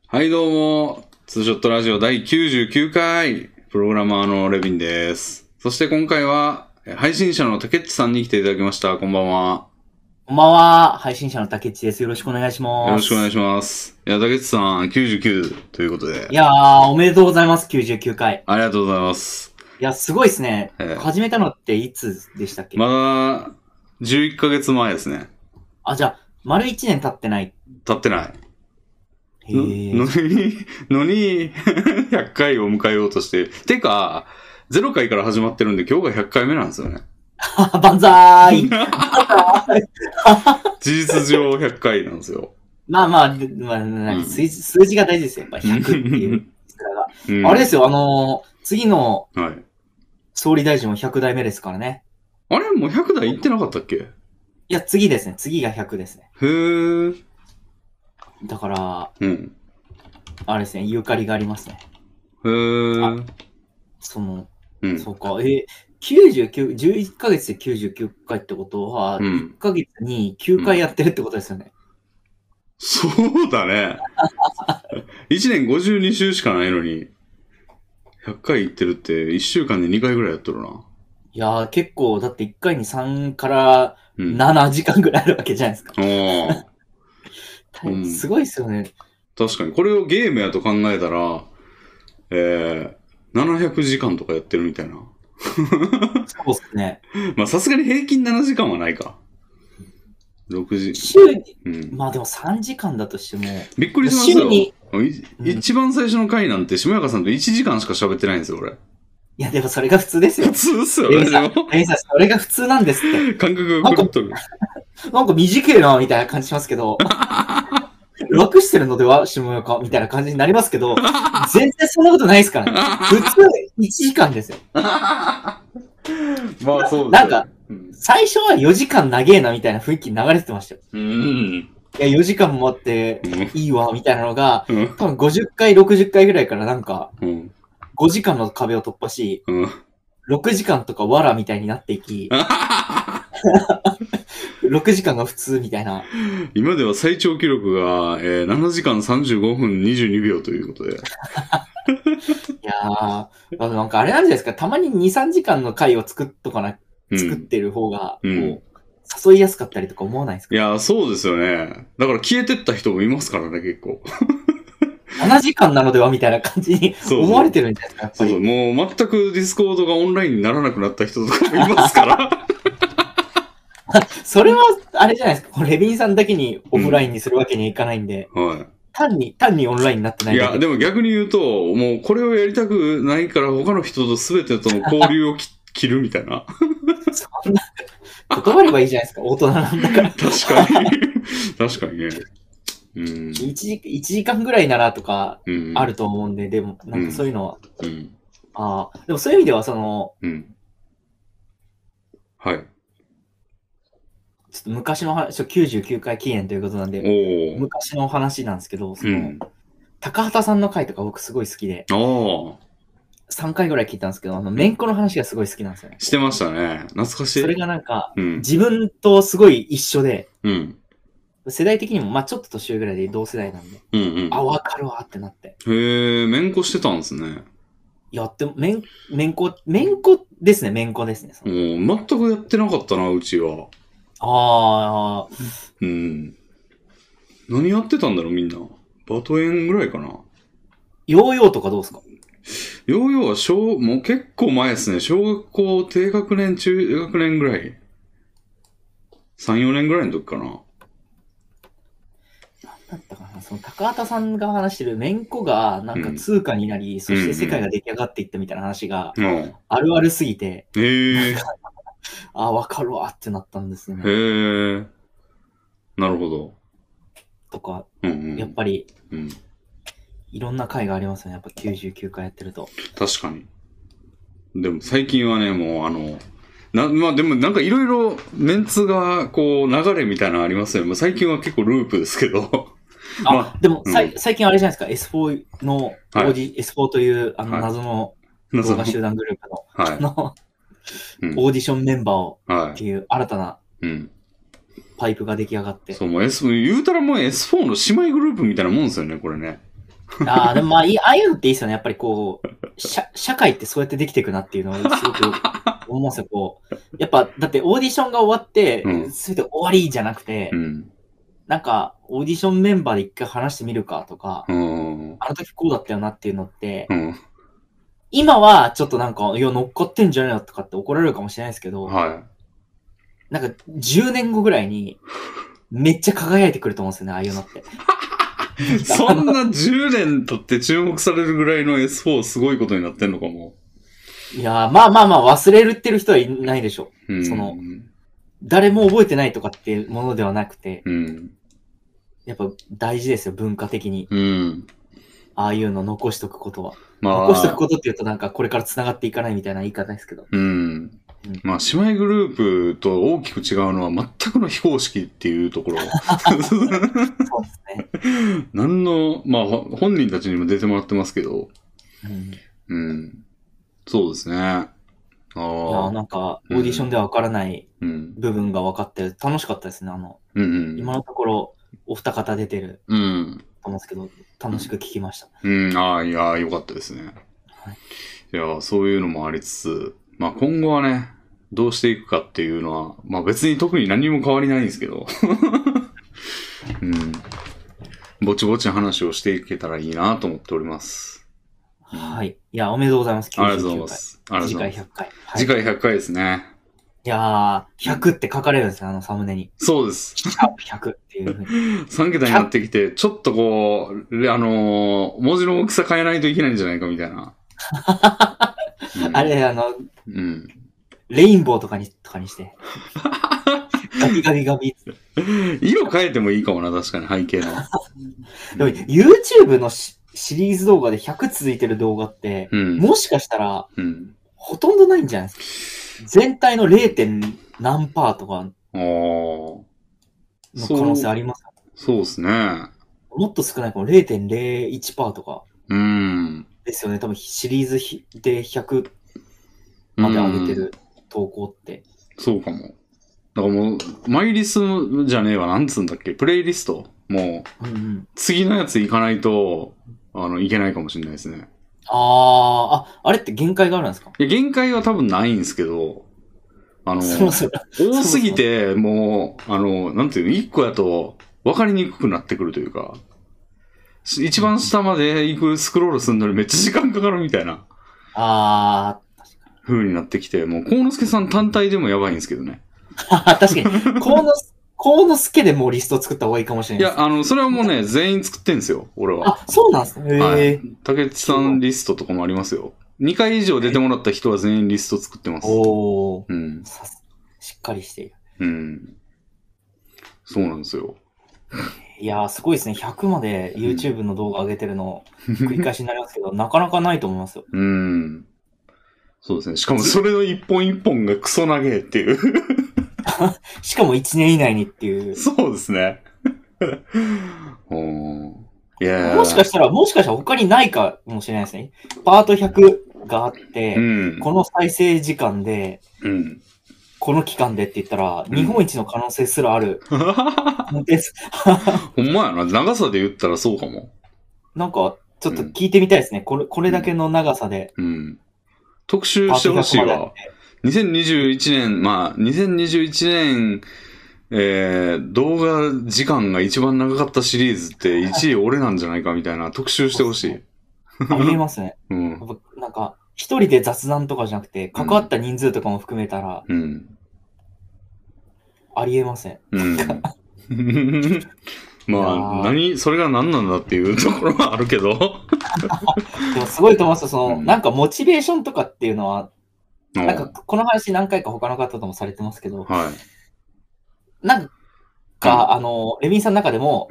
はいどうも、ツーショットラジオ第99回、プログラマーのレビンです。そして今回は、配信者の竹内さんに来ていただきました。こんばんは。 こんばんは。配信者の竹内です。よろしくお願いします。 よろしくお願いします。いや、竹内さん、99ということで。 いやー、おめでとうございます。99回。 ありがとうございます。 いや、すごいですね。始めたのっていつでしたっけ？ まだ、11ヶ月前ですね。 あ、じゃあ、丸1年経ってない。 経ってない。 へー。 のに、100回を迎えようとして。てか、0回から始まってるんで、今日が100回目なんですよね。 万歳事実上100回なんですよ。 数字が大事ですよ。やっぱ100っていうが。あれですよ、次の総理大臣も100代目ですからね。 あれもう100代いってなかったっけ？ いや、次ですね。次が100ですね。 へー。 だから、あれですね、ゆかりがありますね。 へー。 そうか、11ヶ月で99回ってことは、1ヶ月に9回やってるってことですよね。 そうだね。1年52週しかないのに、100回行ってるって1週間で2回ぐらいやっとるな。 いやー、結構、だって1回に3から7時間ぐらいあるわけじゃないですか。すごいですよね。 確かに。これをゲームやと考えたら、700時間とかやってるみたいな。 そうっすね。 まあさすがに平均7時間はないか。6時。 週に、まあでも3時間だとしても。 びっくりしましたよ。一番最初の回なんて、下中さんと1時間しか喋ってないんですよ、俺。 いや、でもそれが普通ですよ。 普通っすよね、でも。 それが普通なんですって。 感覚が狂っとる。 なんか短いな、みたいな感じしますけど。楽してるのでは下中みたいな感じになりますけど、全然そんなことないですからね。普通1時間ですよ。 まあそうです。 なんか、最初は4時間長えなみたいな雰囲気流れてましたよ。いや、4時間もあっていいわ、みたいなのが、多分50回、60回ぐらいからなんか、5時間の壁を突破し、6時間とかわらみたいになっていき、6時間が普通みたいな。 今では最長記録が、7時間35分22秒ということで。 いやー、なんかあれなんじゃないですか、たまに2、3時間の回を作ってる方が、こう、誘いやすかったりとか思わないですか？ いやー、そうですよね。だから消えてった人もいますからね、結構。 7時間なのではみたいな感じに思われてるんじゃないですか、やっぱり。 そう、もう全くディスコードがオンラインにならなくなった人とかもいますから。 それは、あれじゃないですか。レビンさんだけにオフラインにするわけにはいかないんで。単にオンラインになってないだけ。 いや、でも逆に言うと、もうこれをやりたくないから他の人と全てとの交流を切るみたいな。 そんな、断ればいいじゃないですか、大人なんだから。 確かに。確かにね。 1時間ぐらいならとか、あると思うんで、でも、なんかそういうのは。でもそういう意味では、 はい。 ちょっと昔の話、99回記念ということなんで、昔の話なんですけど、高畑さんの回とか僕すごい好きで、3回ぐらい聞いたんですけど、めんこの話がすごい好きなんですよね。 してましたね。懐かしい。 それがなんか、自分とすごい一緒で、世代的にも、まあちょっと年上ぐらいで同世代なんで、わかるわってなって。 めんこしてたんですね。 やって、めんこですね、めんこですね。 全くやってなかったな、うちは。何やってたんだろう、みんな。バトエンぐらいかな。 ヨーヨーとかどうですか？ ヨーヨーはもう結構前ですね。小学校低学年、中学年ぐらい。3、4年ぐらいの時かな。 なんだったかな、高畑さんが話してるめんこがなんか通貨になり、そして世界が出来上がっていったみたいな話があるあるすぎて、わかるわってなったんですよね。 なるほど。 とか、やっぱり、いろんな回がありますよね。やっぱ99回やってると。 確かに。でも最近はね、もうまあでもなんかいろいろメンツがこう流れみたいなのありますよね。最近は結構ループですけど。 でも最近あれじゃないですか。S4 のS4 という謎の動画集団グループの、オーディションメンバーをっていう新たなパイプが出来上がって。 そう、もう言うたらもう S4 の姉妹グループみたいなもんですよね、これね。 ああ、でもまあ、ああいうのっていいですよね。やっぱりこう、社会ってそうやってできていくなっていうのをすごく思いますよ。こう、やっぱ、だってオーディションが終わって、すべて終わりじゃなくて、なんか、オーディションメンバーで一回話してみるかとか、あの時こうだったよなっていうのって、今はちょっとなんか、いや、乗っかってんじゃねえよとかって怒られるかもしれないですけど、なんか、10年後ぐらいに、めっちゃ輝いてくると思うんですよね、ああいうのって。 そんな10年経って注目されるぐらいの S4 すごいことになってんのかも。 いやー、まあまあまあ、忘れるってる人はいないでしょ。誰も覚えてないとかっていうものではなくて、やっぱ大事ですよ、文化的に。ああいうの残しとくことは。残しとくことって言うとなんかこれから繋がっていかないみたいな言い方ですけど。 まあ、姉妹グループと大きく違うのは全くの非公式っていうところ。 そうですね。 何の、まあ、本人たちにも出てもらってますけど。そうですね。いや、 なんか、オーディションでは分からない部分が分かって楽しかったですね。今のところ、お二方出てると思うんですけど、楽しく聞きました。 いや、よかったですね。いや、そういうのもありつつ、まあ今後はね、どうしていくかっていうのは、まあ別に特に何も変わりないんですけど、ぼちぼち話をしていけたらいいなと思っております。 はい。いや、おめでとうございます。 ありがとうございます。 次回100回。 次回100回ですね。 いやー、100って書かれるんですよ、サムネに。 そうです。 100っていうふうに。 3桁になってきて、ちょっとこう、文字の大きさ変えないといけないんじゃないかみたいな。 あれ、レインボーとかにして。ガビガビガビ。 色変えてもいいかもな、確かに背景の。 でも YouTube のシリーズ動画で100続いてる動画って、もしかしたら、ほとんどないんじゃないですか。全体の 0. 何パーとかの可能性ありますか？ そうですね。 もっと少ないかも 0.01 パーとか。ですよね。多分シリーズで100まで上げてる投稿って。 そうかも。だからもう、マイリストじゃねえわ、なんつうんだっけ、プレイリストもう、次のやつ行かないと、いけないかもしれないですね。 あれって限界があるんですか？ いや、限界は多分ないんですけど、多すぎて、もう、なんていうの、1個やと分かりにくくなってくるというか、一番下まで行くスクロールするのにめっちゃ時間かかるみたいな。 確かに。 風になってきて、もう、幸之助さん単体でもやばいんですけどね。 確かに。幸之助でもうリスト作った方がいいかもしれない。 いや、それはもうね、全員作ってんですよ、俺は。 そうなんですね。 はい。竹内さんリストとかもありますよ。2回以上出てもらった人は全員リスト作ってます。 しっかりしている。 そうなんですよ。 いやー、すごいですね。100まで YouTube の動画上げてるの、繰り返しになりますけど、なかなかないと思いますよ。 そうですね。しかもそれの一本一本がクソ長えっていう。 しかも1年以内にっていう。 そうですね。 もしかしたら他にないかもしれないですね。パート100があって、この再生時間で、この期間でって言ったら、日本一の可能性すらある。 ほんまやな。長さで言ったらそうかも。 なんか、ちょっと聞いてみたいですね。これだけの長さで。 特集してほしいわ。2021年、動画時間が一番長かったシリーズって1位俺なんじゃないかみたいな特集してほしい。 ありえますね。なんか、一人で雑談とかじゃなくて、関わった人数とかも含めたら、ありえません。 まあ、それが何なんだっていうところはあるけど。 でもすごいと思いますよ。なんかモチベーションとかっていうのは、なんかこの話何回か他の方ともされてますけど、なんか、レビンさんの中でも、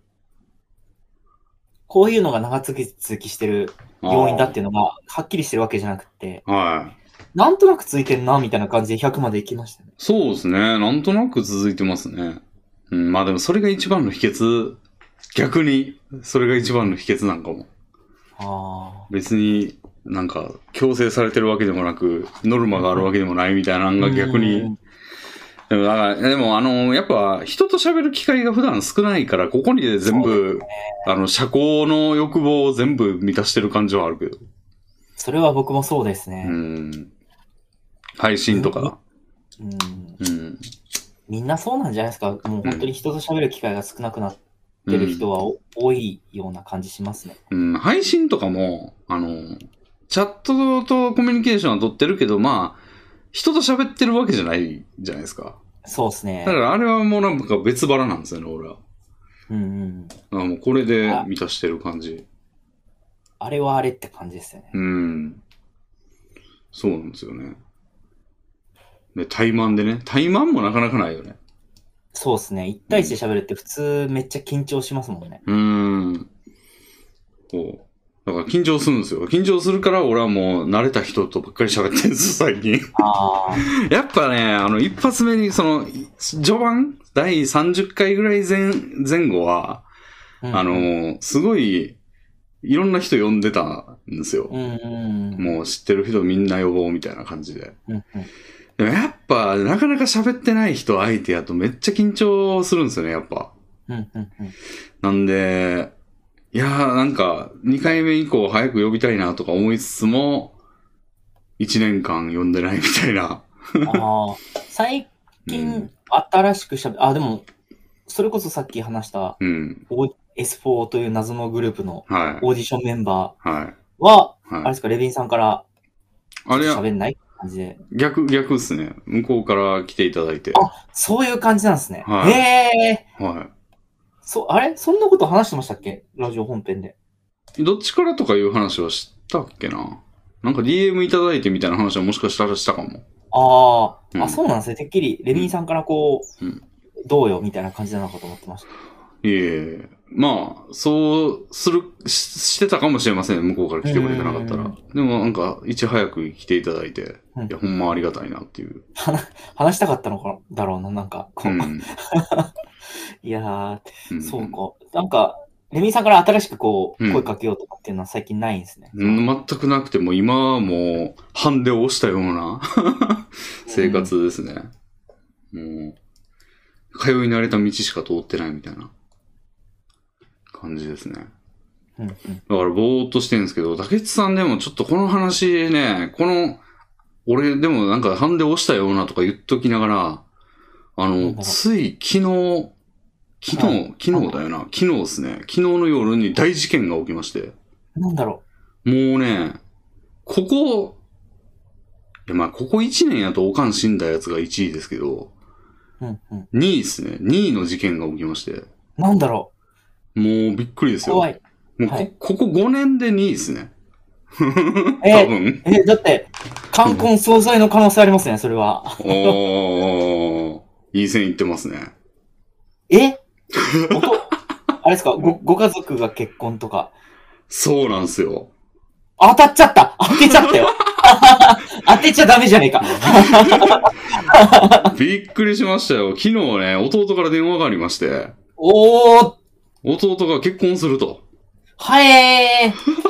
こういうのが長続きしてる要因だっていうのがはっきりしてるわけじゃなくて、なんとなく続いてんなみたいな感じで100まで行きましたね。 そうですね。なんとなく続いてますね。まあでもそれが一番の秘訣、逆にそれが一番の秘訣なんかも。別になんか強制されてるわけでもなく、ノルマがあるわけでもないみたいなのが逆にでもやっぱ人と喋る機会が普段少ないから、ここにで全部、社交の欲望を全部満たしてる感じはあるけど。 それは僕もそうですね。 配信とか。 みんなそうなんじゃないですか。もう本当に人と喋る機会が少なくなってる人は多いような感じしますね。 配信とかも、チャットとコミュニケーションは取ってるけど、まあ、人と喋ってるわけじゃないじゃないですか。 そうですね。 だからあれはもうなんか別腹なんですよね、俺は。もうこれで満たしてる感じ。 あれはあれって感じですよね。 そうなんですよね。で、対マンでね。対マンもなかなかないよね。 そうですね。一対一で喋るって普通めっちゃ緊張しますもんね。 こう。だから緊張するんですよ。緊張するから俺はもう慣れた人とばっかり喋ってるんですよ、最近。やっぱね、一発目に序盤第30回ぐらい前後は、すごい、いろんな人呼んでたんですよ。もう知ってる人みんな呼ぼうみたいな感じで。でもやっぱ、なかなか喋ってない人相手やとめっちゃ緊張するんですよね、やっぱ。なんで、いやーなんか、2回目以降早く呼びたいなとか思いつつも、1年間呼んでないみたいな。 最近、新しくでも、それこそさっき話した、S4 という謎のグループのオーディションメンバーは、あれですか、レビンさんから、喋んない感じで。 逆っすね。向こうから来ていただいて。 そういう感じなんですね。へー。あれそんなこと話してましたっけラジオ本編で。 どっちからとかいう話はしたっけな。なんか DM いただいてみたいな話はもしかしたらしたかも。 そうなんですね。てっきり、レビンさんからどうよみたいな感じなのかと思ってました。 いえ。まあ、そうしてたかもしれません。向こうから来てくれてなかったら。でもなんか、いち早く来ていただいて、いや、ほんまありがたいなっていう。 話したかったのかだろうな、なんか。いやー、そうか。なんか、レミさんから新しく声かけようとかっていうのは最近ないんですね。 全くなくても、今はもう、ハンデを押したような生活ですね。もう、通い慣れた道しか通ってないみたいな感じですね。だからぼーっとしてるんですけど、竹内さんでもちょっとこの話ね、俺でもなんかハンデ押したようなとか言っときながら、つい昨日だよな。昨日ですね。昨日の夜に大事件が起きまして。 なんだろう。もうね、ここ1年やとおかん死んだやつが1位ですけど、2位ですね。2位の事件が起きまして。 なんだろう。もうびっくりですよ。 怖い。 もうここ5年で2位ですね。多分。 だって、冠婚葬祭の可能性ありますね、それは。 いい線いってますね。 あれですかご家族が結婚とか。 そうなんですよ。 当たっちゃった当てちゃったよ当てちゃダメじゃねえかびっくりしましたよ。昨日ね、弟から電話がありまして。弟が結婚すると。 はえー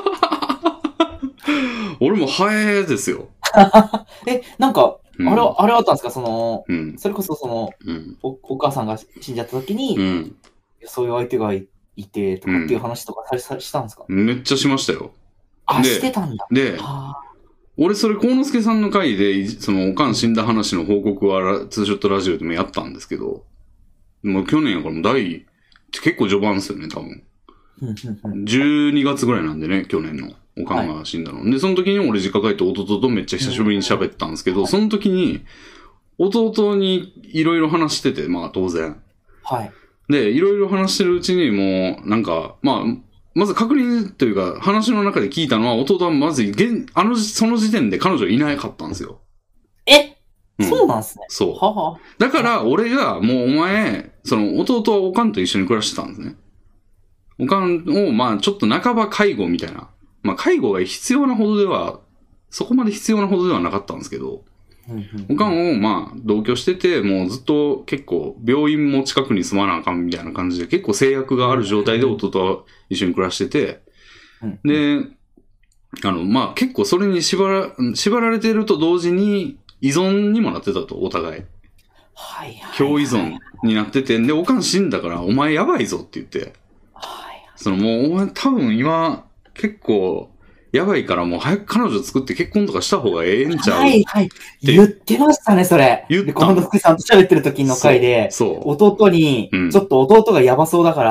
俺もはえーですよ。 なんか、あれはあったんですかそれこそお母さんが死んじゃった時に、そういう相手がいて、とかっていう話とかしたんですかめっちゃしましたよ。 してたんだ。 で、俺それ、幸之助さんの回で、おかん死んだ話の報告は、ツーショットラジオでもやったんですけど、もう去年やから結構序盤ですよね、多分。12月ぐらいなんでね、去年の。おかんが死んだの。で、その時に俺実家帰って弟とめっちゃ久しぶりに喋ったんですけど、その時に、弟にいろいろ話してて、まあ当然。で、いろいろ話してるうちにもう、なんか、まず確認というか、話の中で聞いたのは、弟はまず、その時点で彼女いなかったんですよ。 そうなんですね。 そう。だから、俺が、もうお前、弟はおかんと一緒に暮らしてたんですね。おかんを、ちょっと半ば介護みたいな。介護が必要なほどでは、そこまで必要なほどではなかったんですけど、おかんを、同居してて、もうずっと結構、病院も近くに住まなあかんみたいな感じで、結構制約がある状態で弟は一緒に暮らしてて、で、結構それに縛られていると同時に、依存にもなってたと、お互い。 はいはい。 強依存になってて、で、おかん死んだから、お前やばいぞって言って、 はい。 もう、お前多分今、結構、やばいからもう早く彼女作って結婚とかした方がええんちゃう。 はいはい。言ってましたね、それ。 言った。 で、この福さんと喋ってる時の回で、 そう。 弟に、ちょっと弟がやばそうだから、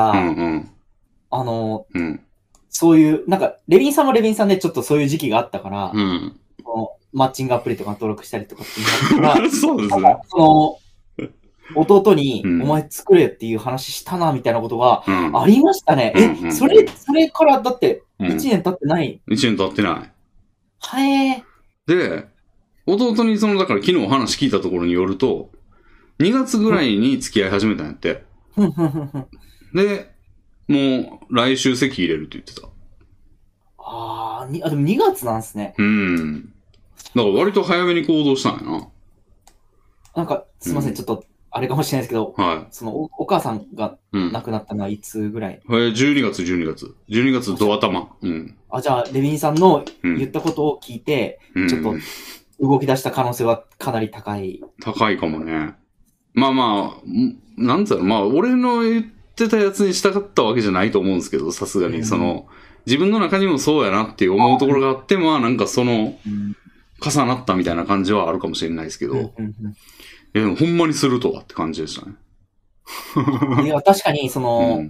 そういう、なんか、レビンさんもレビンさんでちょっとそういう時期があったから、マッチングアプリとか登録したりとかっていうのがあったから、 そうですね。 弟に、お前作れっていう話したな、みたいなことがありましたね。それからだって、1年経ってない。 1年経ってない。 はで、弟にだから昨日話聞いたところによると、2月ぐらいに付き合い始めたんやって。で、もう来週籍入れるって言ってた。 でも2月なんですね。 だから割と早めに行動したんやな。 なんか、すいません、ちょっと、あれかもしれないですけど、お母さんが亡くなったのはいつぐらい ？12月ド頭。 じゃあ、レビンさんの言ったことを聞いて、ちょっと動き出した可能性はかなり高い。 高いかもね。まあまあ、なんつうの、まあ、俺の言ってたやつにしたかったわけじゃないと思うんですけど、さすがに、自分の中にもそうやなって思うところがあって、まあなんか重なったみたいな感じはあるかもしれないですけど、でもほんまにするとはって感じでしたね。 いや、確かに、そう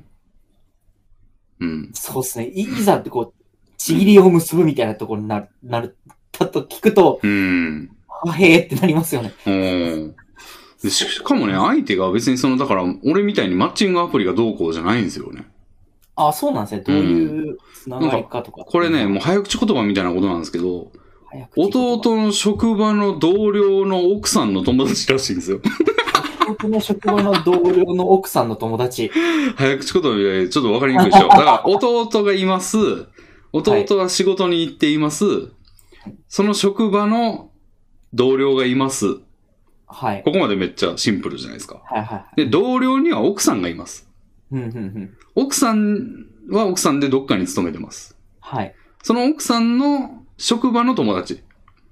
ですね。いざってちぎりを結ぶみたいなところになる、たと聞くと、へーってなりますよね。 でしかもね、相手が別にだから、俺みたいにマッチングアプリがどうこうじゃないんですよね。 そうなんですね。どういうつながりかとか。 これね、もう早口言葉みたいなことなんですけど、弟の職場の同僚の奥さんの友達らしいんですよ。 弟の職場の同僚の奥さんの友達。 早口言葉でちょっとわかりにくいでしょ。だから弟がいます。弟は仕事に行っています。その職場の同僚がいます。 はい。 ここまでめっちゃシンプルじゃないですか。で、同僚には奥さんがいます。奥さんは奥さんでどっかに勤めてます。 はい。 その奥さんの職場の友達。 で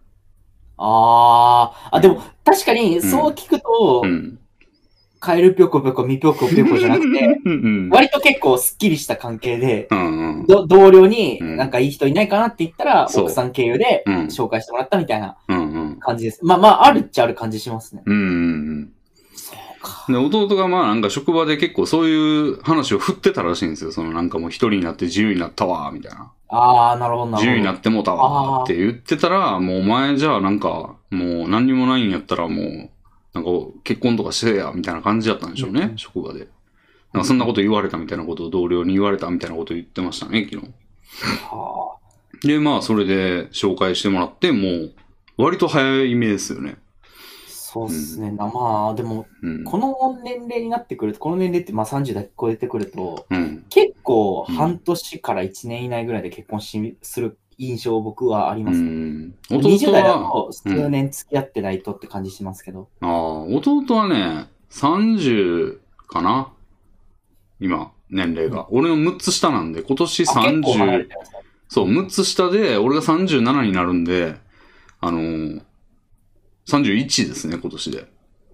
も、確かに、そう聞くと、カエルぴょこぴょこ、みぴょこぴょこじゃなくて、割と結構スッキリした関係で、同僚になんかいい人いないかなって言ったら、奥さん経由で紹介してもらったみたいな感じです。まあ、あるっちゃある感じしますね。そうか。 で、弟がまあなんか職場で結構そういう話を振ってたらしいんですよ。なんかもう一人になって自由になったわ、みたいな。 なるほど。 自由になってもうたわって言ってたら、もうお前じゃあなんか、もう何にもないんやったらもう、なんか結婚とかしてや、みたいな感じだったんでしょうね、職場で。なんかそんなこと言われたみたいなことを同僚に言われたみたいなことを言ってましたね、昨日。で、まあそれで紹介してもらって、もう割と早い目ですよね。 そうですね。まあ、でも、この年齢になってくると、この年齢ってまあ30代超えてくると、結構半年から1年以内ぐらいで結婚する印象僕はありますね。20代だと数年付き合ってないとって感じしますけど。 弟はね、30かな今、年齢が。俺の6つ下なんで、今年30、そう、6つ下で、俺が37になるんで、31ですね、今年で。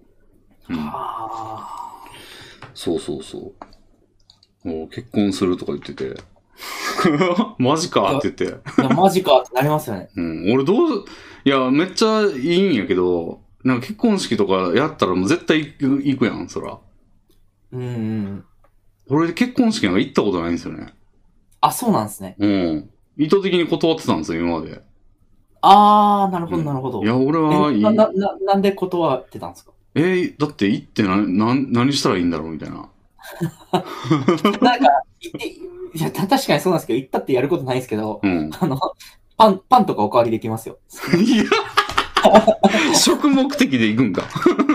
そうそうそう。もう結婚するとか言ってて。マジかって言って。 いや、マジかってなりますよね。 俺いや、めっちゃいいんやけど、なんか結婚式とかやったらもう絶対行くやん、そら。俺結婚式なんか行ったことないんですよね。 そうなんですね。 意図的に断ってたんですよ、今まで。 なるほど、なるほど。 いや、俺はなんで断ってたんですか？ だって行って何したらいいんだろうみたいな。 なんか、いや、確かにそうなんですけど、行ったってやることないですけど、パンとかおかわりできますよ。 いや、食目的で行くんか。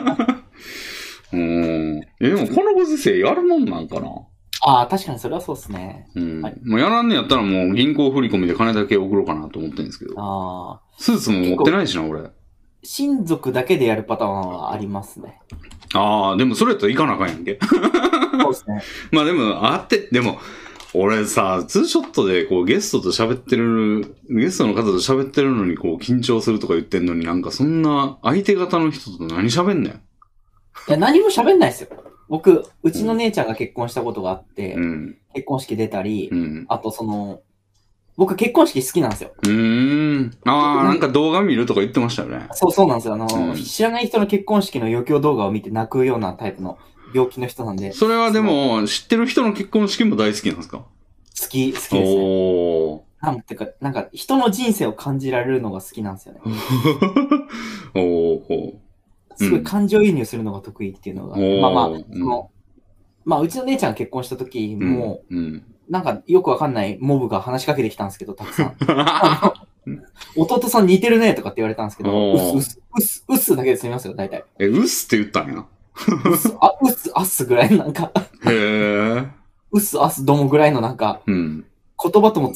でもこのご時世やるもんなんかな。 確かにそれはそうですね。 もうやらんねやったらもう銀行振り込みで金だけ送ろうかなと思ってるんですけど。スーツも持ってないしな、俺。 親族だけでやるパターンはありますね。 でもそれやったら行かなあかんやんけ。 そうですね。 まあでも、でも、俺さ、ツーショットでこうゲストの方と喋ってるのにこう緊張するとか言ってんのになんかそんな相手方の人と何喋んねん。 いや、何も喋んないですよ。僕、うちの姉ちゃんが結婚したことがあって、結婚式出たり、あと僕結婚式好きなんですよ。 なんか動画見るとか言ってましたよね。 そうなんですよ。知らない人の結婚式の余興動画を見て泣くようなタイプの病気の人なんで。 それはでも、知ってる人の結婚式も大好きなんですか？ 好きですね。なんか人の人生を感じられるのが好きなんですよね。すごい感情移入するのが得意っていうのが。うちの姉ちゃんが結婚した時も、なんかよくわかんないモブが話しかけてきたんですけど、たくさん。弟さん似てるねとかって言われたんですけど、うっすだけで済みますよ、大体。 うっすって言ったんや。 うっす、あっすぐらいなんか。うっす、あっす、どもぐらいのなんか、言葉とも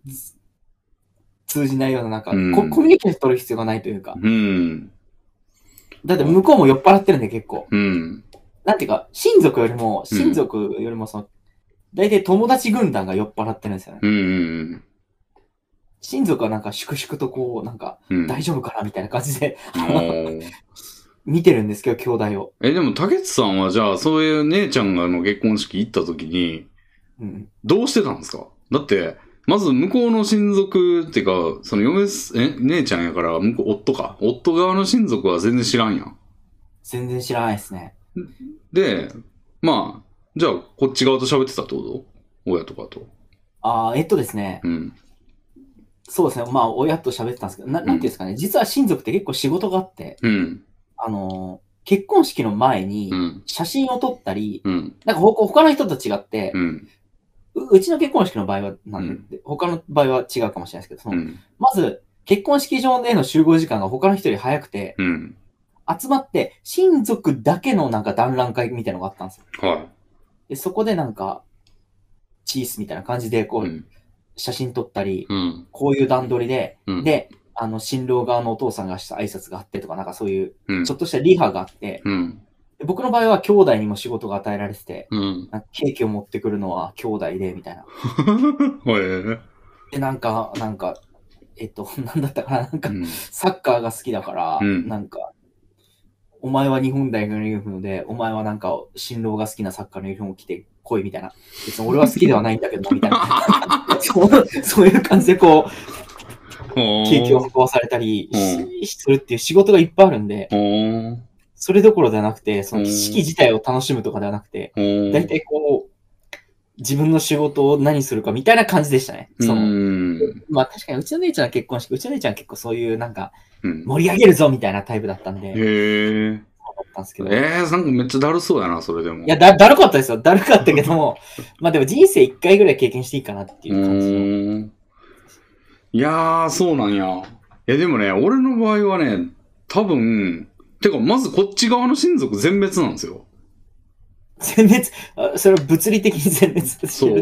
通じないようななんか、コミュニケーション取る必要がないというか。だって向こうも酔っ払ってるんで結構。なんていうか、親族よりも大体友達軍団が酔っ払ってるんですよね。親族はなんか粛々とこう、なんか、大丈夫かなみたいな感じで見てるんですけど、兄弟を。 でも、竹内さんはじゃあ、そういう姉ちゃんが結婚式行った時に、どうしてたんですか？だって、まず向こうの親族っていうか、その姉ちゃんやから、夫側の親族は全然知らんやん。 全然知らないですね。 で、まあ、じゃあ、こっち側と喋ってたってこと？親とかと。 ですね。そうですね。まあ、親と喋ってたんですけど、なんていうんですかね。実は親族って結構仕事があって、結婚式の前に写真を撮ったり、なんか他の人と違って、うちの結婚式の場合は他の場合は違うかもしれないですけど、まず、結婚式場での集合時間が他の人より早くて、集まって、親族だけのなんか団らん会みたいなのがあったんですよ。でそこでなんか、チースみたいな感じで、こう、写真撮ったり、こういう段取りで、で、新郎側のお父さんがした挨拶があってとか、なんかそういう、ちょっとしたリハがあって、僕の場合は兄弟にも仕事が与えられてて、ケーキを持ってくるのは兄弟で、みたいな。で、なんか、なんだったかな、なんか、サッカーが好きだから、なんか、お前は日本代表のユニフォームで、お前はなんか、新郎が好きなサッカーのユニフォームを着て来いみたいな。別に俺は好きではないんだけど、みたいな。そういう感じでこう、ケーキを運ばされたりするっていう仕事がいっぱいあるんで、それどころではなくて、その式自体を楽しむとかではなくて、だいたいこう、自分の仕事を何するかみたいな感じでしたね。まあ確かにうちの姉ちゃんは結婚式、うちの姉ちゃんは結構そういうなんか、盛り上げるぞみたいなタイプだったんで。そうだったんですけど。 なんかめっちゃだるそうやな、それでも。 いや、だるかったですよ。だるかったけども、まあでも人生一回ぐらい経験していいかなっていう感じの。 いやー、そうなんや。いやでもね、俺の場合はね、多分、てかまずこっち側の親族全滅なんですよ。 全滅、それは物理的に全滅してる。 そう。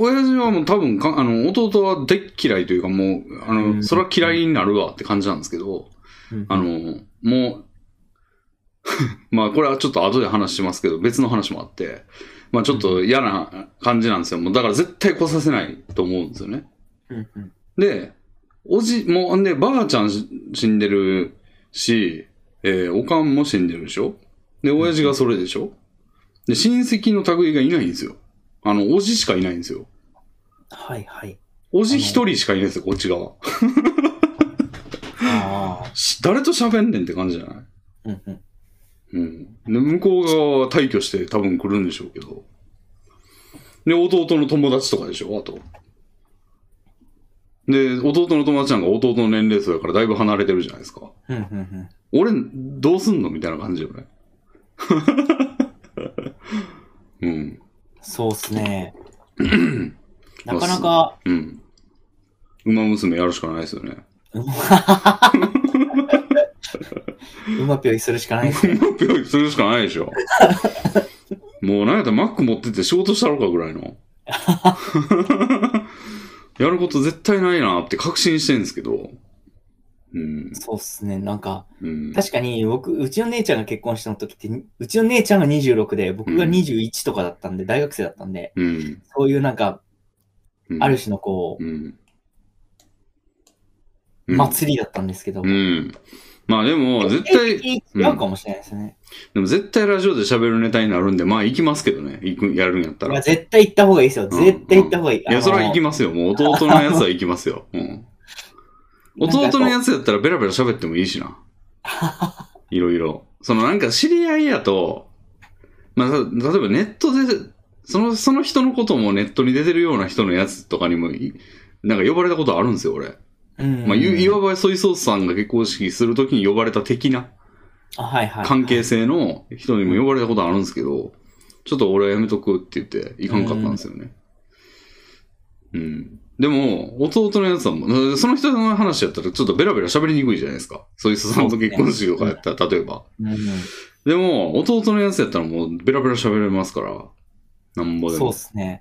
親父はもう多分弟は大嫌いというかもう、それは嫌いになるわって感じなんですけど、もう、まあこれはちょっと後で話しますけど、別の話もあって、まあちょっと嫌な感じなんですよ。もうだから絶対来させないと思うんですよね。で、ばあちゃん死んでるし、おかんも死んでるでしょ？で、親父がそれでしょ？で、親戚の類がいないんですよ。おじしかいないんですよ。 はいはい。 おじ一人しかいないんですよ、こっち側。誰と喋んねんって感じじゃない？で、向こう側は退去して多分来るんでしょうけど。で、弟の友達とかでしょ、あと。で、弟の友達なんか弟の年齢層やからだいぶ離れてるじゃないですか。俺、どうすんのみたいな感じよね。 そうっすね。なかなか。 馬娘やるしかないですよね。 馬ぴょいするしかないですね。 馬ぴょいするしかないでしょ。もうなんやったらマック持ってって仕事したろかぐらいの。やること絶対ないなって確信してるんですけど。 そうっすね。なんか、確かにうちの姉ちゃんが結婚した時って、うちの姉ちゃんが26で、僕が21とかだったんで、大学生だったんで、そういうなんか、ある種のこう、 祭りだったんですけど。 うん。まあでも、絶対。 違うかもしれないですね。 でも絶対ラジオで喋るネタになるんで、まあ行きますけどね。やるんやったら。 いや、絶対行った方がいいですよ。絶対行った方がいい。 いや、それは行きますよ。もう弟のやつは行きますよ。弟のやつやったらベラベラ喋ってもいいしな。いろいろ。なんか知り合いやと、まあ、例えばネットで、その人のこともネットに出てるような人のやつとかにも、なんか呼ばれたことあるんですよ、俺。まあ、いわばソイソースさんが結婚式するときに呼ばれた的な関係性の人にも呼ばれたことあるんですけど、ちょっと俺はやめとくって言って行かんかったんですよね。でも、弟のやつはもう、その人の話やったらちょっとベラベラ喋りにくいじゃないですか。ソイソースさんと結婚式とかやったら、例えば。でも、弟のやつやったらもうベラベラ喋れますから、なんぼでも。 そうですね。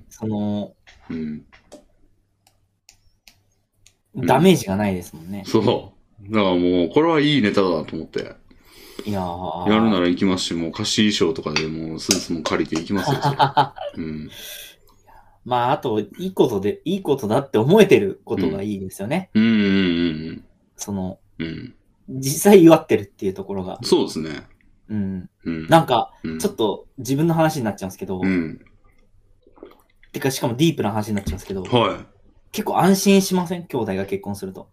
ダメージがないですもんね。 そう。だからもう、これはいいネタだと思って。 いやー。やるなら行きますし、もう貸し衣装とかでもうスーツも借りて行きますよ。 まあ、あと、いいことだって思えてることがいいですよね。実際祝ってるっていうところが。 そうですね。 なんか、ちょっと自分の話になっちゃうんですけど、てか、しかもディープな話になっちゃうんですけど、結構安心しません？兄弟が結婚すると。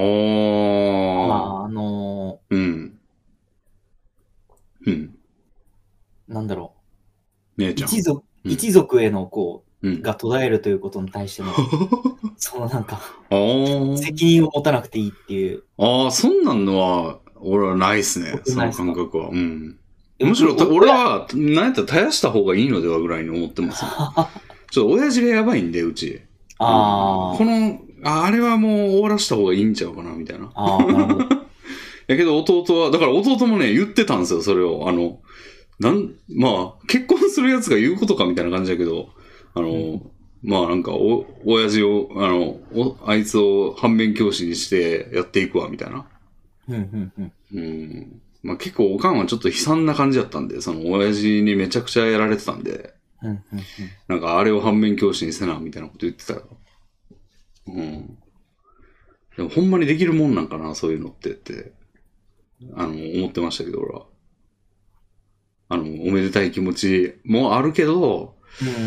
なんだろう。 姉ちゃん。 一族へのが途絶えるということに対しての、なんか、責任を持たなくていいっていう。 そんなんのは、俺はないっすね。その感覚は。むしろ、俺は、なんやったら絶やした方がいいのではぐらいに思ってます。ちょっと親父がやばいんで、うち。あれはもう終わらした方がいいんちゃうかな、みたいな。やけど弟は、だから弟もね、言ってたんですよ、それを。まあ、結婚するやつが言うことかみたいな感じだけど、まあなんか、親父を、あいつを反面教師にしてやっていくわ、みたいな。まあ結構おかんはちょっと悲惨な感じだったんで、親父にめちゃくちゃやられてたんで、なんかあれを反面教師にせな、みたいなこと言ってたよ。でもほんまにできるもんなんかな、そういうのって、思ってましたけど、俺は。おめでたい気持ちもあるけど、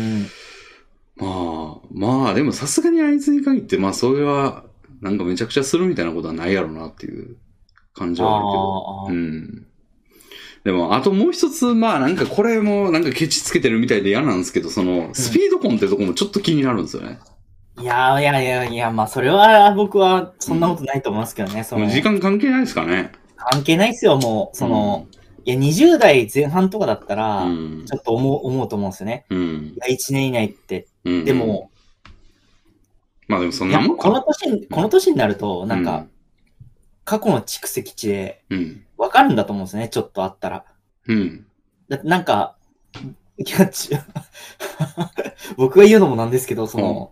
まあ、でもさすがにあいつに限って、まあそれは、なんかめちゃくちゃするみたいなことはないやろなっていう感じはあるけど。でも、あともう一つ、まあなんかこれもなんかケチつけてるみたいで嫌なんですけど、スピード婚ってとこもちょっと気になるんですよね。 いや、まあそれは僕はそんなことないと思いますけどね。 時間関係ないですかね。 関係ないっすよ、もう。いや、20代前半とかだったら、ちょっと思うと思うんですよね。いや、1年以内って。でも、 まあでもそんなもんか。 この年になると、なんか、過去の蓄積値で、わかるんだと思うんですね、ちょっとあったら。だってなんか、僕が言うのもなんですけど、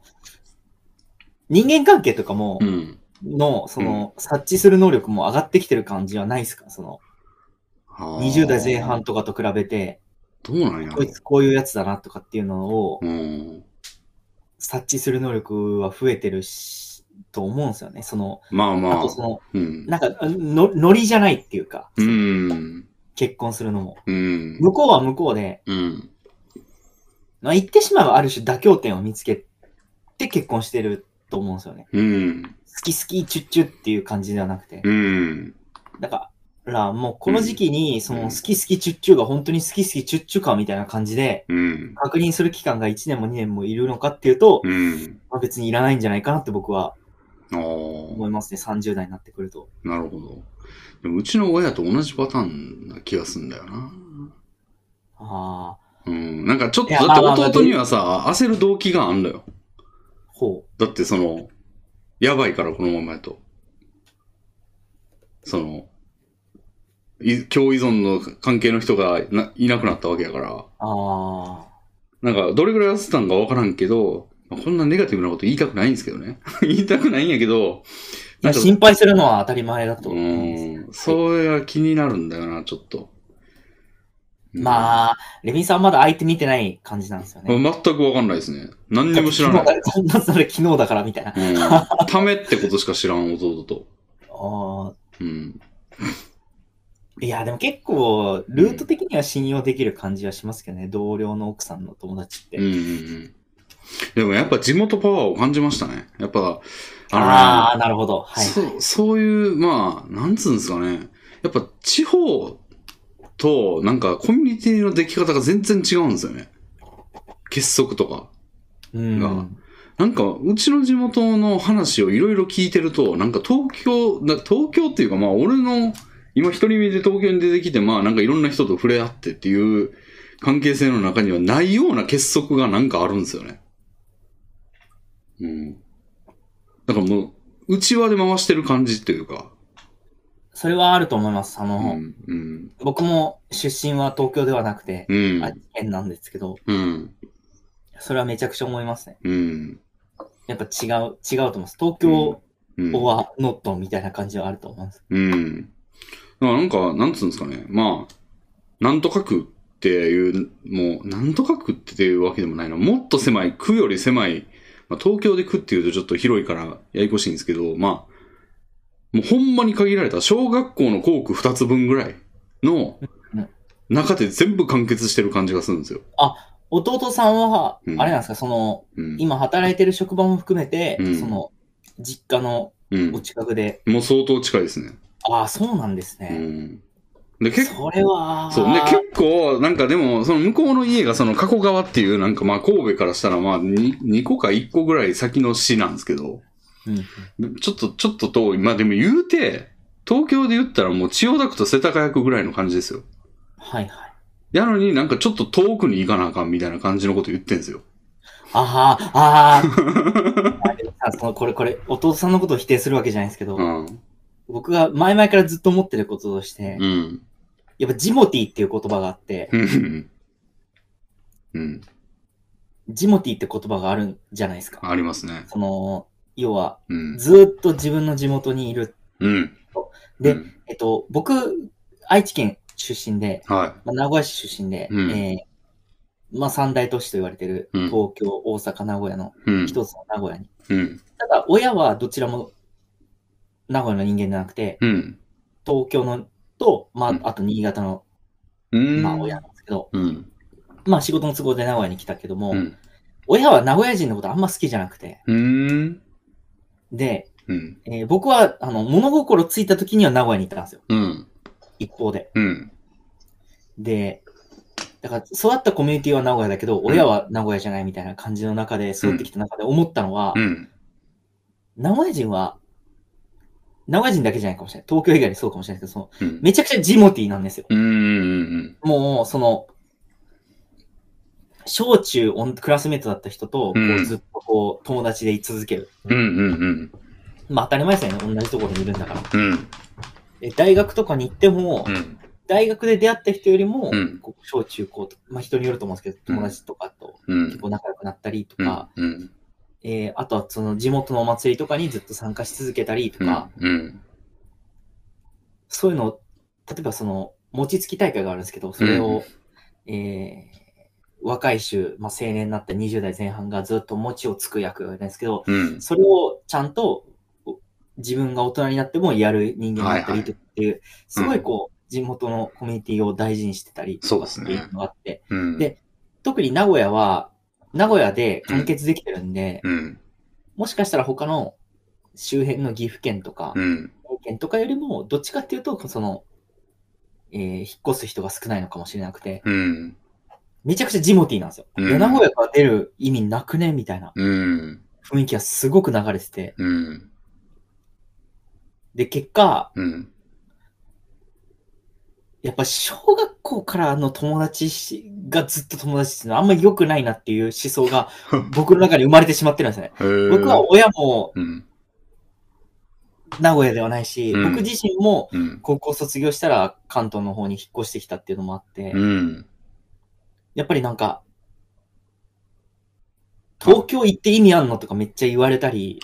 人間関係とかも、察知する能力も上がってきてる感じはないですか？20代前半とかと比べて、 どうなんやろ？ こいつこういうやつだなとかっていうのを、察知する能力は増えてると思うんですよね。 まあまあ。 あとなんかノリじゃないっていうか、結婚するのも。向こうは向こうで、まあ言ってしまえばある種妥協点を見つけて結婚してると思うんですよね。好きチュッチュっていう感じではなくて。だからもうこの時期に好きチュッチュが本当に好きチュッチュかみたいな感じで、確認する期間が1年も2年もいるのかっていうと、まあ、別にいらないんじゃないかなって僕は思いますね。30代になってくると。 なるほど。でもうちの親と同じパターンな気がするんだよな。なんかちょっと、だって弟にはさ、焦る動機があんのよ。だってやばいからこのままやと。共依存の関係の人がいなくなったわけやから。なんか、どれぐらい焦ったんかわからんけど、こんなネガティブなこと言いたくないんですけどね。言いたくないんやけど。 心配するのは当たり前だと思う。 それが気になるんだよな、ちょっと。 まあ、レビンさんはまだ相手見てない感じなんですよね。 全くわかんないですね。何にも知らない。 それ昨日だからみたいな。 ためってことしか知らん、弟と。 いや、でも結構、ルート的には信用できる感じはしますけどね。同僚の奥さんの友達って。 でもやっぱ地元パワーを感じましたね。やっぱ、 なるほど。はい。 そういう、まあ、なんつうんですかね。やっぱ地方と、なんかコミュニティの出来方が全然違うんですよね。結束とかが。なんか、うちの地元の話をいろいろ聞いてると、なんか東京っていうか、まあ俺の、今一人目で東京に出てきて、まあなんかいろんな人と触れ合ってっていう関係性の中にはないような結束がなんかあるんですよね。だからもう、内輪で回してる感じっていうか。 それはあると思います。僕も出身は東京ではなくて、愛知県なんですけど、それはめちゃくちゃ思いますね。やっぱ違うと思います。東京はノットみたいな感じはあると思います。 なんか、なんつうんですかね。まあ、なんとか区っていう、もう、なんとか区っていうわけでもないな。もっと狭い、区より狭い、まあ、東京で区っていうとちょっと広いからややこしいんですけど、まあ、もうほんまに限られた小学校の校区2つ分ぐらいの中で全部完結してる感じがするんですよ。 弟さんは、あれなんですか、今働いてる職場も含めて、実家のお近くで。 もう相当近いですね。 そうなんですね。 で、 それは。 そう。で、結構、なんかでも、その向こうの家がその加古川っていう、なんかまあ神戸からしたらまあ2個か1個ぐらい先の市なんですけど、ちょっと遠い。まあでも言うて、東京で言ったらもう千代田区と世田谷区ぐらいの感じですよ。 はいはい。 やのになんかちょっと遠くに行かなあかんみたいな感じのこと言ってんですよ。 これ、弟さんのことを否定するわけじゃないですけど、僕が前々からずっと思ってることとして、やっぱジモティっていう言葉があって、ジモティって言葉があるんじゃないですか。 ありますね。 要は、ずっと自分の地元にいる。で、僕、愛知県出身で、名古屋市出身で、まあ三大都市と言われてる東京、大阪、名古屋の一つの名古屋に。ただ、親はどちらも名古屋の人間じゃなくて、東京のと、まあ、あと新潟の、まあ親なんですけど、まあ仕事の都合で名古屋に来たけども、親は名古屋人のことあんま好きじゃなくて、で、僕は、物心ついた時には名古屋に行ったんですよ。一方で。で、だから、育ったコミュニティは名古屋だけど、親は名古屋じゃないみたいな感じの中で、育ってきた中で思ったのは、名古屋人は、名古屋人だけじゃないかもしれない。東京以外にそうかもしれないですけど、めちゃくちゃジモティーなんですよ。もう、小中クラスメートだった人と、ずっと友達で居続ける。まあ当たり前ですよね。同じところにいるんだから。大学とかに行っても、大学で出会った人よりも、小中高と、まあ人によると思うんですけど、友達とかと結構仲良くなったりとか、あとはその地元のお祭りとかにずっと参加し続けたりとか、そういうの、例えば餅つき大会があるんですけど、それを、若い衆、まあ、青年になった20代前半がずっと餅をつく役があるんですけど、それをちゃんと自分が大人になってもやる人間だったりっていう、すごい地元のコミュニティを大事にしてたりとかっていうのがあって、で、特に名古屋は、名古屋で完結できてるんで、もしかしたら他の周辺の岐阜県とか、県とかよりも、どっちかっていうと、引っ越す人が少ないのかもしれなくて、めちゃくちゃジモティーなんですよ。名古屋から出る意味なくねみたいな雰囲気がすごく流れてて、で、結果、やっぱ小学校からの友達がずっと友達っていうのはあんまり良くないなっていう思想が僕の中に生まれてしまってるんですね。僕は親も名古屋ではないし、僕自身も高校卒業したら関東の方に引っ越してきたっていうのもあって、やっぱりなんか、東京行って意味あんのとかめっちゃ言われたり、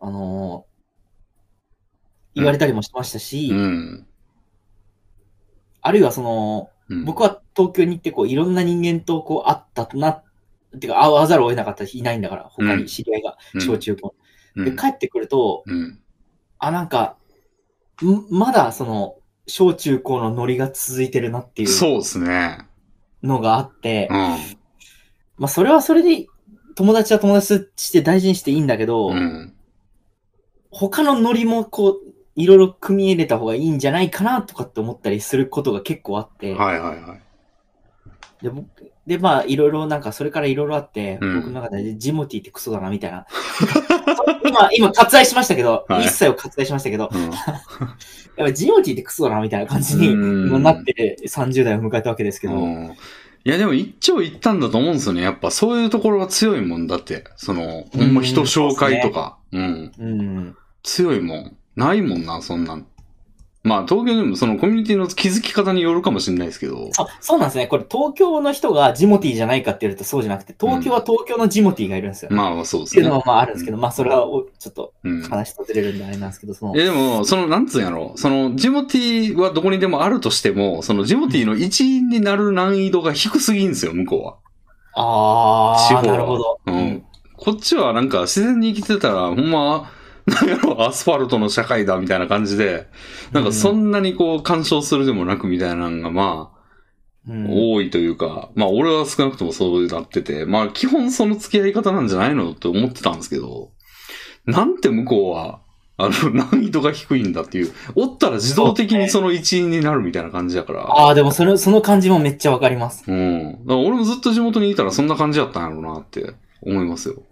言われたりもしましたし、 あるいはその、僕は東京に行ってこういろんな人間とこう会ったな、っていうか会わざるを得なかったしいないんだから、他に知り合いが、小中高。で、帰ってくると、なんか、まだその、小中高のノリが続いてるなっていう。 そうですね。 のがあって、まあそれはそれで、友達は友達として大事にしていいんだけど、他のノリもこう、いろいろ組み入れた方がいいんじゃないかなとかって思ったりすることが結構あって。 はいはいはい。 で、まあ、いろいろなんか、それからいろいろあって、僕の中でジモティってクソだな、みたいな。今、割愛しましたけど、一切を割愛しましたけど、やっぱジモティってクソだな、みたいな感じになって30代を迎えたわけですけど。 いや、でも一長一短だと思うんですよね。やっぱそういうところが強いもんだって。その、ほんま人紹介とか。強いもん。ないもんな、そんなん。まあ、東京でもそのコミュニティの気づき方によるかもしれないですけど。 そうなんですね。これ東京の人がジモティじゃないかって言われるとそうじゃなくて、東京は東京のジモティがいるんですよ。 まあ、そうですね。っていうのはまああるんですけど、まあそれはちょっと話とずれるんであれなんですけど、 でも、その、なんつうんやろ。その、ジモティはどこにでもあるとしても、そのジモティの一員になる難易度が低すぎんですよ、向こうは。 なるほど。 こっちはなんか自然に生きてたら、ほんま、なんやろ、アスファルトの社会だみたいな感じで、なんかそんなにこう干渉するでもなくみたいなのがまあ、多いというか、まあ俺は少なくともそうなってて、まあ基本その付き合い方なんじゃないのって思ってたんですけど、なんて向こうは、難易度が低いんだっていう、おったら自動的にその一員になるみたいな感じだから。 でもその感じもめっちゃわかります。 だから俺もずっと地元にいたらそんな感じだったんやろうなって思いますよ。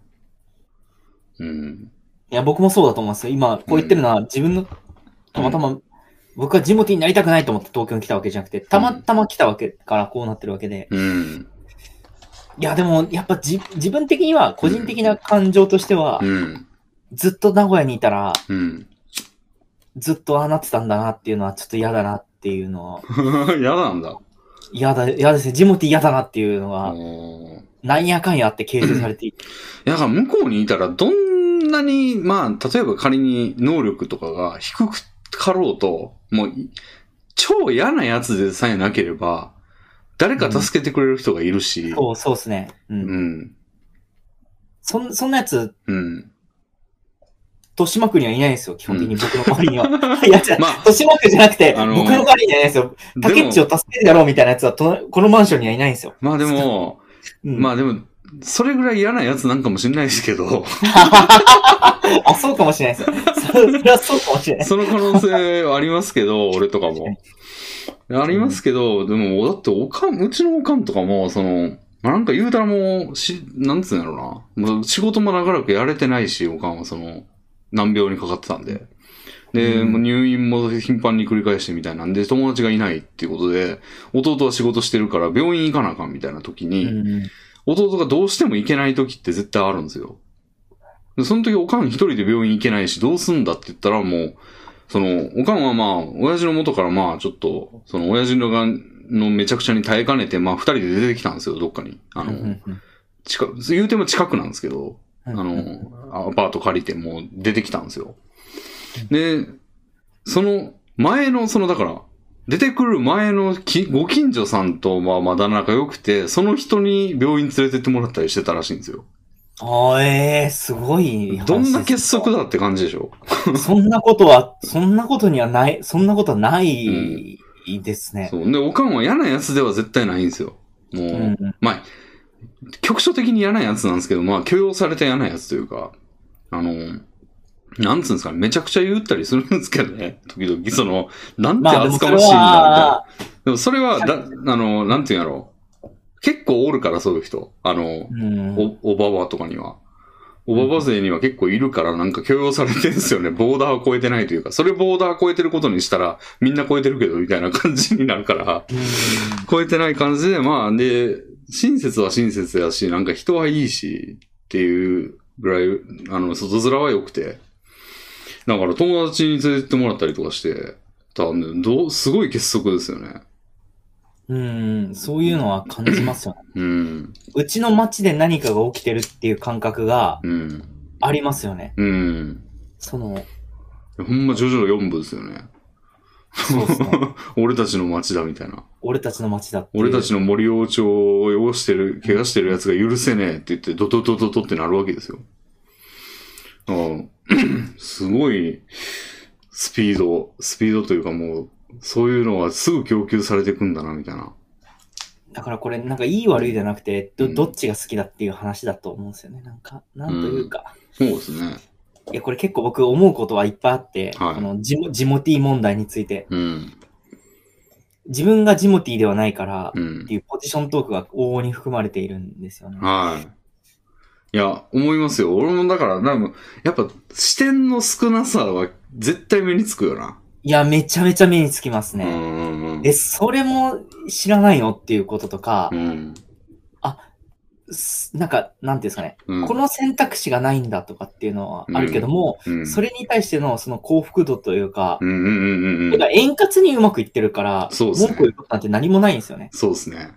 いや、僕もそうだと思いますよ。今、こう言ってるのは、自分の、たまたま、僕はジモティになりたくないと思って東京に来たわけじゃなくて、たまたま来たわけからこうなってるわけで。いや、でも、やっぱ自分的には、個人的な感情としては、ずっと名古屋にいたら、ずっとなってたんだなっていうのは、ちょっと嫌だなっていうのは。 嫌なんだ。 嫌ですね。ジモティ嫌だなっていうのは、なんやかんやって形成されている。 だから向こうにいたら、どんなに、まあ、例えば仮に能力とかが低くかろうと、もう、超嫌なやつでさえなければ、誰か助けてくれる人がいるし。 そうですね。そんなやつ、豊島区にはいないんですよ、基本的に僕の周りには。いや、豊島区じゃなくて、僕の周りにはいないんですよ。竹内を助けるだろうみたいなやつは、このマンションにはいないんですよ。 まあでも、それぐらい嫌なやつなんかもしれないですけど。 そうかもしれないです。それはそうかもしれない。 その可能性はありますけど、俺とかも。ありますけど、でも、だって、うちのおかんとかも、なんか言うたらもう、なんつうんやろな。もう仕事も長らくやれてないし、おかんは難病にかかってたんで。で、もう入院も頻繁に繰り返してみたいなんで、友達がいないっていうことで、弟は仕事してるから病院行かなあかんみたいな時に、弟がどうしても行けない時って絶対あるんですよ。でその時おかん一人で病院行けないし、どうすんだって言ったらもう、おかんはまあ、親父の元からまあ、ちょっと、親父のめちゃくちゃに耐えかねて、まあ、二人で出てきたんですよ、どっかに。言うても近くなんですけど、アパート借りてもう出てきたんですよ。で、だから、出てくる前のご近所さんとまだ仲良くて、その人に病院連れてってもらったりしてたらしいんですよ。 すごい。 どんな結束だって感じでしょそんなことはないですね。 そう。で、おかんは嫌なやつでは絶対ないんですよ。もう、まあ、局所的に嫌なやつなんですけど、まあ、許容された嫌なやつというか、なんつうんですかね、めちゃくちゃ言ったりするんですけどね、時々、なんて厚かましいんだ、みたいな。でもそれは、なんていうんやろう。結構おるから、そういう人。おばばとかには。おばば勢には結構いるから、なんか許容されてるんですよね。ボーダーを超えてないというか、それボーダー超えてることにしたら、みんな超えてるけど、みたいな感じになるから、超えてない感じで、まあ、で、親切は親切やし、なんか人はいいし、っていうぐらい、外面は良くて。だから友達に連れてってもらったりとかして、すごい結束ですよね。 そういうのは感じますよね。うちの街で何かが起きてるっていう感覚がありますよね。 ほんまジョジョ4部ですよね。 そうですね。 俺たちの町だみたいな。 俺たちの町だって。 俺たちの森王朝を汚してる、怪我してる奴が許せねえって言って、ドドドドドってなるわけですよ。すごい、スピードというかもう、そういうのはすぐ供給されていくんだな、みたいな。 だからこれ、なんかいい悪いじゃなくて、どっちが好きだっていう話だと思うんですよね。なんというか。 そうですね。 いや、これ結構僕思うことはいっぱいあって、 はい、 このジモティー問題について。 うん、 自分がジモティーではないからっていうポジショントークが往々に含まれているんですよね。 はい。いや、思いますよ。俺もだから、やっぱ視点の少なさは絶対目につくよな。 いや、めちゃめちゃ目につきますね。それも知らないのっていうこととか、なんか、なんていうんですかね、この選択肢がないんだとかっていうのはあるけども、それに対してのその幸福度というか、円滑にうまくいってるから、文句言うことなんて何もないんですよね。 そうですね。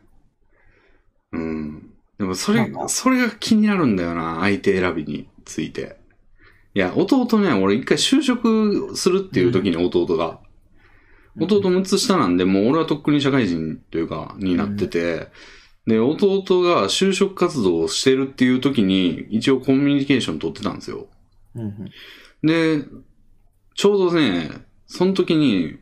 でもそれが気になるんだよな、相手選びについて。いや、弟ね、俺一回就職するっていう時に弟が、弟6つ下なんで、もう俺はとっくに社会人というか、になってて、で、弟が就職活動をしてるっていう時に、一応コミュニケーション取ってたんですよ。で、ちょうどね、その時に、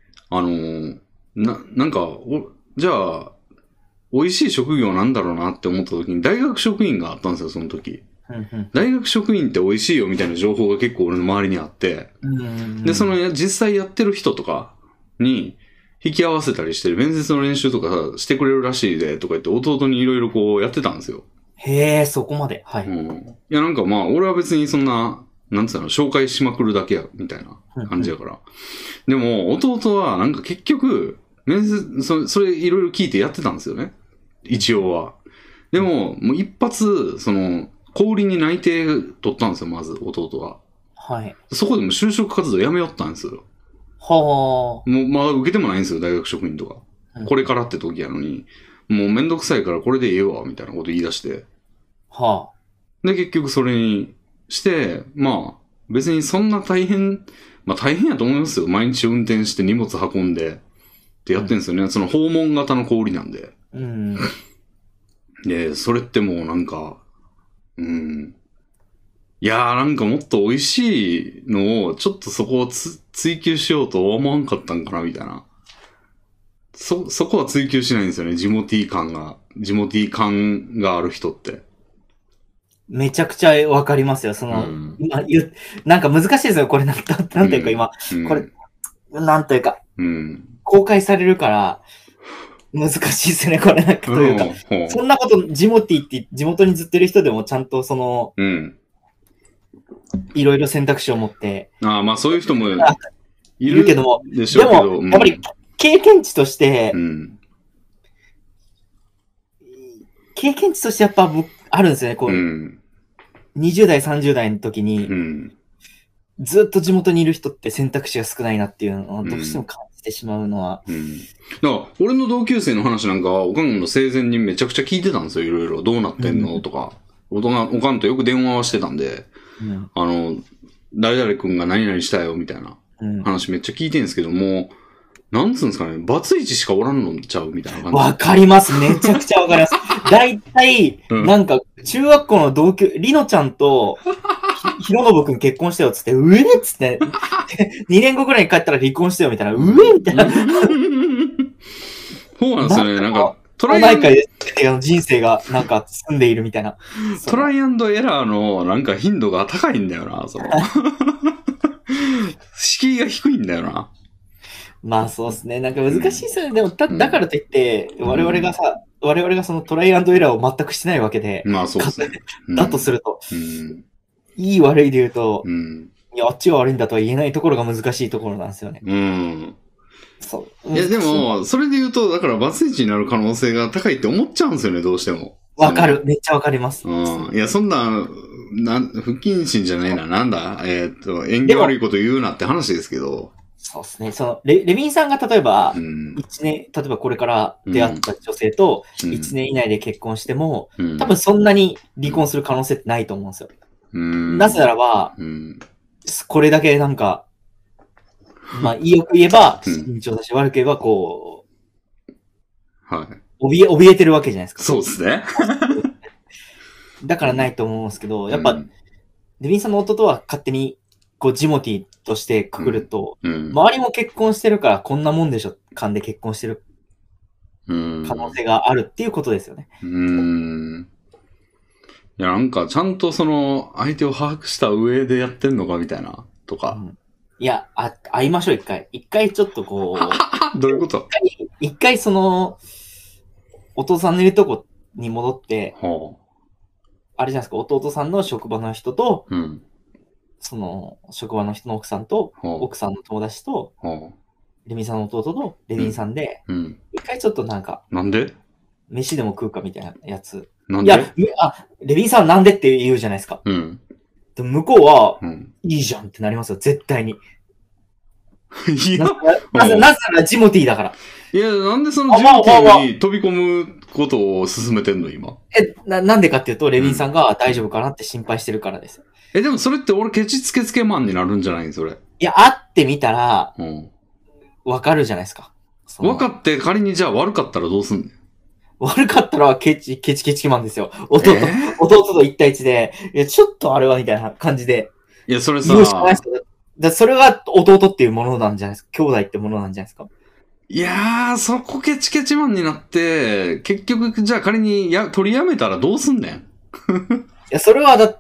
なんか、じゃあ、美味しい職業なんだろうなって思った時に、大学職員があったんですよ、その時。大学職員って美味しいよみたいな情報が結構俺の周りにあって、で、その実際やってる人とかに引き合わせたりしてる面接の練習とかしてくれるらしいでとか言って弟にいろいろこうやってたんですよ。 へー、そこまで。はい。 いや、なんかまあ、俺は別にそんな、なんつうの、紹介しまくるだけや、みたいな感じやから。でも、弟はなんか結局、面接、それいろいろ聞いてやってたんですよね。一応は。でも、もう一発、氷に内定取ったんですよ、まず、弟が。 はい。 そこでも就職活動やめよったんですよ。 はあ。 もう、まあ、受けてもないんですよ、大学職員とか。これからって時やのに、もうめんどくさいからこれでええわ、みたいなこと言い出して。 はあ。で、結局それにして、まあ、別にそんな大変やと思いますよ。毎日運転して荷物運んで、ってやってんですよね。その訪問型の氷なんで。で、それってもうなんか、いやーなんかもっと美味しいのを、ちょっとそこを追求しようとは思わんかったんかな、みたいな。そこは追求しないんですよね、ジモティー感がある人って。 めちゃくちゃわかりますよ。なんか難しいですよ、これなんていうか今、これ、なんというか、公開されるから、難しいですね、これなんかというか。そんなこと、ジモティって地元にずってる人でもちゃんといろいろ選択肢を持って。 ああ、まあそういう人もいるけども、でも、やっぱり経験値として、経験値としてやっぱあるんですよね、こう。20代、30代の時に、ずっと地元にいる人って選択肢が少ないなっていうのはどうしても感じてしまうのは。 だから、俺の同級生の話なんかは、おかんの生前にめちゃくちゃ聞いてたんですよ、いろいろ。どうなってんのとか。おかんとよく電話はしてたんで、誰々君が何々したよ、みたいな話めっちゃ聞いてるんですけども、なんつうんですかね、バツイチしかおらんのちゃうみたいな感じ。 わかります。めちゃくちゃわかります。だいたい、なんか、中学校の同級、りのちゃんと、ひろのぶくん結婚したよっつって、うえっつって、2年後くらいに帰ったら離婚したよみたいな、うえみたいな。 そうなんですよね、なんか、 トライアンドエラーの人生がなんか住んでいるみたいな。 トライアンドエラーのなんか頻度が高いんだよな、敷居が低いんだよな。 まあそうですね。なんか難しいですよね。でもだからといって、我々がそのトライアンドエラーを全くしてないわけで。 まあそうですね。 だとすると、いい悪いで言うと、いや、あっちが悪いんだとは言えないところが難しいところなんですよね。 そう。いやでも、それで言うと、だからバツイチになる可能性が高いって思っちゃうんですよね、どうしても。 わかる。めっちゃわかります。 いや、そんな、不謹慎じゃねえな。なんだ縁起悪いこと言うなって話ですけど。 そうですね。レビンさんが例えば、例えばこれから出会った女性と1年以内で結婚しても、多分そんなに離婚する可能性ってないと思うんですよ。なぜならば、これだけなんか、 まあ、よく言えば、慎重だし、悪く言えば、こう、はい。 怯えてるわけじゃないですか。 そうですね。 だからないと思うんですけど、やっぱ、レビンさんの弟は勝手に、こう、ジモティとしてくくると、周りも結婚してるからこんなもんでしょ、勘で結婚してる可能性があるっていうことですよね。 いや、なんか、ちゃんとその、相手を把握した上でやってんのかみたいな、とか。 いや、会いましょう、一回。一回ちょっとこう。どういうこと一回その、お父さんのいるとこに戻って、あれじゃないですか、弟さんの職場の人と、その、職場の人の奥さんと、奥さんの友達と、レビンさんの弟と、レビンさんで、一回ちょっとなんか、 なんで飯でも食うかみたいなやつ。 なんでいや、レビンさんなんでって言うじゃないですか。でも向こうは、いいじゃんってなりますよ、絶対に。 いや、 なぜならジモティーだから。 いや、なんでそのジモティーに飛び込むことを進めてんの、今。 なんでかっていうと、レビンさんが大丈夫かなって心配してるからです。 でもそれって俺ケチつけつけマンになるんじゃないそれ。 いや、会ってみたら、わかるじゃないですか。 分かって仮にじゃあ悪かったらどうすんねん。 悪かったらケチマンですよ。弟と1対1で、いや、ちょっとあれはみたいな感じで。 いや、それさ、 それが弟っていうものなんじゃないですか。兄弟ってものなんじゃないですか。 いやー、そこケチマンになって、結局、じゃあ仮に取りやめたらどうすんねん。 いや、それはだって、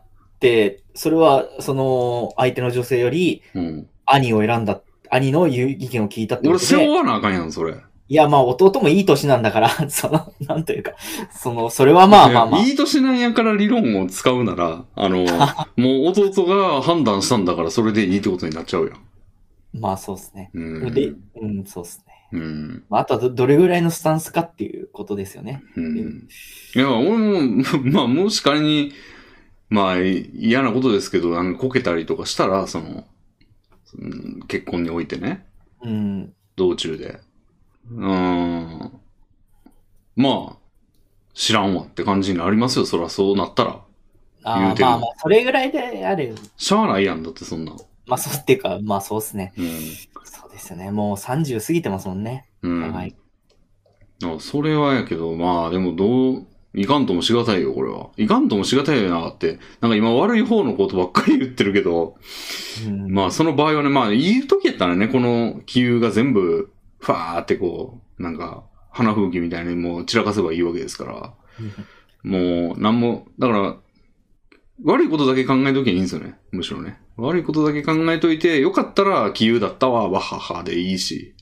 それは、その、相手の女性より、兄を選んだ、兄の意見を聞いたってことで。 俺背負わなあかんやん、それ。 いや、まあ、弟もいい年なんだから、なんというか、それはまあ。 いい年なんやから理論を使うなら、もう弟が判断したんだからそれでいいってことになっちゃうやん。 まあ、そうですね。そうですね。あとはどれぐらいのスタンスかっていうことですよね。 いや、俺も、まあ、もし仮に、まあ、嫌なことですけど、こけたりとかしたら、結婚においてね。道中で。まあ、知らんわって感じになりますよ。そらそうなったら。 まあ、それぐらいである。 しゃあないやんだってそんな。 まあ、そうっていうか、まあそうですね。そうですよね。もう30過ぎてますもんね。はい。 それはやけど、まあでもいかんともしがたいよ、これは。いかんともしがたいよなって。なんか今悪い方のことばっかり言ってるけど、まあその場合はね、まあいい時やったらね、この気流が全部、ファーってこう、なんか、花吹雪みたいにもう散らかせばいいわけですから。もう、なんも、だから、悪いことだけ考えときゃいいんですよね。むしろね。悪いことだけ考えといて、よかったら気流だったわ、わははでいいし。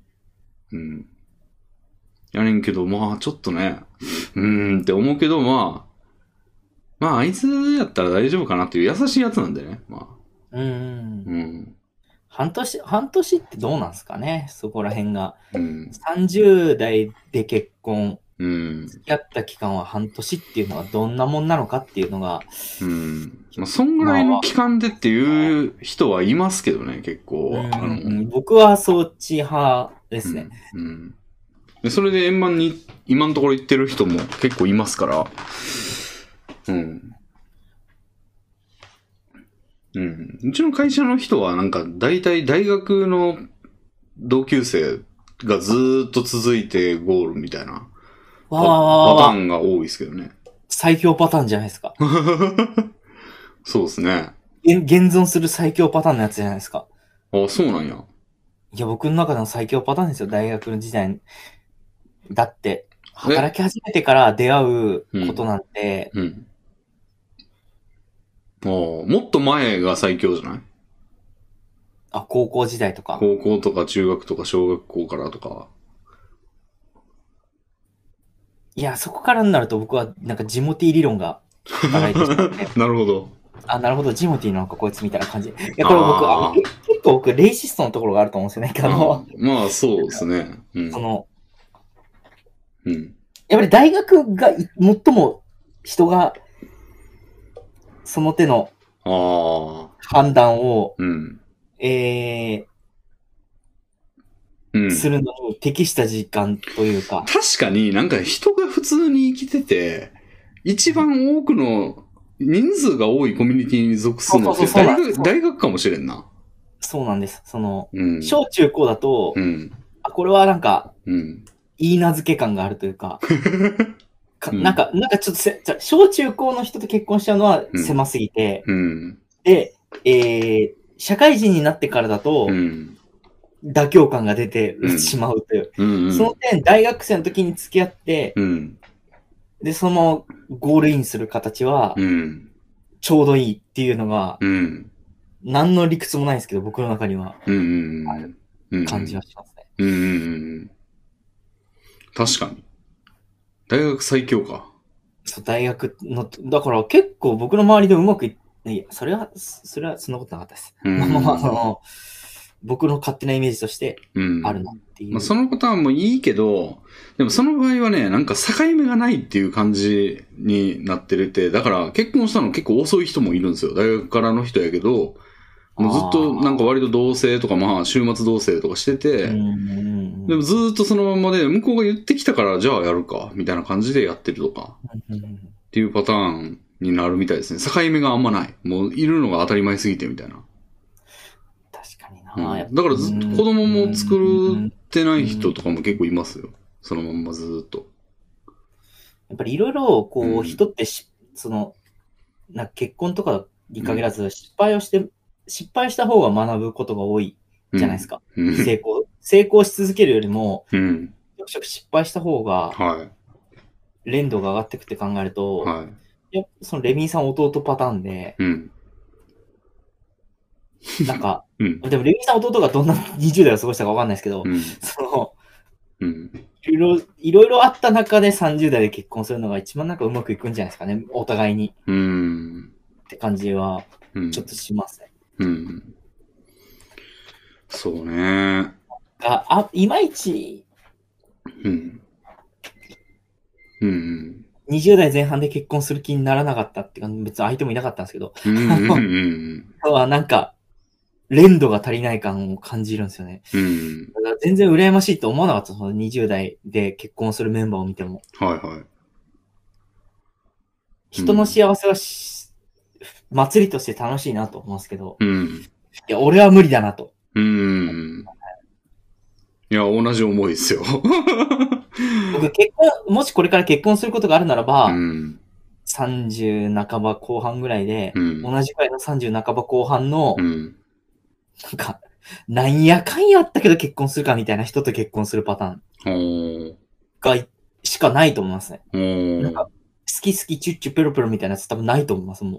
やねんけど、まあちょっとね、って思うけど、まああいつやったら大丈夫かなっていう優しいやつなんでね、まあ。 半年ってどうなんすかね、そこら辺が。30代で結婚、付き合った期間は半年っていうのはどんなもんなのかっていうのが。 まあ、そんぐらいの期間でっていう人はいますけどね、結構。 僕はそっち派ですね。 でそれで円満に今のところ言ってる人も結構いますから。うちの会社の人はなんか大体大学の同級生がずーっと続いてゴールみたいなパターンが多いですけどね。 最強パターンじゃないですか。 そうですね。 現存する最強パターンのやつじゃないですか。 あ、そうなんや。 いや、僕の中での最強パターンですよ、大学の時代。だって、働き始めてから出会うことなんて、 もっと前が最強じゃない？ 高校時代とか。 高校とか中学とか小学校からとか。 いや、そこからになると僕はなんかジモティー理論が働いてきて。 なるほど。 なるほど、ジモティーなんかこいつみたいな感じ。いや、これ結構僕、レイシストのところがあると思うんですよね。 まあ、そうですね。 やっぱり大学が最も人がその手の判断を、するのに適した時間というか。 確かになんか人が普通に生きてて、一番多くの人数が多いコミュニティに属するのって大学かもしれんな。 そうなんです。小中高だと、これはなんか、いい名付け感があるというか、なんかちょっと小中高の人と結婚しちゃうのは狭すぎて、で、社会人になってからだと、妥協感が出てしまうという。その点、大学生の時に付き合って、で、そのゴールインする形は、ちょうどいいっていうのが、何の理屈もないですけど、僕の中には、ある感じはしますね。 確かに。大学最強か。 そう、大学の、だから結構僕の周りでうまくいや、それはそんなことなかったです。僕の勝手なイメージとしてあるなっていう。 そのパターンもいいけど、でもその場合はね、なんか境目がないっていう感じになってるって、だから結婚したの結構遅い人もいるんですよ。大学からの人やけど、もうずっとなんか割と同棲とか週末同棲とかしてて、でもずっとそのままで向こうが言ってきたからじゃあやるか、みたいな感じでやってるとか、っていうパターンになるみたいですね。境目があんまない。もういるのが当たり前すぎてみたいな。 確かにな、 だからずっと子供も作ってない人とかも結構いますよ。そのまんまずっと。 やっぱりいろいろ、人ってなんか結婚とかに限らず、失敗をした方が学ぶことが多いじゃないですか。成功し続けるよりも、ちょくちょく失敗した方が、連度が上がってくって考えると、そのレミーさん弟パターンで、なんか、でもレミーさん弟がどんな20代を過ごしたかわかんないですけど、いろいろあった中で30代で結婚するのが一番なんかうまくいくんじゃないですかね、お互いに。って感じは、ちょっとしますね。 そうね。 いまいち、20代前半で結婚する気にならなかったっていうか、別に相手もいなかったんですけど、なんか、連度が足りない感を感じるんですよね。だから全然羨ましいと思わなかった、その20代で結婚するメンバーを見ても。人の幸せは祭りとして楽しいなと思うんですけど、いや、俺は無理だなと。 いや、同じ思いですよ。 僕もしこれから結婚することがあるならば、30半ば後半ぐらいで、同じくらいの30半ば後半の、なんか、なんやかんやあったけど結婚するかみたいな人と結婚するパターンしかないと思いますね。なんか好きチュッチュペロペロみたいなやつ多分ないと思いますもん。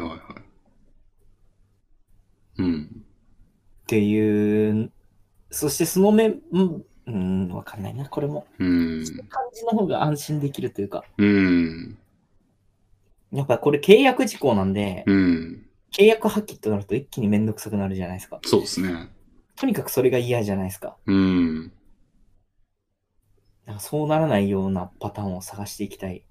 っていう、そしてそのわかんないな、これも。そういう感じの方が安心できるというか。やっぱこれ契約事項なんで、契約破棄となると一気にめんどくさくなるじゃないですか。 そうですね。 とにかくそれが嫌じゃないですか。なんかそうならないようなパターンを探していきたい。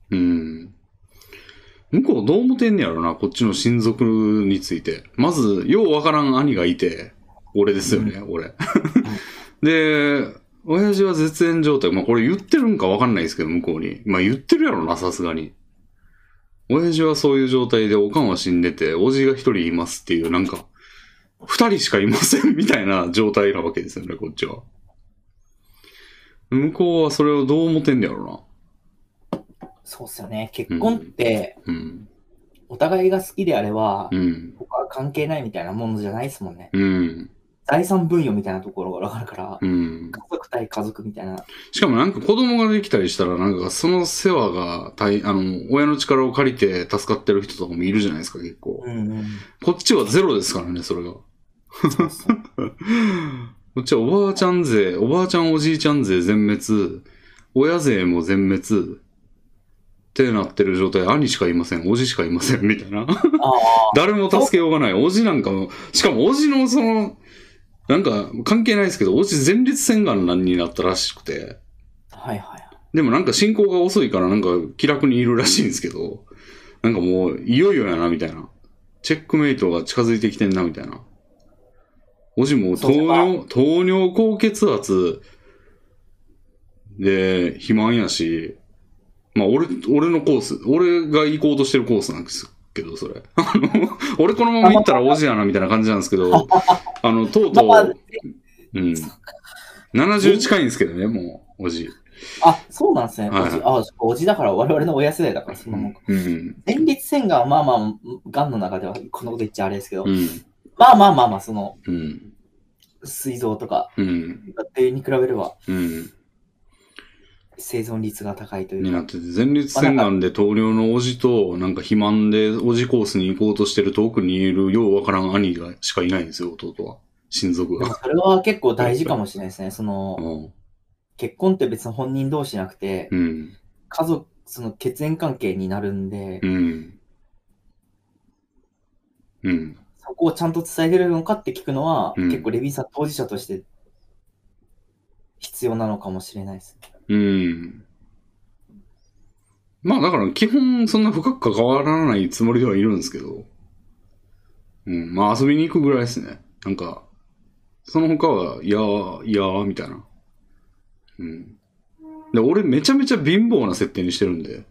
向こうどう思ってんねやろな、こっちの親族について。まず、ようわからん兄がいて、俺ですよね、俺。で、親父は絶縁状態。これ言ってるんかわかんないですけど、向こうに。言ってるやろな、さすがに。親父はそういう状態で、おかんは死んでて、おじが一人いますっていう、なんか、二人しかいませんみたいな状態なわけですよね、こっちは。向こうはそれをどう思ってんだろうな。そうっすよね。結婚って、お互いが好きであれば、他は関係ないみたいなものじゃないですもんね。財産分与みたいなところがあるから、家族対家族みたいな。 しかもなんか子供ができたりしたら、なんかその世話が親の力を借りて助かってる人とかもいるじゃないですか、結構。こっちはゼロですからね、それが。こっちはおばあちゃん税、おばあちゃんおじいちゃん税全滅、親税も全滅ってなってる状態、兄しかいません、おじしかいません、みたいな。誰も助けようがない。おじなんかも、しかもおじのなんか関係ないですけど、おじ前立腺がんになったらしくて。でもなんか進行が遅いからなんか気楽にいるらしいんですけど、なんかもういよいよやな、みたいな。チェックメイトが近づいてきてんな、みたいな。おじも糖尿高血圧で肥満やし、俺のコース、俺が行こうとしてるコースなんですけど、それ。俺このまま行ったらおじやなみたいな感じなんですけど、とうとう、うん。70近いんですけどね、もう、おじ。 あ、そうなんですね。 はいはい、 おじだから、我々の親世代だから、そのもんか。前立腺がんはまあまあ、がんの中ではこんなこと言っちゃあれですけど、まあまあまあまあ、その、膵臓とか、ってに比べれば、生存率が高いというか。 になってて、前立腺がんで糖尿のおじと、なんか肥満でおじコースに行こうとしてる遠くにいるようわからん兄がしかいないんですよ、弟は。親族が。 それは結構大事かもしれないですね。その、結婚って別に本人同士じゃなくて、家族、その血縁関係になるんで、そこをちゃんと伝えてるのかって聞くのは、結構レビンさん当事者として必要なのかもしれないです。 まあだから基本そんな深く関わらないつもりではいるんですけど、まあ遊びに行くぐらいですね。なんか、その他は、いやー、みたいな。で、俺めちゃめちゃ貧乏な設定にしてるんで。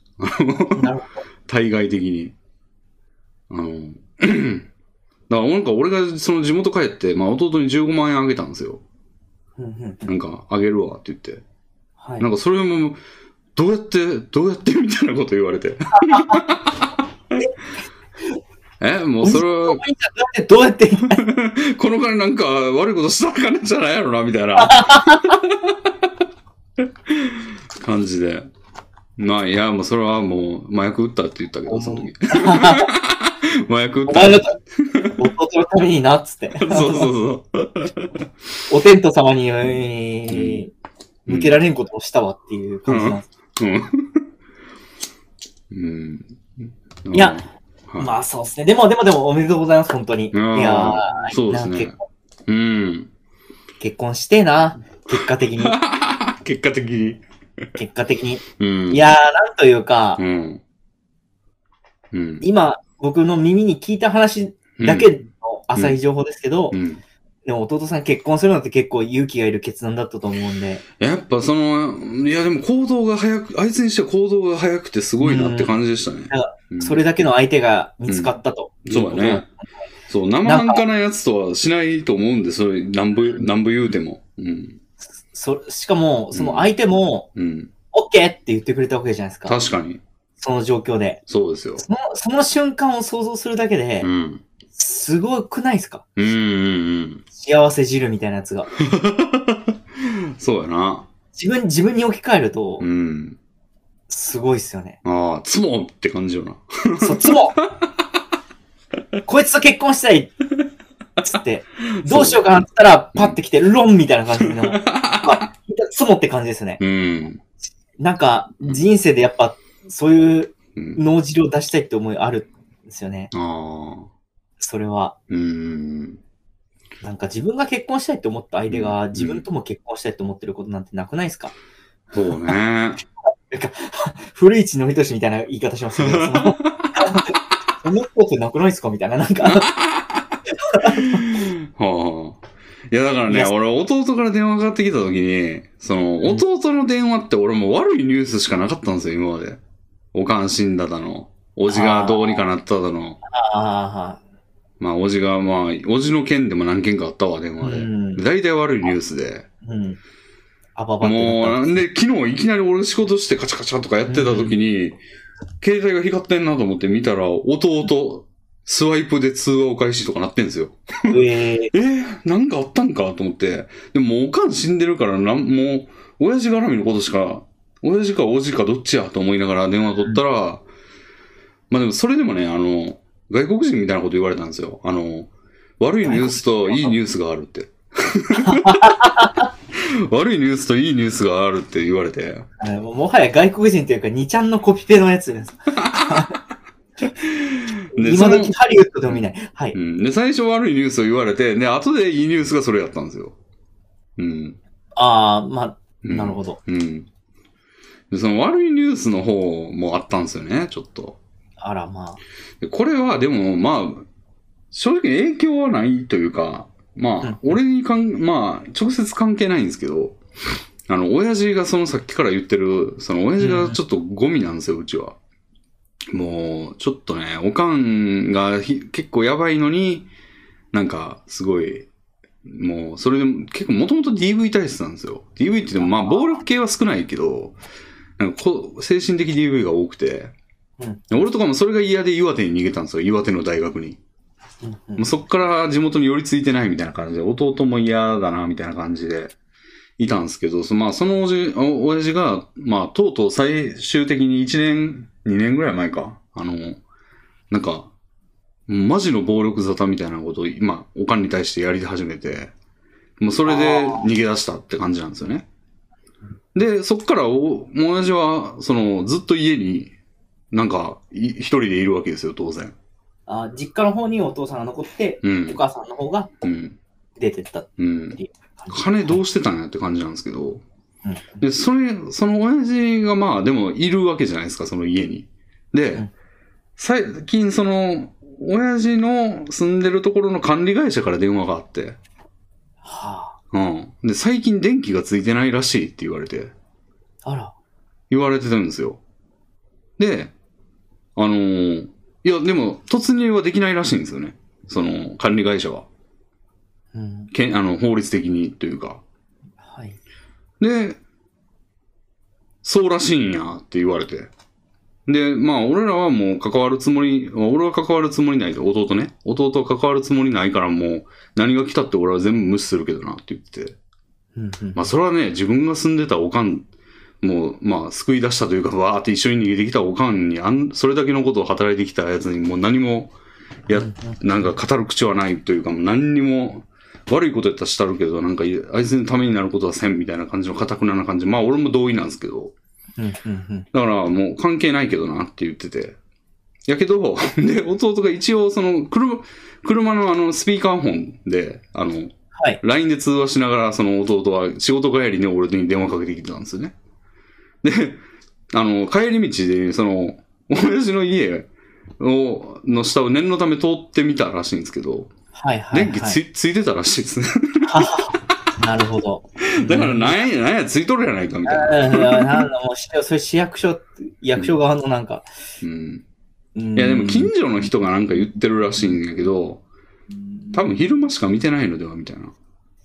対外的に。だからなんか俺がその地元帰って、まあ弟に15万円あげたんですよ。なんか、あげるわって言って。なんかそれも、どうやってみたいなこと言われて。もうそれは、 どうやってこの金なんか悪いことした金じゃないやろな、みたいな感じで。まあ、いや、もうそれはもう、麻薬撃ったって言ったけど、その時。麻薬撃った。 弟のためにな、っつって。 そう。 お天道様に、向けられんことをしたわっていう感じなんです。いや、まあそうですね。でもおめでとうございます、本当に。いやそうですね。 結婚してえな、結果的に。 結果的に。 いやなんというか、今、僕の耳に聞いた話だけの浅い情報ですけど、でも弟さん結婚するのって結構勇気がいる決断だったと思うんで。 やっぱその、いやでも行動が早く、あいつにしては行動が早くてすごいなって感じでしたね。 それだけの相手が見つかったと。 そうだね。そう、生半可なやつとはしないと思うんで、それ、なんぼ言うても。 しかも、その相手も、オッケーって言ってくれたわけじゃないですか。 確かに。 その状況で。 そうですよ。 その瞬間を想像するだけで、すごくないですか？幸せ汁みたいなやつが。 そうやな。 自分に置き換えると、すごいっすよね。 ああ、つもって感じよな。 そう、つもこいつと結婚したいつって、どうしようかなって言ったら、パッて来て、ロンみたいな感じの、つもって感じですね。なんか、人生でやっぱ、そういう脳汁を出したいって思いあるんですよね。それは。なんか自分が結婚したいって思った相手が自分とも結婚したいって思ってることなんてなくないですか？ そうね。なんか、 古市憲寿みたいな言い方しますけど、そのことなくないですかみたいな、なんか。 いやだからね、俺弟から電話かかってきた時に、その、弟の電話って俺も悪いニュースしかなかったんですよ、今まで。おかん死んだだの。おじがどうにかなっただの。まあ、おじが、まあ、おじの件でも何件かあったわ、電話で。大体悪いニュースで。もう、で、昨日いきなり俺仕事してカチャカチャとかやってた時に、携帯が光ってんなと思って見たら、弟、スワイプで通話を開始とかなってんですよ。なんかあったんかと思って。でももうおかん死んでるから、もう、親父絡みのことしか、親父かおじかどっちやと思いながら電話取ったら、まあでもそれでもね、外国人みたいなこと言われたんですよ。悪いニュースといいニュースがあるって。悪いニュースといいニュースがあるって言われて。 もはや外国人というか、2ちゃんのコピペのやつです。今時ハリウッドでも見ない。はい。 で、最初悪いニュースを言われて、で、後でいいニュースがそれやったんですよ。 まあ、なるほど。 で、その悪いニュースの方もあったんですよね、ちょっと。 あら、まあ。 でこれは、でも、まあ、正直影響はないというか、まあ、俺にまあ、直接関係ないんですけど、親父がそのさっきから言ってる、その親父がちょっとゴミなんですよ、うちは。 もう、ちょっとね、おかんが結構やばいのに、なんか、すごい、もう、それで結構もともと DV 体質なんですよ。DV って言っても、まあ、暴力系は少ないけど、なんか精神的 DV が多くて、俺とかもそれが嫌で岩手に逃げたんですよ。岩手の大学に。もうそっから地元に寄り付いてないみたいな感じで、弟も嫌だな、みたいな感じでいたんですけど、まあ、その親父が、まあ、とうとう最終的に1年、2年ぐらい前か。なんか、マジの暴力沙汰みたいなことを、まあ、おかんに対してやり始めて、もうそれで逃げ出したって感じなんですよね。で、そっから親父は、ずっと家に、なんか、一人でいるわけですよ、当然。 実家の方にお父さんが残って、お母さんの方が出てったっていう。 金どうしてたんやって感じなんですけど。で、その親父がまあ、でもいるわけじゃないですか、その家に。で、最近親父の住んでるところの管理会社から電話があって。で、最近電気がついてないらしいって言われて。言われてたんですよ。で、いや、でも、突入はできないらしいんですよね。その、管理会社は。法律的にというか。で、そうらしいんやって言われて。で、まあ、俺らはもう関わるつもり、俺は関わるつもりないで、弟ね。弟は関わるつもりないからもう、何が来たって俺は全部無視するけどなって言ってて。まあ、それはね、自分が住んでたおかん、もう、まあ、救い出したというか、わーって一緒に逃げてきたおかんに、それだけのことを働いてきたやつにもう何も、なんか語る口はないというか、もう何にも、悪いことやったらしたるけど、なんか、あいつのためになることはせんみたいな感じの堅くな感じ。まあ、俺も同意なんですけど。だからもう関係ないけどなって言ってて。やけど、で、弟が一応車のスピーカーフォンで、LINE で通話しながら弟は仕事帰りに俺に電話かけてきてたんですよね。で、帰り道で、親父の家の下を念のため通ってみたらしいんですけど、電気ついてたらしいですね。 なるほど。 だからなんや、ついとるやないかみたいな。 もう、それ役所側のなんか。 いや、でも近所の人がなんか言ってるらしいんだけど、多分昼間しか見てないのではみたいな。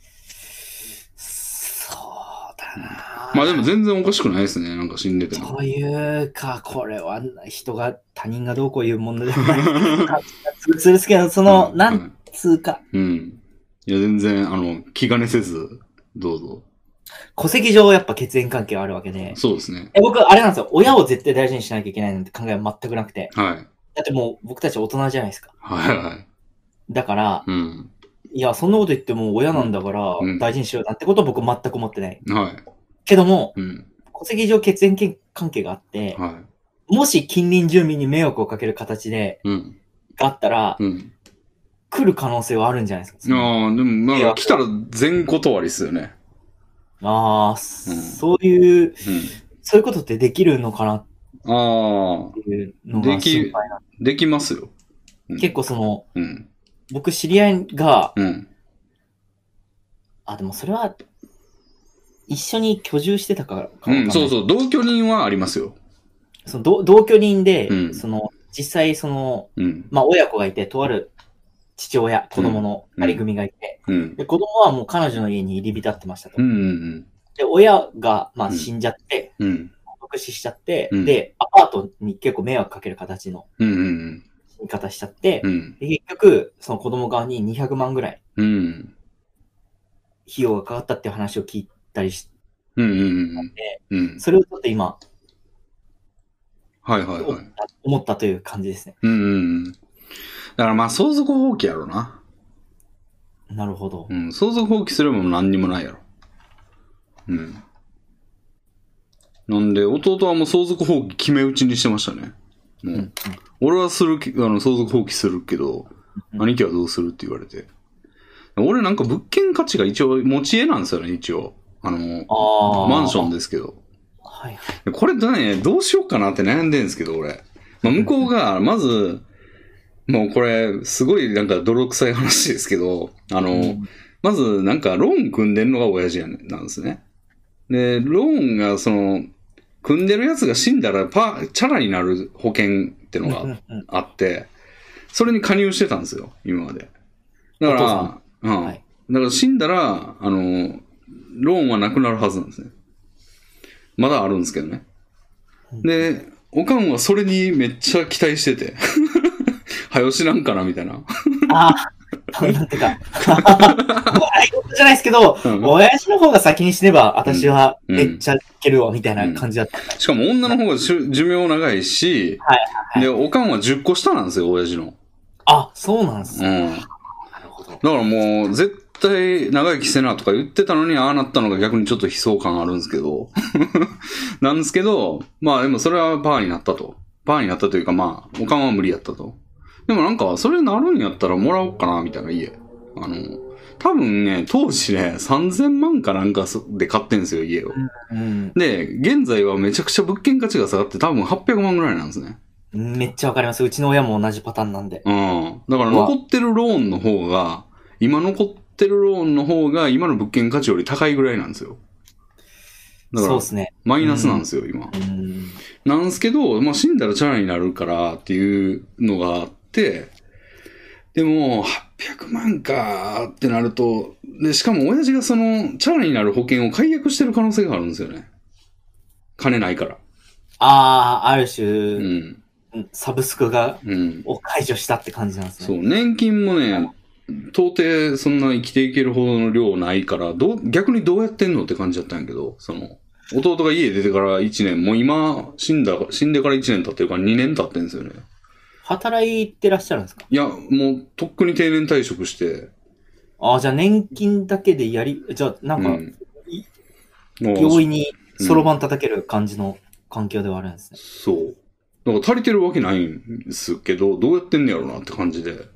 そうだな。 まあでも全然おかしくないですね。なんか死んでても。 というか、これは他人がどうこういうものではない。普通ですけど、なんつうか。 いや、全然、気兼ねせず、どうぞ。 戸籍上やっぱ血縁関係はあるわけで。 そうですね。 僕、あれなんですよ。親を絶対大事にしなきゃいけないなんて考えは全くなくて。だってもう僕たち大人じゃないですか。だから、いや、そんなこと言っても親なんだから大事にしようなんてことは僕全く思ってない。けども、戸籍上血縁関係があって、もし近隣住民に迷惑をかける形で、があったら、来る可能性はあるんじゃないですか。 でも、まあ、来たら全断りですよね。 そういうことってできるのかなっていうのが心配なんで。 できますよ。 結構僕知り合いが、でもそれは、一緒に居住してたからかも。 そうそう、同居人はありますよ。 同居人で、実際まあ親子がいて、とある父親、子供の二人組がいて、で子供はもう彼女の家に入り浸ってましたと。で、親が、まあ死んじゃって、独死しちゃって、で、アパートに結構迷惑かける形の死に方しちゃって、で結局、その子供側に200万ぐらい、費用がかかったっていう話を聞いたりして、それをちょっと今、思ったという感じですね。 だからまあ相続放棄やろな。 なるほど。 相続放棄すれば何にもないやろ。なんで弟はもう相続放棄決め打ちにしてましたね。俺は相続放棄するけど、兄貴はどうするって言われて。俺なんか物件価値が一応持ち家なんですよね、一応。マンションですけど。これね、どうしようかなって悩んでんですけど、俺。向こうが、まず、もうこれ、すごいなんか泥臭い話ですけど、まずなんかローン組んでんのが親父なんですね。で、ローンが組んでるやつが死んだらチャラになる保険ってのがあって、それに加入してたんですよ、今まで。だから、はい、だから死んだら、ローンはなくなるはずなんですね。まだあるんですけどね。で、おかんはそれにめっちゃ期待してて。はよしなんかなみたいな。 ああ、なんていうか。じゃないですけど、親父の方が先に死ねば、私はめっちゃいけるわ、みたいな感じだった。 しかも女の方が寿命長いし、で、おかんは10個下なんですよ、親父の。 あ、そうなんですね。 なるほど。だからもう、絶対長生きせなとか言ってたのに、ああなったのが逆にちょっと悲壮感あるんですけど。なんですけど、まあでもそれはパーになったと。パーになったというか、まあ、おかんは無理やったと。でもなんか、それなるんやったらもらおうかな、みたいな家。多分ね、当時ね、3000万かなんかで買ってんですよ、家を。で、現在はめちゃくちゃ物件価値が下がって多分800万ぐらいなんですね。 めっちゃわかります。うちの親も同じパターンなんで。 だから残ってるローンの方が、今の物件価値より高いぐらいなんですよ。だから、そうですね。マイナスなんですよ、今。なんですけど、まあ、死んだらチャラになるからっていうのがあって、でも、800万かってなると、で、しかも親父がその、チャラになる保険を解約してる可能性があるんですよね。金ないから。 ある種、サブスクを解除したって感じなんですね。 そう、年金もね、到底そんな生きていけるほどの量ないから、逆にどうやってんのって感じだったんやけど、弟が家出てから1年、もう今、死んでから1年経ってるから2年経ってんですよね。 働いてらっしゃるんですか？ いや、もう、とっくに定年退職して。 じゃあ年金だけでじゃあなんか、容易にそろばん叩ける感じの環境ではあるんですね。 そう。だから足りてるわけないんですけど、どうやってんねやろなって感じで。で、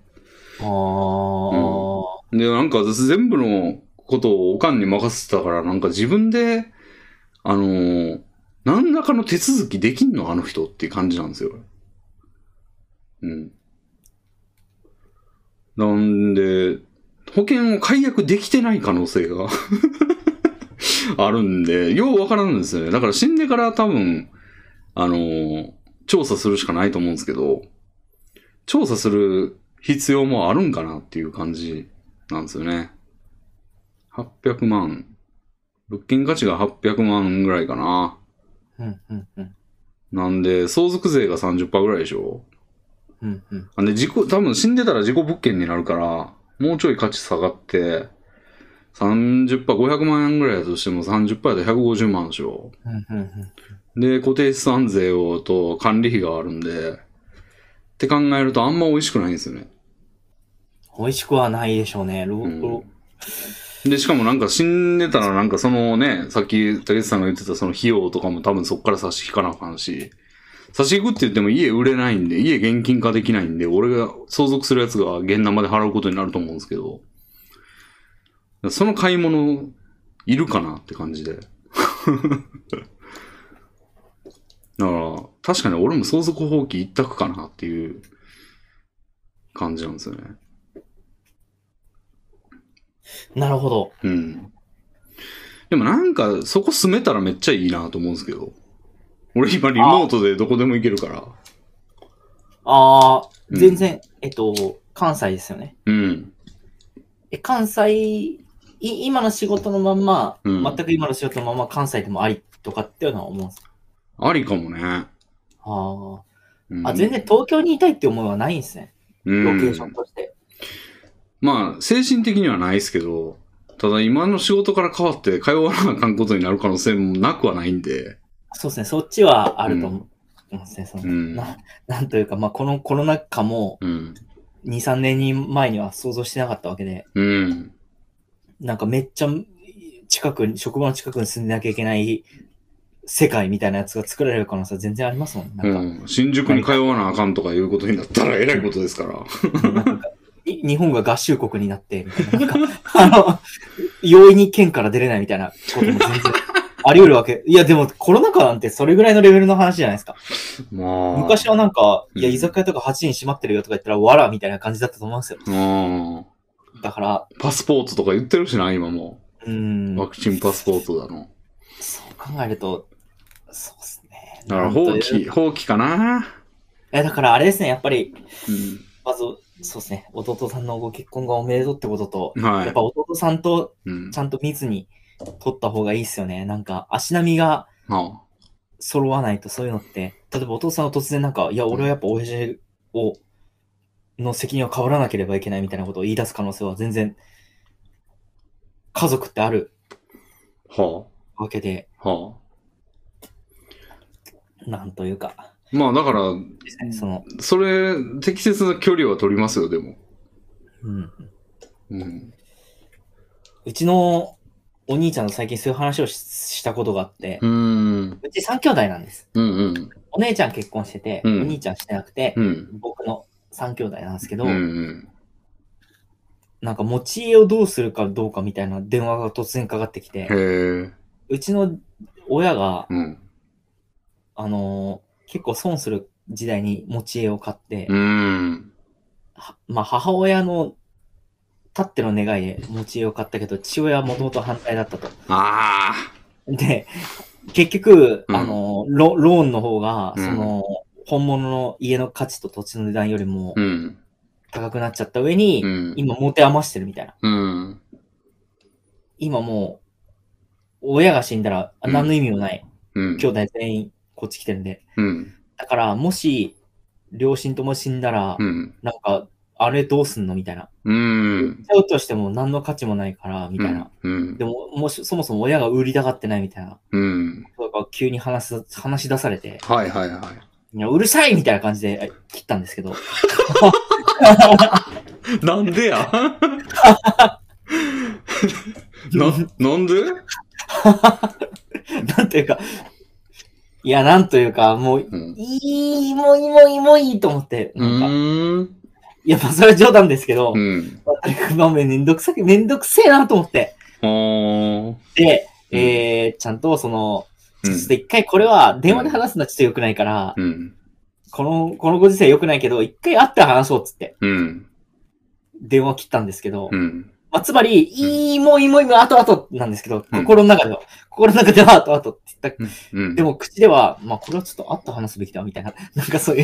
なんか全部のことをおかんに任せてたから、なんか自分で、何らかの手続きできんのあの人っていう感じなんですよ。なんで、保険を解約できてない可能性があるんで、ようわからんですよね。だから死んでから多分、調査するしかないと思うんですけど、調査する必要もあるんかなっていう感じなんですよね。800万。物件価値が800万ぐらいかな。なんで、相続税が 30% ぐらいでしょ。で、多分死んでたら事故物件になるから、もうちょい価値下がって、30%、500万円ぐらいだとしても 30% だと150万でしょ。で、固定資産税と管理費があるんで、って考えるとあんま美味しくないんですよね。 美味しくはないでしょうね。 で、しかもなんか死んでたらなんかそのね、さっき竹内さんが言ってたその費用とかも多分そっから差し引かなあかんし、差し引くって言っても家売れないんで、家現金化できないんで、俺が相続するやつが現ナまで払うことになると思うんですけど、その買い物いるかなって感じで。だから、確かに俺も相続放棄一択かなっていう感じなんですよね。 なるほど。 でもなんか、そこ住めたらめっちゃいいなと思うんですけど。俺今リモートでどこでも行けるから。 全然、関西ですよね。関西、今の仕事のまんま、全く今の仕事のまま関西でもありとかっていうのは思うんですか？ ありかもね。 全然東京にいたいって思いはないんですね。ロケーションとして。 まあ、精神的にはないですけど、ただ今の仕事から変わって通わなあかんことになる可能性もなくはないんで。 そうですね、そっちはあると思うんですね。なんというか、まあ、このコロナ禍も、2、3年前には想像してなかったわけで、なんかめっちゃ職場の近くに住んでなきゃいけない世界みたいなやつが作られる可能性は全然ありますもん。なんか新宿に通わなあかんとかいうことになったら偉いことですから。 日本が合衆国になって、みたいな。なんか容易に県から出れないみたいなことも全然あり得るわけ。いや、でもコロナ禍なんてそれぐらいのレベルの話じゃないですか。昔はなんか、いや、居酒屋とか8時に閉まってるよとか言ったら、わらみたいな感じだったと思うんですよ。だから。 パスポートとか言ってるしな、今も。ワクチンパスポートだの。 そう考えると、 そうですね。 だから放棄かな。 だからあれですね、やっぱり、 うん、 まず、そうですね、弟さんのご結婚がおめでとうってことと、 はい、 やっぱ弟さんとちゃんと密に取った方がいいですよね。なんか、足並みが揃わないとそういうのって、例えば弟さんが突然なんか、いや、俺はやっぱ親父の責任を被らなければいけないみたいなことを言い出す可能性は全然、家族ってあるわけで、なんというか。 まあだから、それ、適切な距離は取りますよ、でも。 うちのお兄ちゃんと最近そういう話をしたことがあって、うち3兄弟なんです。お姉ちゃん結婚してて、お兄ちゃんしてなくて、僕の3兄弟なんですけど、なんか持ち家をどうするかどうかみたいな電話が突然かかってきて、うちの親が、結構損する時代に持ち家を買って、まあ母親のたっての願いで持ち家を買ったけど、父親はもともと反対だったと。で、結局、ローンの方が、本物の家の価値と土地の値段よりも、高くなっちゃった上に、今持て余してるみたいな。今もう、親が死んだら何の意味もない。兄弟全員こっち来てるんで。だから、もし、両親とも死んだら、なんか、あれどうすんのみたいな。売っちゃうとしても何の価値もないから、みたいな。でも、そもそも親が売りたがってないみたいな。だから急に話し出されて。いや、うるさいみたいな感じで切ったんですけど。 なんでやなんでなんというか、いや、なんというか、もう、もういいと思って、なんか。いや、まあ、それは冗談ですけど、まあ、めんどくせえなと思って。で、ちゃんと一回これは電話で話すのはちょっと良くないから、このご時世良くないけど、一回会って話そうっつって、電話切ったんですけど、まあ、つまり、もう後なんですけど、心の中では後って言った。でも口では、まあ、これはちょっと会って話すべきだ、みたいな。なんかそういう。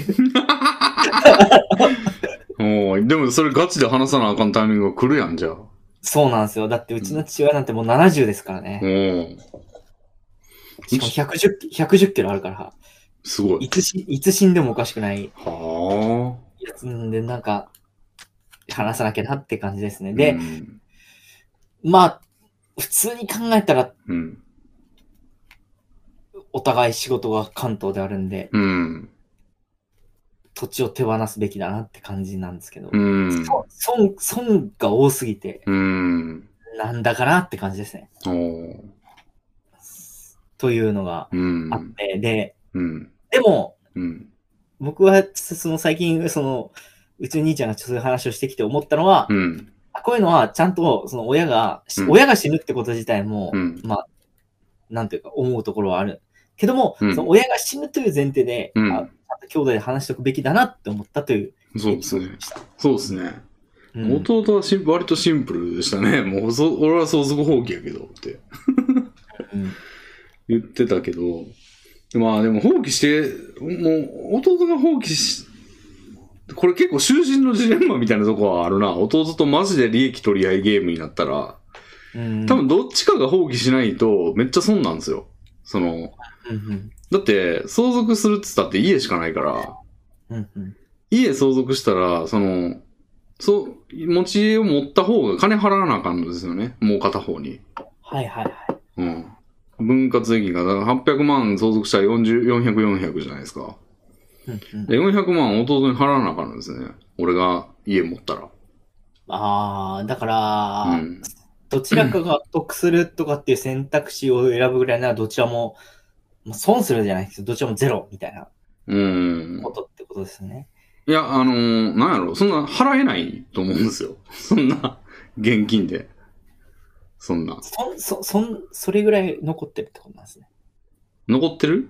でもそれガチで話さなあかんタイミングが来るやん、じゃあ。 そうなんですよ。だってうちの父親なんてもう70ですからね。しかも110キロあるから。 すごい。 いつ死んでもおかしくない。やつんで、なんか、話さなきゃなって感じですね。で、まあ、普通に考えたら、お互い仕事が関東であるんで、土地を手放すべきだなって感じなんですけど、損が多すぎて、なんだかなって感じですね。というのがあって、でも、僕は最近、うちの兄ちゃんがそういう話をしてきて思ったのは、こういうのはちゃんと親が死ぬってこと自体も、まあ、なんていうか思うところはある。けども、親が死ぬという前提で、兄弟で話しておくべきだなって思ったという。 そうですね。そうですね。弟は割とシンプルでしたね。もう俺は相続放棄やけどって言ってたけど、まあでも放棄して、もう弟が放棄これ結構囚人のジレンマみたいなとこはあるな。弟とマジで利益取り合いゲームになったら、多分どっちかが放棄しないとめっちゃ損なんですよ。だって相続するって言ったって家しかないから、家相続したら、持ち家を持った方が金払わなあかんのですよね。もう片方に。分割税金が、だから800万相続したら400じゃないですか。で、400万弟に払わなあかんのですね。俺が家持ったら。 だから、どちらかが得するとかっていう選択肢を選ぶぐらいならどちらも、損するじゃないですけど、どちらもゼロみたいなことってことですね。 いや、なんやろ、そんな払えないと思うんですよ。そんな、現金で。そんな。 それぐらい残ってるってことなんですね。 残ってる、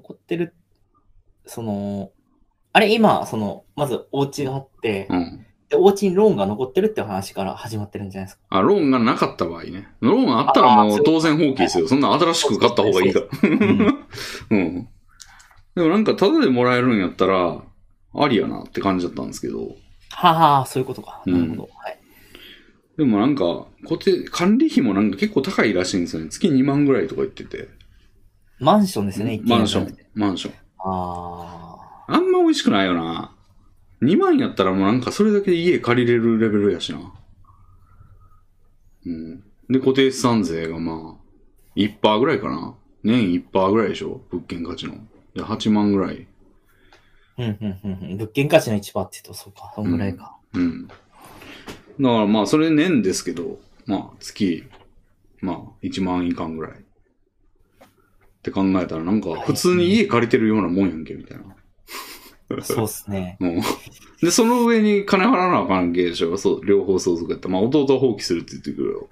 あれ今、まずお家があって、 で、お家にローンが残ってるっていう話から始まってるんじゃないですか。 あ、ローンがなかった場合ね。ローンあったらもう当然放棄ですよ。そんな新しく買った方がいいから。うん。でもなんかタダでもらえるんやったら、ありやなって感じだったんですけど。 はあ、そういうことか。なるほど。はい。 でもなんか、管理費もなんか結構高いらしいんですよね。月2万ぐらいとか言ってて。 マンションですよね、 マンション。あんま美味しくないよな。2万やったらもうなんかそれだけで家借りれるレベルやしな。うん。で、固定資産税がまあ、1% ぐらいかな。年 1% ぐらいでしょ、物件価値の。で、8万ぐらい。 物件価値の 1% って言うとそうか、そんぐらいか。 うん。だからまあ、それ年ですけど、まあ、月、まあ、1万以下ぐらい。って考えたら、なんか、普通に家借りてるようなもんやんけ、みたいな。 そうっすね。 で、その上に金払わなあかんけでしょ。そう、両方相続やったら。まあ、弟は放棄するって言ってくるよ。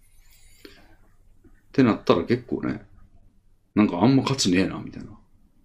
ってなったら結構ね、なんかあんま価値ねえな、みたいな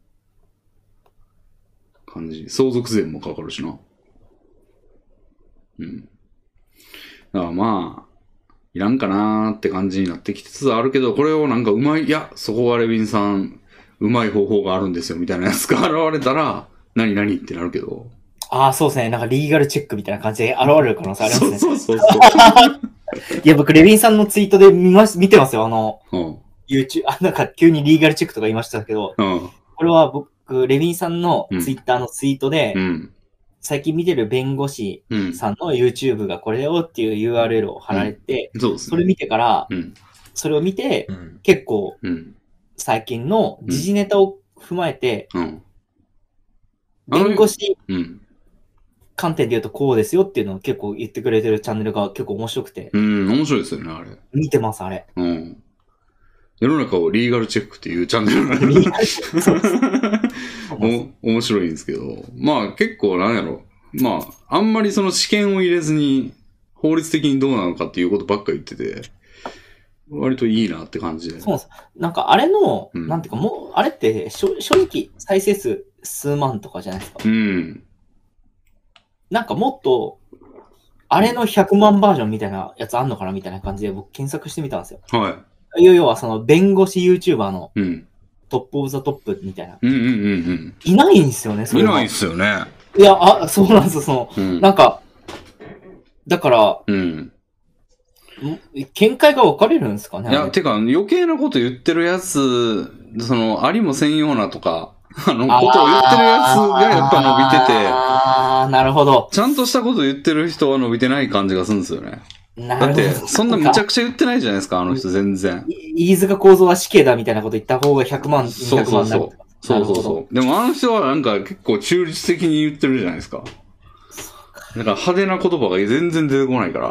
感じ。相続税もかかるしな。うん。だからまあ、いらんかなーって感じになってきつつあるけど、これをなんかいや、そこはレビンさん、うまい方法があるんですよ、みたいなやつが現れたら、何ってなるけど。 ああ、そうですね。なんかリーガルチェックみたいな感じで現れる可能性ありますね。 そう。 いや、僕、レビンさんのツイートで見てますよ。YouTube、なんか急にリーガルチェックとか言いましたけど、これは僕、レビンさんのツイッターのツイートで、最近見てる弁護士さんの YouTube がこれよっていう URL を貼られて、それ見てから、それを見て、結構、最近の時事ネタを踏まえて、弁護士観点で言うとこうですよっていうのを結構言ってくれてるチャンネルが結構面白くて。 面白いですよね、あれ。 見てます、あれ。 世の中をリーガルチェックっていうチャンネルなんで。リーガルチェック面白いんですけど。まあ結構なんやろ。まあ、あんまりその試験を入れずに、法律的にどうなのかっていうことばっか言ってて、割といいなって感じで。 そうです。なんかあれの、なんていうかもう、あれって正直再生数数万とかじゃないですか。なんかもっと、あれの100万バージョンみたいなやつあんのかなみたいな感じで僕検索してみたんですよ。要はその弁護士 YouTuber のトップオブザトップみたいな。いないんですよね、 それは。いないっすよね。 いや、そうなんですよ、なんか、だから、見解が分かれるんですかね。 いや、てか余計なこと言ってるやつ、ありもせんようなとか、ことを言ってるやつがやっぱ伸びてて。 なるほど。 ちゃんとしたこと言ってる人は伸びてない感じがするんですよね。だって、そんなむちゃくちゃ言ってないじゃないですか、あの人全然。 飯塚構造は死刑だみたいなこと言った方が100万、200万になる。 そう。でもあの人はなんか結構中立的に言ってるじゃないですか。だから派手な言葉が全然出てこないから。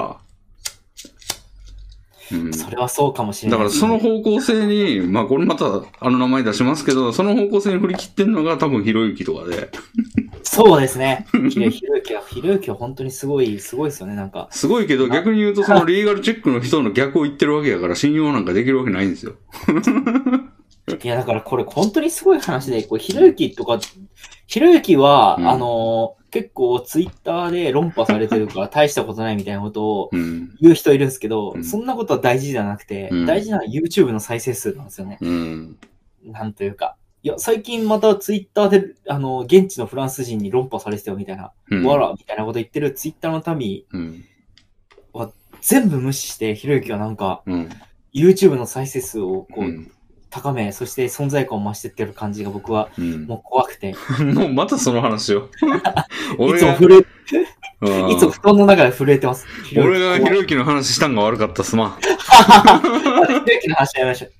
それはそうかもしれない。 だからその方向性に、まあこれまたあの名前出しますけど、その方向性に振り切ってんのが多分ひろゆきとかで。そうですね。ひろゆきは本当にすごいですよね、なんか。 すごいけど逆に言うとそのリーガルチェックの人の逆を言ってるわけやから信用なんかできるわけないんですよ。 いやだからこれ本当にすごい話で、ひろゆきは、結構ツイッターで論破されてるから大したことないみたいなことを言う人いるんですけど、そんなことは大事じゃなくて、大事なのは YouTube の再生数なんですよね。なんというか。いや、最近またツイッターで、現地のフランス人に論破されてたよみたいな、わら、みたいなこと言ってるツイッターの民は全部無視して、ひろゆきはなんか、YouTube の再生数をこう、高め、そして存在感を増してってる感じが僕はもう怖くて。 もうまたその話を。 いつもいつも布団の中で震えてます。 俺がひろゆきの話したんが悪かったすまん。 ひろゆきの話やめましょ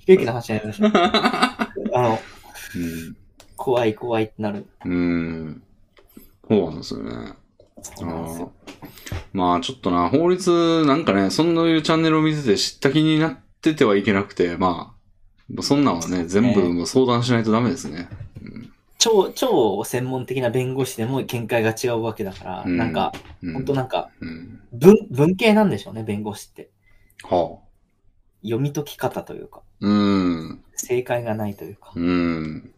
う。怖いってなる。 そうなんですよね。 そうなんですよ。 まあちょっとな、法律なんかね、そんないうチャンネルを見てて知った気になっててはいけなくて、まあ、そんなんはね、全部相談しないとダメですね。 超専門的な弁護士でも見解が違うわけだから、なんか、本当なんか、文系なんでしょうね、弁護士って。読み解き方というか。正解がないというか。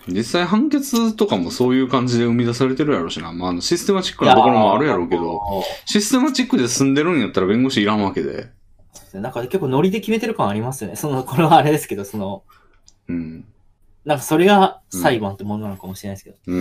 実際判決とかもそういう感じで生み出されてるやろうしな。まあ、システマチックなところもあるやろうけど、システマチックで済んでるんやったら弁護士いらんわけで。 なんか結構ノリで決めてる感ありますよね。これはあれですけど、 うん。 なんかそれが裁判ってものなのかもしれないですけど。 うん。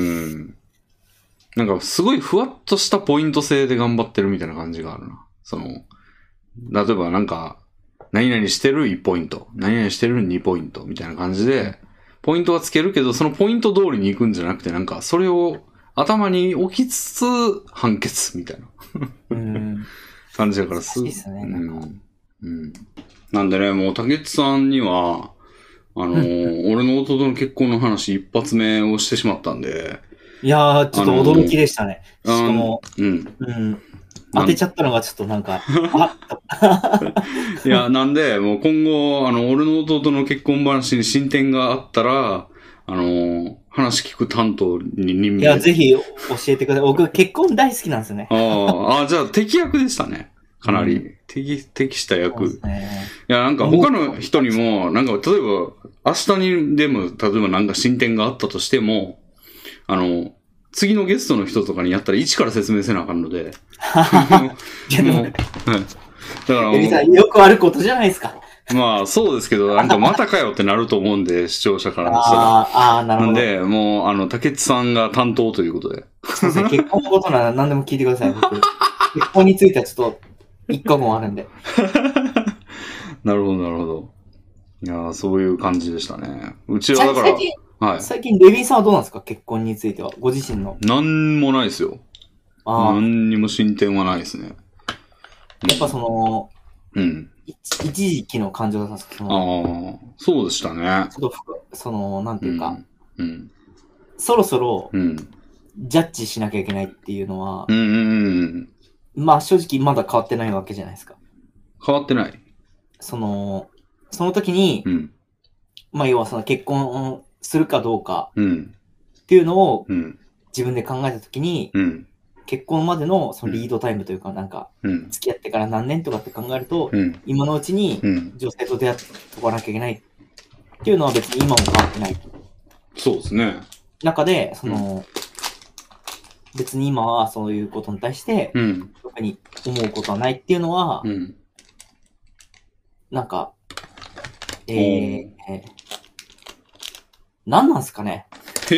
なんかすごいふわっとしたポイント制で頑張ってるみたいな感じがあるな。例えばなんか、何々してる1ポイント、何々してる2ポイントみたいな感じで、ポイントはつけるけど、そのポイント通りに行くんじゃなくて、なんかそれを頭に置きつつ判決みたいな感じだからいいですね。 なんでね、もう竹内さんには、俺の弟の結婚の話一発目をしてしまったんで。 いやー、ちょっと驚きでしたね。しかも、当てちゃったのがちょっとなんか、 いや、なんで、もう今後、俺の弟の結婚話に進展があったら、話聞く担当に任命。 いや、ぜひ教えてください。僕、結婚大好きなんですよね。 ああ、じゃあ敵役でしたね。かなり。適した役。いや、なんか他の人にも、なんか例えば、明日にでも、例えばなんか進展があったとしても、次のゲストの人とかにやったら一から説明せなあかんので。 いやでも、 だからよくあることじゃないですか。 まあ、そうですけど、なんかまたかよってなると思うんで、視聴者からしたら。なるほど。 なんで、もう、竹内さんが担当ということで。 そうですね、結婚のことなら何でも聞いてください。結婚についてはちょっと、一個もあるんで。 なるほど、なるほど。いやそういう感じでしたね。うちはだから、 最近、レビンさんはどうなんですか、結婚については。ご自身の。 なんもないですよ。何にも進展はないですね。 やっぱ一時期の感情だったんですか？ そうでしたね。 ちょっと、なんていうか、そろそろ、ジャッジしなきゃいけないっていうのは、まあ正直まだ変わってないわけじゃないですか。 変わってない。 その時に、まあ要は結婚するかどうかっていうのを自分で考えたときに、結婚までのそのリードタイムというか、なんか、付き合ってから何年とかって考えると、今のうちに女性と出会っておかなきゃいけないっていうのは別に今も変わってない。 そうですね。 中で、別に今はそういうことに対して、特に思うことはないっていうのは、なんか、何なんすかね。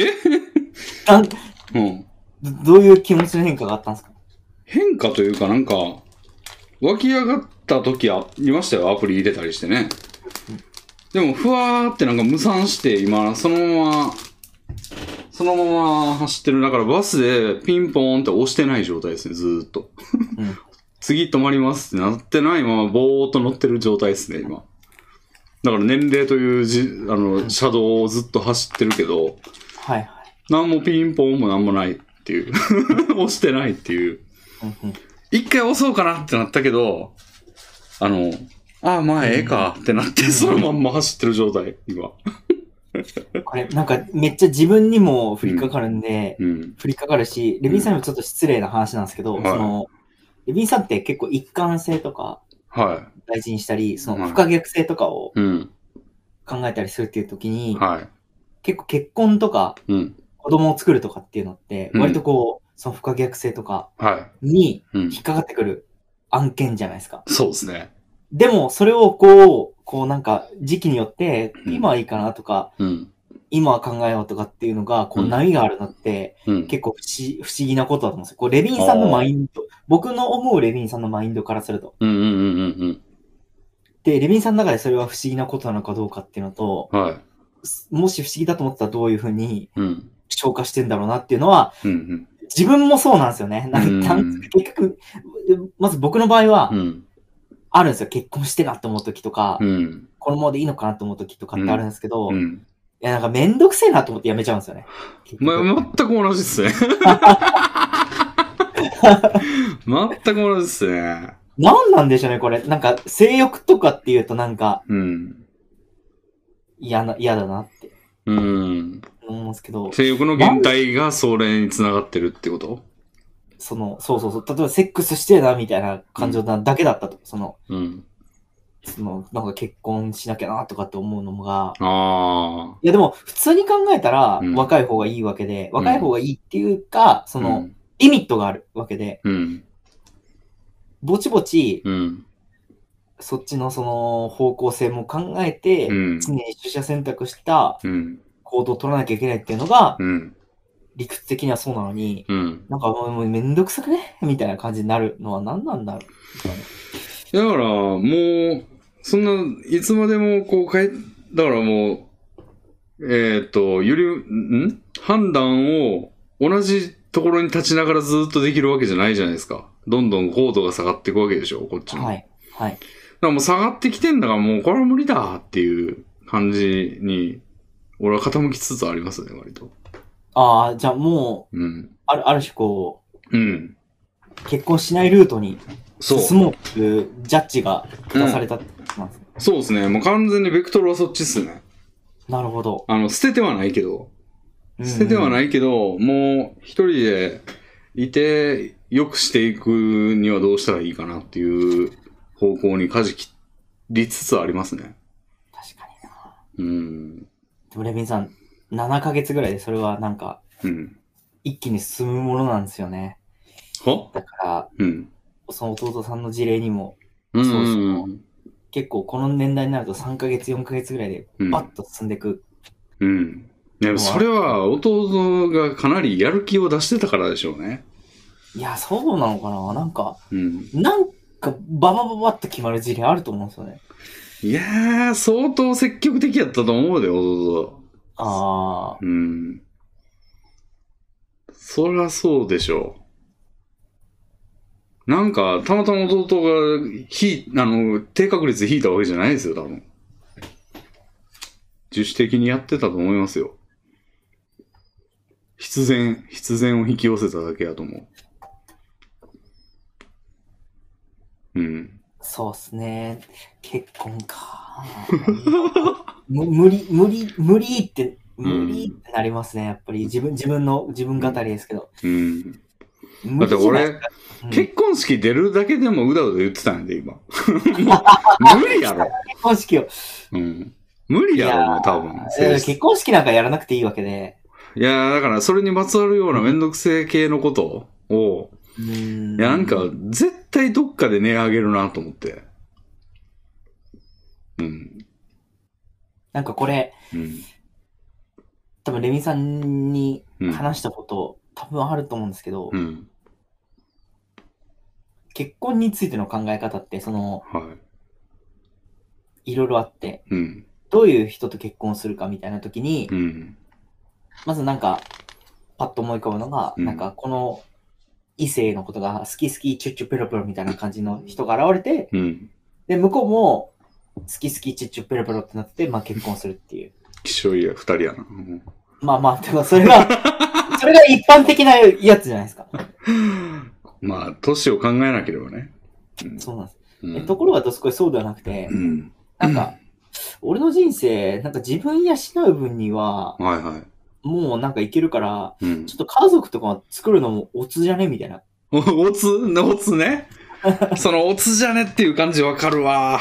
どういう気持ちの変化があったんですか？ 変化というかなんか、湧き上がった時ありましたよ、アプリ入れたりしてね。でも、ふわーってなんか無産して今、そのまま走ってる。だからバスでピンポーンって押してない状態ですね、ずーっと。次止まりますってなってないままぼーっと乗ってる状態ですね、今。だから年齢という車道をずっと走ってるけど、何もピンポーンも何もないっていう。押してないっていう。一回押そうかなってなったけど、まあええかってなって、そのまんま走ってる状態、今。 これ、なんかめっちゃ自分にも降りかかるんで、降りかかるし、レビンさんにもちょっと失礼な話なんですけど、レビンさんって結構一貫性とか、大事にしたり、不可逆性とかを考えたりするっていう時に、結構結婚とか、子供を作るとかっていうのって、割とその不可逆性とかに引っかかってくる案件じゃないですか。 そうですね。 でも、それをなんか時期によって、今はいいかなとか、今は考えようとかっていうのが、波があるのって、結構不思議なことだと思うんですよ。レビンさんのマインド、僕の思うレビンさんのマインドからすると。で、レビンさんの中でそれは不思議なことなのかどうかっていうのと、もし不思議だと思ったらどういうふうに消化してんだろうなっていうのは、自分もそうなんですよね。結局、まず僕の場合は、あるんですよ。結婚してなって思う時とか、このままでいいのかなって思う時とかってあるんですけど、いや、なんかめんどくせえなと思ってやめちゃうんですよね。 全く同じっすね。全く同じっすね。 何なんでしょうね、これ。なんか、性欲とかっていうとなんか、嫌だなって。思うんですけど。 性欲の減退がそれに繋がってるってこと？ そう。例えばセックスしてえなみたいな感情だけだったと。 なんか結婚しなきゃなとかって思うのが、 ああ。 いやでも普通に考えたら若い方がいいわけで、若い方がいいっていうか、リミットがあるわけで、ぼちぼち、そっちのその方向性も考えて、常に取捨選択した行動を取らなきゃいけないっていうのが、理屈的にはそうなのに、なんかもうめんどくさくねみたいな感じになるのは何なんだろう。 だから、もう、そんな、いつまでもこうだからもう、判断を同じところに立ちながらずっとできるわけじゃないじゃないですか。どんどん高度が下がっていくわけでしょ、こっちも。 はい。はい。だからもう下がってきてんだからもうこれは無理だっていう感じに、俺は傾きつつありますね、割と。 ああ、じゃあもう、ある種こう、結婚しないルートに進もうっていうジャッジが下されたってことなんですね。 そうですね。もう完全にベクトルはそっちっすね。 なるほど。 捨ててはないけど、もう一人でいて、良くしていくにはどうしたらいいかなっていう方向に舵切りつつありますね。 確かにな。でもレビンさん、7ヶ月ぐらいでそれはなんか、一気に進むものなんですよね。だから、その弟さんの事例にも、結構この年代になると3ヶ月、4ヶ月ぐらいでバッと進んでいく。 でもそれは弟がかなりやる気を出してたからでしょうね。 いや、そうなのかななんか、なんかババババッと決まる事例あると思うんですよね。 いやー、相当積極的やったと思うで、弟。 ああ。 そりゃそうでしょう。なんか、たまたま弟が低確率引いたわけじゃないですよ、多分。自主的にやってたと思いますよ。必然を引き寄せただけやと思う。 そうっすね。結婚か。無理ってなりますね。やっぱり自分語りですけど。 だって俺、結婚式出るだけでもうだうだ言ってたんで、今。無理やろ。 結婚式を。 無理やろ、もう多分。 結婚式なんかやらなくていいわけで。 いやだからそれにまつわるようなめんどくせえ系のことを、いや、なんか、絶対どっかで値上げるなと思って。 なんかこれ、多分レミさんに話したこと、多分あると思うんですけど、結婚についての考え方って、いろいろあって、どういう人と結婚するかみたいな時に、まずなんか、パッと思い浮かぶのが、なんかこの異性のことが好きチュッチュペロペロみたいな感じの人が現れて、で、向こうも好きチュッチュペロペロってなって、まあ結婚するっていう。 きしょいや、二人やな。 まあ、でもそれが一般的なやつじゃないですか。 まあ、年を考えなければね。 そうなんです。ところがどすこいそうではなくて、なんか、俺の人生、なんか自分養う分には、もうなんかいけるから、ちょっと家族とか作るのもオツじゃねみたいな。 オツね。そのオツじゃねっていう感じわかるわ。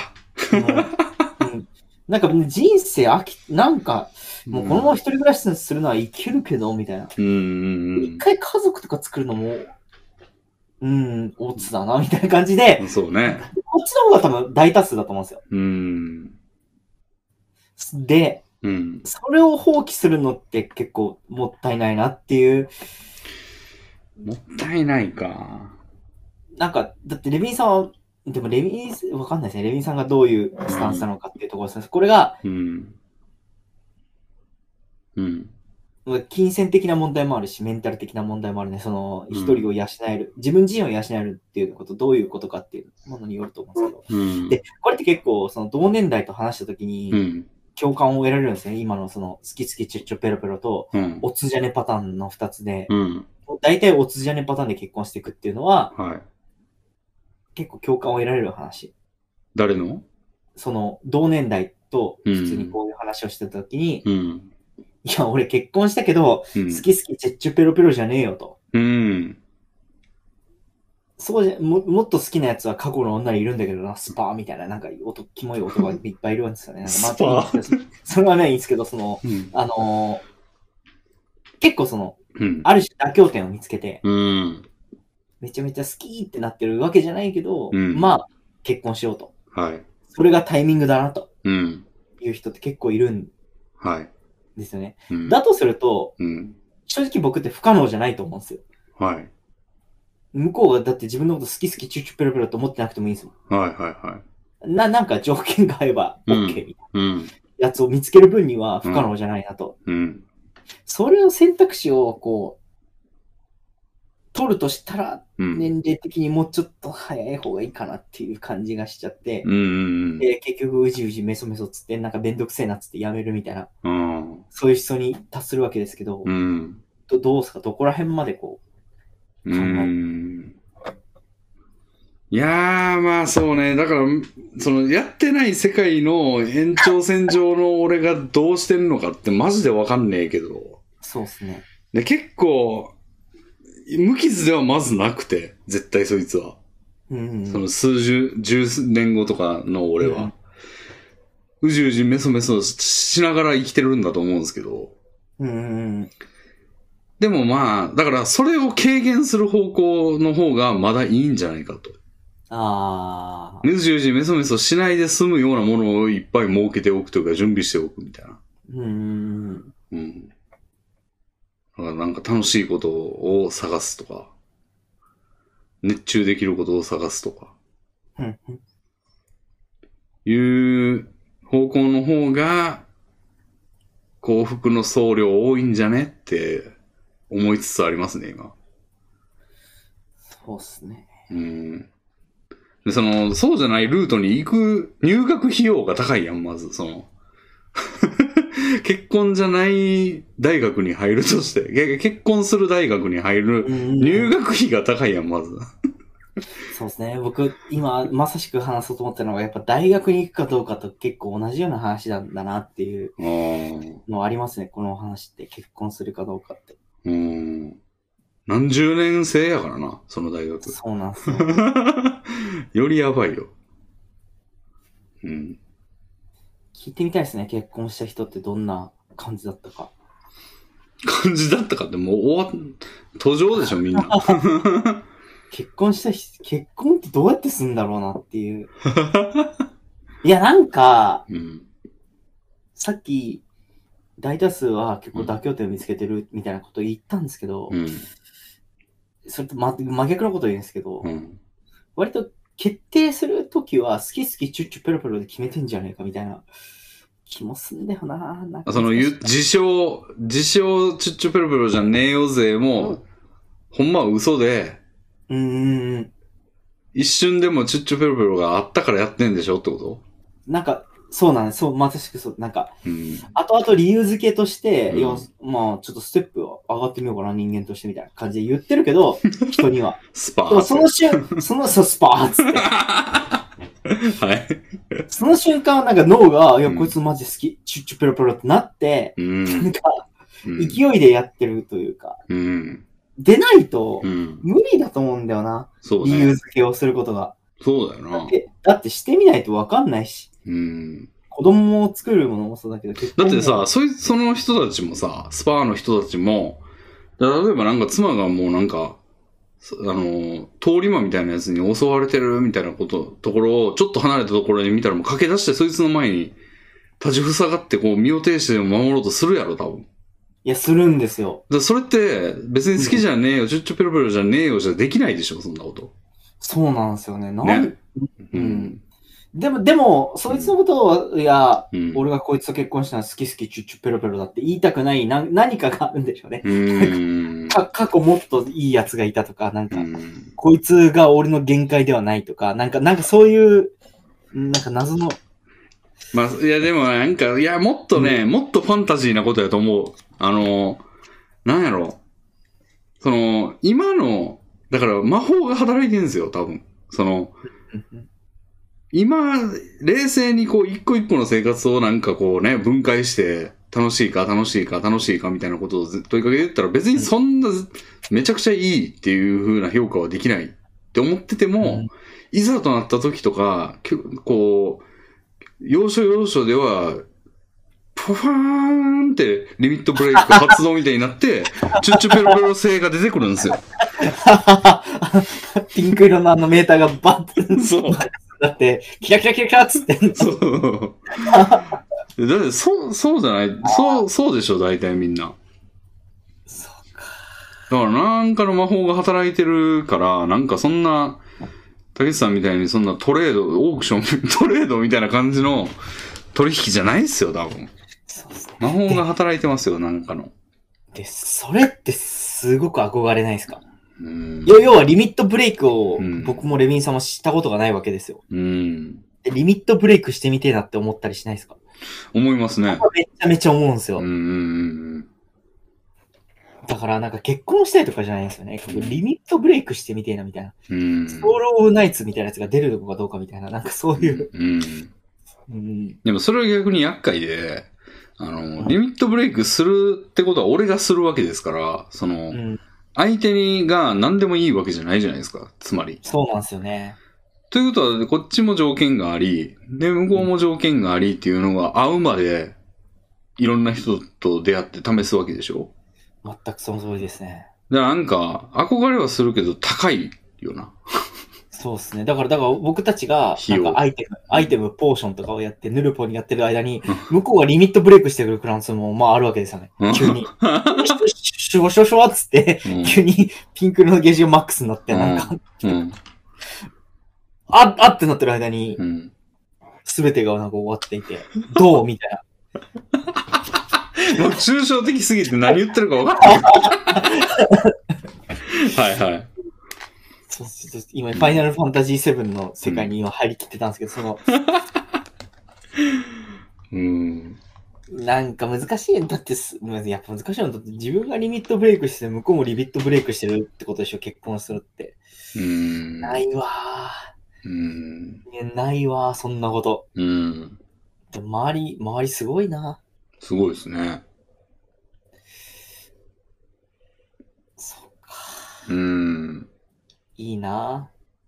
なんか人生なんか、もうこのまま一人暮らしするのはいけるけど、みたいな。一回家族とか作るのも、オツだな、みたいな感じで。 そうね。 こっちの方が多分大多数だと思うんですよ。で、それを放棄するのって結構もったいないなっていう。 もったいないか。 なんか、だってレビンさんは、でもわかんないですね。レビンさんがどういうスタンスなのかっていうところです。これが、金銭的な問題もあるし、メンタル的な問題もあるね。その、一人を養える、自分自身を養えるっていうこと、どういうことかっていうものによると思うんですけど。で、これって結構、その同年代と話したときに、共感を得られるんですね。今のその、好きチュッチョペロペロと、オツジャネパターンの二つで、大体オツジャネパターンで結婚していくっていうのは、結構共感を得られる話。 誰の？ その、同年代と普通にこういう話をしてたときに、いや、俺結婚したけど、好きチュッチュペロペロじゃねえよと。 そうじゃ、もっと好きなやつは過去の女にいるんだけどな、スパーみたいな、なんかキモい音がいっぱいいるんですよね。なんかスパーそれはね、いいんですけど、結構ある種妥協点を見つけて、めちゃめちゃ好きってなってるわけじゃないけど、まあ、結婚しようと。 はい。 それがタイミングだな、と。いう人って結構いるんですよね。だとすると、正直僕って不可能じゃないと思うんですよ。 はい。 向こうがだって自分のこと好きチュッチュペロペロと思ってなくてもいいんですもん。なんか条件が合えば OK みたいなやつを見つける分には不可能じゃないなと。それを選択肢を取るとしたら、年齢的にもうちょっと早い方がいいかなっていう感じがしちゃって、結局うじうじメソメソつってなんかめんどくせえなつってやめるみたいな、そういう人に達するわけですけど、どうすか、どこら辺までいやー、まあそうね。だから、やってない世界の延長線上の俺がどうしてんのかってマジでわかんねえけど。 そうっすね。 で、結構、無傷ではまずなくて、絶対そいつは。十年後とかの俺は。うじうじメソメソしながら生きてるんだと思うんですけど。でもまあ、だからそれを軽減する方向の方がまだいいんじゃないかと。うじうじメソメソしないで済むようなものをいっぱい設けておくというか準備しておくみたいな。だからなんか楽しいことを探すとか、熱中できることを探すとか、いう方向の方が幸福の総量多いんじゃねって思いつつありますね、今。 そうっすね。 で、そうじゃないルートに行く入学費用が高いやん、まず、結婚じゃない大学に入るとして、結婚する大学に入る入学費が高いやん、まず。 そうですね。僕、今、まさしく話そうと思ったのが、やっぱ大学に行くかどうかと結構同じような話なんだなっていうのありますね。この話って結婚するかどうかって。 何十年生やからな、その大学。 そうなんすよ。 よりやばいよ。 聞いてみたいですね。結婚した人ってどんな感じだったか。 感じだったかってもう途上でしょ、みんな。 結婚ってどうやってすんだろうなっていう。いや、なんか、さっき、大多数は結構妥協点を見つけてるみたいなことを言ったんですけど、それと真逆のことを言うんですけど、割と決定するときは好きチュッチュペロペロで決めてんじゃねえかみたいな気もすんだよな。 自称チュッチュペロペロじゃねえよぜも、ほんまは嘘で、一瞬でもチュッチュペロペロがあったからやってんでしょってこと？ なんか、そうなんです。そう、まさしくそう。なんか、後々理由付けとして、まあ、ちょっとステップ上がってみようかな、人間としてみたいな感じで言ってるけど、人には。 スパー。 でもスパーっつって。 はい。 その瞬間はなんか脳が、いや、こいつマジ好き、チュッチュペロペロってなって、なんか、勢いでやってるというか、でないと、無理だと思うんだよな。理由付けをすることが。 そうだよな。 だってしてみないとわかんないし。子供を作るものもそうだけど、 だってさ、その人たちもさ、スパーの人たちも、例えばなんか妻がもうなんか、通り魔みたいなやつに襲われてるみたいなところを、ちょっと離れたところに見たらもう駆け出してそいつの前に立ちふさがってこう身を挺して守ろうとするやろ、多分。 いや、するんですよ。 それって別に好きじゃねえよ、チュッチュペロペロじゃねえよじゃできないでしょ、そんなこと。 そうなんですよね。でも、そいつのことを、いや、俺がこいつと結婚したら好きチュッチュペロペロだって言いたくない何かがあるんでしょうね。過去もっといいやつがいたとか、なんか、こいつが俺の限界ではないとか、なんかそういう、なんか謎の。 まあ、いやでもなんか、いや、もっとね、もっとファンタジーなことやと思う。なんやろ。今の、だから魔法が働いてるんですよ、多分。今、冷静にこう、一個一個の生活をなんかこうね、分解して、楽しいかみたいなことを問いかけてったら別にそんなめちゃくちゃいいっていう風な評価はできないって思ってても、いざとなった時とか、こう、要所要所では、ポファーンってリミットブレイク発動みたいになって、チュッチュペロペロ性が出てくるんですよ。 ピンク色のメーターがバッて。 そう。 だって、キラキラキラキラっつって。 そう。だってそうじゃないそうでしょ、大体みんな。 そうか。 だからなんかの魔法が働いてるから、なんかそんな、竹内さんみたいにそんなオークション、トレードみたいな感じの取引じゃないですよ、多分。 そうですね。 魔法が働いてますよ、なんかの。 で、それってすごく憧れないですか？要はリミットブレイクを僕もレビンさんも知ったことがないわけですよ。リミットブレイクしてみてえなって思ったりしないですか？ 思いますね。 めちゃめちゃ思うんですよ。だからなんか結婚したいとかじゃないですよね。リミットブレイクしてみてえなみたいな。ソウルオブナイツみたいなやつが出るのかどうかみたいな、なんかそういう。 でもそれは逆に厄介で、リミットブレイクするってことは俺がするわけですから、相手が何でもいいわけじゃないじゃないですか、つまり。 そうなんですよね。 ということは、こっちも条件があり、で、向こうも条件がありっていうのが合うまで、いろんな人と出会って試すわけでしょ？ 全くその通りですね。 だからなんか、憧れはするけど高いよな。 そうですね。だから僕たちが、なんかアイテム、ポーションとかをやって、ヌルポにやってる間に、向こうがリミットブレイクしてくるクランスも、まああるわけですよね。急に。シュワシュワシュワっつって、急にピンクのゲージがマックスになって、なんか、あってなってる間に、すべてがなんか終わっていて、どうみたいな。 もう抽象的すぎて何言ってるか分かんない。はいはい。 今、ファイナルファンタジー7の世界に今入りきってたんですけど、なんか難しい。だってやっぱ難しいのだって自分がリミットブレイクして向こうもリミットブレイクしてるってことでしょ、結婚するって。ないわないわそんなこと。で周りすごいな。 すごいですね。 そうか。いいな。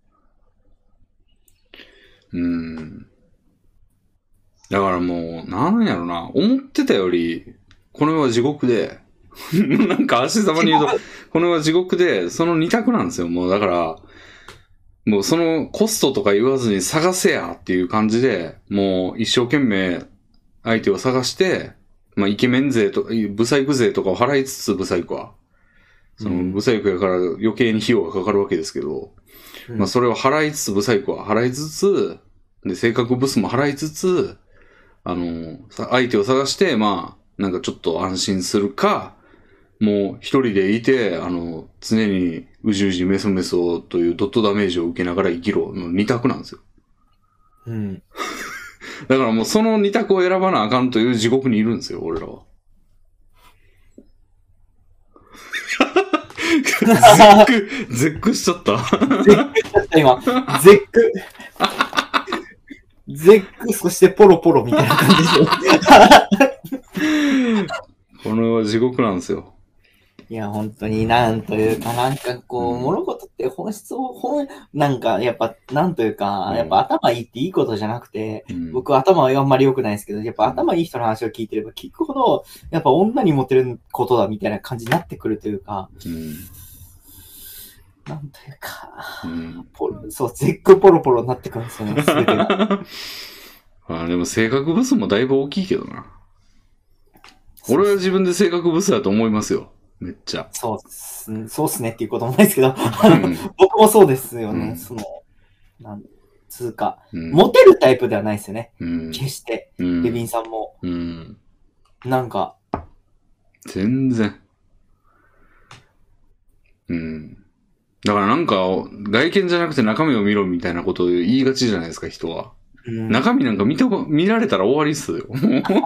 だからもう、なんやろな、思ってたより、これは地獄で、なんか足様に言うと、これは地獄で、その二択なんですよ。もうだから、もうそのコストとか言わずに探せやっていう感じで、もう一生懸命相手を探して、まあイケメン税と、ブサイク税とかを払いつつ、ブサイクは。そのブサイクやから余計に費用がかかるわけですけど、まあそれを払いつつ、ブサイクは払いつつ、で、性格ブスも払いつつ、相手を探して、まあ、なんかちょっと安心するか、もう一人でいて、常にうじうじメソメソというドットダメージを受けながら生きろの二択なんですよ。だからもうその二択を選ばなあかんという地獄にいるんですよ、俺らは。絶句しちゃった。 絶句しちゃった、今。絶句。絶句、そしてポロポロみたいな感じで。これは地獄なんですよ。 いや、本当になんというか、なんかこう、物事って本質を、なんかやっぱ、なんというか、やっぱ頭いいっていいことじゃなくて、僕頭はあんまり良くないんですけど、やっぱ頭いい人の話を聞いてれば聞くほど、やっぱ女にモテることだみたいな感じになってくるというか、なんというか、そう、絶句ポロポロになってくるんですよね、すべてが。 でも性格ブスもだいぶ大きいけどな。俺は自分で性格ブスだと思いますよ。めっちゃ。 そうっすねっていうこともないですけど、僕もそうですよね。つうか、モテるタイプではないですよね。決して。レビンさんも。なんか。 全然。だからなんか、外見じゃなくて中身を見ろみたいなことを言いがちじゃないですか、人は。中身なんか見られたら終わりっすよ。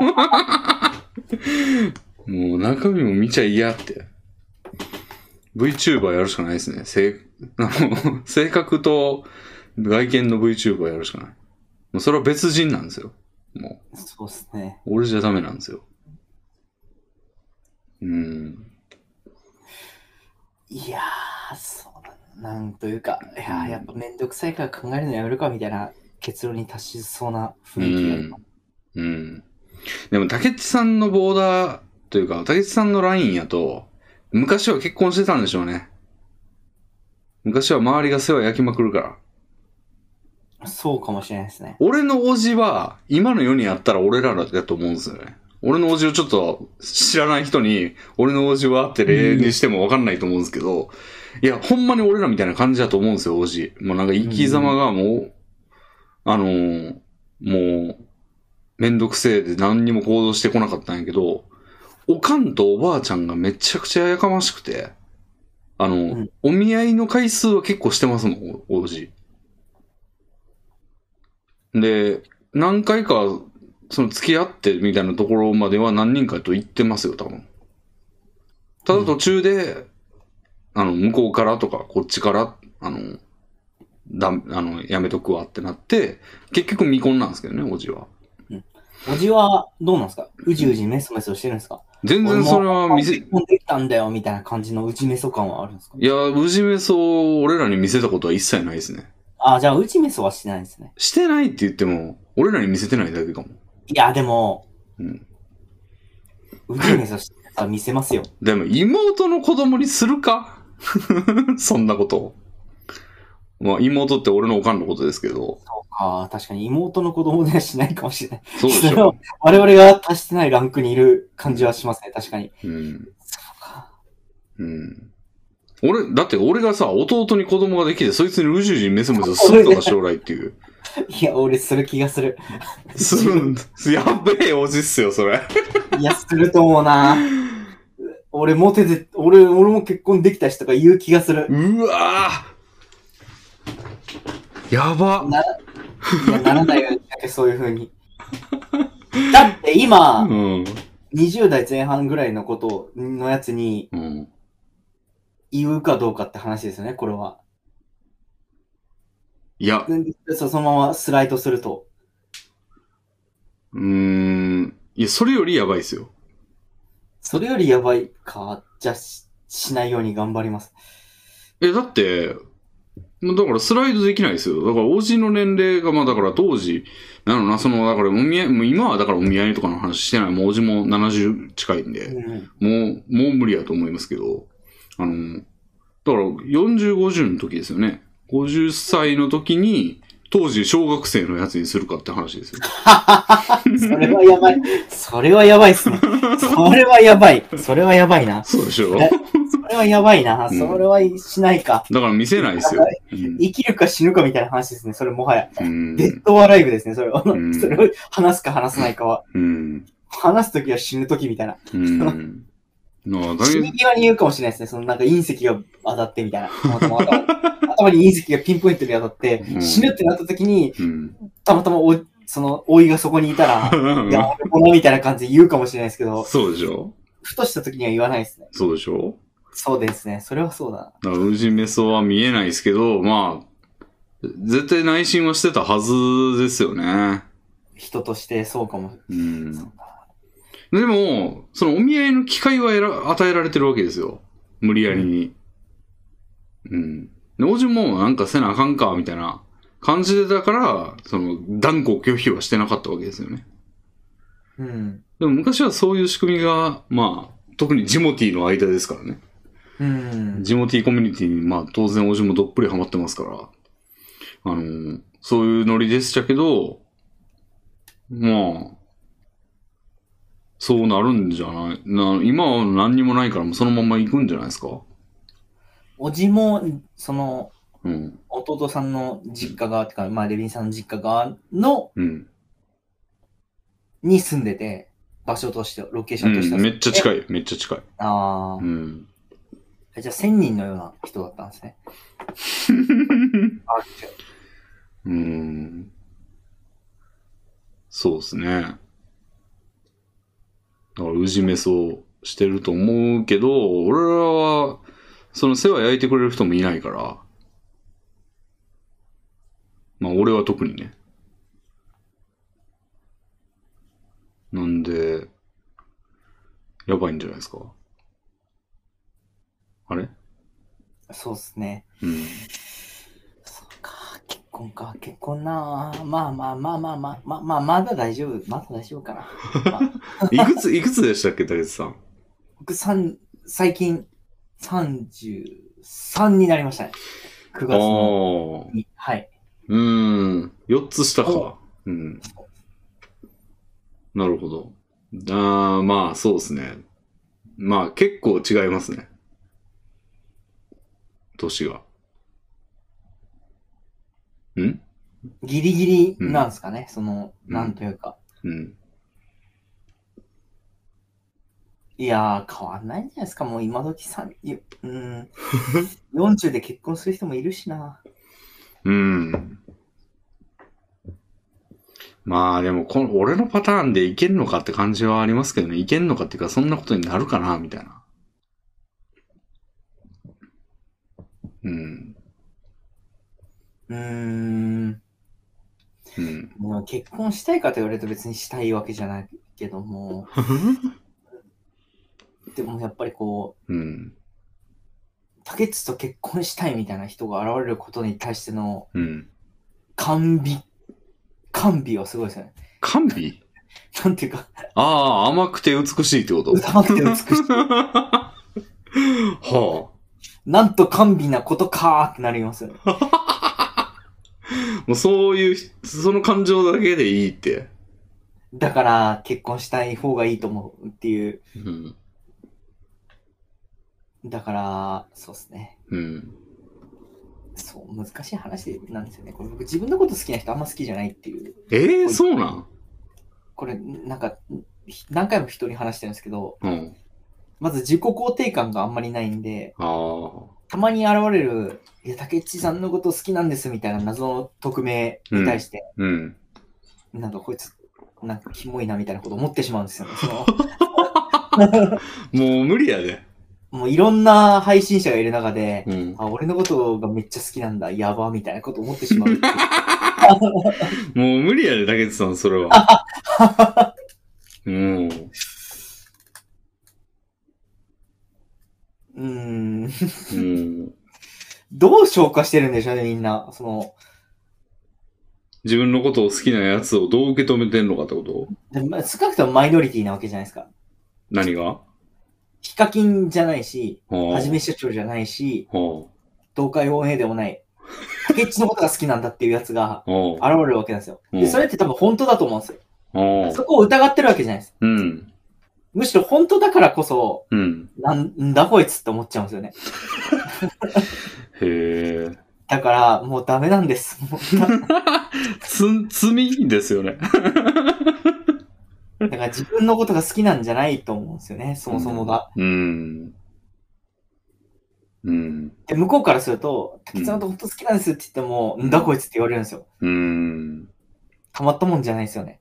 もう中身も見ちゃ嫌って。VTuber やるしかないですね。性格と外見の VTuber やるしかない。もうそれは別人なんですよ。もう。 そうっすね。 俺じゃダメなんですよ。 いやー、そうだなんというか、いや、やっぱめんどくさいから考えるのやめるかみたいな結論に達しそうな雰囲気が今。 でも、竹内さんのボーダーというか、竹内さんのラインやと、昔は結婚してたんでしょうね。昔は周りが世話焼きまくるから。 そうかもしれないですね。 俺の叔父は、今の世にあったら俺らだと思うんですよね。俺の叔父をちょっと知らない人に、俺の叔父はって例にしても分かんないと思うんですけど、いや、ほんまに俺らみたいな感じだと思うんですよ、叔父。もうなんか生き様がもう、もう、めんどくせえで何にも行動してこなかったんやけど、おかんとおばあちゃんがめちゃくちゃやかましくて、お見合いの回数は結構してますもん、おじ。で、何回か、その付き合ってみたいなところまでは何人かと言ってますよ、多分。ただ途中で、向こうからとか、こっちから、やめとくわってなって、結局未婚なんですけどね、おじは。 おじは、どうなんですか？うじうじメソメソしてるんですか？ 全然それは結婚できたんだよみたいな感じのうじメソ感はあるんですか？ いや、うじメソを俺らに見せたことは一切ないですね。 じゃあうじメソはしてないんですね。 してないって言っても、俺らに見せてないだけかも。 いや、でも、うじメソしてたら見せますよ。 でも妹の子供にするかそんなこと。まあ妹って俺のおかんのことですけど。 そうか、確かに妹の子供ではしないかもしれない。 そうでしょ。 我々が達してないランクにいる感じはしますね、確かに。 そうか。だって俺がさ、弟に子供ができて、そいつにうじうじメソメソするとか将来っていう。 いや、俺する気がする。 するんだ。やべえおじっすよ、それ。 いや、すると思うな。俺も結婚できた人が言う気がする。 うわぁ。やば。 ならないよ、そういう風に。だって今、20代前半ぐらいのことのやつに、言うかどうかって話ですよね、これは。 いや。 そのままスライドすると。 いや、それよりやばいですよ。 それよりやばいか、じゃあしないように頑張ります。 だって、だからスライドできないですよ。だから、おじの年齢が、だから当時、だから今はだからお見合いとかの話してない。もうおじも70近いんで、もう無理やと思いますけど、だから40、50の時ですよね。50歳の時に、当時小学生のやつにするかって話ですよ。 それはやばい。それはやばいっすね。それはやばい。それはやばいな。 そうでしょ？ それはやばいな。それはしないか。 だから見せないですよ。 生きるか死ぬかみたいな話ですね。それもはや。デッドアライブですね。それを話すか話さないかは。話すときは死ぬときみたいな。死に際に言うかもしれないですね。そのなんか隕石が当たってみたいな。頭に隕石がピンポイントに当たって、死ぬってなったときに、たまたまその老いがそこにいたら、いや、俺みたいな感じで言うかもしれないですけど。 そうでしょ？ ふとしたときには言わないですね。 そうでしょ？ そうですね。それはそうだ。 だからウジメソは見えないですけど、絶対内心はしてたはずですよね。 人としてそうかも。 でも、そのお見合いの機会は与えられてるわけですよ。無理やりに。で、おじもなんかせなあかんか、みたいな感じでだから、断固拒否はしてなかったわけですよね。でも昔はそういう仕組みが、特にジモティーの間ですからね。ジモティーコミュニティに、当然おじもどっぷりハマってますから、そういうノリでしたけど、そうなるんじゃない今は何にもないからもうそのまま行くんじゃないですか？ おじも、弟さんの実家側ってか、レビンさんの実家側の、に住んでて、場所として、ロケーションとしては。 めっちゃ近い、めっちゃ近い。 じゃあ1000人のような人だったんですね。 そうですね。だからうじめそうしてると思うけど、俺らは、その世話焼いてくれる人もいないから。俺は特にね。なんで、やばいんじゃないですか。あれ？ そうっすね。 うん。 そうか、結婚なまあ、まだ大丈夫かな。まあ、 いくつでしたっけ、竹内さん。 僕最近33になりましたね。9月の。はい。 4つ下か。うん。なるほど。まあ、そうですね。まあ、結構違いますね。年が。 ギリギリなんですかね、なんというか。いやー、変わんないんじゃないですか、もう今時40で結婚する人もいるしな。 まあでも俺のパターンでいけんのかって感じはありますけどね。いけんのかっていうか、そんなことになるかなみたいな。 もう結婚したいかと言われると別にしたいわけじゃないけども。でもやっぱり竹内と結婚したいみたいな人が現れることに対しての、甘美はすごいですよね。 甘美なんていうか。 甘くて美しいってこと？ 甘くて美しい。はあ。なんと甘美なことかーってなりますよね。 もうそういう、その感情だけでいいって。 だから結婚したい方がいいと思うっていう。だから、そうですね。そう、難しい話なんですよね。これ僕自分のこと好きな人あんま好きじゃないっていう。そうなん？ これ、なんか、何回も人に話してるんですけど、まず自己肯定感があんまりないんで、たまに現れる、いや、竹内さんのこと好きなんですみたいな謎の匿名に対して、なんかこいつ、なんかキモいなみたいなこと思ってしまうんですよね。 もう無理やで。 もういろんな配信者がいる中で、俺のことがめっちゃ好きなんだ、やばみたいなこと思ってしまう。 もう無理やで、竹内さん、それは。 どう消化してるんでしょうね、みんな。 自分のことを好きなやつをどう受け止めてんのかってこと？ 少なくともマイノリティなわけじゃないですか。 何が？ ヒカキンじゃないし、はじめ社長じゃないし、東海オンエアでもない、竹内のことが好きなんだっていうやつが現れるわけなんですよ。で、それって多分本当だと思うんですよ。そこを疑ってるわけじゃないです。むしろ本当だからこそ、なんだこいつって思っちゃうんですよね。 へえ。 だから、もうダメなんです。 罪ですよね。 だから自分のことが好きなんじゃないと思うんですよね、そもそもが。で、向こうからすると、竹内さんのこと本当好きなんですって言っても、んだこいつって言われるんですよ。たまったもんじゃないですよね。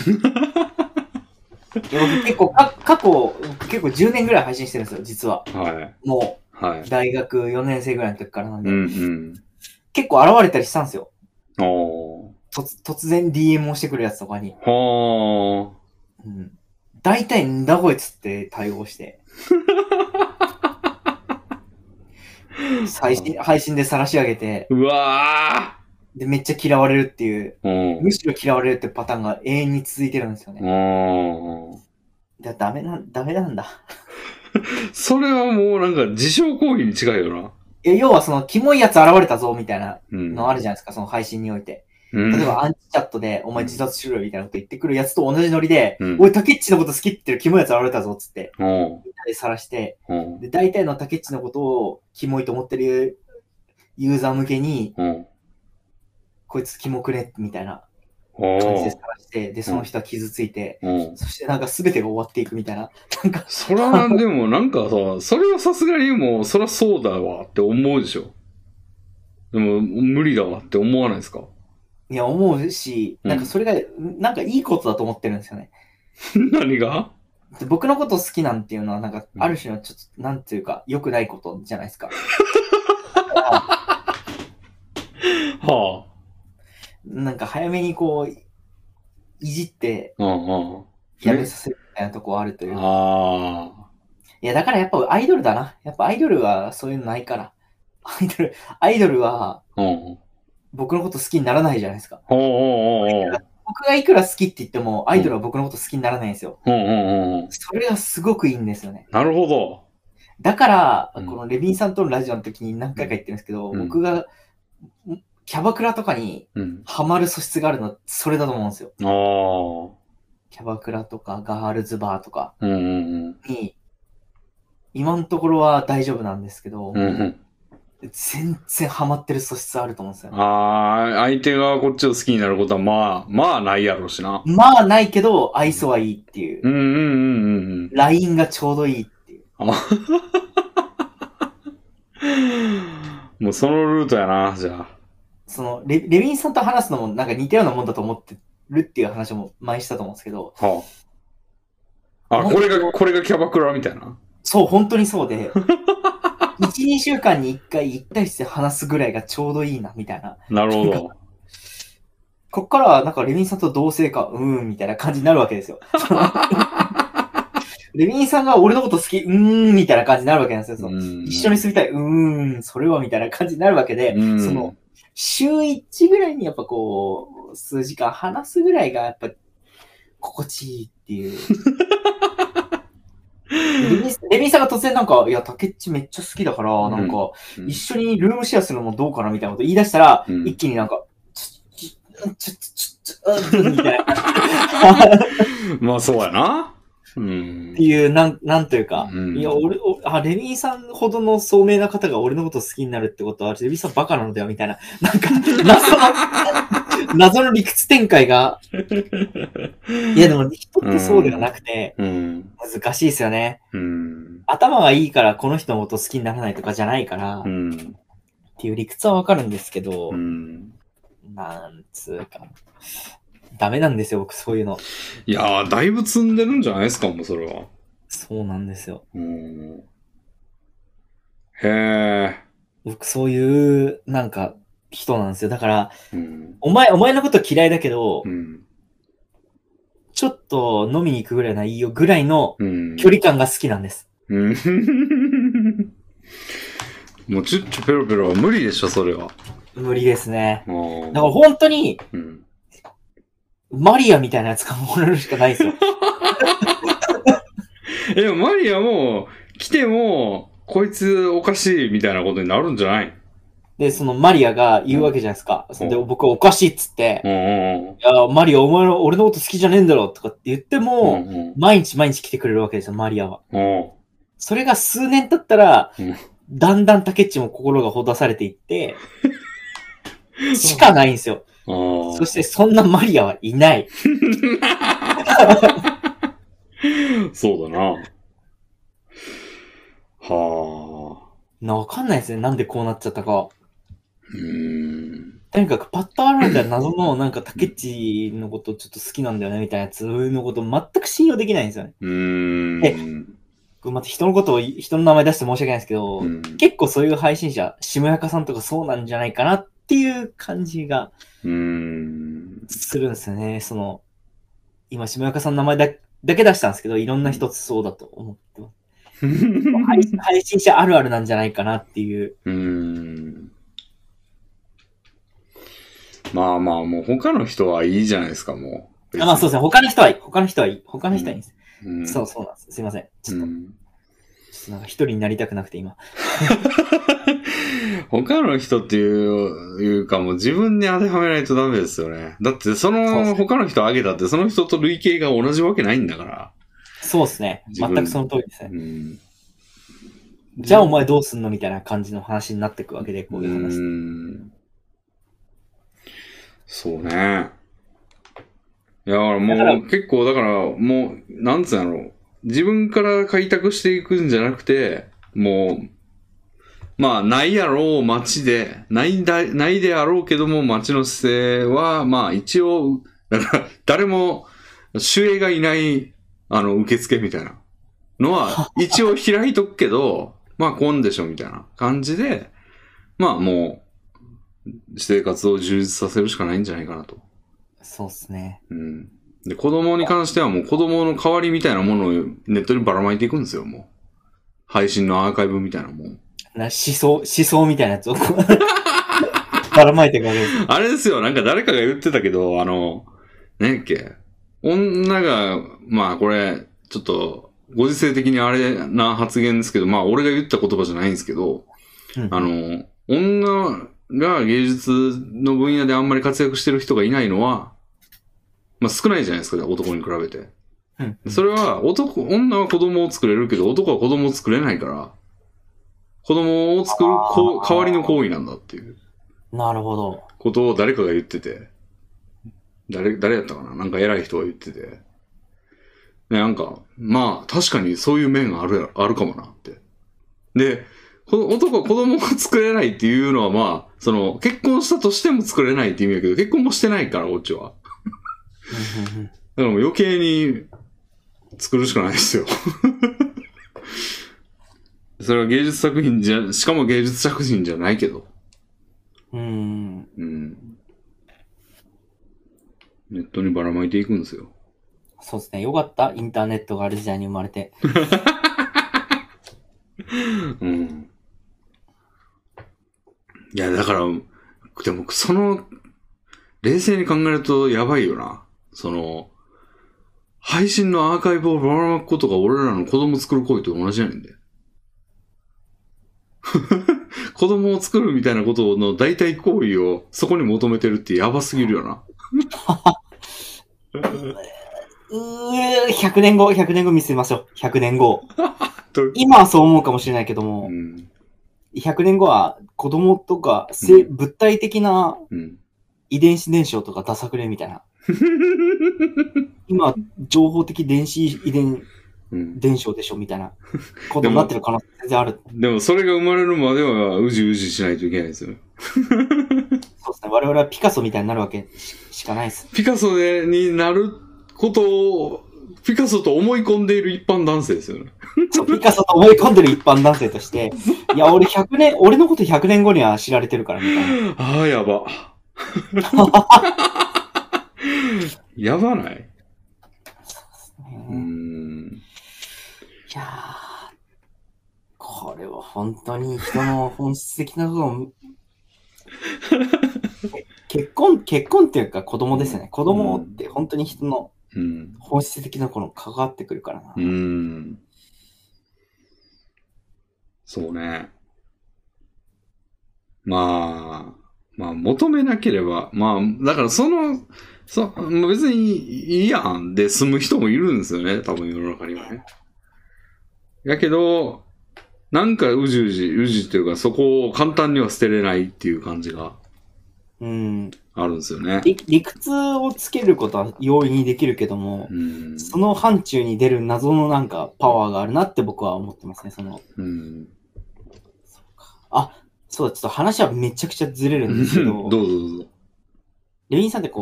僕結構、過去、結構10年ぐらい配信してるんですよ、実は。もう、大学4年生ぐらいの時からなんで。結構現れたりしたんですよ。突然 DM をしてくるやつとかに。大体んだこいつって対応して。配信で晒し上げて。 うわー。 で、めっちゃ嫌われるっていう。むしろ嫌われるってパターンが永遠に続いてるんですよね。ダメなんだ。 それはもうなんか自傷行為に違うよな。 要はキモいやつ現れたぞみたいなのあるじゃないですか、その配信において。例えばアンチチャットで、お前自殺しろよみたいなこと言ってくるやつと同じノリで、俺竹内のこと好きって言ってるキモいやつ現れたぞっつって、みんなで晒して、で、大体の竹内のことをキモいと思ってるユーザー向けに、こいつキモくねみたいな感じで晒して、で、その人は傷ついて、そしてなんか全てが終わっていくみたいな。なんかそれはでもなんかさ、それはさすがにもう、そりゃそうだわって思うでしょ。でも、無理だわって思わないですか？ いや、思うし、なんかそれが、なんかいいことだと思ってるんですよね。 何が？ 僕のこと好きなんていうのは、なんか、ある種のちょっと、なんていうか、良くないことじゃないですか。 はあ。 なんか早めにいじって、やめさせるみたいなとこあるというか。いや、だからやっぱアイドルだな。やっぱアイドルはそういうのないから。 アイドルは、 うん。 僕のこと好きにならないじゃないですか。 おうおうおうおう。 僕がいくら好きって言っても、アイドルは僕のこと好きにならないんですよ。 うんうんうんうん。 それがすごくいいんですよね。 なるほど。 だから、 うんこのレビンさんとのラジオの時に何回か言ってるんですけど、 うん僕がキャバクラとかにハマる素質があるのはそれだと思うんですよ。 ああ。 キャバクラとかガールズバーとかうんうんうん。 に、今のところは大丈夫なんですけど、 うんうん。 全然ハマってる素質あると思うんですよね。 ああ、相手がこっちを好きになることはまあないやろうしな。 まあないけど、愛想はいいっていう。 うんうんうんうん。 ラインがちょうどいいっていう。 もうそのルートやな、じゃあ。 そのレビンさんと話すのもなんか似たようなもんだと思ってるっていう話も前したと思うんですけど。 はあ。これがキャバクラみたいな。 そう、本当にそうで。1、2週間に1回1対1で話すぐらいがちょうどいいな、みたいな。 なるほど。 こっからは、なんか、レビンさんと同性か、みたいな感じになるわけですよ。レビンさんが俺のこと好き、みたいな感じになるわけなんですよ。一緒に住みたい、それは、みたいな感じになるわけで、その、週1ぐらいにやっぱこう、数時間話すぐらいが、やっぱ、心地いいっていう。レビンさんが突然なんか、いや、タケッチめっちゃ好きだから、なんか、一緒にルームシェアするのもどうかなみたいなこと言い出したら、一気になんか、みたいな。 まあそうやな。 っていう、なんというか、いや、レビンさんほどの聡明な方が俺のこと好きになるってことは、レビンさんバカなのではみたいな、なんか、謎の理屈展開が。いや、でも人ってそうではなくて、難しいですよね。頭がいいからこの人のこと好きにならないとかじゃないから、っていう理屈はわかるんですけど、なんつうか。ダメなんですよ、僕、そういうの。 いやー、だいぶ積んでるんじゃないですか、もうそれは。 そうなんですよ。 へー。 僕、そういう、なんか、人なんですよ。だから、お前のこと嫌いだけど、ちょっと飲みに行くぐらいならいいよぐらいの距離感が好きなんです。 もうチュッチュペロペロは無理でしょ、それは。 無理ですね。だから本当に、マリアみたいなやつがもらえるしかないですよ。 でもマリアも来ても、こいつおかしいみたいなことになるんじゃない？ で、そのマリアが言うわけじゃないですか。で、僕はおかしいっつって、いや、マリアお前俺のこと好きじゃねえんだろとかって言っても、毎日来てくれるわけですよ、マリアは。それが数年経ったら、だんだんタケッチも心がほだされていって、しかないんですよ。そしてそんなマリアはいない。 そうだな。はあ。わかんないですね。なんでこうなっちゃったか。とにかくパッと現れた謎のなんかタケッチのことちょっと好きなんだよねみたいなやつのこと全く信用できないんですよね。で、また人の名前出して申し訳ないですけど、結構そういう配信者、しもやかさんとかそうなんじゃないかなっていう感じがするんですよね。その、今、しもやかさんの名前だけ出したんですけど、いろんな人そうだと思ってます。配信者あるあるなんじゃないかなっていう。 まあまあ、もう他の人はいいじゃないですか、もう。まあそうですね。他の人はいい。他の人はいいんです。そうなんです。すいません。ちょっとなんか一人になりたくなくて今。 他の人っていうかもう自分に当てはめないとダメですよね。だってその他の人あげたってその人と類型が同じわけないんだから。 そうですね。全くその通りですね。じゃあお前どうすんのみたいな感じの話になっていくわけで、こういう話。 そうね。いや、だからもう結構だからもう、なんつうの、自分から開拓していくんじゃなくて、もう、まあ、ないやろう街で、ないであろうけども街の姿勢は、まあ一応、だから誰も、守衛がいない、受付みたいなのは、一応開いとくけど、まあ、こんでしょみたいな感じで、まあもう、生活を充実させるしかないんじゃないかなと。 そうっすね。 で、子供に関してはもう子供の代わりみたいなものをネットにばらまいていくんですよ、もう。配信のアーカイブみたいなもん。 思想みたいなやつをばらまいていくわけです。 あれですよ、なんか誰かが言ってたけど、何やっけ、女が、まあこれ、ちょっと、ご時世的にあれな発言ですけど、まあ俺が言った言葉じゃないんですけど、女が芸術の分野であんまり活躍してる人がいないのは、まあ少ないじゃないですか、男に比べて。それは、女は子供を作れるけど、男は子供を作れないから、子供を作る代わりの行為なんだっていう。 なるほど。 ことを誰かが言ってて。誰やったかな、なんか偉い人が言ってて。ね、なんか、まあ、確かにそういう面があるかもなって。で、男は子供を作れないっていうのはまあ、結婚したとしても作れないって意味だけど、結婚もしてないから、こっちは。だからもう余計に作るしかないですよ。それは芸術作品しかも芸術作品じゃないけど。ネットにばらまいていくんですよ。 そうですね。よかった。インターネットがある時代に生まれて。 いや、だから、でも、冷静に考えるとやばいよな。配信のアーカイブをばらまくことが俺らの子供作る行為と同じやねんで。子供を作るみたいなことの代替行為をそこに求めてるってやばすぎるよな。 100年後見せましょう。100年後。今はそう思うかもしれないけども、100年後は子供とか、物体的な遺伝子伝承とかダサくれみたいな。今、情報的電子遺伝承でしょみたいなことになってる可能性全然ある。 でもそれが生まれるまではうじうじしないといけないですよ。 そうですね。我々はピカソみたいになるわけしかないです。 ピカソになることを、ピカソと思い込んでいる一般男性ですよね。 そう、ピカソと思い込んでる一般男性として、いや、俺のこと100年後には知られてるからみたいな。 ああ、やば。やばない？ いやー、これは本当に人の本質的なことを結婚っていうか子供ですね。子供って本当に人の本質的なこの関わってくるからな。 そうね。まあ、求めなければ、まあ、だから別にいいやんで済む人もいるんですよね、多分世の中にはね。やけど、なんかうじっていうか、そこを簡単には捨てれないっていう感じが、あるんですよね。 理屈をつけることは容易にできるけども、その範疇に出る謎のなんかパワーがあるなって僕は思ってますね、そうだ、ちょっと話はめちゃくちゃずれるんですけど、 どうぞ。 レインさんって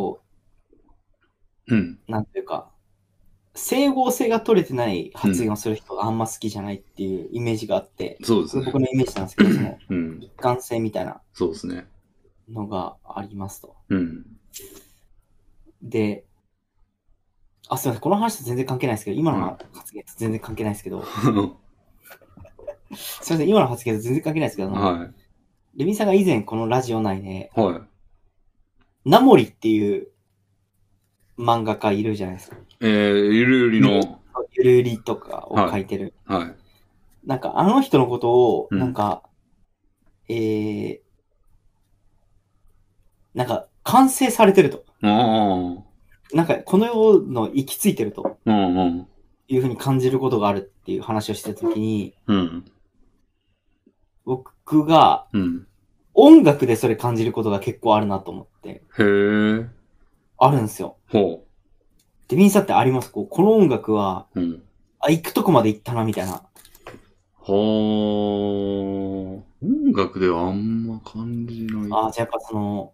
なんていうか、整合性が取れてない発言をする人があんま好きじゃないっていうイメージがあって、 そうですね。 僕のイメージなんですけど、一貫性みたいなのがありますと。で、すみません、この話と全然関係ないですけど、今の発言と全然関係ないですけど、すみません、今の発言と全然関係ないですけど、レミさんが以前このラジオ内で、ナモリっていう漫画家いるじゃないですか。 ゆるゆりの。 ゆるゆりとかを書いてる。なんかあの人のことを、なんか完成されてると。なんかこの世の行き着いてると。いうふうに感じることがあるっていう話をしてたときに、僕が、音楽でそれ感じることが結構あるなと思って。あるんですよ。で、ミンサってあります？この音楽は、行くとこまで行ったな、みたいな。 音楽ではあんま感じない。 じゃあやっぱ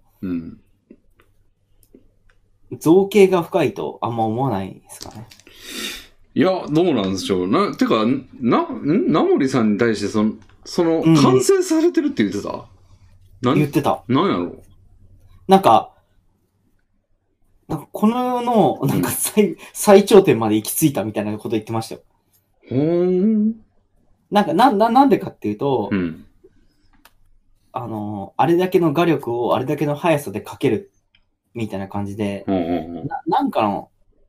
造形が深いとあんま思わないですかね。 いや、どうなんでしょう。てか、ナモリさんに対して完成されてるって言ってた？ 言ってた。 なんやろ？ なんかこの世の、最頂点まで行き着いたみたいなこと言ってましたよ。なんでかっていうと、 あれだけの画力をあれだけの速さでかけるみたいな感じで、なんかの、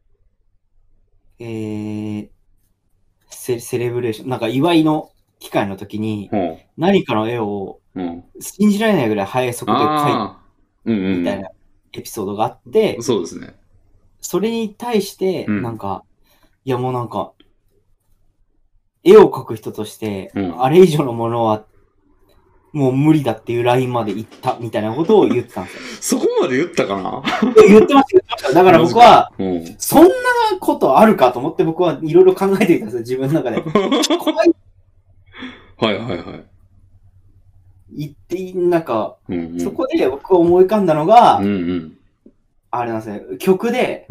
セレブレーション、なんか祝いの機会の時に、何かの絵を信じられないぐらい速い速度で描いたみたいなエピソードがあって、 そうですね。 それに対して、なんか、いやもうなんか、絵を描く人として、あれ以上のものは、もう無理だっていうラインまで行ったみたいなことを言ってたんですよ。そこまで言ったかな言ってました。だから僕は、そんなことあるかと思って僕はいろいろ考えていたんですよ、自分の中で。怖い。 はいはいはい。 言って、なんか、そこで僕が思い浮かんだのが、あれなんですね、曲で、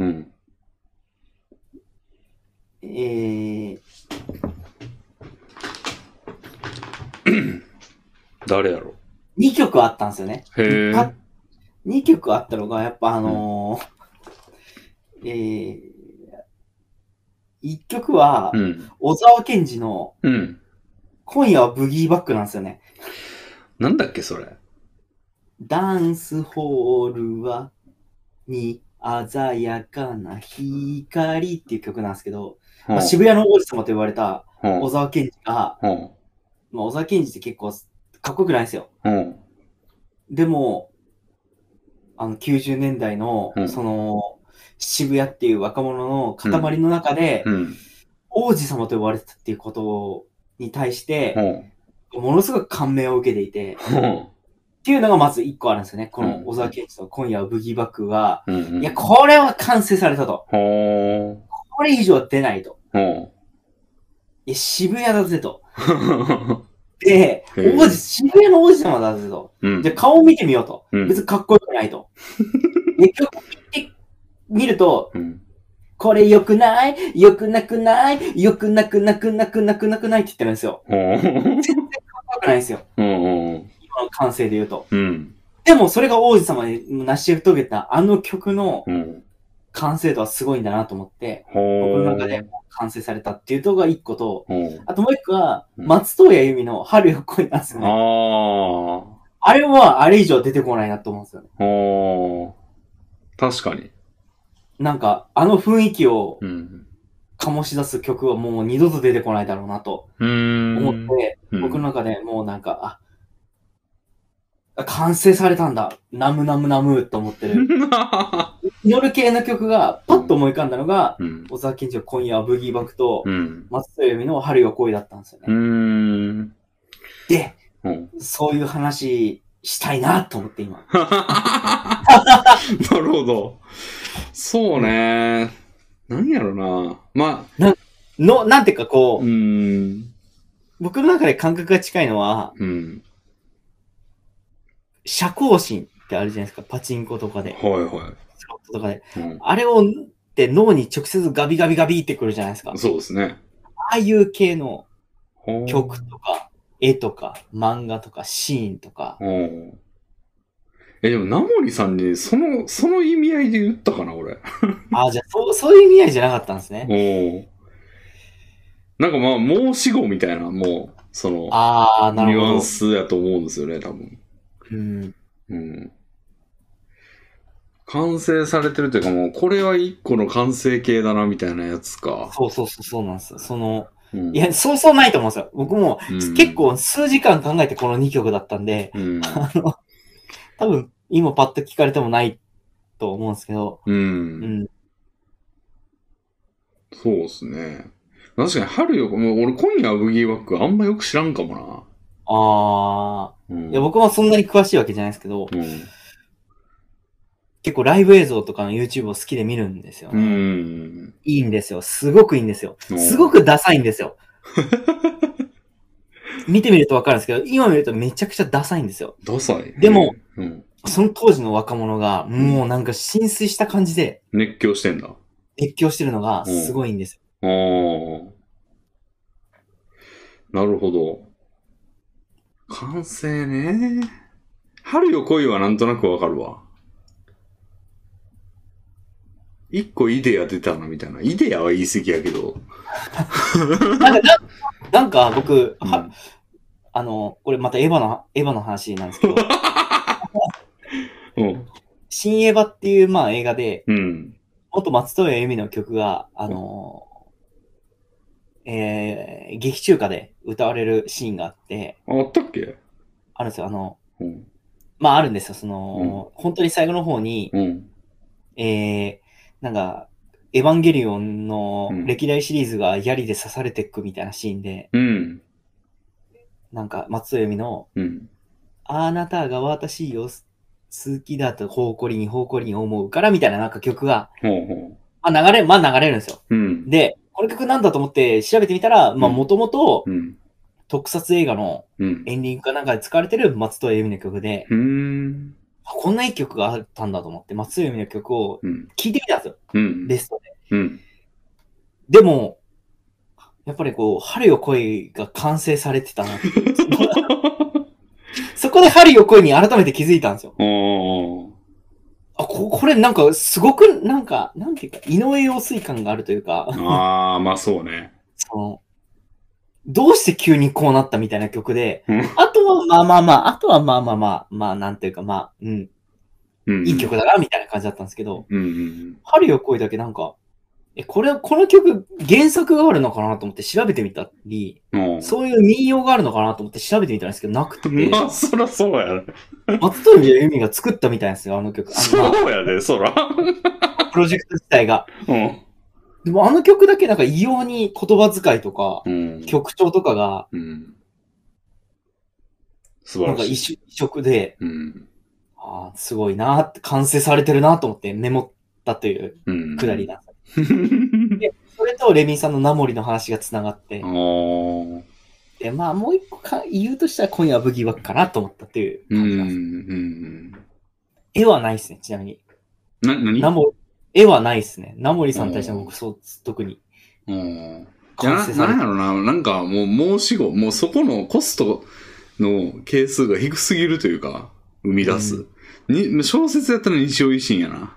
誰やろ ?2 曲あったんですよね。 へー。 2曲あったのが、やっぱ1曲は、小沢健二の、今夜はブギーバックなんですよね。 なんだっけ、それ。 ダンスホールは、に、鮮やかな光っていう曲なんですけど、渋谷の王子様と言われた小沢健二が、小沢健二って結構かっこよくないんですよ。でも、90年代の、その、渋谷っていう若者の塊の中で、王子様と呼ばれてたっていうことに対して、ものすごく感銘を受けていて、っていうのがまず1個あるんですよね。この小沢健二と今夜はブギーバックは、いや、これは完成されたと。これ以上は出ないと。いや、渋谷だぜと。で、渋谷の王子様だぜと。じゃあ顔を見てみようと。別にかっこよくないと。で、曲を見てみると、これ良くない良くなくない良くなくなくなくなくなくないって言ってるんですよ。全然かっこよくないんですよ。今の感性で言うと。でもそれが王子様に成し遂げたあの曲の完成度はすごいんだなと思って、僕の中で完成されたっていうのが一個と、あともう一個は、松任谷由実の春よ来いなんですよね。あれはあれ以上出てこないなと思うんですよね。 確かに。 なんか、あの雰囲気を醸し出す曲はもう二度と出てこないだろうなと思って、僕の中でもうなんか、完成されたんだ。ナムナムナムと思ってる。祈る系の曲がパッと思い浮かんだのが、小沢健二の今夜はブギーバックと、松任谷由実の春よ来いだったんですよね。で、そういう話したいなと思って今。 なるほど。そうね。なんやろな。まあ。なんていうかこう、僕の中で感覚が近いのは、射光芯ってあるじゃないですか。パチンコとかで。 はいはい。 スロットとかで。あれをって脳に直接ガビガビガビってくるじゃないですか。 そうですね。 ああいう系の曲とか、絵とか、漫画とか、シーンとか。 でも、ナモリさんに、その意味合いで言ったかな、俺。 じゃあ、そういう意味合いじゃなかったんですね。 なんかまあ、申し子みたいな、もう、その、 なるほど。 ニュアンスやと思うんですよね、多分。完成されてるというかもう、これは一個の完成形だな、みたいなやつか。 そうなんですよ。いや、そうないと思うんですよ。僕も、結構数時間考えてこの2曲だったんで、多分、今パッと聞かれてもないと思うんですけど。 そうですね。確かに、春よ、もう俺今夜はブギーバックあんまよく知らんかもな。いや、僕もそんなに詳しいわけじゃないですけど、結構ライブ映像とかの YouTube を好きで見るんですよね。いいんですよ。すごくいいんですよ。すごくダサいんですよ。見てみるとわかるんですけど、今見るとめちゃくちゃダサいんですよ。 ダサい。 でも、その当時の若者が、もうなんか浸水した感じで、 熱狂してんだ。 熱狂してるのがすごいんですよ。なるほど。完成ね。春よ来いはなんとなくわかるわ。一個イデア出たなみたいな。イデアは言い過ぎやけど。 なんか僕、 これまたエヴァの話なんですけど、 うん。 新エヴァっていう、まあ映画で、 うん。 元松任谷由実の曲が、劇中歌で歌われるシーンがあって、 あったっけ？ あるんですよ。 うん。 まああるんですよ。 うん。 本当に最後の方に、 うん。 なんか、エヴァンゲリオンのうん。 歴代シリーズが槍で刺されていくみたいなシーンで、 うん。 なんか、松任谷由実の、 うん。 あなたが私を好きだと誇りに思うからみたいななんか曲が、 ほうほまあ流れるんですよ。 う。うん。 で、この曲なんだと思って調べてみたら、まあもともとうん。 特撮映画のうん。 エンディングかなんかで使われてる松任谷由実の曲で、 うん。 こんないい曲があったんだと思って、松任谷由実の曲をうん。 聴いてみたんですよ。 うん。 ベストで。 うん。 でも、やっぱりこう、春よ恋が完成されてたなっていう。そこで春よ恋に改めて気づいたんですよ。 おー。 これなんかすごく、なんていうか、井上陽水感があるというか、 ああ、まあそうね。 その、どうして急にこうなったみたいな曲で、 うん。 あとはまあまあまあ、あとはまあまあまあ、まあなんていうかまあ、 うん。 いい曲だな、みたいな感じだったんですけど、 うん。 春よ恋だけなんか、この曲原作があるのかなと思って調べてみたり、 うん。 そういう民謡があるのかなと思って調べてみたんですけど、なくて、 まあ、そらそうやね。 松任谷由実が作ったみたいなんですよ、あの曲。 そうやで、そら。 プロジェクト自体が。 うん。 でもあの曲だけなんか異様に言葉遣いとか、 うん。 曲調とかが、 うん。素晴なんからしい。 異色で、 うん。 すごいなって、完成されてるなと思ってメモったといううん。 くだりなんですよ。で、それとレミンさんのナモリの話が繋がって、で、まあもう一個言うとしたら今夜はブギーバックかなと思ったっていう感じなんです。絵はないですね、ちなみに。絵はないですね。ナモリさんに対しては僕特に。 いや、なんやろな、なんかもう申し子、もうそこのコストの係数が低すぎるというか、生み出す。小説やったら西尾維新やな。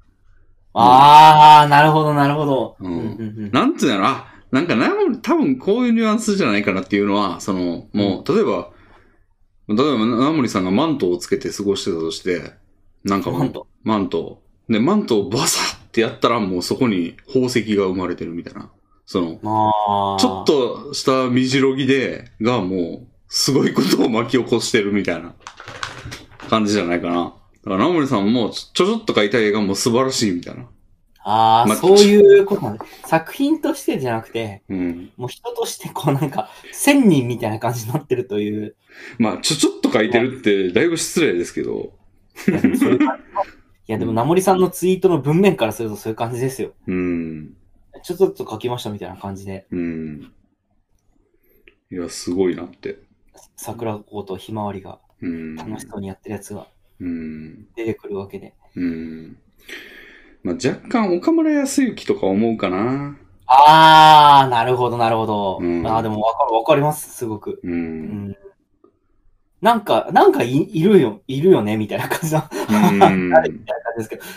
なるほど、なるほど。 なんつうんやろ、なんか多分こういうニュアンスじゃないかなっていうのは、もう、例えば、ナモリさんがマントをつけて過ごしてたとして、なんかマント。で、マントをバサッってやったらもうそこに宝石が生まれてるみたいな。ちょっとした身白ぎがもう、すごいことを巻き起こしてるみたいな感じじゃないかな。だからナモリさんもちょっと描いた映画も素晴らしいみたいな。 そういうことなんです。作品としてじゃなくて、もう人としてこうなんか、1000人みたいな感じになってるという。 まあ、ちょっと書いてるってだいぶ失礼ですけど。 いや、でもナモリさんのツイートの文面からするとそういう感じですよ。ちょっと書きましたみたいな感じで。 いや、すごいなって。 桜子とひまわりが楽しそうにやってるやつが出てくるわけで。 まあ、若干岡村康之とか思うかな。 なるほど、なるほど。でもわかります、すごく。なんかいるよね、みたいな感じの。誰みたいな感じですけど、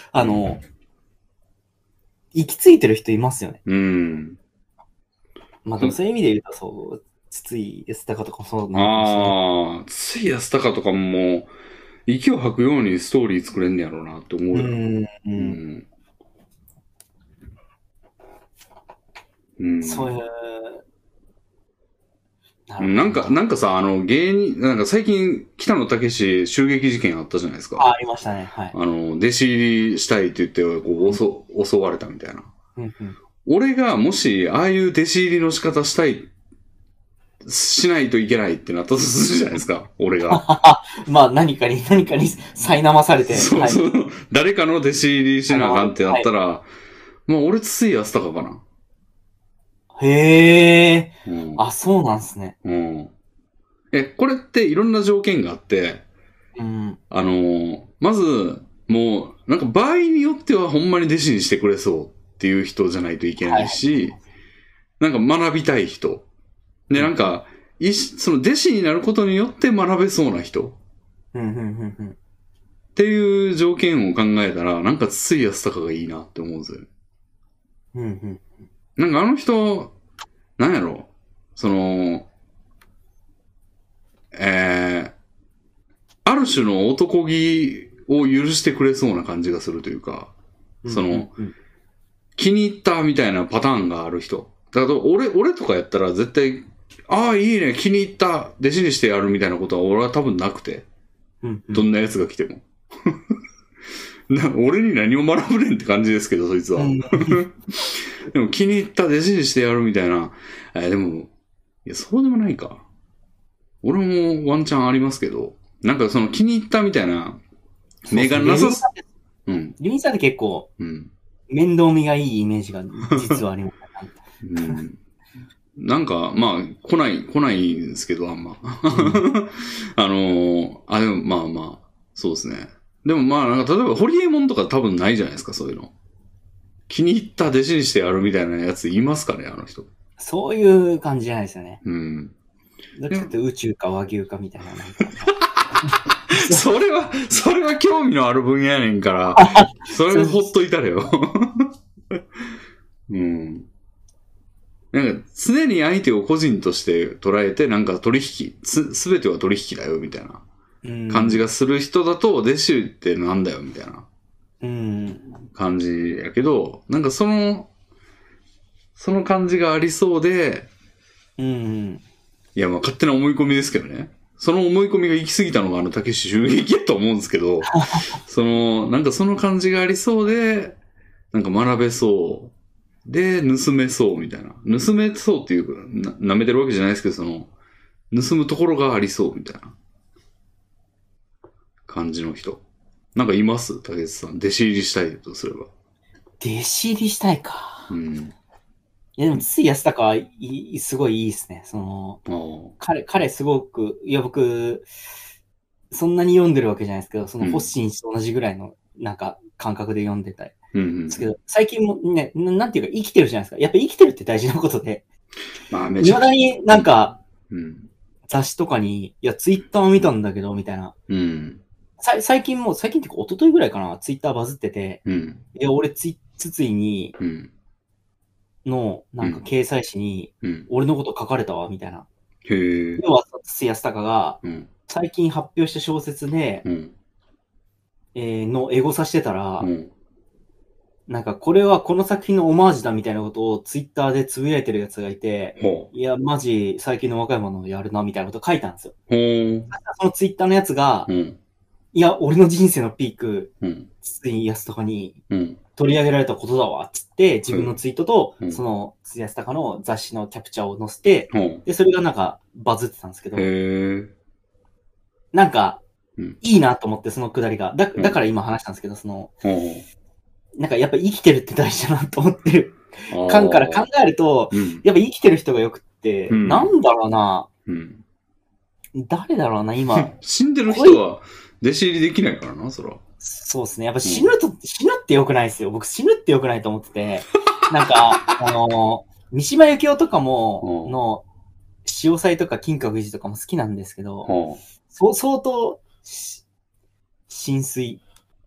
行き着いてる人いますよね。まあでもそういう意味で言うと、そう、筒井康隆とかもそうなんですね。筒井康隆とかも、息を吐くようにストーリー作れんねやろうなって思うよ。 そういう、 なんかさ、芸人、なんか最近、北野武襲撃事件あったじゃないですか。 ありましたね。はい。 弟子入りしたいって言って、襲われたみたいな。俺がもし、ああいう弟子入りの仕方しないといけないってなったとするじゃないですか、俺が。 まあ何かに苛まされて。 そうそう。誰かの弟子入りしなあかんってなったら、まあ俺筒井康隆かな。 へえ。そうなんすね。 これっていろんな条件があって、まず、もう、なんか場合によってはほんまに弟子にしてくれそうっていう人じゃないといけないし、なんか学びたい人。で、なんか、その弟子になることによって学べそうな人。っていう条件を考えたら、なんか筒井康隆がいいなって思うんですよ。なんかあの人、なんやろある種の男気を許してくれそうな感じがするというか、気に入ったみたいなパターンがある人。だから俺とかやったら絶対、ああ、いいね、気に入った、弟子にしてやるみたいなことは俺は多分なくて。どんな奴が来ても。俺に何を学ぶねんって感じですけど、そいつは。でも気に入った弟子にしてやるみたいな。でも、いや、そうでもないか。俺もワンチャンありますけど、なんかその気に入ったみたいな、目がなさす。 リンさんって結構、面倒見がいいイメージが実はあります。 なんか、まあ、来ないんですけど、あんま。でもまあ、そうですね。でもまあ、なんか例えば、ホリエモンとか多分ないじゃないですか、そういうの。気に入った弟子にしてやるみたいなやついますかね、あの人。 そういう感じじゃないですよね。どっちかって宇宙か和牛かみたいな。 それは興味のある分野やねんから、それはほっといたれよ。なんか常に相手を個人として捉えて、なんか取引、すべては取引だよみたいな感じがする人だと、弟子ってなんだよみたいな感じやけど、なんかその感じがありそうで、いやまあ勝手な思い込みですけどね。その思い込みが行き過ぎたのがたけし襲撃やと思うんですけど、なんかその感じがありそうで、なんか学べそう。で、盗めそうみたいな。盗めそうっていうか、舐めてるわけじゃないですけど、盗むところがありそうみたいな感じの人。なんかいます竹内さん。弟子入りしたいとすれば。 弟子入りしたいか。いやでも、筒井康隆はすごいいいですね。彼すごく、いや僕、そんなに読んでるわけじゃないですけど、ホッシン氏と同じぐらいの、なんか、感覚で読んでたり。ですけど、最近もね、なんていうか生きてるじゃないですか。やっぱ生きてるって大事なことで。まあ、めちゃくちゃ。未だになんか、雑誌とかに、いや、ツイッター見たんだけど、みたいな。最近っていうか、一昨日ぐらいかな、ツイッターバズってて、いや、俺、筒井に、なんか、掲載誌に、俺のこと書かれたわ、みたいな。要は、筒井康隆が、最近発表した小説で、のエゴサしてたら、なんかこれはこの作品のオマージュだみたいなことをツイッターでつぶやいてるやつがいて、いや、マジ最近の若いものをやるなみたいなこと書いたんですよ。そのツイッターのやつが、いや、俺の人生のピーク、筒井康隆に取り上げられたことだわ、つって、自分のツイートと、その筒井康隆の雑誌のキャプチャーを載せて、で、それがなんかバズってたんですけど、なんか、いいなと思って、そのくだりが。だから今話したんですけど、なんかやっぱ生きてるって大事だなと思ってる感から考えると、やっぱ生きてる人がよくって、なんだろうな、誰だろうな、今。 死んでる人は弟子入りできないからな、そら。 そうですね。やっぱ死ぬって良くないですよ。僕死ぬって良くないと思ってて、なんか、三島由紀夫とかも、潮騒とか金閣寺とかも好きなんですけど、相当、浸水、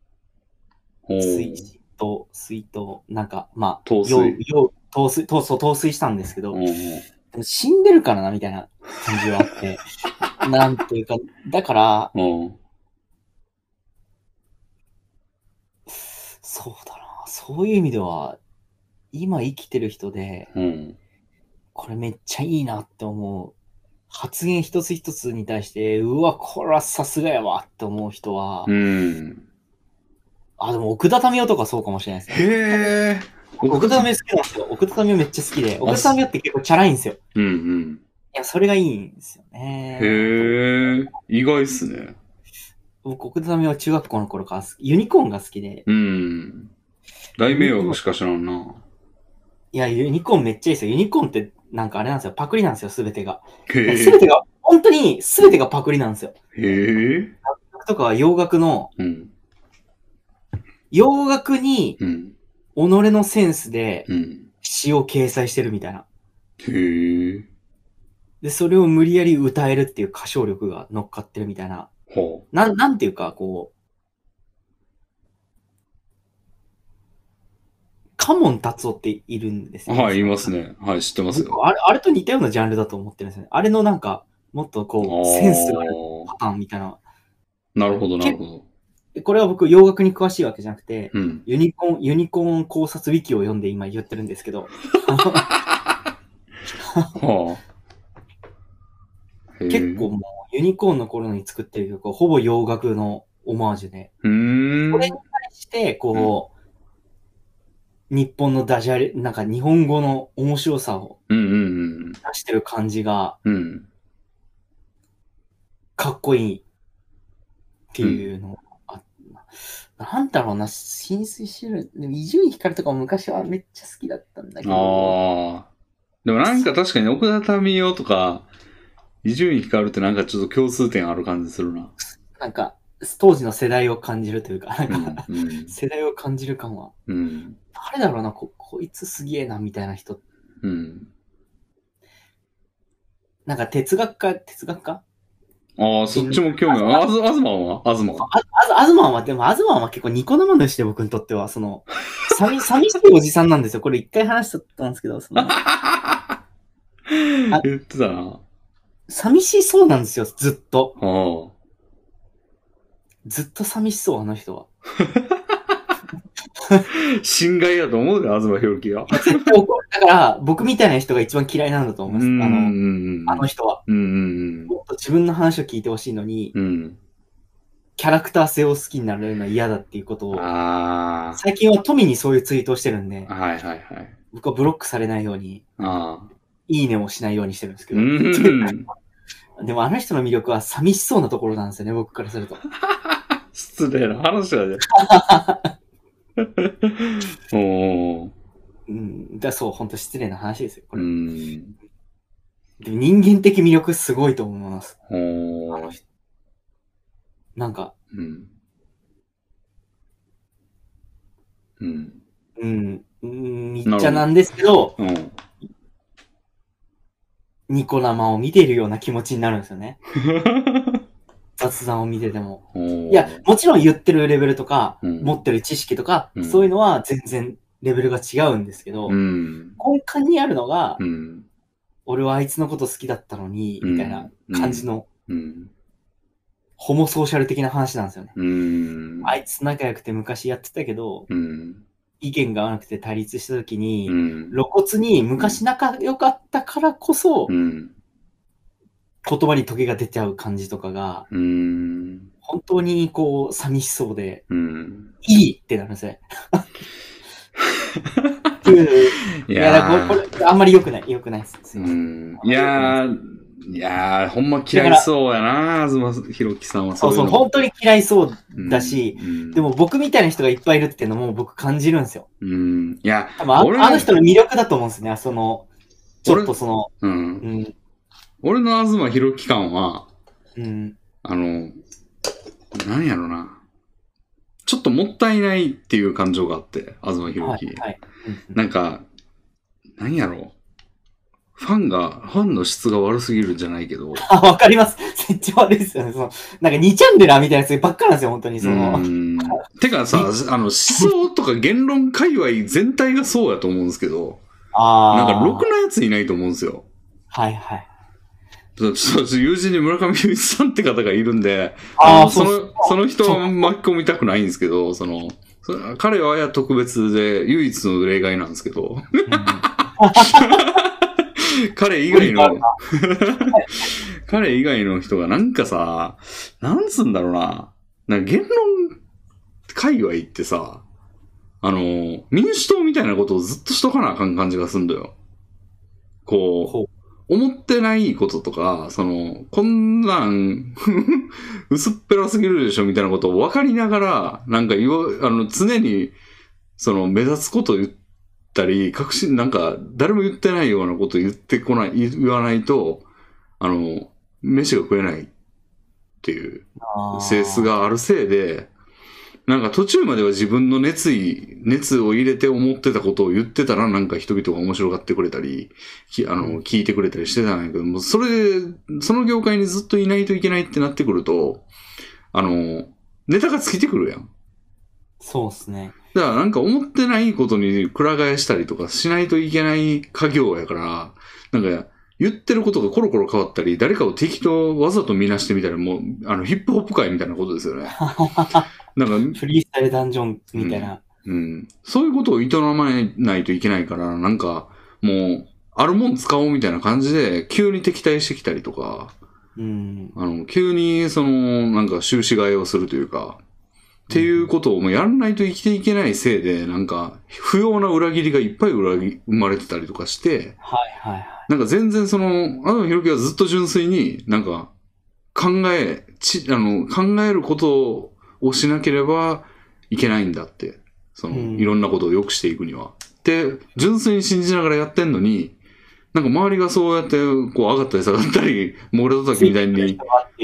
なんか、まあ、 陶水したんですけど、でも死んでるからな、みたいな感じはあって、なんていうか、だから、そうだな、そういう意味では、今生きてる人で、これめっちゃいいなって思う、発言一つ一つに対して、うわ、これはさすがやわって思う人は、でも奥田民生とかそうかもしれないですね。 へー。奥田民生好きなんですよ。奥田民生めっちゃ好きで、奥田民生って結構チャラいんですよ。いや、それがいいんですよね。 へー。意外っすね。 僕、奥田民生は中学校の頃からユニコーンが好きで。 大迷惑しか知らんな。 いや、ユニコーンめっちゃいいですよ。ユニコーンってなんかあれなんですよ。パクリなんですよ、すべてが。すべてが、本当にすべてがパクリなんですよ。 へー。 とかは洋楽の、洋楽に、己のセンスで詩を掲載してるみたいな。で、それを無理やり歌えるっていう歌唱力が乗っかってるみたいな。なんていうか、こう、カモン達夫っているんですよ。 はい、いますね。はい、知ってますよ。 あれと似たようなジャンルだと思ってるんですよね。あれのなんか、 もっとこう、センスがあるパターンみたいな。 なるほど、なるほど。 これは僕、洋楽に詳しいわけじゃなくて、 うん、 ユニコーン考察ウィキを読んで今言ってるんですけど。結構もう、ユニコーンの頃に作ってる曲はほぼ洋楽のオマージュで。それに対して、こう、日本のダジャレ、なんか日本語の面白さを出してる感じが、かっこいいっていうのが、なんだろうな、浸水してる。伊集院光とかも昔はめっちゃ好きだったんだけど。 でもなんか確かに奥田民生とか、伊集院光ってなんかちょっと共通点ある感じするな。 なんか、当時の世代を感じるというか、なんか、世代を感じる感は。誰だろうな、こいつすげえな、みたいな人。なんか哲学家そっちも興味ある。東はでも東は結構ニコ生主で僕にとっては、寂しいおじさんなんですよ。これ一回話しちゃったんですけど、 言ってたな。 寂しそうなんですよ、ずっと。ずっと寂しそう、あの人は。 心外だと思うよ、東博樹は。 だから、僕みたいな人が一番嫌いなんだと思います。あの人は。もっと自分の話を聞いてほしいのに、キャラクター性を好きになるのは嫌だっていうことを、最近は富にそういうツイートをしてるんで、僕はブロックされないように、いいねをしないようにしてるんですけど。でもあの人の魅力は寂しそうなところなんですよね、僕からすると。 失礼な話だね。 そう、本当失礼な話ですよ、これ。でも人間的魅力すごいと思います。なんか、言っちゃなんですけど、ニコ生を見ているような気持ちになるんですよね。雑談を見てても。いや、もちろん言ってるレベルとか、持ってる知識とか、そういうのは全然レベルが違うんですけど、根幹にあるのが、俺はあいつのこと好きだったのに、みたいな感じの、ホモソーシャル的な話なんですよね。あいつ仲良くて昔やってたけど、意見が合わなくて対立した時に、露骨に昔仲良かったからこそ、言葉にトゲが出ちゃう感じとかが、本当にこう、寂しそうで、いいってなるんですね。いや、これ、あんまり良くないです。 いやー、ほんま嫌いそうやな、東博樹さんは。 そう、本当に嫌いそうだし、でも僕みたいな人がいっぱいいるっていうのも僕感じるんですよ。 いや、 多分あの人の魅力だと思うんですね、ちょっと俺の東博樹感は、何やろな。ちょっともったいないっていう感情があって、東博樹。なんか、何やろ。ファンの質が悪すぎるんじゃないけど。 わかります。めっちゃ悪いですよね。なんか2チャンネラーみたいなやつばっかなんですよ、本当に。 てかさ、思想とか言論界隈全体がそうやと思うんですけど、なんかろくなやついないと思うんですよ。友人に村上雄一さんって方がいるんで、その人を巻き込みたくないんですけど、彼は特別で唯一の例外なんですけど、彼以外の人がなんかさ、なんつうんだろうな。なんか言論界隈ってさ、民主党みたいなことをずっとしとかなあかん感じがすんだよ。こう、思ってないこととか、こんなん薄っぺらすぎるでしょみたいなことを分かりながら、なんか常に、目立つことを言ったり、なんか、誰も言ってないようなことを言わないと、飯が食えないっていう性質があるせいで、なんか途中までは自分の熱を入れて思ってたことを言ってたら、なんか人々が面白がってくれたり、聞いてくれたりしてたんやけども、その業界にずっといないといけないってなってくると、ネタが尽きてくるやん。 そうですね。 だからなんか思ってないことにくら替えしたりとかしないといけない家業やから、なんか言ってることがコロコロ変わったり、誰かを敵とわざと見なしてみたいな、もう、ヒップホップ界みたいなことですよね。 なんか、フリースタイルダンジョンみたいな。 そういうことを営まないといけないから、なんか、もう、あるもん使おうみたいな感じで、急に敵対してきたりとか、急に、なんか、終始替えをするというか、っていうことをもうやらないと生きていけないせいで、なんか、不要な裏切りがいっぱい生まれてたりとかして、なんか全然東博樹はずっと純粋になんか、考えることをしなければいけないんだって、いろんなことを良くしていくには。で、純粋に信じながらやってんのに、なんか周りがそうやって、こう上がったり下がったり、モグラ叩きみたいに、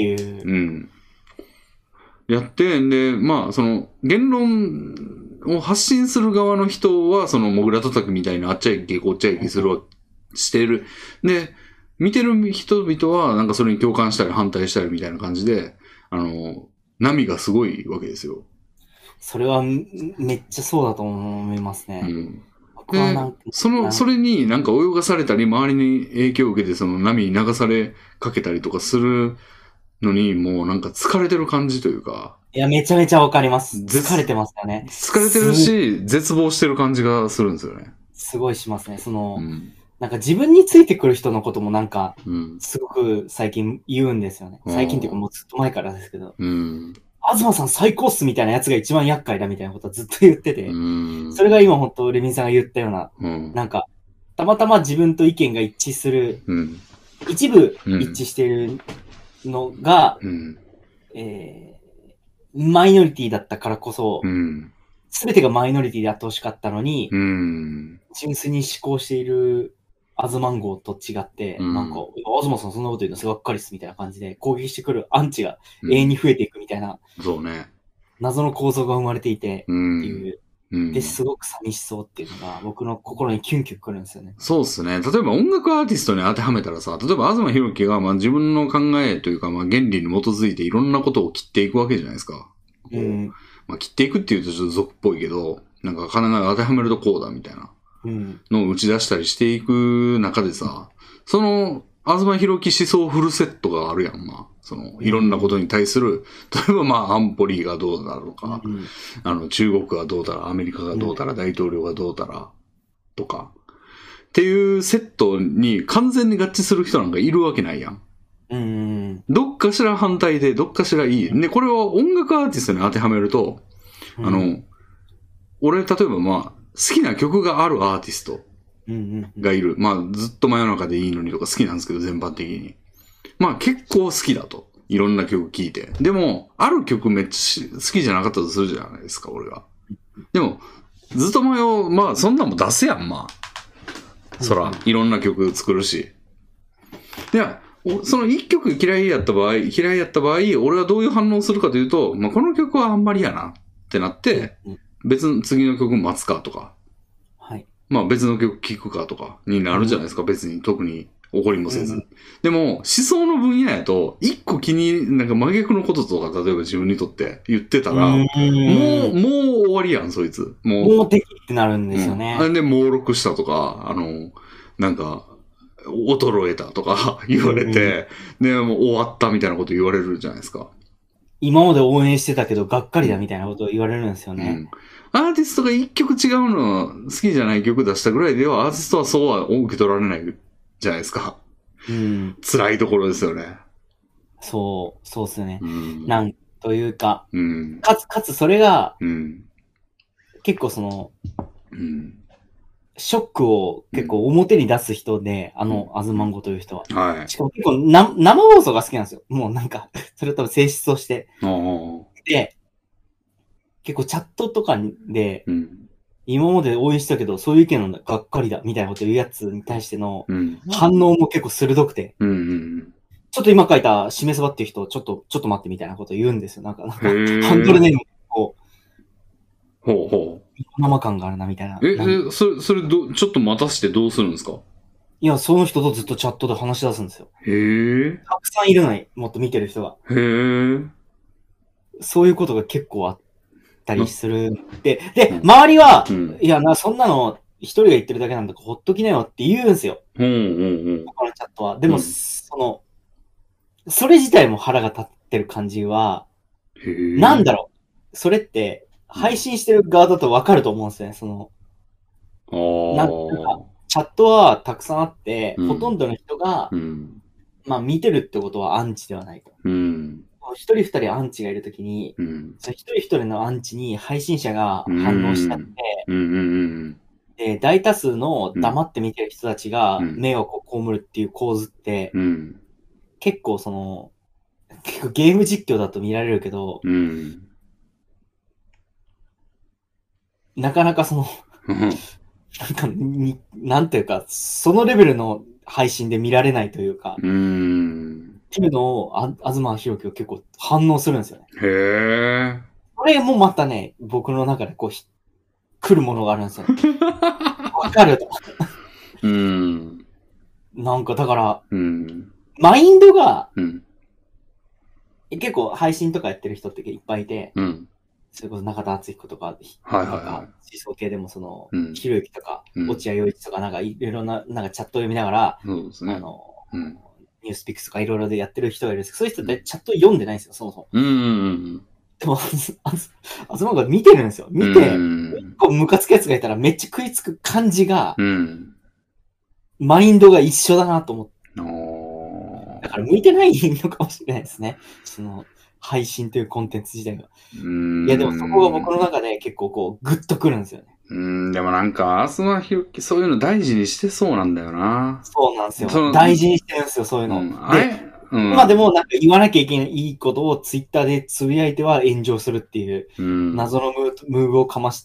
やって、で、まあ、言論を発信する側の人は、モグラ叩きみたいなあっちゃいけ、こっちゃいけしてる。で、見てる人々は、なんかそれに共感したり反対したりみたいな感じで、波がすごいわけですよ。 それはめっちゃそうだと思いますね。 で、それになんか泳がされたり、周りに影響を受けて波に流されかけたりとかするのに、もうなんか疲れてる感じというか。 いや、めちゃめちゃわかります。疲れてますよね。 疲れてるし、絶望してる感じがするんですよね。 すごいしますね。なんか自分についてくる人のこともなんか、すごく最近言うんですよね。最近っていうかもうずっと前からですけど。東さん最高っすみたいなやつが一番厄介だみたいなことはずっと言ってて。それが今本当レミンさんが言ったような、なんか、たまたま自分と意見が一致する、一部一致しているのが、マイノリティだったからこそ、すべてがマイノリティであってほしかったのに、純粋に思考しているアズマン号と違って、なんか、東さんそんなこと言うのすがっかりっすみたいな感じで、攻撃してくるアンチが永遠に増えていくみたいな、 そうね。 謎の構造が生まれていて、っていう、で、すごく寂しそうっていうのが、僕の心にキュンキュンくるんですよね。 そうっすね。例えば音楽アーティストに当てはめたらさ、例えば東博樹が自分の考えというか、原理に基づいていろんなことを切っていくわけじゃないですか。切っていくっていうとちょっと俗っぽいけど、なんか考えを当てはめるとこうだみたいなのを打ち出したりしていく中でさ、東博樹思想フルセットがあるやん、いろんなことに対する、例えば安保理がどうだとか、中国がどうだら、アメリカがどうだら、大統領がどうだら、とか、っていうセットに完全に合致する人なんかいるわけないやん。どっかしら反対で、どっかしらいい。で、これを音楽アーティストに当てはめると、俺、例えば好きな曲があるアーティストがいる。ずっと真夜中でいいのにとか好きなんですけど、全般的に。結構好きだと。いろんな曲聴いて。でも、ある曲めっちゃ好きじゃなかったとするじゃないですか、俺が。でも、ずっと前を、そんなんも出すやん、そら、いろんな曲作るし。で、その一曲嫌いやった場合、俺はどういう反応するかというと、この曲はあんまりやなってなって、次の曲待つかとか、別の曲聴くかとかになるじゃないですか、別に特に怒りもせず。でも、思想の分野やと、一個なんか真逆のこととか、例えば自分にとって言ってたら、もう終わりやん、そいつ。 もう敵ってなるんですよね。 で、猛録したとか、なんか、衰えたとか言われて、で、もう終わったみたいなこと言われるじゃないですか。 今まで応援してたけど、がっかりだみたいなことを言われるんですよね。 アーティストが一曲違うの好きじゃない曲出したぐらいでは、アーティストはそうは受け取られないじゃないですか。辛いところですよね。 そうっすね。なんというか、かつそれが、結構ショックを結構表に出す人で、アズマンゴという人は。しかも結構生放送が好きなんですよ。もうなんか、それ多分性質として。で、結構チャットとかで、今まで応援したけど、そういう意見がっかりだみたいなこと言うやつに対しての反応も結構鋭くて、ちょっと今書いた示すばっていう人、ちょっと待ってみたいなこと言うんですよ。なんかハンドルネームを、生感があるなみたいな。 それちょっと待たしてどうするんですか？ いや、その人とずっとチャットで話し出すんですよ。たくさんいるのに、もっと見てる人が。そういうことが結構あったりする。で、周りは、いや、そんなの一人が言ってるだけなんだからほっときなよって言うんすよ。 うんうんうん。 他のチャットは。でも、それ自体も腹が立ってる感じは、なんだろう。それって、配信してる側だとわかると思うんですよね。なんか、チャットはたくさんあって、ほとんどの人が、まあ見てるってことはアンチではないと。一人二人アンチがいるときに、一人一人のアンチに配信者が反応しちゃって、で、大多数の黙って見てる人たちが迷惑を被るっていう構図って、結構ゲーム実況だと見られるけど、なかなかなんていうか、そのレベルの配信で見られないというか、っていうのを、東博樹は結構反応するんですよね。 へー。 これもまたね、僕の中で来るものがあるんですよ。わかると。なんかだから、マインドが、結構配信とかやってる人っていっぱいいて、それこそ中田敦彦とか、なんか思想系でもひろゆきとか、落合陽一とか、なんかいろいろな、なんかチャット読みながら、ニュースピックスとかいろいろでやってる人がいるんですけど、そういう人ってチャット読んでないんですよ、そもそも。でも、東が見てるんですよ。見て、ムカつくやつがいたらめっちゃ食いつく感じが、マインドが一緒だなと思って。だから向いてないのかもしれないですね。配信というコンテンツ自体が。いや、でもそこが僕の中で結構グッとくるんですよね。 でもなんか、東博樹そういうの大事にしてそうなんだよな。 そうなんですよ。大事にしてるんですよ、そういうの。で、今でもなんか言わなきゃいけないことをツイッターでつぶやいては炎上するっていう、謎のムーブをかまして、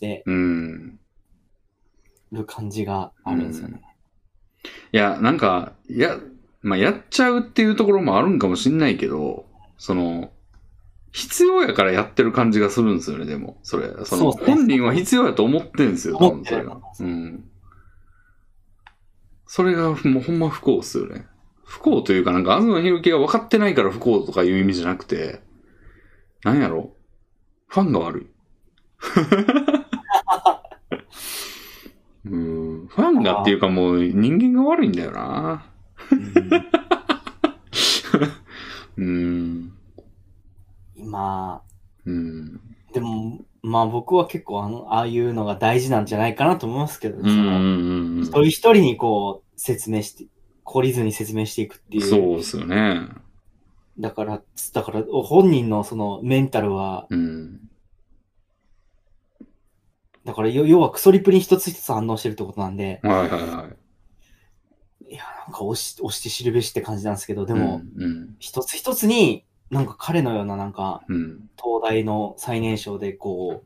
る感じがあるんですよね。 いや、なんか、まあ、やっちゃうっていうところもあるんかもしんないけど、必要やからやってる感じがするんですよね、でも。本人は必要やと思ってんですよ、多分それが。それがもうほんま不幸っすよね。不幸というか、なんか、東博樹が分かってないから不幸とかいう意味じゃなくて、なんやろ？ファンが悪い。ファンがっていうかもう人間が悪いんだよな。 でも、まあ僕は結構ああいうのが大事なんじゃないかなと思いますけど、一人一人に説明して、懲りずに説明していくっていう。 そうですよね。 だから本人のメンタルは、だから要はクソリプに一つ一つ反応してるってことなんで、いや、なんか押して知るべしって感じなんですけど、でも、一つ一つに、なんか彼のようななんか、東大の最年少で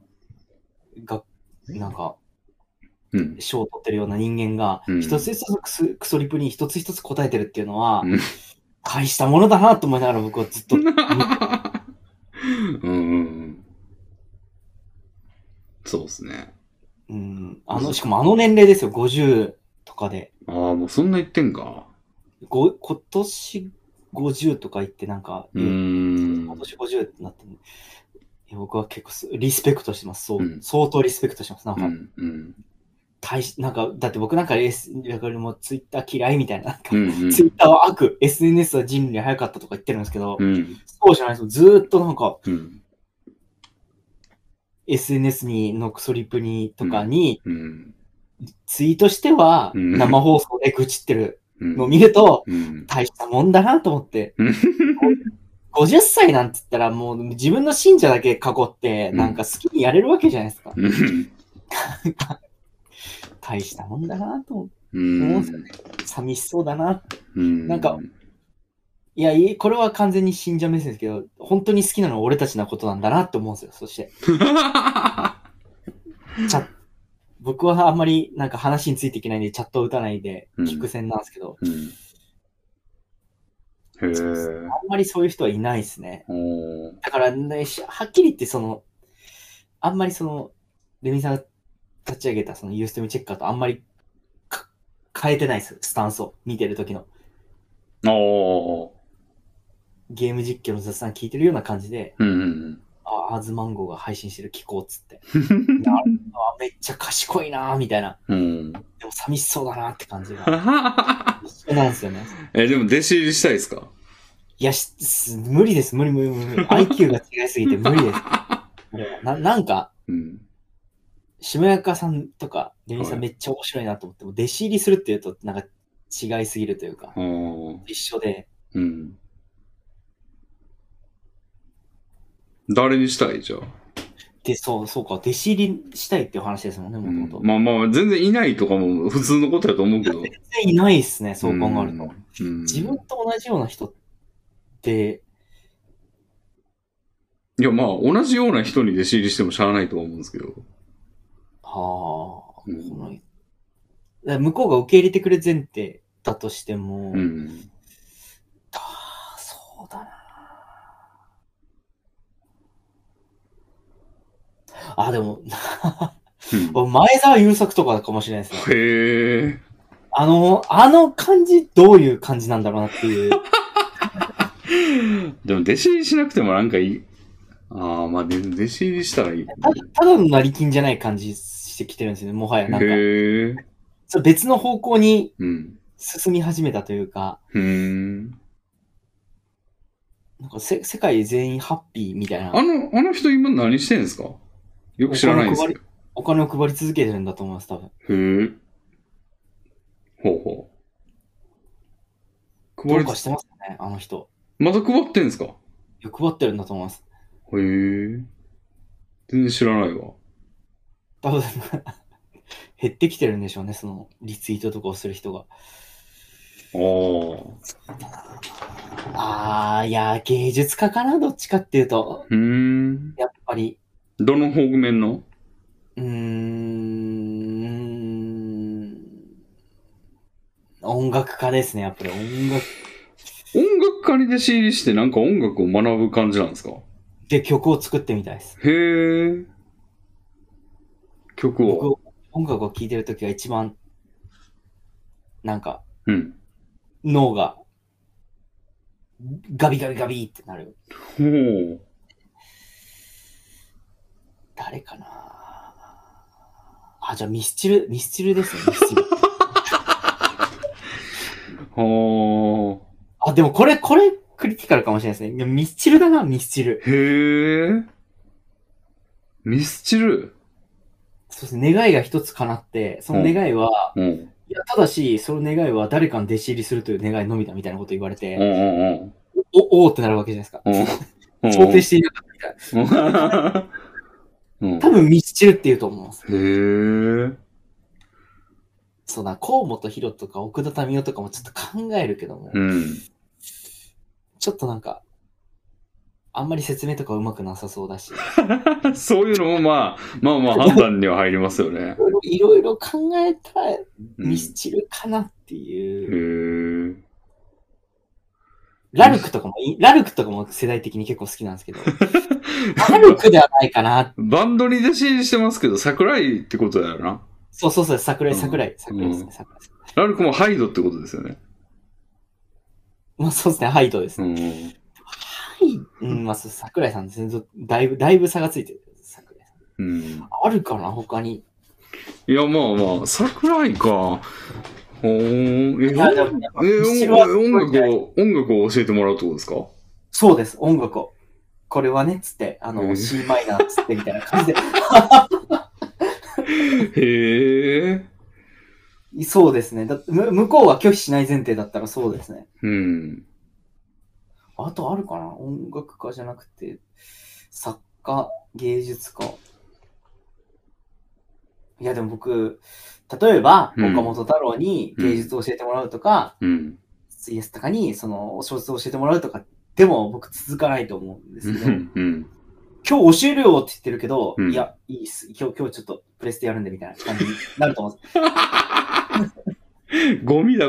なんか、賞を取ってるような人間が、一つ一つクソリプに一つ一つ答えてるっていうのは、大したものだなと思いながら僕はずっと。 そうですね。 しかも年齢ですよ、50とかで。 ああ、もうそんな言ってんか。 今年50とか言ってなんか、今年50ってなってる。僕は結構リスペクトしてます。相当リスペクトしてます。なんか、なんか、だって僕なんかもツイッター嫌いみたいな、ツイッターは悪、SNS は人類早かったとか言ってるんですけど、そうじゃないですよ。ずーっとなんか、SNS のクソリプにとかに、ツイートしては生放送で愚痴ってるのを見ると、大したもんだなと思って、50歳なんて言ったらもう自分の信者だけ囲ってなんか好きにやれるわけじゃないですか。大したもんだなと思うんですよね。寂しそうだな。なんか、いや、これは完全に信者目線ですけど、本当に好きなのは俺たちのことなんだなって思うんですよ、そして。僕はあんまりなんか話についていけないんで、チャットを打たないで聞く線なんですけど、あんまりそういう人はいないですね。だからね、はっきり言ってあんまりレミさんが立ち上げたユーストミチェッカーとあんまり変えてないです、スタンスを見てる時の。ゲーム実況の雑談聞いてるような感じで、 アーズマンゴーが配信してる聞こうっつって。めっちゃ賢いなーみたいな。でも寂しそうだなって感じが。一緒なんですよね。 でも弟子入りしたいですか？ いや、無理です。無理。IQ が違いすぎて無理です。なんか、しもやかさんとか、レミさんめっちゃ面白いなと思っても、弟子入りするっていうと、なんか違いすぎるというか、一緒で。 誰にしたいじゃあ。 で、そうか、弟子入りしたいっていう話ですもんね、もともと。 まあ、全然いないとかも普通のことだと思うけど。 全然いないっすね、そう考えると。自分と同じような人って、 いや、まあ、同じような人に弟子入りしてもしゃあないとは思うんですけど。 向こうが受け入れてくれ前提だとしても、そうだな。でも、前澤友作とかかもしれないですね。 へえ。 あの感じ、どういう感じなんだろうなっていう。 でも、弟子入りしなくてもなんかいい。まあ、弟子入りしたらいい。 ただの成金じゃない感じしてきてるんですよね、もはや。なんか。別の方向に進み始めたというか。なんか世界全員ハッピーみたいな。 あの人今何してんですか？よく知らないんですけど。 お金を配り続けてるんだと思います、多分。 ほう。 どうかしてますね、あの人。 まだ配ってんですか？ 配ってるんだと思います。 へえ。全然知らないわ。 多分減ってきてるんでしょうね、そのリツイートとかをする人が。いや、芸術家かな、どっちかっていうと。やっぱり。 どの方面の？ 音楽家ですね、やっぱり音楽家に弟子入りしてなんか音楽を学ぶ感じなんですか？ で、曲を作ってみたいです。 へえ。曲を。 僕、音楽を聴いてるときは一番、なんか、脳が、ガビガビガビってなる。誰かな？じゃあミスチルですね、ミスチル。でもこれ、クリティカルかもしれないですね。ミスチルだな、ミスチル。 へえ。ミスチル？ そうですね、願いが一つ叶って、その願いは、いや、ただし、その願いは誰かに弟子入りするという願いのみだみたいなこと言われて、おーってなるわけじゃないですか。想定していなかったみたいな。多分ミスチルって言うと思います。 へえ。 そうだ、河本大とか奥田民生とかもちょっと考えるけども、ちょっとなんか、あんまり説明とかうまくなさそうだし。 そういうのもまあ判断には入りますよね。 いろいろ考えたらミスチルかなっていう。ラルクとかも世代的に結構好きなんですけど。ラルクではないかな。 バンドに弟子入りしてますけど、桜井ってことだよな。 そう、桜井ですね、 ラルクもハイドってことですよね。 まあそうですね、ハイドですね。まあ桜井さんですね。だいぶ差がついてる。桜井さん。あるかな、他に。 いや、まあ、桜井か。音楽を教えてもらうってことですか？ そうです、音楽を。これはね、つって、C マイナーつってみたいな感じで。 へえ。 そうですね。向こうは拒否しない前提だったらそうですね。あとあるかな？音楽家じゃなくて、作家、芸術家。いや、でも僕、例えば、岡本太郎に芸術を教えてもらうとか、CS とかにその小説を教えてもらうとか、でも僕続かないと思うんですけど、今日教えるよって言ってるけど、いや、いいっす。今日ちょっとプレステやるんでみたいな感じになると思うんです。 ゴミだ。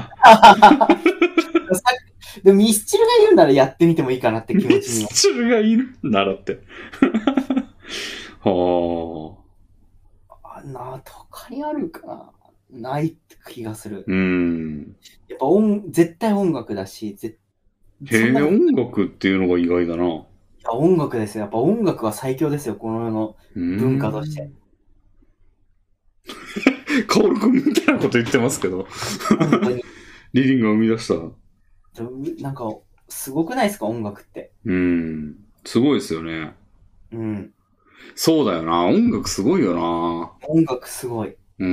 でもミスチルが言うならやってみてもいいかなって気持ちには。ミスチルがいるならって。はあ。他にあるかな？ない気がする。やっぱ絶対音楽だし、 音楽っていうのが意外だな。い音楽ですよ。やっぱ音楽は最強ですよ、この世の文化として。 カオル君みたいなこと言ってますけど。本当に。リリンが生み出した。 なんか、すごくないですか、音楽って。 すごいですよね。 うん。 そうだよな。音楽すごいよな。 音楽すごい。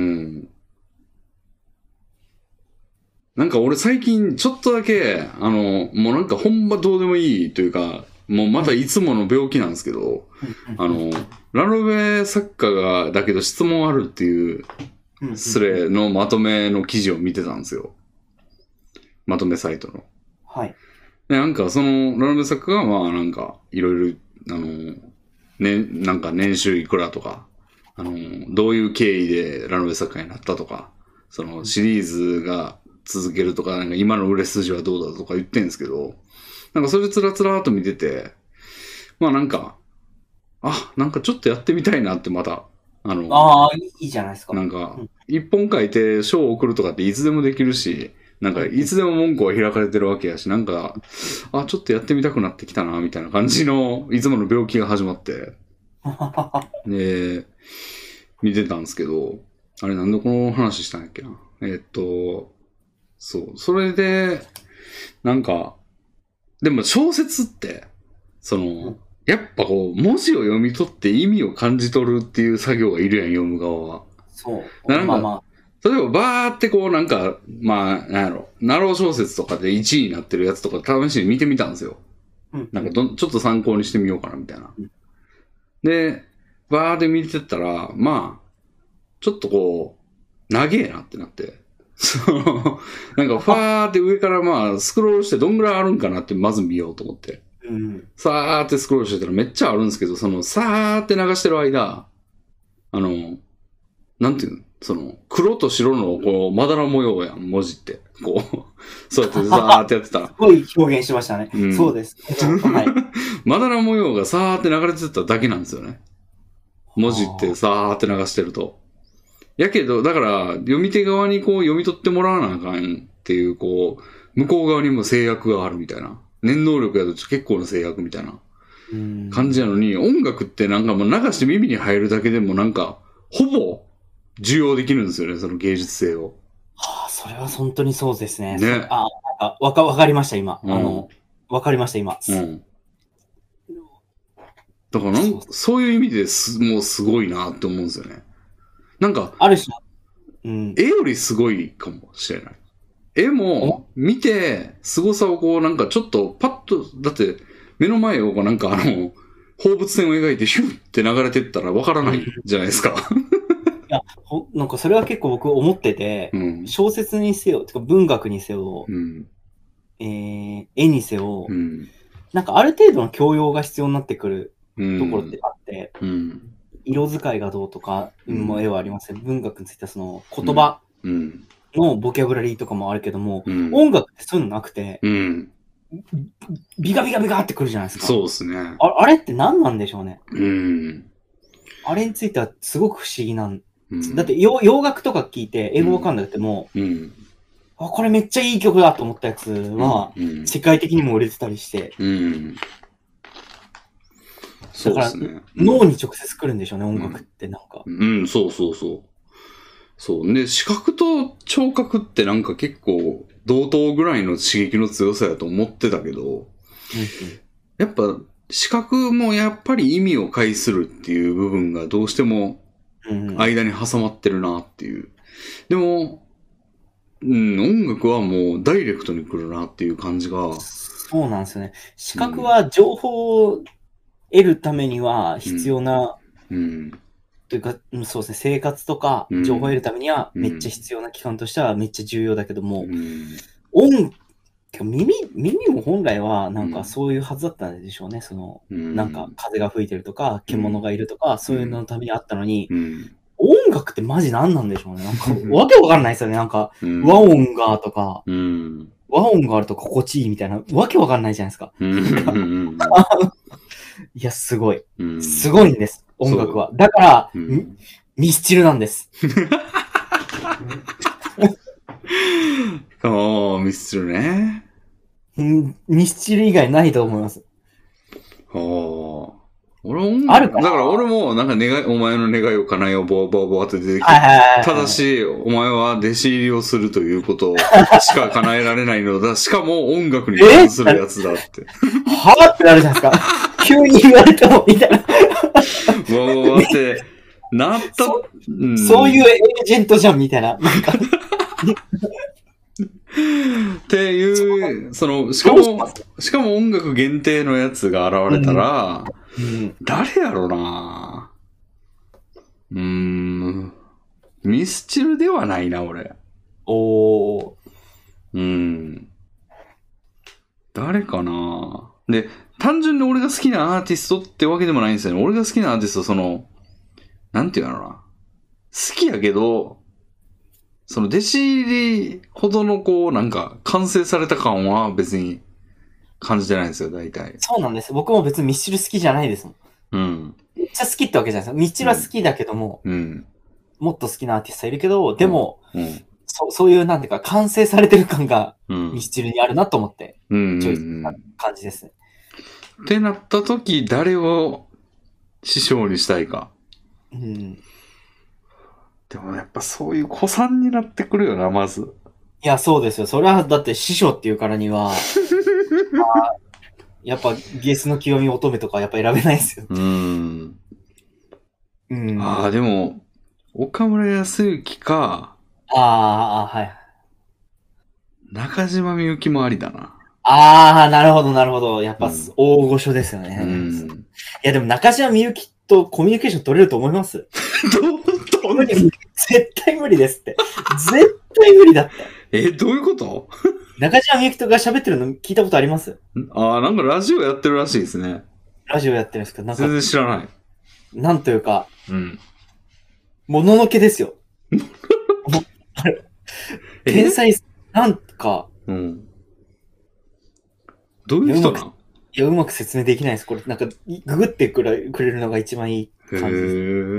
なんか俺最近ちょっとだけ、もうなんかほんまどうでもいいというか、もうまたいつもの病気なんですけど、ラノベ作家が、だけど質問あるっていうスレのまとめの記事を見てたんですよ。まとめサイトの。 はい。 で、なんかそのラノベ作家がまあなんかいろいろ、なんか年収いくらとか、どういう経緯でラノベ作家になったとか、そのシリーズが続けるとか、なんか今の売れ筋はどうだとか言ってんですけど、なんかそれつらつらーと見てて、まあなんか、なんかちょっとやってみたいなってまた、 いいじゃないですか。 なんか、一本書いて賞を送るとかっていつでもできるし、なんかいつでも門戸は開かれてるわけやし、なんか、ちょっとやってみたくなってきたな、みたいな感じの、いつもの病気が始まって、で、見てたんですけど、あれなんでこの話したんやっけな。そう、それで、なんか、でも小説って、やっぱこう、文字を読み取って意味を感じ取るっていう作業がいるやん、読む側は。 そう。 なんか、例えばバーってこうなんか、なんやろ、ナロー小説とかで1位になってるやつとか試しに見てみたんですよ。なんかちょっと参考にしてみようかな、みたいな。で、バーで見てたら、ちょっとこう、長えなってなって。なんかファーって上からスクロールしてどんぐらいあるんかなってまず見ようと思って。さーってスクロールしてたらめっちゃあるんですけど、さーって流してる間、なんていうの黒と白のこう、まだら模様やん、文字って。こう、そうやってさーってやってたら。 すごい表現しましたね。そうです。はい、 まだら模様がさーって流れてただけなんですよね。文字ってさーって流してると。やけど、だから、読み手側にこう読み取ってもらわなあかんっていう、こう、向こう側にも制約があるみたいな。念能力やと結構な制約みたいな感じなのに、音楽ってなんかもう流して耳に入るだけでもなんか、ほぼ受容できるんですよね、その芸術性を。 それは本当にそうですね。 ね。 わかりました、今。わかりました、今。 だからそういう意味でもうすごいなって思うんですよね。なんか、 ある種、 絵よりすごいかもしれない。絵も見て、凄さをこうなんかちょっとパッと、だって目の前をこうなんか放物線を描いてヒュッって流れてったらわからないじゃないですか。 いや、なんかそれは結構僕思ってて、小説にせよ、てか文学にせよ、絵にせよ、なんかある程度の教養が必要になってくるところってあって、色使いがどうとかも絵はありますね。文学についてはその言葉のボキャブラリーとかもあるけども、音楽ってそういうのなくて、ビカビカビカってくるじゃないですか。 そうですね。 あれって何なんでしょうね。あれについてはすごく不思議なん。だって洋楽とか聞いて英語わかんなくても、これめっちゃいい曲だと思ったやつは、世界的にも売れてたりして。だから、脳に直接来るんでしょうね、音楽ってなんか。 そうそうそう。そうね、視覚と聴覚ってなんか結構同等ぐらいの刺激の強さやと思ってたけど、やっぱ視覚もやっぱり意味を介するっていう部分がどうしても間に挟まってるなっていう。でも、音楽はもうダイレクトに来るなっていう感じが。 そうなんですよね。視覚は情報を得るためには必要な、というか、そうですね、生活とか情報を得るためにはめっちゃ必要な機関としてはめっちゃ重要だけども、耳も本来はなんかそういうはずだったんでしょうね。なんか風が吹いてるとか、獣がいるとか、そういうののためにあったのに、音楽ってマジ何なんでしょうね。なんかわけわかんないですよね。なんか和音がとか、和音があると心地いいみたいな、わけわかんないじゃないですか。いや、すごい。すごいんです。音楽は。だから、ミスチルなんです。 ミスチルね。 ミスチル以外ないと思います。 はあ。俺も、 あるかな。 だから俺も、なんかお前の願いを叶えよう、ボワボワボワって出てきて。ただし、お前は弟子入りをするということしか叶えられないのだ。しかも音楽に関するやつだって。 はぁってなるじゃないですか。急に言われても、みたいな。 ボワボワってなった。 そういうエージェントじゃん、みたいな。なんかっていう、しかも音楽限定のやつが現れたら、誰やろな。ミスチルではないな、俺。誰かな。で、単純に俺が好きなアーティストってわけでもないんですよね。俺が好きなアーティスト、なんていうのかな。好きやけど、弟子入りほどのなんか、完成された感は別に感じてないんですよ、大体。 そうなんです。僕も別にミスチル好きじゃないですもん。めっちゃ好きってわけじゃないですよ。ミスチルは好きだけども、もっと好きなアーティストいるけど、でも、そういう、なんていうか、完成されてる感がミスチルにあるなと思って、チョイスした感じですね。 ってなった時、誰を師匠にしたいか。でもやっぱそういう子さんになってくるよな、まず。 いや、そうですよ。それはだって師匠っていうからには、やっぱゲスの極み乙女とかやっぱ選べないですよ。 でも、岡村康之か。 はい。 中島みゆきもありだな。 なるほど、なるほど。やっぱ大御所ですよね。いや、でも中島みゆきとコミュニケーション取れると思います絶対無理ですって。絶対無理だって。 どういうこと？ 中島みゆきとか喋ってるの聞いたことあります？ なんかラジオやってるらしいですね。 ラジオやってるんですか？なんか全然知らない。 なんというか、もののけですよ。天才、なんか、 どういう人なの？ いや、うまく説明できないです。これ、なんか、ググってくれるのが一番いい感じです。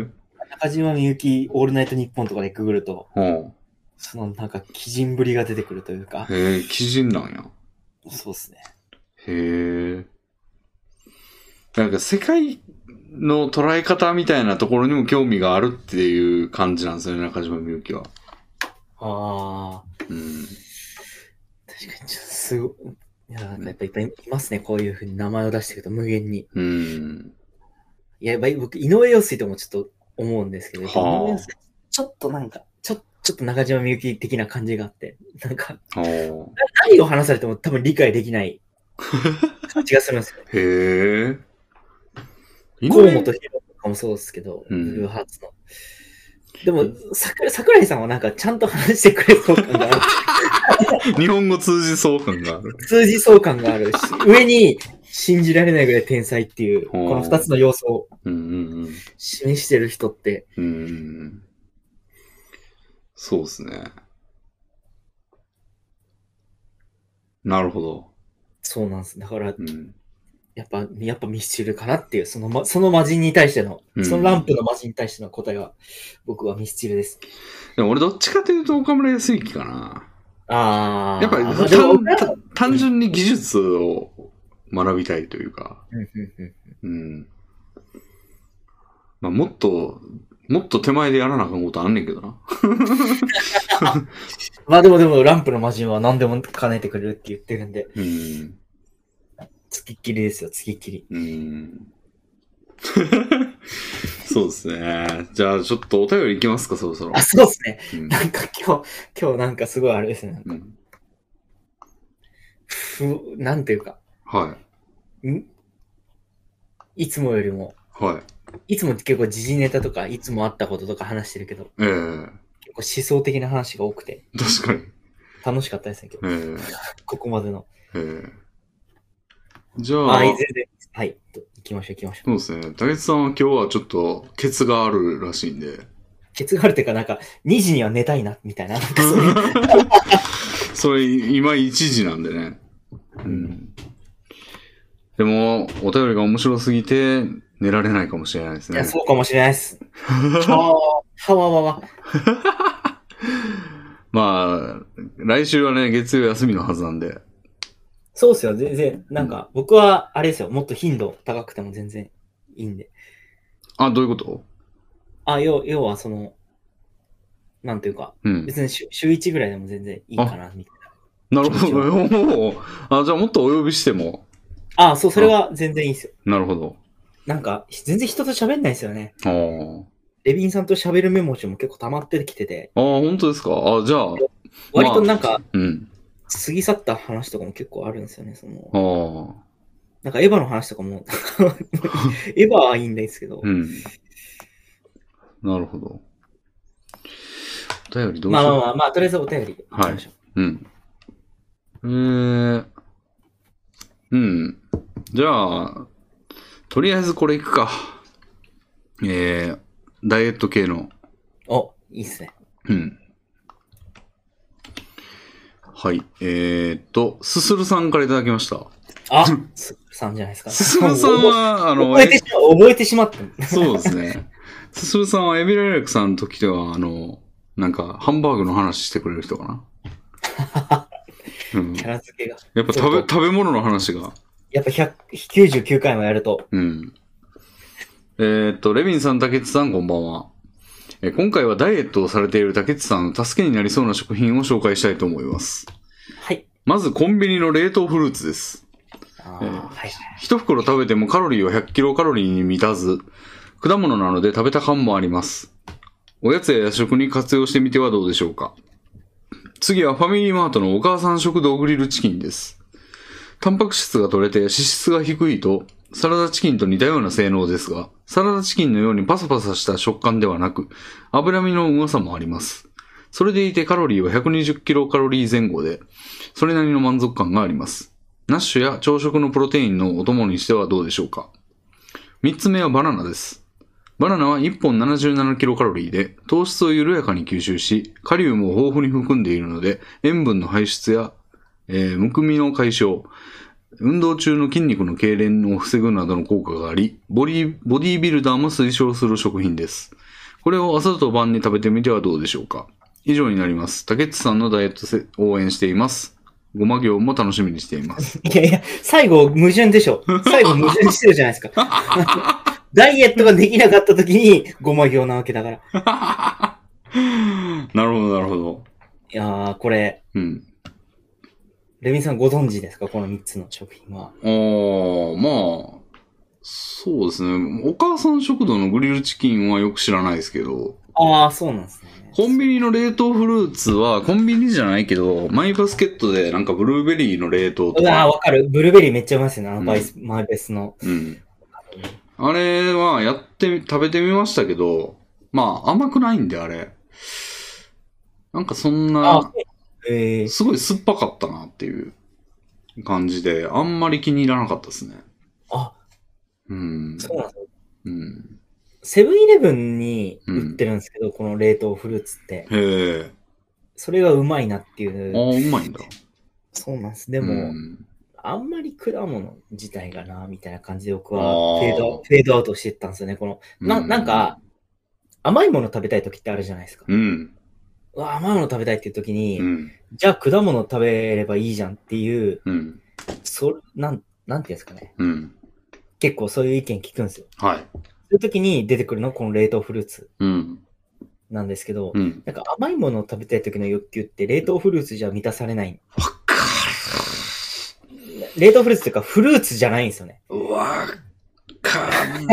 中島みゆき、オールナイトニッポンとかでググると、なんか、鬼人ぶりが出てくるというか。 鬼人なんや。 そうですね。 なんか、世界の捉え方みたいなところにも興味があるっていう感じなんですよね、中島みゆきは。 確かに、すごい。いや、なんかやっぱいっぱいいますね。こういうふうに名前を出してると無限に。いや、僕、井上陽水ともちょっと思うんですけど、井上陽水ちょっとなんか、ちょっと中島みゆき的な感じがあって、なんか、何を話されても多分理解できない感じがするんですよ。河本ひろとかもそうですけど、ブルーハーツの。でも、桜井さんはなんかちゃんと話してくれそう感がある。 日本語通じそう感がある。 通じそう感があるし、上に信じられないぐらい天才っていう、この二つの要素を示してる人って。 そうですね。なるほど。 そうなんです。だから、やっぱミスチルかなっていう、その魔人に対しての、そのランプの魔人に対しての答えは、僕はミスチルです。 でも俺どっちかというと岡村康之かな。やっぱり単純に技術を学びたいというか。まあもっと手前でやらなあかんことあんねんけどな。 まあでもランプの魔人は何でも叶えてくれるって言ってるんで。つきっきりですよ、つきっきり。 そうですね。じゃあちょっとお便りいきますか、そろそろ。 そうですね。なんか今日なんかすごいあれですね。なんていうか。いつもよりも。いつも結構時事ネタとか、いつもあったこととか話してるけど。結構思想的な話が多くて。 確かに。 楽しかったですね、今日。ここまでの。 じゃあ。 はい、行きましょう。 そうですね。竹内さんは今日はちょっと、ケツがあるらしいんで。 ケツがあるっていうか、なんか、2時には寝たいな、みたいな。なんかそれ、今1時なんでね。でも、お便りが面白すぎて、寝られないかもしれないですね。 いや、そうかもしれないです。まあ、来週はね、月曜休みのはずなんで。 そうっすよ、全然。なんか、僕は、あれですよ、もっと頻度高くても全然いいんで。 あ、どういうこと？ 要はその、なんていうか、別に週1ぐらいでも全然いいかな、みたいな。なるほど。あ、じゃあもっとお呼びしても。 そう、それは全然いいですよ。 なるほど。 なんか、全然人と喋んないですよね。レビンさんと喋るメモ帳も結構溜まってきてて。 本当ですか？じゃあ。 割となんか、過ぎ去った話とかも結構あるんですよね、その。なんかエヴァの話とかも、エヴァはいいんですけど。 なるほど。お便りどうしよう。 まあ、とりあえずお便り行きましょう。じゃあ、とりあえずこれいくか。ダイエット系の。 いいっすね。 はい。すするさんからいただきました。 すするさんじゃないですか。 すするさんは、 覚えてしまった。 そうですね。すするさんはエビラレックさんの時では、なんか、ハンバーグの話してくれる人かな。 キャラ付けが。 やっぱ食べ物の話が。 やっぱ199回もやると。 レビンさん、竹内さん、こんばんは。今回はダイエットをされている竹内さんの助けになりそうな食品を紹介したいと思います。 はい。 まず、コンビニの冷凍フルーツです。一袋食べてもカロリーは100キロカロリーに満たず、果物なので食べた感もあります。おやつや夜食に活用してみてはどうでしょうか。次はファミリーマートのお母さん食堂グリルチキンです。タンパク質が取れて脂質が低いと、サラダチキンと似たような性能ですが、サラダチキンのようにパサパサした食感ではなく、脂身のうまさもあります。それでいてカロリーは120キロカロリー前後で、それなりの満足感があります。ナッシュや朝食のプロテインのお供にしてはどうでしょうか。3つ目はバナナです。バナナは1本77キロカロリーで、糖質を緩やかに吸収し、カリウムを豊富に含んでいるので、塩分の排出や、むくみの解消、運動中の筋肉の痙攣を防ぐなどの効果があり、ボディービルダーも推奨する食品です。これを朝と晩に食べてみてはどうでしょうか。以上になります。竹内さんのダイエット応援しています。ごま行も楽しみにしています。 いや、最後矛盾でしょ。最後矛盾してるじゃないですか。ダイエットができなかった時にごま行なわけだから。 なるほど、なるほど。 いやー、これ。レミンさんご存知ですか、この3つの食品は。 まあ、そうですね。お母さん食堂のグリルチキンはよく知らないですけど。 そうなんですね。 コンビニの冷凍フルーツは、コンビニじゃないけど、マイバスケットでなんかブルーベリーの冷凍とか。 わかる。ブルーベリーめっちゃうまいですよね。マイベスの。 あれは食べてみましたけど、まあ甘くないんであれ。なんかそんな、すごい酸っぱかったなっていう感じで、あんまり気に入らなかったですね。 そうなんですよ。セブンイレブンに売ってるんですけど、この冷凍フルーツって。それがうまいなっていう。 うまいんだ。 そうなんです。でも、あんまり果物自体がな、みたいな感じで僕はフェードアウトしていったんですよね。なんか、甘いもの食べたい時ってあるじゃないですか。甘いもの食べたいっていう時に、じゃあ果物食べればいいじゃんっていう、なんていうんですかね。結構そういう意見聞くんですよ。そういう時に出てくるのこの冷凍フルーツ。なんですけど、なんか甘いものを食べたい時の欲求って冷凍フルーツじゃ満たされない。冷凍フルーツっていうかフルーツじゃないんですよね。 わかる。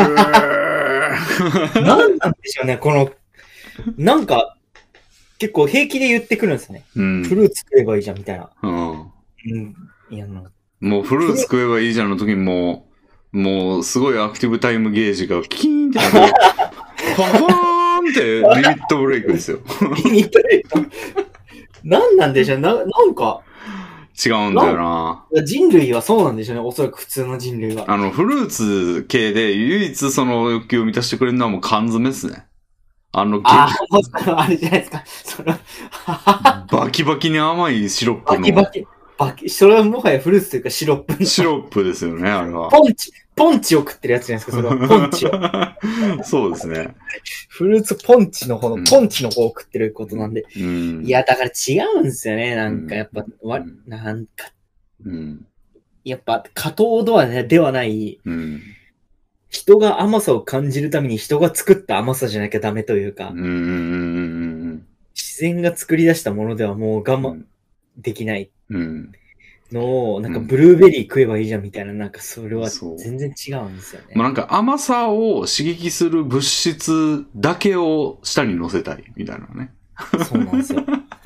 なんなんでしょうね、なんか、結構平気で言ってくるんですね。フルーツ食えばいいじゃん、みたいな。いや、 もうフルーツ食えばいいじゃんの時にもうすごいアクティブタイムゲージがキーンってなって、パファーンってリミットブレイクですよ。 リミットブレイクなんなんでしょう、なんか。 違うんだよな。 人類はそうなんでしょうね。おそらく普通の人類は。 フルーツ系で唯一その欲求を満たしてくれるのはもう缶詰ですね。 あれじゃないですか。 バキバキに甘いシロップの。 それはもはやフルーツというかシロップ。 シロップですよね、あれは。 ポンチを食ってるやつじゃないですか、それは。ポンチを。 そうですね。 フルーツポンチの方を食ってることなんで。いや、だから違うんですよね。なんかやっぱ、なんか。 やっぱ過当ではない、 うん、 人が甘さを感じるために人が作った甘さじゃなきゃダメというか、自然が作り出したものではもう我慢できないのを、なんかブルーベリー食えばいいじゃんみたいな、なんかそれは全然違うんですよね。 なんか甘さを刺激する物質だけを下に乗せたいみたいなね。 そうなんですよ。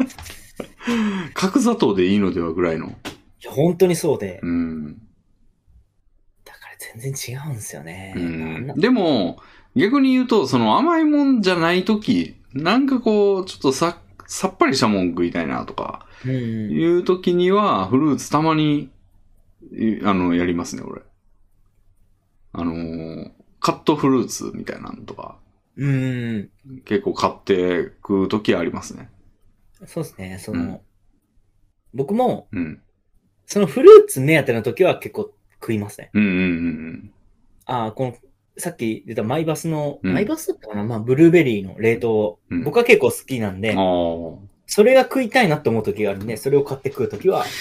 角砂糖でいいのではぐらいの。 いや、本当にそうで。 うん。 だから全然違うんですよね。 うん、でも、逆に言うと、その甘いもんじゃないとき、なんかこう、ちょっとさっぱりしたもん食いたいなとか、いうときには、フルーツたまに、やりますね、俺。カットフルーツみたいなのとか、結構買って食うときありますね。 そうですね、僕も、そのフルーツ目当てのときは結構食いますね。さっき出たマイバスの、マイバスだったかな、まあ、ブルーベリーの冷凍、僕は結構好きなんで、それが食いたいなって思う時があるんで、それを買って食う時はあります。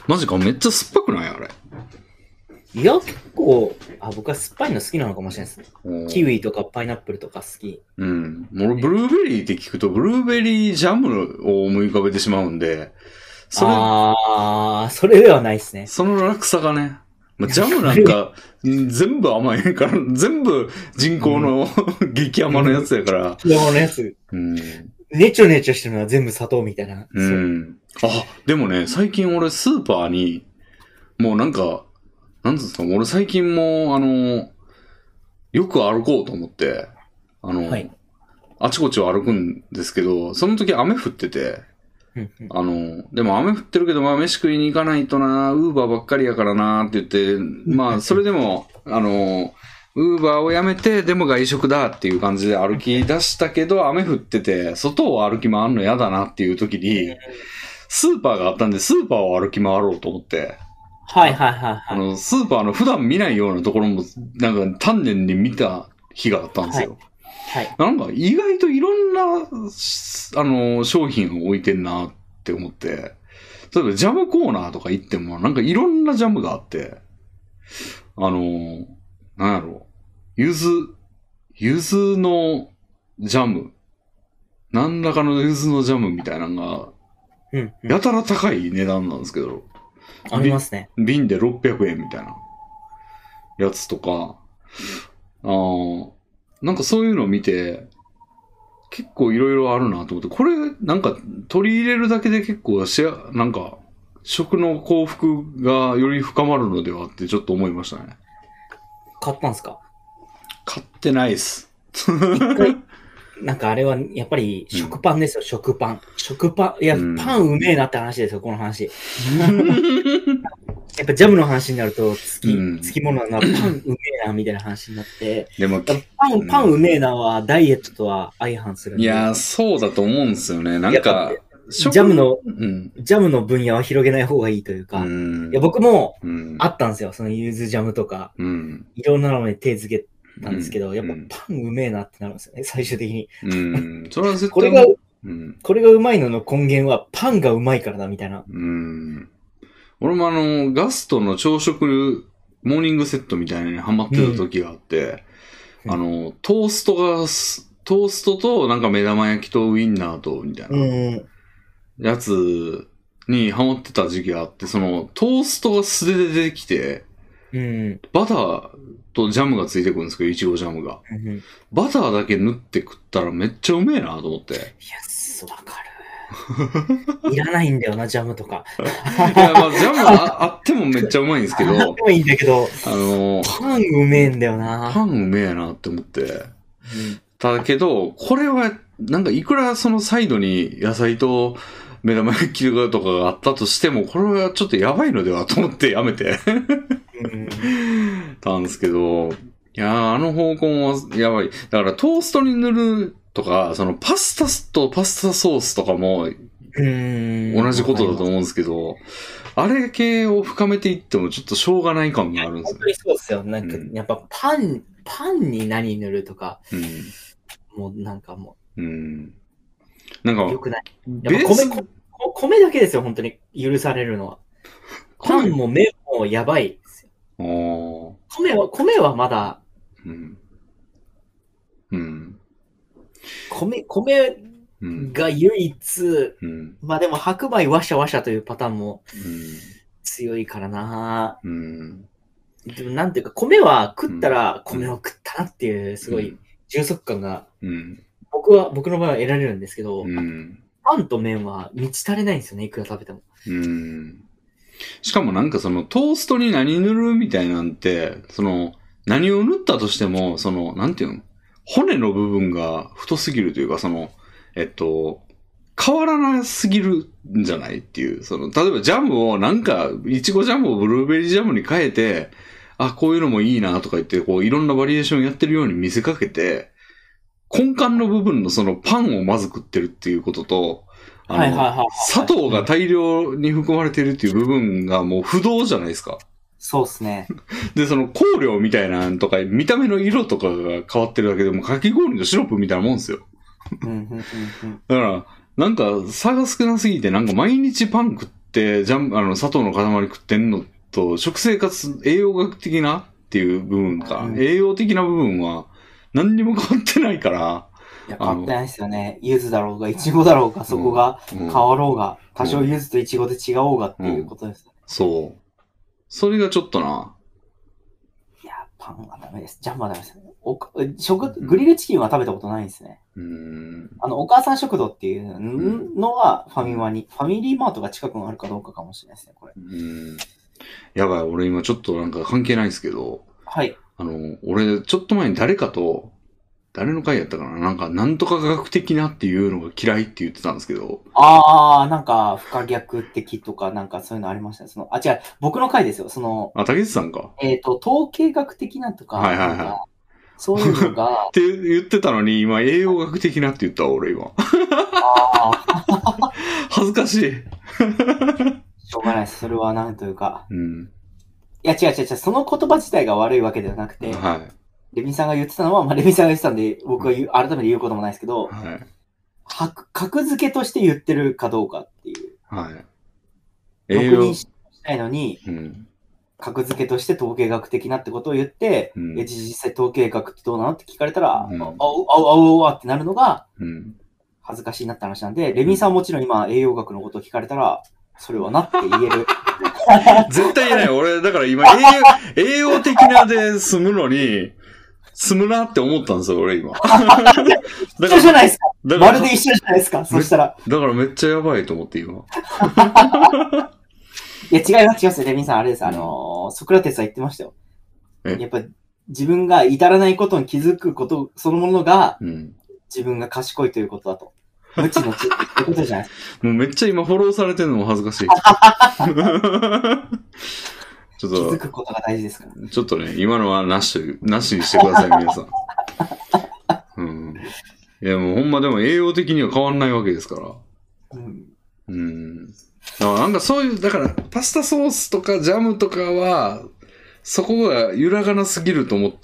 マジか、めっちゃ酸っぱくないあれ。 いや、結構、僕は酸っぱいの好きなのかもしれないですね。キウイとかパイナップルとか好き。 俺、ブルーベリーって聞くと、ブルーベリージャムを思い浮かべてしまうんで、 それではないですね。 その落差がね、ジャムなんか、全部甘いから、全部人工の激甘のやつやから。 激甘のやつ。ネチョネチョしてるのは全部砂糖みたいな。 でもね、最近俺スーパーに、もうなんか、なんですか、俺最近も、よく歩こうと思って、あちこちを歩くんですけど、その時雨降ってて、でも雨降ってるけど、まあ飯食いに行かないとな、ウーバーばっかりやからなって言って、まあそれでも、ウーバーをやめて、でも外食だっていう感じで歩き出したけど、雨降ってて、外を歩き回るの嫌だなっていう時に、スーパーがあったんで、スーパーを歩き回ろうと思って、スーパーの普段見ないようなところも、なんか丹念に見た日があったんですよ。なんか意外といろんな、商品を置いてんなって思って、例えばジャムコーナーとか行っても、なんかいろんなジャムがあって、なんやろ、柚子のジャム、何らかの柚子のジャムみたいなのが、やたら高い値段なんですけど、 ありますね。 瓶で600円みたいなやつとか、なんかそういうのを見て、結構いろいろあるなと思って、これなんか取り入れるだけで結構なんか食の幸福がより深まるのではってちょっと思いましたね。 買ったんすか？ 買ってないっす。 なんかあれはやっぱり食パンですよ、食パン。いや、パンうめえなって話ですよ、この話。やっぱジャムの話になると、つきものなパンうめえなみたいな話になって、でもパンうめえなはダイエットとは相反するんで。 いや、そうだと思うんですよね。なんか、 ジャムの分野は広げない方がいいというか、いや僕もあったんですよ、そのユーズジャムとか、いろんなのに手付けなんですけど、やっぱパンうめえなってなるんですよね、最終的に。 それは絶対これがうまいのの根源はパンがうまいからだみたいな。 俺もガストの朝食モーニングセットみたいなのにハマってた時があって、トーストとなんか目玉焼きとウインナーとみたいなやつにハマってた時期があって、そのトーストが素手で出てきて、バターとジャムがついてくるんですけど、いちごジャムが。バターだけ塗って食ったらめっちゃうめえなと思って。いや、 わかる。いらないんだよな、ジャムとか。 いや、まあ、ジャムあってもめっちゃうまいんですけど。 あってもいいんだけど、パンうめえんだよな。 パンうめえなって思って。だけど、これは、なんかいくらそのサイドに野菜と目玉焼きとかがあったとしても、これはちょっとやばいのではと思ってやめてたんですけど、いやー、あの方向はやばい。だからトーストに塗るとか、そのパスタとパスタソースとかも同じことだと思うんですけど、あれ系を深めていってもちょっとしょうがない感があるんですよ。 本当にそうですよ。なんか、やっぱパンに何塗るとか、もうなんかもう、なんか、よくない。やっぱ米だけですよ、本当に許されるのは。 パンも麺もやばいですよ。米はまだ、うん。うん。米が唯一、うん、まあでも白米ワシャワシャというパターンも強いからな、うん、でもなんていうか米は食ったら米を食ったなっていうすごい充足感が、うん、僕の場合は得られるんですけど、うん、パンと麺は満ち足れないんですよね、いくら食べても。うん、 しかもなんかそのトーストに何塗るみたいなんて、その何を塗ったとしても、そのなんていうの骨の部分が太すぎるというか、その変わらなすぎるんじゃないっていう、その、例えばジャムをなんか、いちごジャムをブルーベリージャムに変えて、あ、こういうのもいいなとか言って、こういろんなバリエーションやってるように見せかけて、根幹の部分のそのパンをまず食ってるっていうことと、砂糖が大量に含まれてるっていう部分がもう不動じゃないですか。 そうですね。 で、その香料みたいなのとか、見た目の色とかが変わってるだけでも、かき氷のシロップみたいなもんですよ。だから、なんか差が少なすぎて、なんか毎日パン食って、砂糖の塊食ってんのと、食生活、栄養学的なっていう部分か、栄養的な部分は何にも変わってないから。 いや、変わってないですよね。柚子だろうが、いちごだろうが、そこが変わろうが、多少柚子といちごで違おうがっていうことですね。 そう。それがちょっとな。 いや、パンはダメです。ジャムはダメですね。グリルチキンは食べたことないんですね。お母さん食堂っていうのはファミリーマートが近くにあるかどうかかもしれないですね、これ。 やばい、俺今ちょっとなんか関係ないですけど。 はい。 俺ちょっと前に誰の回やったかななんか、なんとか学的なっていうのが嫌いって言ってたんですけど。 なんか、不可逆的とか、なんかそういうのありましたね。違う、僕の回ですよ。 竹内さんか。 統計学的なとか、 はいはいはい。 そういうのが。 って言ってたのに、今、栄養学的なって言ったわ、俺今。恥ずかしい。 しょうがないです。それはなんというか。いや、違う。その言葉自体が悪いわけではなくて。はい。レミさんが言ってたのは、レミさんが言ってたんで、僕は改めて言うこともないですけど、はい。格付けとして言ってるかどうかっていう。はい。僕にしたいのに、格付けとして統計学的なってことを言って、実際統計学ってどうなのって聞かれたら、あうってなるのが、恥ずかしいなって話なんで、レミさんはもちろん今栄養学のことを聞かれたら、それはなって言える。 絶対言えない。俺、だから今、栄養的なで済むのに、済むなって思ったんですよ、俺今。 一緒じゃないですか。まるで一緒じゃないですか、そしたら。 だからめっちゃやばいと思って今。 いや、違いますよ、レミさん。あれです。ソクラテスは言ってましたよ。やっぱ、自分が至らないことに気づくことそのものが、自分が賢いということだと。無知の知ってことじゃないですか。 もうめっちゃ今フォローされてるのも恥ずかしい。 ちょっと気づくことが大事ですから。 ちょっとね、今のはなしにしてください、皆さん。いや、もうほんまでも栄養的には変わんないわけですから。だからなんかそういう、だからパスタソースとかジャムとかは、そこが揺らがなすぎると思って、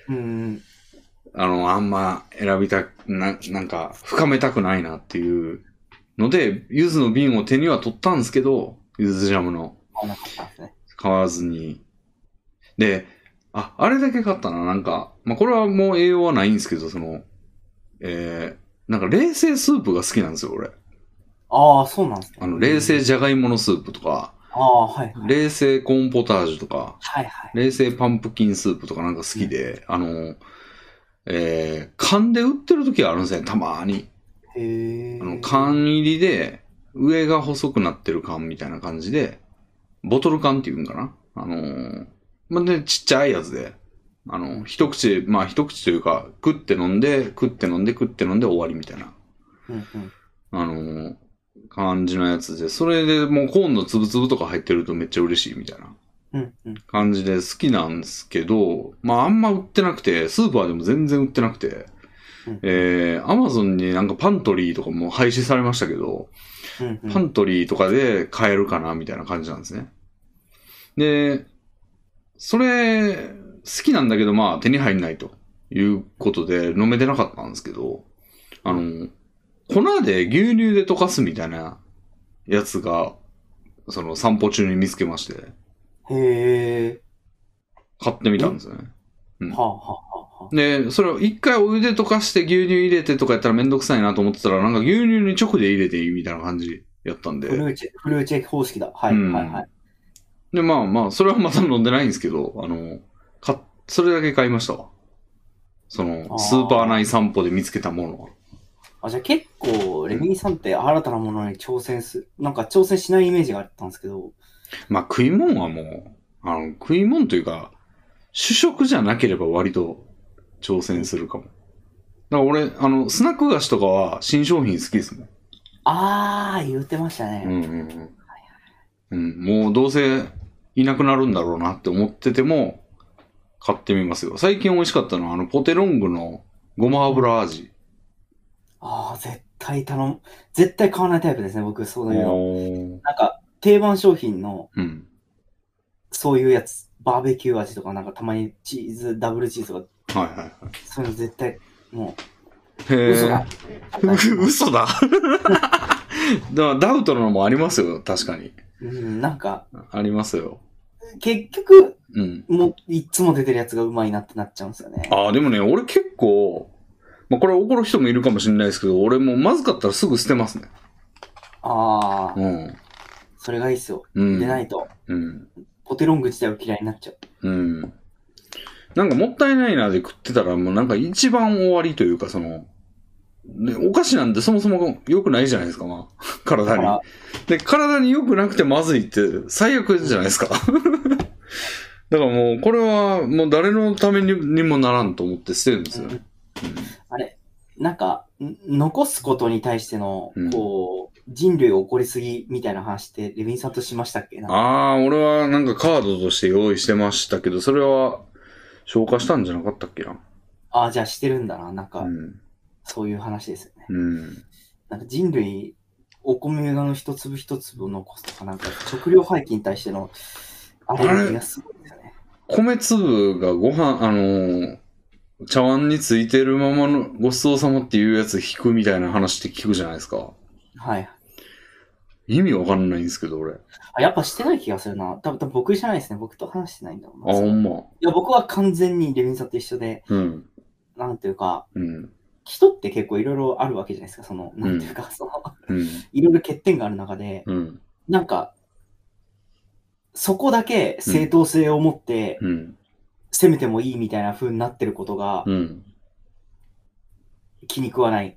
あんまなんか深めたくないなっていうので、柚子の瓶を手には取ったんですけど、柚子ジャムの。買わずに。で、あれだけ買ったな、なんか、これはもう栄養はないんですけど、なんか冷製スープが好きなんですよ、俺。 そうなんですね。 冷製じゃがいものスープとか、冷製コーンポタージュとか、冷製パンプキンスープとかなんか好きで、缶で売ってる時があるんですね、たまーに。缶入りで、上が細くなってる缶みたいな感じで、ボトル缶っていうんかなで、ちっちゃいやつで、一口というか、食って飲んで終わりみたいな。感じのやつで、それでもうコーンのつぶつぶとか入ってるとめっちゃ嬉しいみたいな感じで好きなんですけど、あんま売ってなくて、スーパーでも全然売ってなくて、アマゾンになんかパントリーとかも廃止されましたけど、パントリーとかで買えるかなみたいな感じなんですね。で、それ好きなんだけど手に入んないということで飲めてなかったんですけど、粉で牛乳で溶かすみたいなやつがその散歩中に見つけまして。 へえ。 買ってみたんですよね。うん。 はあ、はあはあ、 で、それを一回お湯で溶かして牛乳入れてとかやったらめんどくさいなと思ってたら、なんか牛乳に直で入れていいみたいな感じやったんで。 フルーチェ方式だ。はい、はい、はい。 で、まあまあ、それはまだ飲んでないんですけど、それだけ買いましたわ。その、スーパー内散歩で見つけたものは。 じゃあ結構、レミーさんって新たなものに挑戦なんか挑戦しないイメージがあったんですけど。 まあ食い物はもう、食い物というか、主食じゃなければ割と挑戦するかも。だから俺、スナック菓子とかは新商品好きですもん。 言ってましたね。 もうどうせいなくなるんだろうなって思ってても、買ってみますよ。最近美味しかったのは、ポテロングのごま油味。 絶対買わないタイプですね、僕、そういうの。なんか、定番商品の、そういうやつ、バーベキュー味とか、なんかたまにダブルチーズとか、 はいはいはい。 そういうの絶対、もう、嘘だ。嘘だ。ダウトのもありますよ、確かに。 なんか。 ありますよ。 結局、もう、いつも出てるやつがうまいなってなっちゃうんですよね。 でもね、俺結構、まあ、これ怒る人もいるかもしれないですけど、俺もまずかったらすぐ捨てますね。 それがいいっすよ。でないと。ポテロング自体を嫌いになっちゃう。 なんかもったいないなで食ってたら、もうなんか一番終わりというか、その、ね、お菓子なんてそもそも良くないじゃないですか、まあ。体に。で、体に良くなくてまずいって最悪じゃないですか。だからもう、これはもう誰のためにもならんと思って捨てるんですよ。 あれ、なんか、残すことに対しての、こう、人類起こりすぎみたいな話ってレビンさんとしましたっけ？ 俺はなんかカードとして用意してましたけど、それは消化したんじゃなかったっけな。 じゃあしてるんだな、なんか。そういう話ですよね。なんか人類、お米の一粒一粒を残すとか、なんか食料廃棄に対してのアレルギーがすごいですよね。 米粒がご飯、茶碗についてるままのごちそうさまっていうやつ引くみたいな話って聞くじゃないですか。 はい。 意味わかんないんですけど、俺。 やっぱしてない気がするな。多分僕じゃないですね。僕と話してないんだろうな。 ほんま。 いや、僕は完全にレミンさんと一緒で、なんていうか、人って結構いろいろあるわけじゃないですか。その、なんていうか、いろいろ欠点がある中で、なんか、そこだけ正当性を持って、攻めてもいいみたいな風になってることが、気に食わない。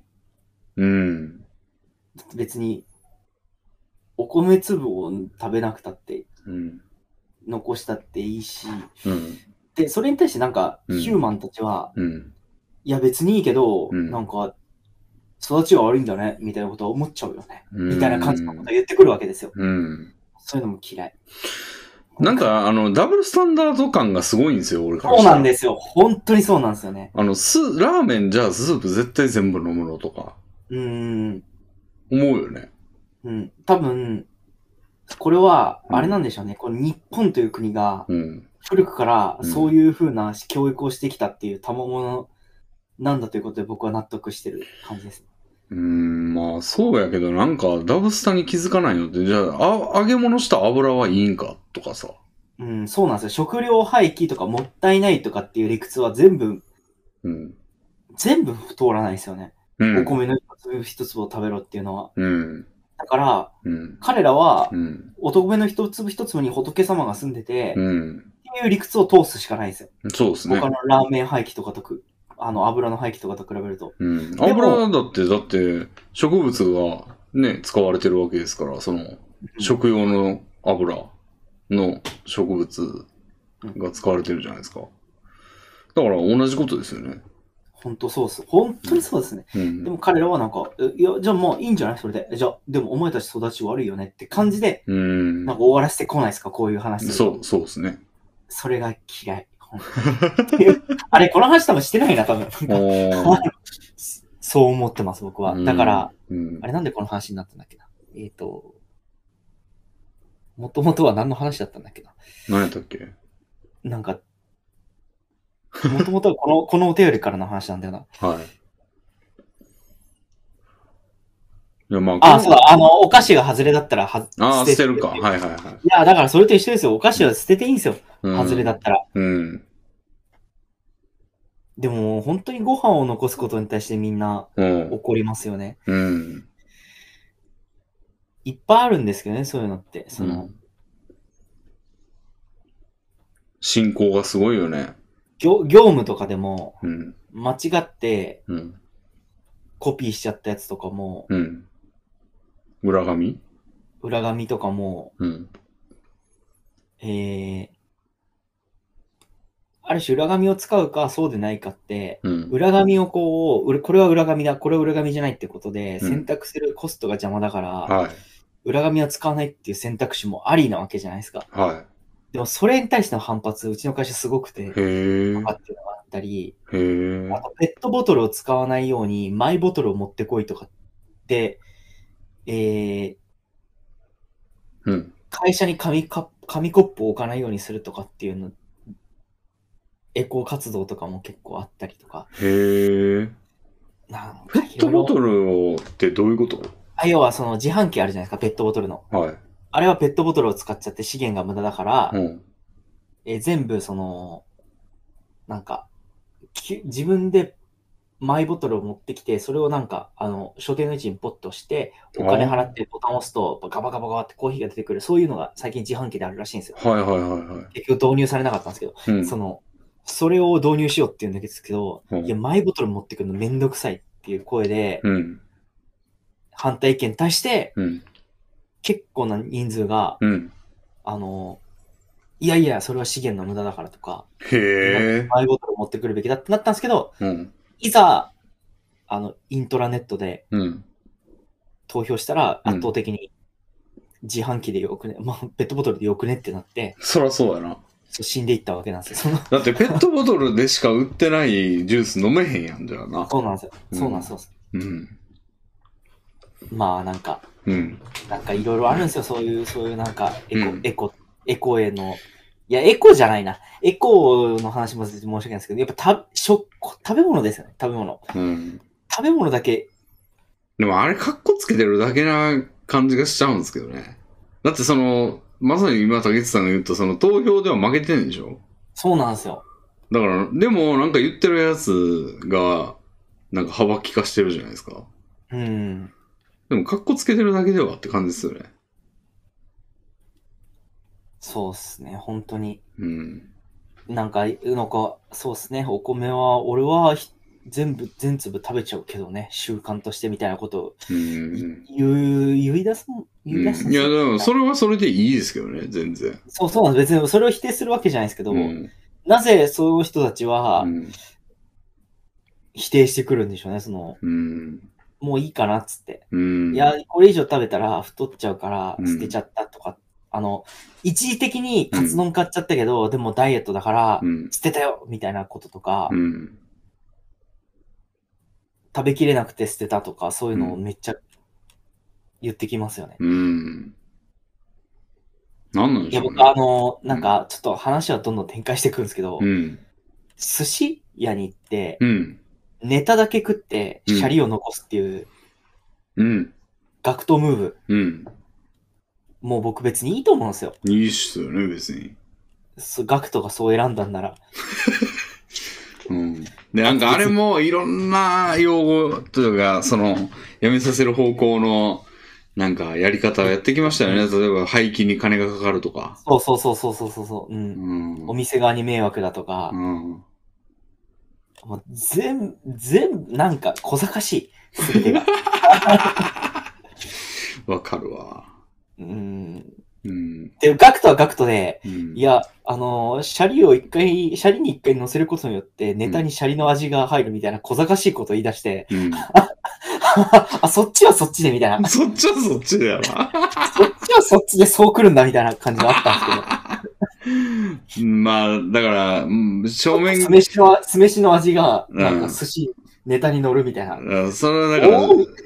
別に、お米粒を食べなくたって、残したっていいし、で、それに対してなんか、ヒューマンたちは、いや別にいいけど、なんか、育ちが悪いんだね、みたいなことは思っちゃうよね。みたいな感じのことを言ってくるわけですよ。そういうのも嫌い。 なんか、ダブルスタンダード感がすごいんですよ、俺から。 そうなんですよ。本当にそうなんですよね。 ラーメンじゃあスープ絶対全部飲むのとか。思うよね。 多分、これは、あれなんでしょうね。この日本という国が、古くからそういう風な教育をしてきたっていう賜物なんだということで僕は納得してる感じです。 まあそうやけどなんかダブスタに気づかないのって、じゃあ揚げ物した油はいいんかとかさ。 そうなんですよ。食料廃棄とかもったいないとかっていう理屈は全部、全部通らないですよね。お米の一粒を食べろっていうのは。だから、彼らは、お米の一粒一粒に仏様が住んでて、っていう理屈を通すしかないですよ。 そうですね。 他のラーメン廃棄とかと油の廃棄とかと比べると。 油だって、植物がね、使われてるわけですから、その、食用の油の植物が使われてるじゃないですか。だから同じことですよね。 本当そうです。本当にそうですね。でも彼らはなんか、いや、じゃあもういいんじゃないそれで。じゃあ、でもお前たち育ち悪いよねって感じで、なんか終わらせてこないですかこういう話。 そうですね。 それが嫌い。あれ、この話多分してないな、多分。そう思ってます、僕は。だから、あれなんでこの話になったんだっけな。もともとは何の話だったんだっけな。 何やったっけ？ なんか、もともとはこのお便りからの話なんだよな。 いや、まあ、そうだ、お菓子が外れだったら捨てるか。はいはいはい。 いや、だからそれと一緒ですよ。お菓子は捨てていいんですよ。外れだったら。 うん。 でも、本当にご飯を残すことに対してみんな怒りますよね。 うん。 いっぱいあるんですけどね、そういうのって。 進行がすごいよね。 業務とかでも、間違って、コピーしちゃったやつとかも、 裏紙とかも、ある種裏紙を使うかそうでないかって、裏紙をこれは裏紙だ、これは裏紙じゃないってことで、選択するコストが邪魔だから、裏紙は使わないっていう選択肢もありなわけじゃないですか。でもそれに対しての反発、うちの会社すごくて、っていうのがあったり、あとペットボトルを使わないようにマイボトルを持ってこいとかって、会社に紙コップを置かないようにするとかっていうの、エコー活動とかも結構あったりとか。 ペットボトルってどういうこと？ 要はその自販機あるじゃないですか、ペットボトルの。あれはペットボトルを使っちゃって資源が無駄だから、全部自分でマイボトルを持ってきて、それを所定の位置にポッとして、お金払ってボタンを押すと、ガバガバガバってコーヒーが出てくる。そういうのが最近自販機であるらしいんですよ。結局導入されなかったんですけど、それを導入しようっていうんですけど、いや、マイボトル持ってくるのめんどくさいっていう声で、反対意見に対して、結構な人数が、いやいや、それは資源の無駄だからとか、マイボトル持ってくるべきだってなったんですけど、いざ、イントラネットで、投票したら圧倒的に自販機でよくね、ペットボトルでよくねってなって、 そらそうやな。 死んでいったわけなんですよ。 だってペットボトルでしか売ってないジュース飲めへんやんじゃあな。 そうなんですよ。そうなんですよ。いろいろあるんですよ。そういうエコへの、いや、エコじゃないな。エコの話も申し訳ないですけど、やっぱ食べ物ですよね。食べ物。食べ物だけ。 でもあれカッコつけてるだけな感じがしちゃうんですけどね。だってまさに今竹内さんが言った、投票では負けてんでしょ？ そうなんですよ。 だから、でもなんか言ってるやつが、幅利かしてるじゃないですか。でも、カッコつけてるだけではって感じですよね。 そうっすね、本当に。そうっすね、お米は、俺は全粒食べちゃうけどね、習慣としてみたいなことを言い出すいや、でも、それはそれでいいですけどね、全然。 そうなんです。別にそれを否定するわけじゃないですけど、なぜそういう人たちは、否定してくるんでしょうね、もういいかなっつって。いや、これ以上食べたら太っちゃうから捨てちゃったとか、一時的にカツ丼買っちゃったけど、でもダイエットだから捨てたよみたいなこととか、食べきれなくて捨てたとか、そういうのをめっちゃ言ってきますよね。 なんなんでしょうね。 いや、僕ちょっと話はどんどん展開していくんですけど、寿司屋に行って、ネタだけ食って、シャリを残すっていう、学徒ムーブ。もう僕別にいいと思うんですよ。 いいっすよね、別に。 学徒がそう選んだんなら。 で、あれもいろんな用語というか、やめさせる方向の、やり方をやってきましたよね。例えば、廃棄に金がかかるとか。 そう。お店側に迷惑だとか。もう全部、小賢しい。すべてが。 わかるわ。 で、学徒は学徒で、いや、シャリに一回乗せることによって、ネタにシャリの味が入るみたいな小賢しいことを言い出して、そっちはそっちでみたいな。 そっちはそっちだよな。 そっちはそっちでそう来るんだみたいな感じがあったんですけど。 だから、正面。 酢飯の味が、寿司、ネタに乗るみたいな。 それはだから、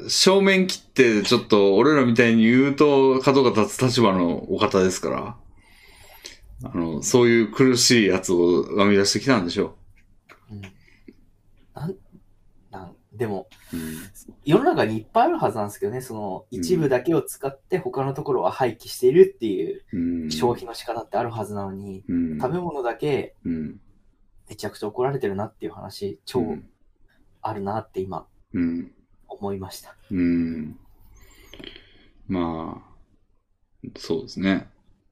正面切ってちょっと俺らみたいに言うと角が立つ立場のお方ですから、そういう苦しいやつを編み出してきたんでしょう。 でも、世の中にいっぱいあるはずなんですけどね、その一部だけを使って他のところは廃棄しているっていう消費の仕方ってあるはずなのに、食べ物だけめちゃくちゃ怒られてるなっていう話、超あるなって今、思いました。 まあ、そうですね。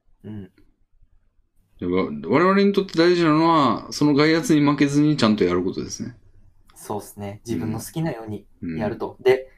我々にとって大事なのは、その外圧に負けずにちゃんとやることですね。 そうですね。自分の好きなようにやると。で、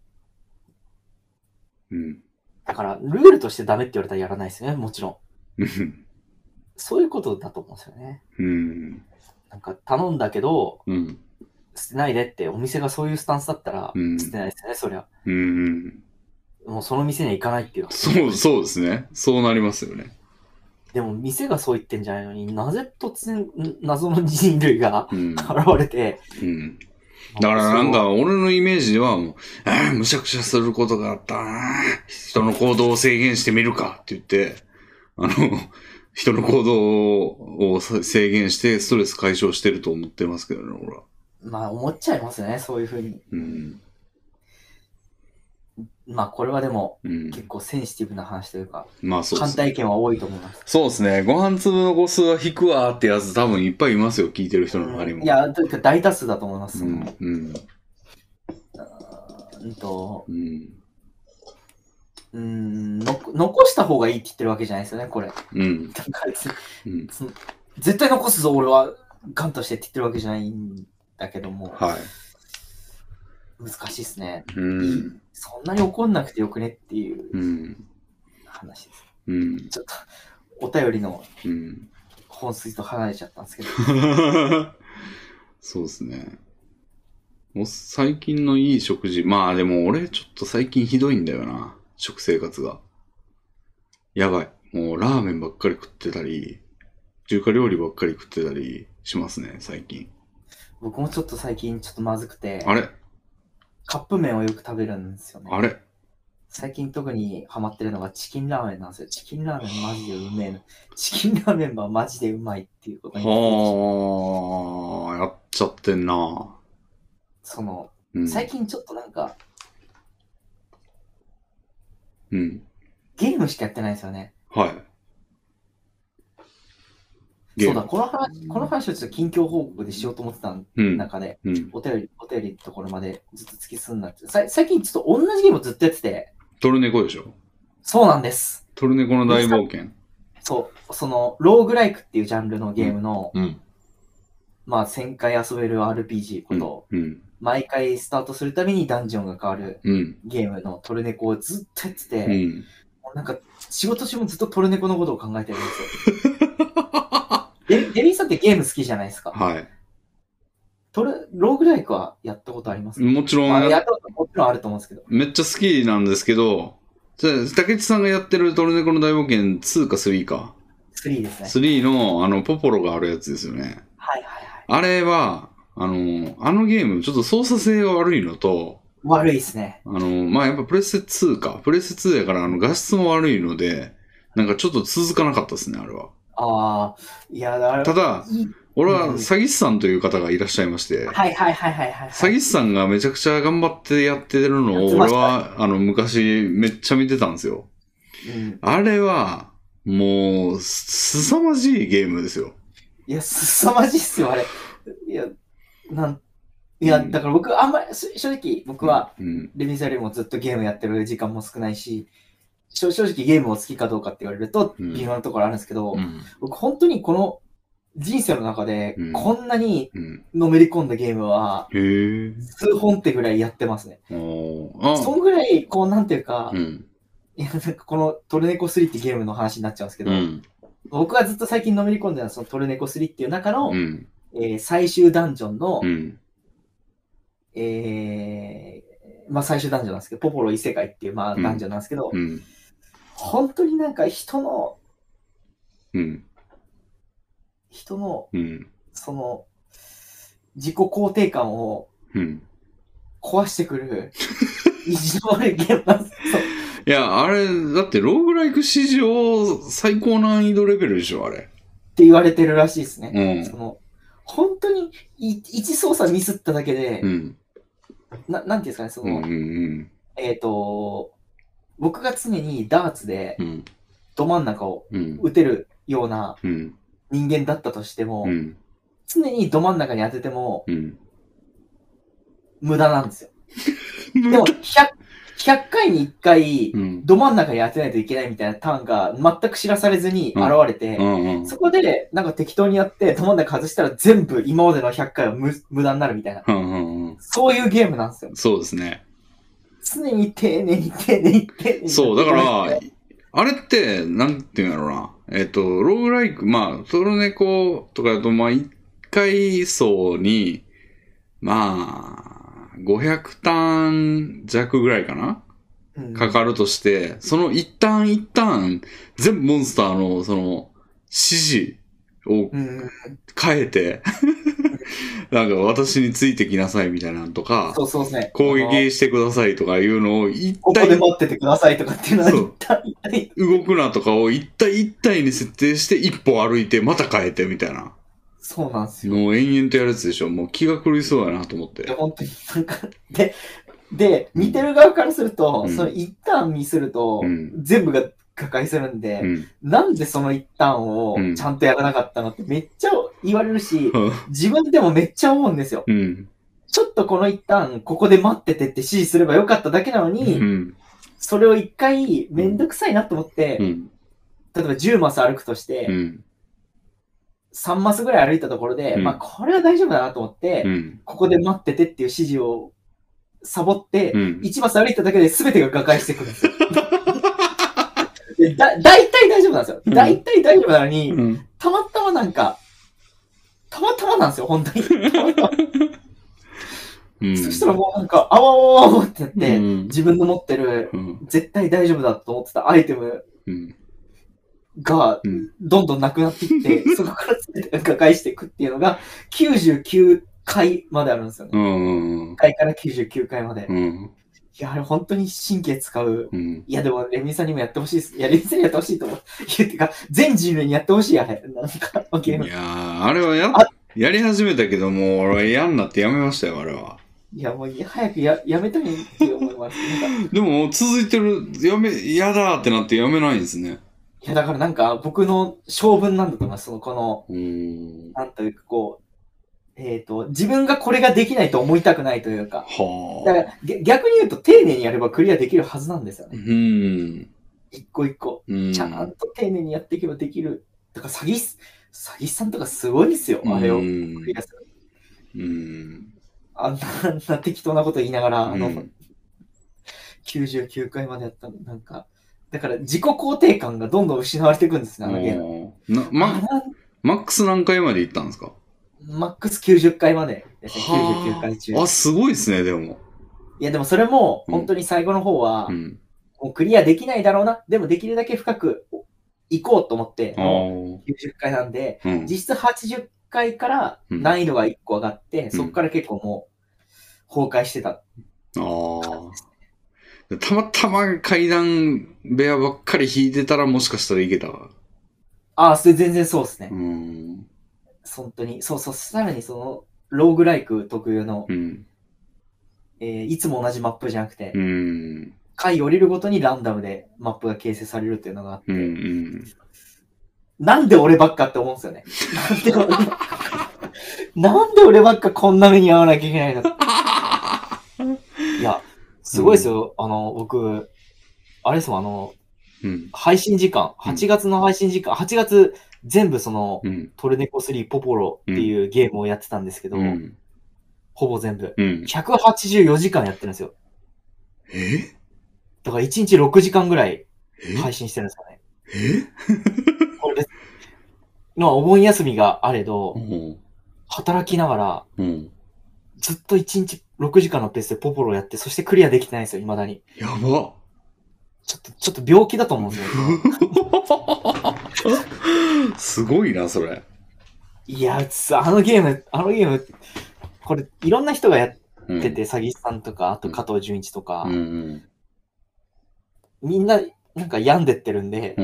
だから、ルールとしてダメって言われたらやらないですよね、もちろん。そういうことだと思うんですよね。なんか、頼んだけど、捨てないでって、お店がそういうスタンスだったら、捨てないですよね、そりゃ。もうその店には行かないっていう。 そうですね。そうなりますよね。 でも、店がそう言ってんじゃないのになぜ突然、謎の人類が現れて、 だからなんか、俺のイメージではもう、むしゃくしゃすることがあったな。人の行動を制限してみるかって言って、人の行動を制限してストレス解消してると思ってますけどね、俺は。 まあ、思っちゃいますね、そういうふうに。まあ、これはでも、結構センシティブな話というか、まあそうですね、反対意見は多いと思います。 そうですね。ご飯粒の個数は引くわってやつ多分いっぱいいますよ、聞いてる人の周りも。 いや、というか大多数だと思います。残した方がいいって言ってるわけじゃないですよね、これ。絶対残すぞ、俺は、ガンとしてって言ってるわけじゃないんだけども。はい。難しいですね。そんなに怒んなくてよくねっていう話です。ちょっとお便りの本筋と離れちゃったんですけど。 そうですね。もう最近のいい食事。まあでも俺ちょっと最近ひどいんだよな。食生活が。やばい。もうラーメンばっかり食ってたり、中華料理ばっかり食ってたりしますね、最近。 僕もちょっと最近ちょっとまずくて。 あれカップ麺をよく食べるんですよね。 あれ最近特にハマってるのがチキンラーメンなんですよ。チキンラーメンマジでうめえの。チキンラーメンはマジでうまいっていうことにはあ、やっちゃってんな。 最近ちょっとなんか、ゲームしかやってないんですよね。はい。そうだ、この話をちょっと近況報告でしようと思ってた中で、お便りのところまでずっと突き進んだって。最近ちょっと同じゲームをずっとやってて。 トルネコでしょ？ そうなんです。 トルネコの大冒険。 そう、ローグライクっていうジャンルのゲームの、まあ、1000回遊べる RPG こと、毎回スタートするたびにダンジョンが変わるゲームのトルネコをずっとやってて、なんか仕事中もずっとトルネコのことを考えてるんですよ。デビーさんってゲーム好きじゃないですか。はい。ローグライクはやったことありますか？ もちろん。 やったこともちろんあると思うんですけど。 めっちゃ好きなんですけど、竹内さんがやってるトルネコの大冒険2か3か。 3ですね。 3のポポロがあるやつですよね。 はいはいはい。 あれは、あのゲームちょっと操作性が悪いのと、 悪いですね。 まあやっぱプレステ2か。プレステ2やから画質も悪いので、なんかちょっと続かなかったですね、あれは。 ああ、いや、 ただ、俺は詐欺師さんという方がいらっしゃいまして、 はいはいはいはいはい。 詐欺師さんがめちゃくちゃ頑張ってやってるのを、俺は、昔めっちゃ見てたんですよ。あれは、もう、凄まじいゲームですよ。 いや、凄まじいっすよ、あれ。いや、だから僕、あんまり、正直、僕は、レミさんよりもずっとゲームやってる時間も少ないし、正直ゲームを好きかどうかって言われると、微妙なところあるんですけど、僕本当にこの人生の中で、こんなにのめり込んだゲームは、数本ってぐらいやってますね。そんぐらい、なんていうか、いや、なんかこのトルネコ3ってゲームの話になっちゃうんですけど、僕はずっと最近のめり込んでるのはそのトルネコ3っていう中の、最終ダンジョンの、まあ最終ダンジョンなんですけど、ポポロ異世界っていうまあダンジョンなんですけど、本当になんか人の、その、自己肯定感を壊してくる、意地の悪いゲームなんですよ。 いや、あれ、だってローグライク史上最高難易度レベルでしょ、あれ。 って言われてるらしいですね。本当に一操作ミスっただけで、 なんていうんですかね、その、 うんうん僕が常にダーツでうん。 ど真ん中をうん。 打てるようなうん。 人間だったとしても、 うん。 常にど真ん中に当ててもうん。 無駄なんですよ。でも100回に1回、ど真ん中に当てないといけないみたいなターンが全く知らされずに現れて、そこでなんか適当にやってど真ん中外したら全部今までの100回は無駄になるみたいな。そういうゲームなんですよ。 そうですね。 常に丁寧に丁寧に丁寧に。 そう、だから、あれって、なんていうんだろうな。ローグライク、まあ、トルネコとかだと、まあ、1回層に、まあ、500ターン弱ぐらいかな、かかるとして、その一旦全部モンスターの、その、指示を変えて、なんか私についてきなさいみたいなのとか、 そうですね。 攻撃してくださいとかいうのをここで待っててくださいとかっていうのは動くなとかを一体に設定して一歩歩いてまた変えてみたいな。 そうなんですよ。 もう延々とやるやつでしょ。もう気が狂いそうやなと思って。 本当になんか、で、見てる側からすると、その一旦ミスると、全部が破壊するんで、なんでその一旦をちゃんとやらなかったのってめっちゃ言われるし、自分でもめっちゃ思うんですよ。ちょっとこの一旦、ここで待っててって指示すればよかっただけなのに、それを一回めんどくさいなと思って、例えば10マス歩くとして、3マスぐらい歩いたところで、まあこれは大丈夫だなと思って、ここで待っててっていう指示をサボって、1マス歩いただけで全てが瓦解してくるんですよ。大体大丈夫なんですよ。大体大丈夫なのに、たまたまなんか、たまたまなんですよ、本当に。そしたらもうなんか、あわわわってなって、自分の持ってる、絶対大丈夫だと思ってたアイテムが、どんどんなくなっていって、そこから全てが瓦解していくっていうのが、99回まであるんですよね。1回から99回まで。いや、あれ本当に神経使う。いや、でも、レミさんにもやってほしいです。いや、レミさんにやってほしいと思う。いや、てか、全人類にやってほしい、あれ。なんか、ゲーム。 いやー、あれはやり始めたけども、俺は嫌になってやめましたよ、あれは。 いや、もう、早くやめたいって思います。 でも、続いてる、嫌だってなってやめないんですね。 いや、だからなんか、僕の性分なんだと思います。この、なんというか、自分がこれができないと思いたくないというか。だから逆に言うと丁寧にやればクリアできるはずなんですよね。一個一個。ちゃんと丁寧にやっていけばできる。だから詐欺師さんとかすごいですよ。あれをクリアする。あんな適当なこと言いながら、99回までやったの。なんか、だから自己肯定感がどんどん失われていくんですね、あのゲーム。 マックス何回まで行ったんですか？ マックス90回までですね、99回中。 あ、すごいですね、でも。 いや、でもそれも、本当に最後の方は、もうクリアできないだろうな。でもできるだけ深く行こうと思って、90回なんで、実質80回から難易度が1個上がって、そこから結構もう、崩壊してた。 たまたま階段部屋ばっかり引いてたらもしかしたらいけたわ。 それ全然そうですね。本当に。さらにその、ローグライク特有の、いつも同じマップじゃなくて、回降りるごとにランダムでマップが形成されるっていうのがあって、なんで俺ばっかって思うんですよね。なんで俺ばっかこんな目に遭わなきゃいけないのいや、すごいですよ。僕、あれですもん、配信時間、8月の配信時間、8月全部その、トルネコ3ポポロっていうゲームをやってたんですけど、ほぼ全部、184時間やってるんですよ。だから1日6時間ぐらい配信してるんですかね。これお盆休みがあれど、働きながら、ずっと1日6時間のペースでポポロやって、そしてクリアできてないんですよ、未だに。 やば。 ちょっと病気だと思うんですよ。 すごいな、それ。 いや、あのゲーム、これ、いろんな人がやってて、詐欺師さんとか、あと加藤純一とか、みんな、なんか病んでってるんで、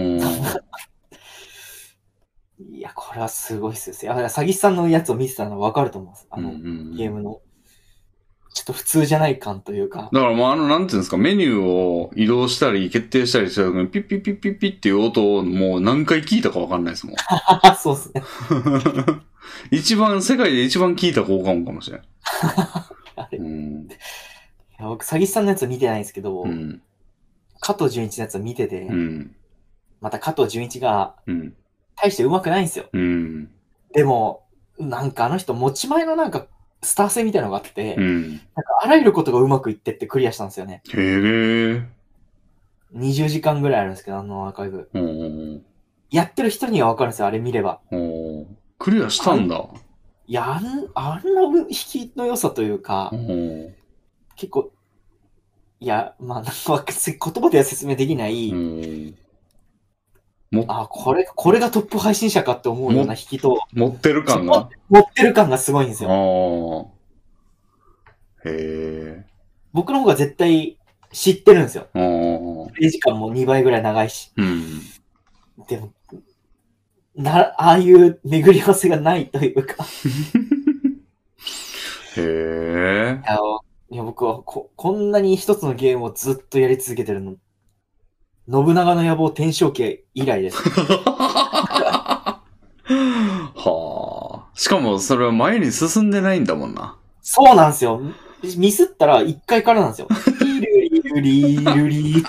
いや、これはすごいっすよ。詐欺師さんのやつを見てたの分かると思うんです。ゲームのちょっと普通じゃない感というか。 だからもうなんていうんですか、メニューを移動したり決定したりした時にピッピッピッピッピッっていう音をもう何回聞いたかわかんないですもん。 そうですね。 世界で一番聞いた効果音かもしれない。 あれ、いや僕、詐欺師さんのやつ見てないんですけど、加藤純一のやつを見てて、また加藤純一が、大して上手くないんですよ。でも、なんかあの人持ち前のなんか、スター性みたいなのがあって、なんかあらゆることがうまくいってってクリアしたんですよね。 へえ。 20時間ぐらいあるんですけど、あのアーカイブ。やってる人にはわかるんですよ、あれ見れば。 クリアしたんだ。 いや、あんな引きの良さというか、結構、いや、まあ、なんか言葉では説明できない、これがトップ配信者かって思うような引きと、 持ってる感がすごいんですよ。 へえ。 僕の方が絶対知ってるんですよ。 プレイ時間も2倍ぐらい長いし。でも、ああいう巡り合わせがないというか。 へえ。 いや、僕はこんなに一つのゲームをずっとやり続けてるの。信長の野望天正家以来です。 はあ。しかもそれは前に進んでないんだもんな。 そうなんですよ。ミスったら1回からなんですよ。リルリルリルリって。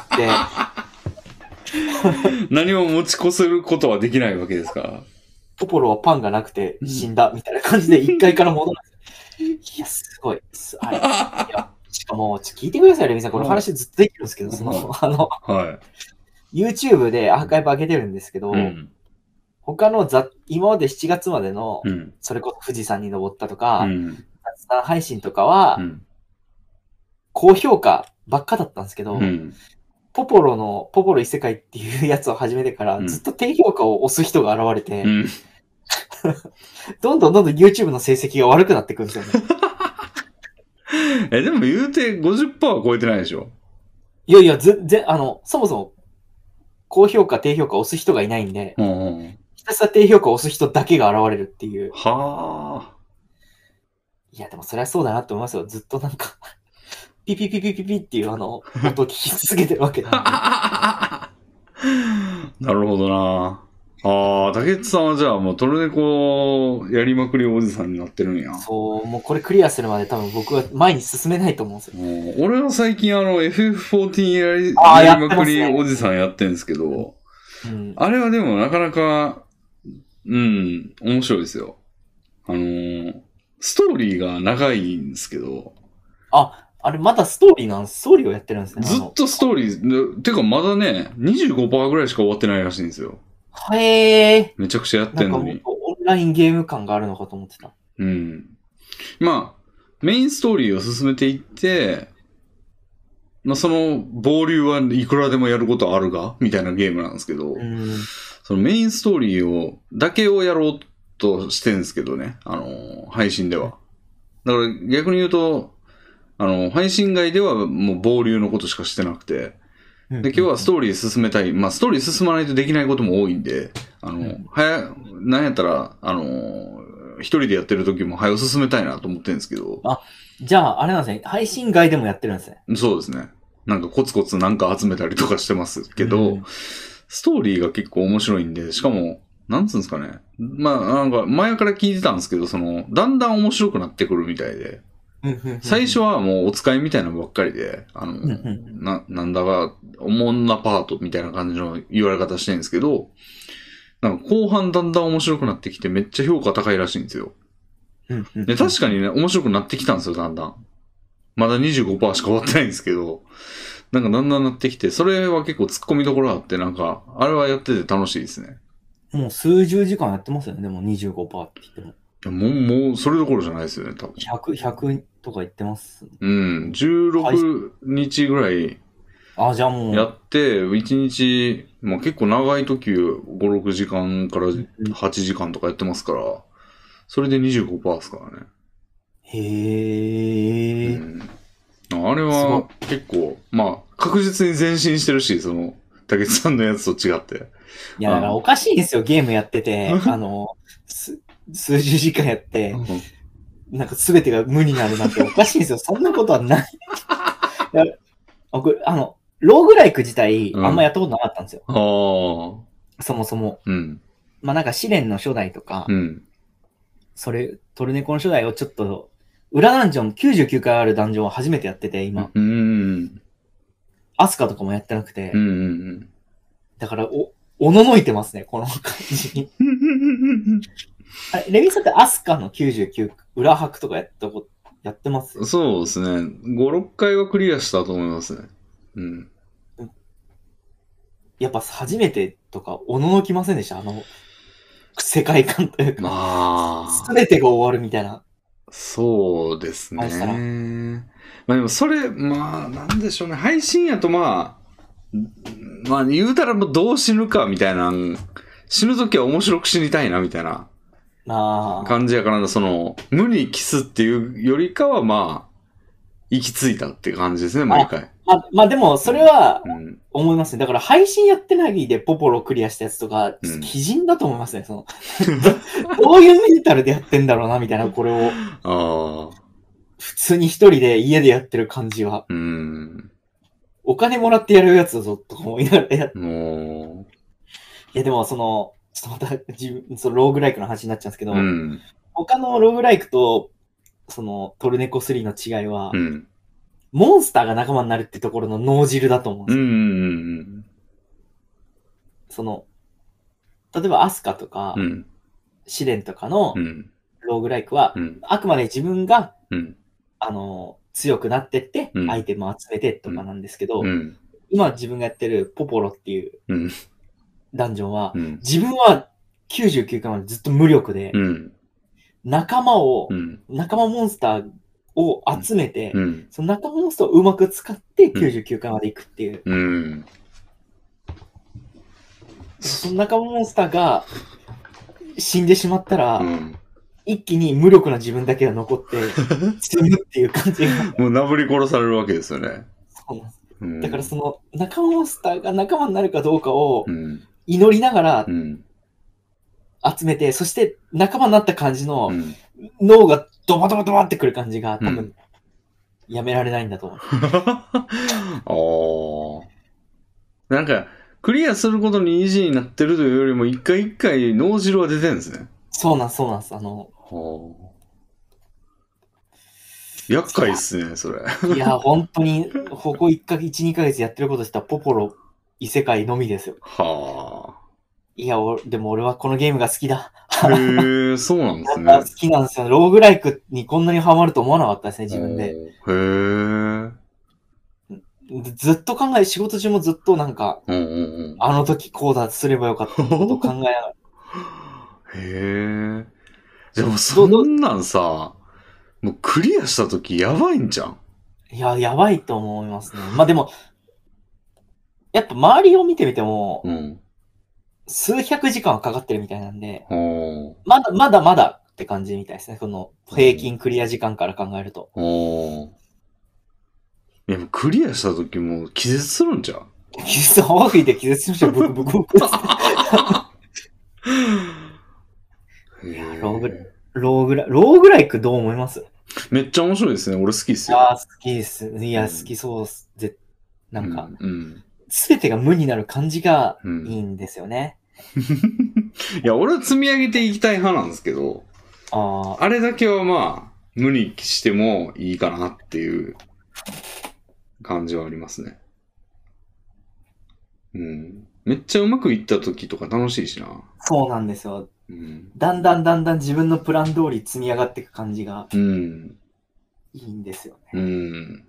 何も持ち越せることはできないわけですから。 ポポロはパンがなくて死んだみたいな感じで1回から戻るんですよ。いや、すごい。いやしかも、聞いてください、レミさん。この話ずっとできるんですけど、YouTube でアーカイブ上げてるんですけど、他の今まで7月までの、それこそ富士山に登ったとか、雑談配信とかは、高評価ばっかだったんですけど、ポポロ異世界っていうやつを始めてから、ずっと低評価を押す人が現れて、どんどん YouTube の成績が悪くなってくるんですよね。 でも言うて 50% は超えてないでしょ。 いやいや、そもそも、高評価、低評価押す人がいないんで、ひたすら低評価を押す人だけが現れるっていう。 はあ。 いや、でもそれはそうだなって思いますよ。ずっとなんか、ピピピピピピっていう音を聞き続けてるわけなんで。 なるほどな。竹内さんはじゃあもうトルネコやりまくりおじさんになってるんや。 そう、もうこれクリアするまで多分僕は前に進めないと思うんですよ。 俺は最近FF14 やりまくりおじさんやってるんですけど、あれはでもなかなか、面白いですよ。ストーリーが長いんですけど。 あれまだストーリーをやってるんですね。 ずっとストーリー、てかまだね、25% ぐらいしか終わってないらしいんですよ。 へー。 めちゃくちゃやってんのに。 なんかオンラインゲーム感があるのかと思ってた。 まあ、メインストーリーを進めていって、その、傍流はいくらでもやることあるがみたいなゲームなんですけど、そのメインストーリーだけをやろうとしてるんですけどね、配信では。だから逆に言うと、配信外ではもう傍流のことしかしてなくて、で、今日はストーリー進めたい。ストーリー進まないとできないことも多いんで、なんやったら、一人でやってる時も早く進めたいなと思ってるんですけど。 じゃあ、あれなんですね。配信外でもやってるんですね。 そうですね。なんかコツコツなんか集めたりとかしてますけど、ストーリーが結構面白いんで、しかも、なんつうんですかね。なんか前から聞いてたんですけど、だんだん面白くなってくるみたいで、最初はもうお使いみたいなのばっかりで、なんだか、おもんなパートみたいな感じの言われ方してるんですけど、なんか後半だんだん面白くなってきてめっちゃ評価高いらしいんですよ。で、確かにね、面白くなってきたんですよ、だんだん。まだ 25% しか終わってないんですけど、なんかだんだんなってきて、それは結構突っ込みどころあって、なんか、あれはやってて楽しいですね。 もう数十時間やってますよね、でも 25% って言っても。 もう、それどころじゃないですよね、多分。 100とか言ってます。 16日ぐらい。 じゃあもう。 やって、1日、結構長い時5、6時間から8時間とかやってますから、それで 25% ですからね。 へー。 あれは結構、確実に前進してるし、竹内さんのやつと違って。 いや、だからおかしいんですよ、ゲームやってて。数十時間やって。 なんか全てが無になるなんておかしいんですよ。そんなことはない。僕、ローグライク自体、あんまやったことなかったんですよ。そもそも。まあなんか試練の初代とか、トルネコの初代をちょっと、裏ダンジョン、99回あるダンジョンを初めてやってて、今。アスカとかもやってなくて。だから、おののいてますね、この感じに。レミさんってアスカの99裏拍とかやってます？ そうですね。5、6回はクリアしたと思いますね。 やっぱ初めてとか、おののきませんでした？世界観というか。すべてが終わるみたいな。 そうですね。まあでもそれ、まあなんでしょうね。配信やとまあ言うたらもうどう死ぬかみたいな、死ぬときは面白く死にたいなみたいな感じやからな、無にキスっていうよりかはまあ、行き着いたっていう感じですね、毎回。 まあでも、それは、思いますね。だから配信やってないでポポロクリアしたやつとか、鬼人だと思いますね。どういうメンタルでやってんだろうな、みたいな、これを。普通に一人で家でやってる感じは。お金もらってやるやつだぞ、とか思いながらやって。いや、でもちょっとまた、ローグライクの話になっちゃうんですけど、他のローグライクと、トルネコ3の違いは、モンスターが仲間になるってところの脳汁だと思うんですよ。例えばアスカとか、試練とかのローグライクは、あくまで自分が、強くなってって、アイテムを集めてとかなんですけど、今自分がやってるポポロっていうダンジョンは、自分は99回までずっと無力で、仲間モンスターを集めて、その仲間モンスターをうまく使って99回まで行くっていう。その仲間モンスターが死んでしまったら、一気に無力な自分だけが残って死ぬっていう感じが。 もうなぶり殺されるわけですよね。 そうなんです。だから仲間モンスターが仲間になるかどうかを祈りながら集めて、そして仲間になった感じの脳がドバドバドバってくる感じが多分やめられないんだと思う。なんか、クリアすることに意地になってるというよりも、一回一回脳汁は出てるんですね。 そうなんです。 厄介っすね、それ。 いや、本当に、ここ1、2ヶ月やってることしたらポポロ異世界のみですよ。いや、でも俺はこのゲームが好きだ。 へえ、そうなんですね。 好きなんですよ。ローグライクにこんなにハマると思わなかったですね、自分で。ずっと仕事中もずっとなんか、あの時こうだすればよかったこと考えながら。 へえ。でもそんなんさ、もうクリアした時やばいんじゃん。 いや、やばいと思いますね。まあでも、やっぱ周りを見てみても、数百時間はかかってるみたいなんで、まだって感じみたいですね。平均クリア時間から考えると。 いや、クリアした時も気絶するんじゃん。 泡吹いて気絶しましたよ。ブクブクブク。ローグライクどう思います？ めっちゃ面白いですね。俺好きですよ。 好きです。いや、好きそうっす。なんか、すべてが無になる感じがいいんですよね。 いや、俺は積み上げていきたい派なんですけど、あれだけはまあ、無にしてもいいかなっていう感じはありますね。めっちゃうまくいった時とか楽しいしな。 そうなんですよ。だんだん自分のプラン通り積み上がっていく感じがいいんですよね。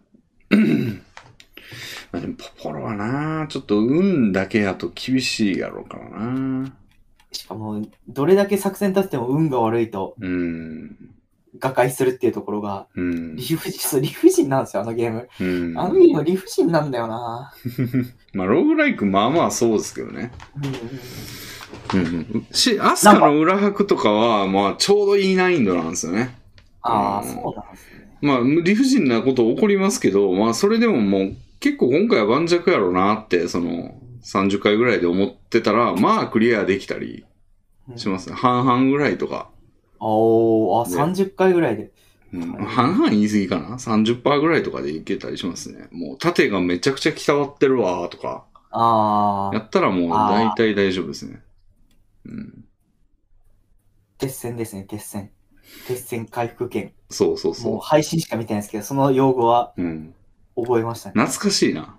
でもポポロはな、ちょっと運だけやと厳しいやろうからな。 しかも、どれだけ作戦立っても運が悪いと、瓦解するっていうところが、理不尽なんですよ、あのゲーム。あのゲーム理不尽なんだよな。 まあ、ローグライクまあまあそうですけどね。アスカの裏拍とかは、まあちょうどいい難易度なんですよね。 そうなんですね。 まあ理不尽なこと起こりますけど、まあそれでももう結構今回は盤石やろうなって、30回ぐらいで思ってたら、まあクリアできたりしますね。半々ぐらいとか。 30回ぐらいで。 半々言い過ぎかな ?30% ぐらいとかでいけたりしますね。もう縦がめちゃくちゃ鍛わってるわとか。やったらもう大体大丈夫ですね。 鉄線ですね、鉄線。鉄線回復券。 そうそうそう。 もう配信しか見てないですけど、その用語は覚えましたね。 懐かしいな。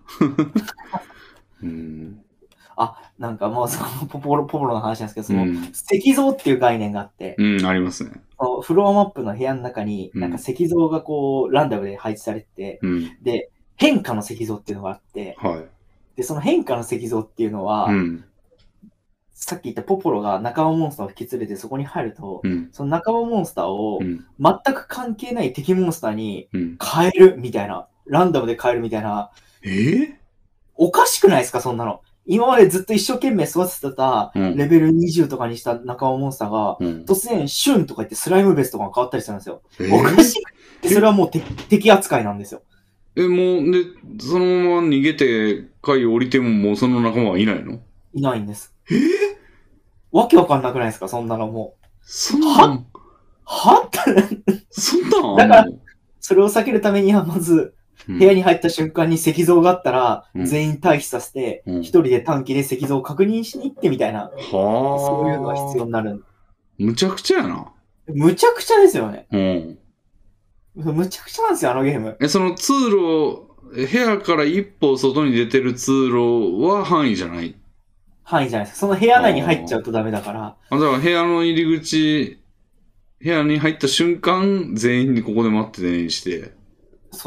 なんかもうそのポポロの話なんですけど、その石像っていう概念があって、 ありますね。 フロアマップの部屋の中に、なんか石像がこう、ランダムで配置されてて、で、変化の石像っていうのがあって、で、その変化の石像っていうのは、さっき言ったポポロが仲間モンスターを引き連れてそこに入ると、その仲間モンスターを全く関係ない敵モンスターに変えるみたいな、ランダムで変えるみたいな。おかしくないですか、そんなの。今までずっと一生懸命育ててたレベル20とかにした仲間モンスターが、突然シュンとか言ってスライムベースとかが変わったりするんですよ。おかしい。それはもう敵扱いなんですよ。 もう、で、そのまま逃げて階降りてももうその仲間はいないの？ いないんです。わけわかんなくないですか、そんなのもう。 そんなんはってそんなんだから、それを避けるためにはまず、部屋に入った瞬間に石像があったら、全員退避させて、一人で短期で石像を確認しに行ってみたいな。そういうのが必要になる。 むちゃくちゃやな。 むちゃくちゃですよね。むちゃくちゃなんですよ、あのゲーム。 その通路、部屋から一歩外に出てる通路は範囲じゃない？ 範囲じゃないですか。その部屋内に入っちゃうとダメだから。 だから部屋の入り口、部屋に入った瞬間、全員にここで待ってねにして。 そう。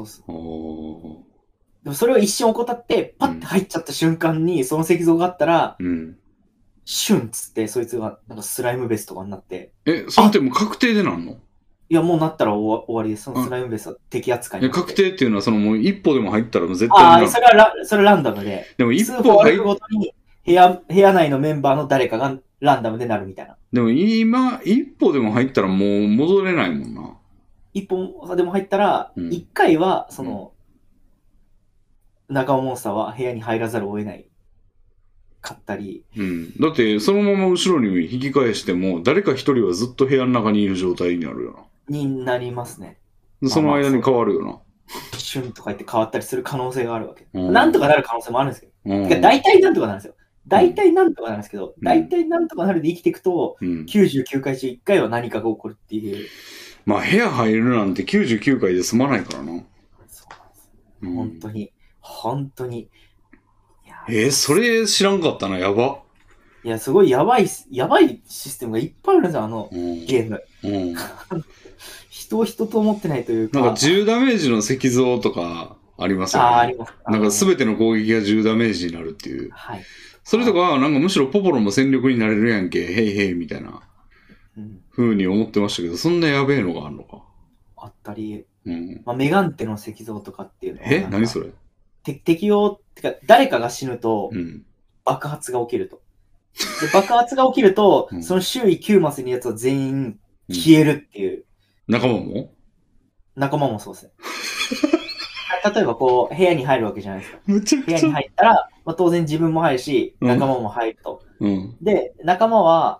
でもそれを一瞬怠って、パッて入っちゃった瞬間に、その石像があったら、シュンっつって、そいつがなんかスライムベースとかになって。 それってもう確定でなんの？ いや、もうなったら終わりです。そのスライムベースは敵扱いになって。 確定っていうのは、そのもう一歩でも入ったら絶対に。 それはランダムで。 でも一歩入るごとに部屋内のメンバーの誰かがランダムでなるみたいな。 でも今、一歩でも入ったらもう戻れないもんな。 一歩でも入ったら、一回は、その、仲間モンスターは部屋に入らざるを得ないかったり。 だって、そのまま後ろに引き返しても、誰か一人はずっと部屋の中にいる状態になるよな。 になりますね。 その間に変わるよな。 シュンとか言って変わったりする可能性があるわけ。なんとかなる可能性もあるんですけど。大体なんとかなるんですよ。大体なんとかなるんですけど、大体なんとかなるで生きていくと、99回中1回は何かが起こるっていう。 まあ、部屋入るなんて99回で済まないからな。 そうなんです。本当に。 それ知らんかったな、やば。 いや、すごいやばいシステムがいっぱいあるんですよ、あのゲーム。人を人と思ってないというか。 なんか10ダメージの石像とかありますよね。 あります。 なんか全ての攻撃が10ダメージになるっていう。それとか、なんかむしろポポロも戦力になれるやんけ、へいへいみたいな風に思ってましたけど、そんなやべえのがあるのか。 あったり、メガンテの石像とかっていうのは。 何それ？ 適用、ってか、誰かが死ぬと、爆発が起きると。で爆発が起きると、その周囲9マスにいるやつは全員消えるっていう。 仲間も？ 仲間もそうですね。例えばこう、部屋に入るわけじゃないですか。 むちゃくちゃ。 部屋に入ったら、当然自分も入るし、仲間も入ると。で、仲間は、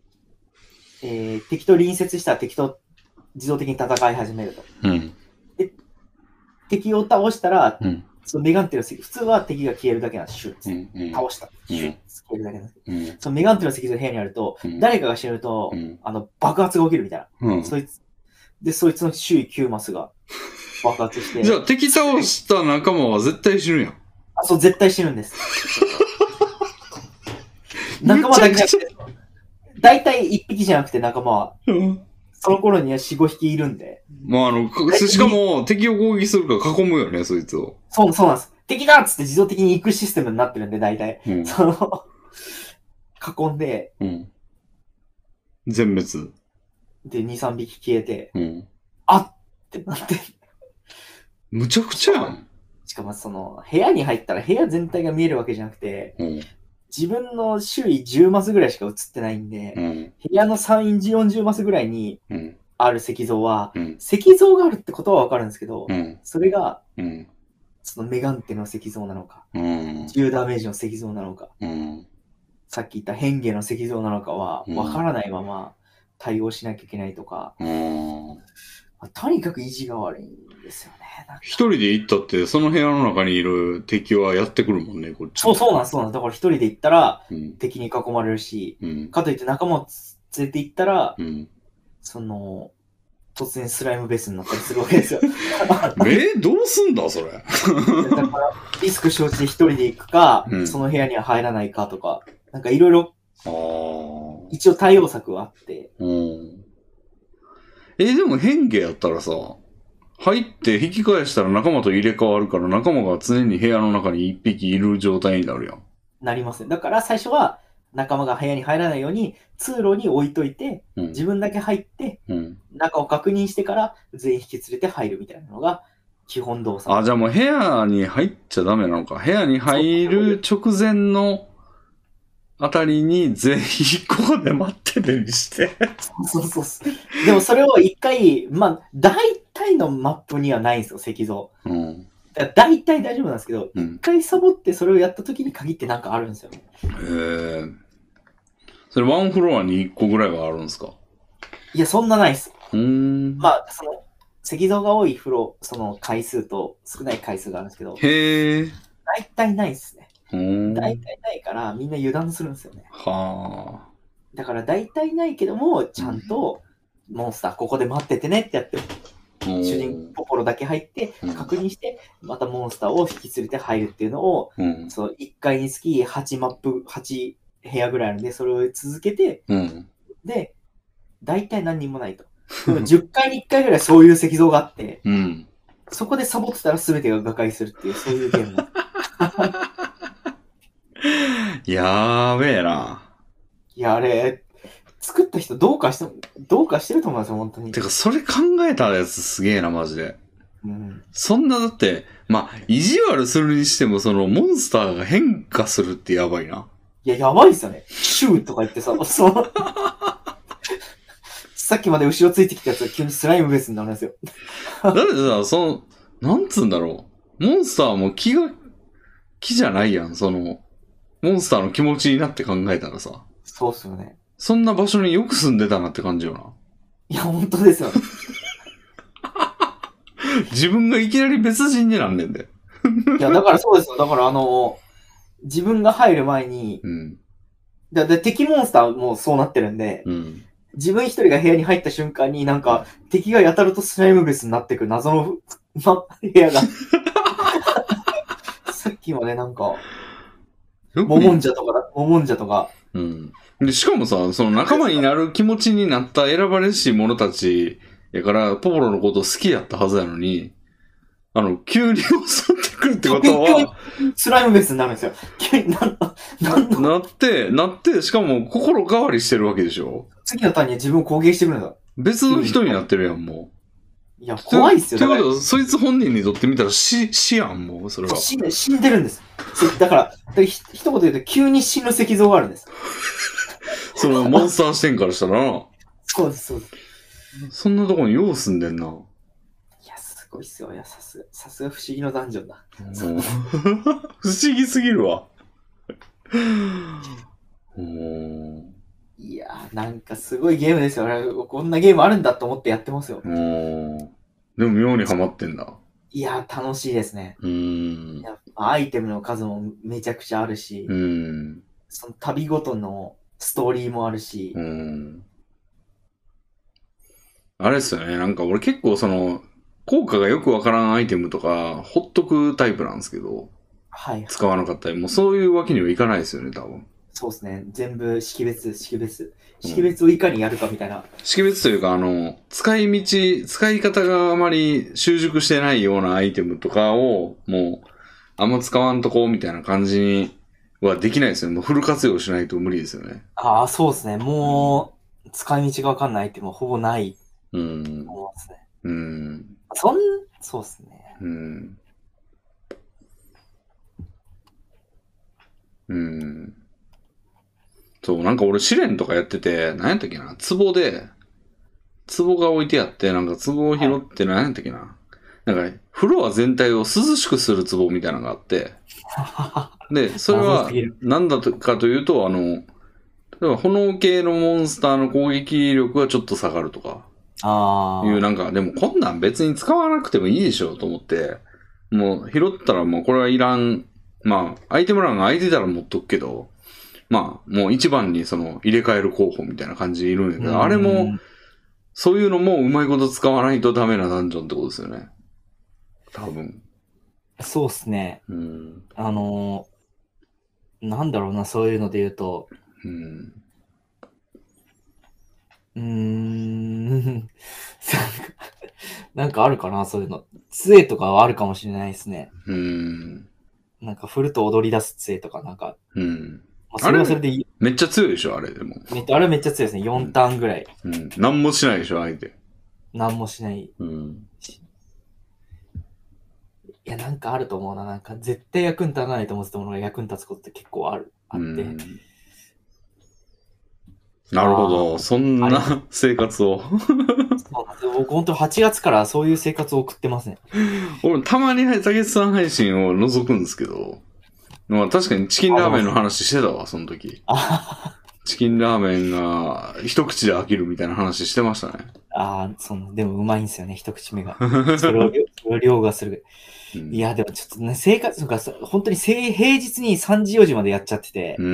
敵と隣接したら敵と自動的に戦い始めると。で敵を倒したら、そのメガンテの石像、普通は敵が消えるだけなんです。シュッ、倒した。シュッ、消えるだけなんです。そのメガンテの石像の部屋にあると、誰かが死ぬと、爆発が起きるみたいな。そいつの周囲9マスが爆発して。 じゃあ敵倒した仲間は絶対死ぬやん。 そう、絶対死ぬんです。仲間だけじゃなくて、大体1匹じゃなくて仲間は。その頃には4、5匹いるんで。 まあしかも敵を攻撃するから囲むよね、そいつを。 そうなんです。敵だっつって自動的に行くシステムになってるんで、大体。囲んで、 全滅。 で、2、3匹消えて、あっってなって。 むちゃくちゃやん。 しかも部屋に入ったら部屋全体が見えるわけじゃなくて、自分の周囲10マスぐらいしか映ってないんで、部屋の3、40マスぐらいにある石像は、石像があるってことはわかるんですけど、それが、そのメガンテの石像なのか、10ダメージの石像なのか、さっき言った変化の石像なのかはわからないまま対応しなきゃいけないとか、 とにかく意地が悪いんですよね。 一人で行ったって、その部屋の中にいる敵はやってくるもんね、こっち。 そうなんです。だから一人で行ったら、敵に囲まれるし、かといって仲間を連れて行ったら、突然スライムベースになったりするわけですよ。 どうすんだ、それ。だから、リスク承知で一人で行くか、その部屋には入らないかとか、なんかいろいろ、一応対応策はあって。 でも変化やったらさ、入って引き返したら仲間と入れ替わるから仲間が常に部屋の中に一匹いる状態になるやん。 なりますね。だから最初は仲間が部屋に入らないように通路に置いといて、自分だけ入って、中を確認してから全員引き連れて入るみたいなのが基本動作。 じゃあもう部屋に入っちゃダメなのか。部屋に入る直前のあたりに全員ここで待っててにして。 そう。でもそれを一回、大体のマップにはないんですよ、石像。だから大体大丈夫なんですけど、一回サボってそれをやった時に限ってなんかあるんですよね。 それワンフロアに1個ぐらいはあるんですか？ いや、そんなないっす。石像が多いその回数と少ない回数があるんですけど、大体ないっすね。大体ないからみんな油断するんですよね。だから大体ないけども、ちゃんとモンスターここで待っててねってやって、主人心だけ入って確認して、またモンスターを引き連れて入るっていうのを、1回につき8部屋ぐらいあるんで、それを続けて、で、大体何人もないと。10回に1回ぐらいそういう石像があって、そこでサボってたら全てが瓦解するっていう、そういうゲーム。 やーべえな。 いや、あれ、作った人どうかしてると思いますよ、本当に。 てか、それ考えたやつすげえな、マジで。そんな、だって、意地悪するにしても、その、モンスターが変化するってやばいな。 いや、やばいっすよね。シューとか言ってさ、さっきまで後ろついてきたやつが急にスライムベースになるんですよ。 だってさ、なんつうんだろう。モンスターも気じゃないやん、モンスターの気持ちになって考えたらさ。 そうっすよね。 そんな場所によく住んでたなって感じよな。 いや、本当ですよね。 自分がいきなり別人になんねんで。 いや、だからそうですよ。だから自分が入る前に、敵モンスターもそうなってるんで、自分一人が部屋に入った瞬間になんか、敵がやたらとスライムベースになってく謎の、部屋が。さっきまでなんか、モモンジャとか。 で、しかもさ、その仲間になる気持ちになった選ばれし者たちやから、ポポロのこと好きやったはずやのに、急に襲ってくるってことは、 スライムベースになるんですよ。急になって、しかも心変わりしてるわけでしょ？ 次のターンに自分を攻撃してくるんだ。 別の人になってるやん、もう。いや、怖いっすよ。 ということは、そいつ本人にとってみたら死やん、もう、それは。 死んでるんです。だから、一言言うと急に死ぬ石像があるんです。 そのモンスター視点からしたらな。 そうです。 そんなとこによう住んでんな。 いや、すごいっすよ。いや、さすが不思議のダンジョンだ。 不思議すぎるわ。 いやー、なんかすごいゲームですよ。こんなゲームあるんだと思ってやってますよ。 でも妙にハマってんだ。 いやー、楽しいですね。アイテムの数もめちゃくちゃあるし、その旅ごとのストーリーもあるし。 あれですよね。なんか俺結構効果がよくわからんアイテムとか、ほっとくタイプなんですけど、使わなかったり、もうそういうわけにはいかないですよね、多分。 そうですね。全部識別をいかにやるかみたいな。 識別というか、使い方があまり習熟してないようなアイテムとかを、もう、あんま使わんとこうみたいな感じにはできないですよね。もうフル活用しないと無理ですよね。 そうですね。もう、使い道がわかんないアイテムはほぼないと思いますね。そうですね。 そう、なんか俺試練とかやってて、何やったっけな、壺が置いてあって、なんか壺を拾って何やったっけな。なんか、フロア全体を涼しくする壺みたいなのがあって、で、それは何だかというと、例えば炎系のモンスターの攻撃力がちょっと下がるとか。 なんか、でもこんなん別に使わなくてもいいでしょと思って、もう拾ったらもうこれはいらん。まあ、アイテム欄が空いてたら持っとくけど、まあ、もう一番にその入れ替える候補みたいな感じでいるんだけど、あれも、そういうのもうまいこと使わないとダメなダンジョンってことですよね。多分。 そうっすね。なんだろうな、そういうので言うと。なんかあるかな、そういうの。杖とかはあるかもしれないですね。なんか振ると踊り出す杖とかなんか。まあ、それはそれでいい。 めっちゃ強いでしょ、あれでも。 あれめっちゃ強いですね。4ターンぐらい。 何もしないでしょ、相手。 何もしない。いや、なんかあると思うな。なんか絶対役に立たないと思ってたものが役に立つことって結構あって。 なるほど。そんな生活を。 僕本当8月からそういう生活を送ってますね。 俺たまにたけしさん配信を覗くんですけど、まあ確かにチキンラーメンの話してたわ、その時。チキンラーメンが一口で飽きるみたいな話してましたね。 でもうまいんですよね、一口目が。それを凌駕する。いや、でもちょっとね、生活が本当に平日に3時4時までやっちゃってて。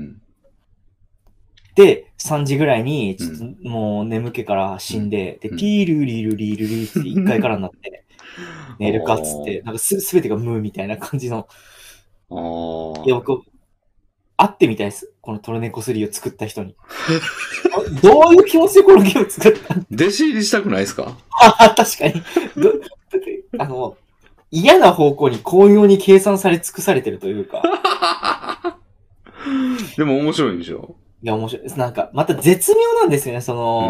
で、3時ぐらいに、ちょっともう眠気から死んで、で、ピールリルリルリって1回からになって、寝るかっつって、なんかすべてがムーみたいな感じの。いや、僕、会ってみたいです。このトルネコ3を作った人に。どういう気持ちでこのゲーム作ったの？ 弟子入りしたくないですか？ 確かに。嫌な方向に巧妙に計算され尽くされてるというか。 でも面白いでしょ？ いや、面白いです。なんか、また絶妙なんですよね、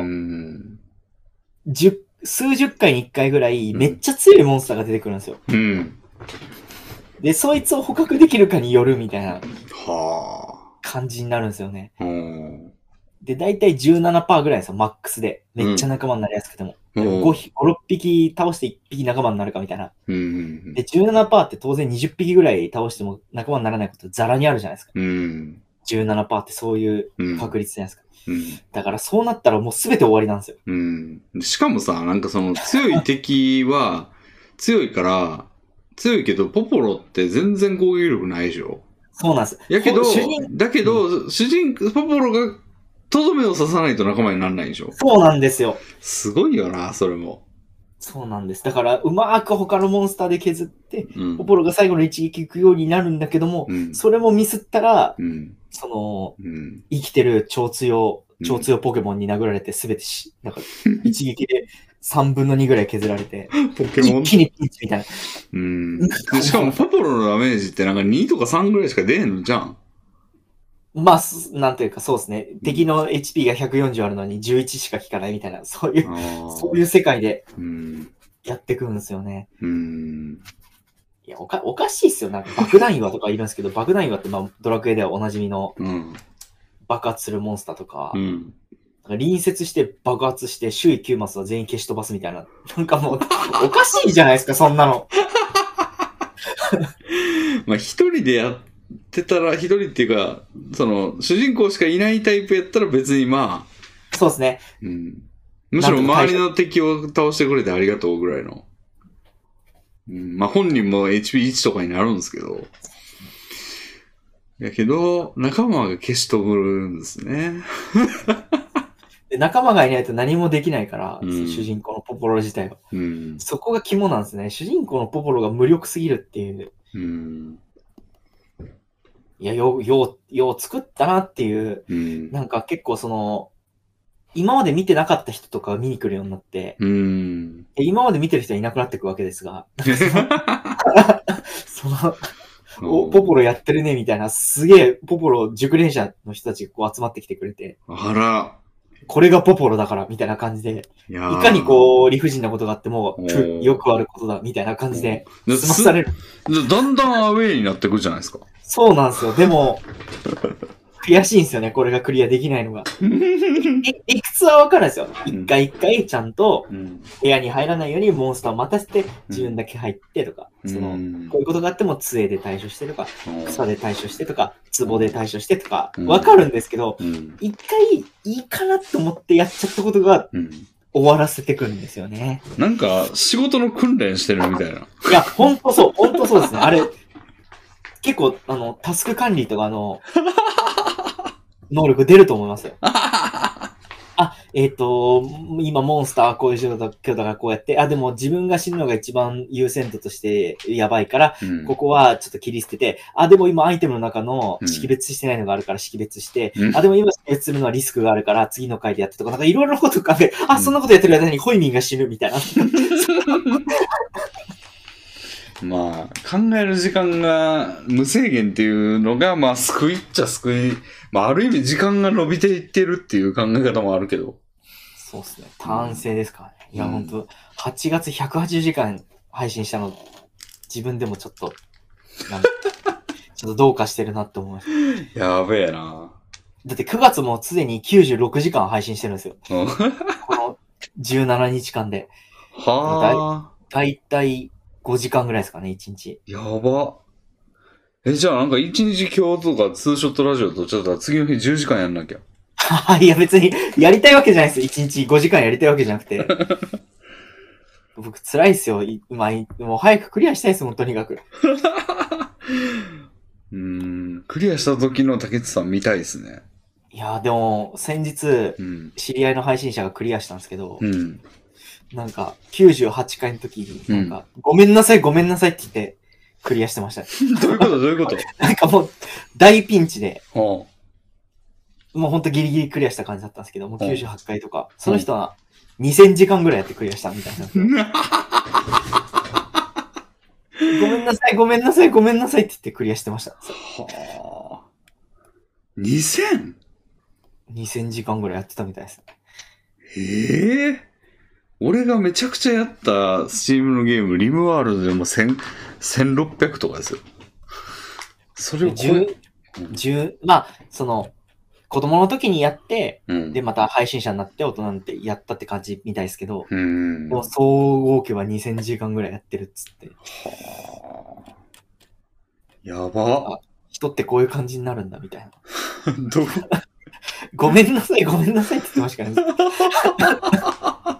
数十回に1回ぐらい、めっちゃ強いモンスターが出てくるんですよ。で、そいつを捕獲できるかによるみたいな感じになるんですよね。で、だいたい 17% ぐらいですよ、マックスで。めっちゃ仲間になりやすくても。5、6匹倒して1匹仲間になるかみたいな。で、17% って当然20匹ぐらい倒しても仲間にならないことザラにあるじゃないですか。17% ってそういう確率じゃないですか。だからそうなったらもう全て終わりなんですよ。 しかもさ、なんかその強い敵は強いから、強いけどポポロって全然攻撃力ないでしょ？ そうなんです。 だけど、ポポロがとどめを刺さないと仲間にならないでしょ？ そうなんですよ。 すごいよな、それも。 そうなんです。だから、うまく他のモンスターで削って、ポポロが最後の一撃行くようになるんだけども、それもミスったら、生きてる超強ポケモンに殴られて全てなんか、一撃で3分の2ぐらい削られて、一気にピンチみたいな。しかも、ポポロのダメージってなんか2とか3ぐらいしか出へんのじゃん。 まあ、なんていうかそうですね。敵の HP が140あるのに11しか効かないみたいな、そういう世界でやってくるんですよね。いや、おかしいっすよ。なんか爆弾岩とかいるんですけど、爆弾岩ってまあドラクエではおなじみの爆発するモンスターとか、隣接して爆発して周囲9マスは全員消し飛ばすみたいな。なんかもう、おかしいじゃないですか、そんなの。 まあ一人でやってたら、一人っていうか、その、主人公しかいないタイプやったら別にまあ。そうですね。 むしろ周りの敵を倒してくれてありがとうぐらいの。まあ本人も HP1 とかになるんですけど。やけど、仲間が消し飛ぶんですね。 で仲間がいないと何もできないから、主人公のポポロ自体は。そこが肝なんですね。主人公のポポロが無力すぎるっていう。いや、よう作ったなっていう、なんか結構その、今まで見てなかった人とか見に来るようになって、今まで見てる人はいなくなっていくわけですが、ポポロやってるねみたいな、すげえポポロ熟練者の人たちがこう集まってきてくれて、これがポポロだからみたいな感じで、いかにこう理不尽なことがあっても、よくあることだみたいな感じで済まされる。 だんだんアウェイになってくるじゃないですか。 そうなんですよ。でも、悔しいんですよね、これがクリアできないのが。理屈はわかるんですよ。一回一回ちゃんと部屋に入らないようにモンスターを待たせて、自分だけ入ってとか、こういうことがあっても杖で対処してとか、草で対処してとか、壺で対処してとか、わかるんですけど、一回いいかなと思ってやっちゃったことが、 終わらせてくるんですよね。 なんか、仕事の訓練してるみたいな。 いや、ほんとそうですね。あれ、結構、タスク管理とかの、能力出ると思いますよ。今モンスターこういう状況だからこうやって、でも自分が死ぬのが一番優先度としてやばいから、ここはちょっと切り捨てて、でも今アイテムの中の識別してないのがあるから識別して、でも今識別するのはリスクがあるから次の回でやってとか、なんかいろいろなこと考えて、そんなことやってる間にホイミンが死ぬみたいな。 まあ、考える時間が無制限っていうのが、まあ、救いっちゃ救い。まあ、ある意味時間が伸びていってるっていう考え方もあるけど。 そうですね。単性ですからね。いや、ほんと、8月180時間配信したの、自分でもちょっと、ちょっとどうかしてるなって思いました。やべえな。 だって9月もすでに96時間配信してるんですよ。この17日間で。 はあ。だいたい5時間ぐらいですかね、1日。 やば。じゃあなんか1日今日とかツーショットラジオとちょっと次の日10時間やんなきゃ。 いや別にやりたいわけじゃないです。1日5時間やりたいわけじゃなくて。僕辛いっすよ。もう早くクリアしたいですもん、とにかく。 クリアした時の竹内さん見たいですね。 いやでも先日、知り合いの配信者がクリアしたんですけど、なんか98回の時になんか、ごめんなさいって言ってクリアしてました。 どういうことなんかもう大ピンチで、もうほんとギリギリクリアした感じだったんですけど、もう98回とか、その人は2000時間ぐらいやってクリアしたみたいな。ごめんなさいって言ってクリアしてました。 はあ。2000?2000 時間ぐらいやってたみたいです。 俺がめちゃくちゃやったスチームのゲーム、リムワールドでも1600とかですよ。それをまあ、子供の時にやって、で、また配信者になって大人になってやったって感じみたいですけど、でも総合計は2000時間ぐらいやってるっつって。 はあ。やば。 人ってこういう感じになるんだみたいな。ごめんなさいって言ってましたからね。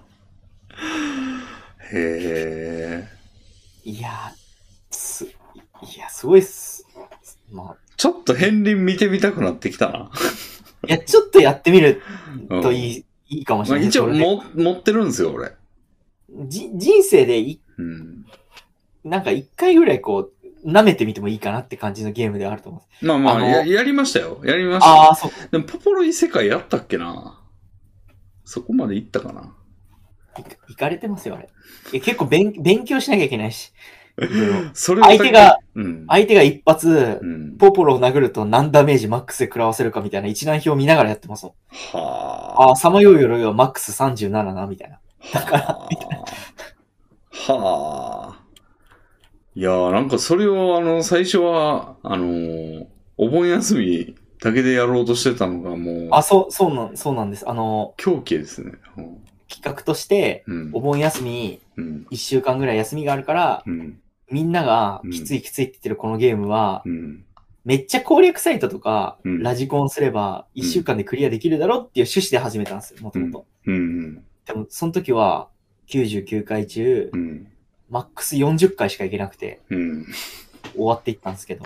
へえ。 いや、すごいっす。まあ。 ちょっと片鱗見てみたくなってきたな。 いや、ちょっとやってみるといいかもしれない。 一応持ってるんですよ、俺。 人生でなんか一回ぐらいこう、舐めてみてもいいかなって感じのゲームではあると思う。 まあ、やりましたよ。そう。でも、ポポロ異世界やったっけな。そこまで行ったかな。 行かれてますよ、あれ。結構勉強しなきゃいけないし。 それ相手が一発、ポポロを殴ると何ダメージマックスで食らわせるかみたいな一覧表を見ながらやってますもん。 はあ。 さまよう鎧はマックス37な、みたいな。だから、みたいな。 はあ。いやー、なんかそれを最初は、お盆休みだけでやろうとしてたのがもう。 そうなんです。 狂気ですね。 企画として、お盆休み、1週間ぐらい休みがあるから、みんながきついって言ってるこのゲームは、めっちゃ攻略サイトとか、ラジコンすれば、1週間でクリアできるだろっていう趣旨で始めたんですよ、もともと。でも、その時は、99回中、マックス40回しかいけなくて、終わっていったんですけど。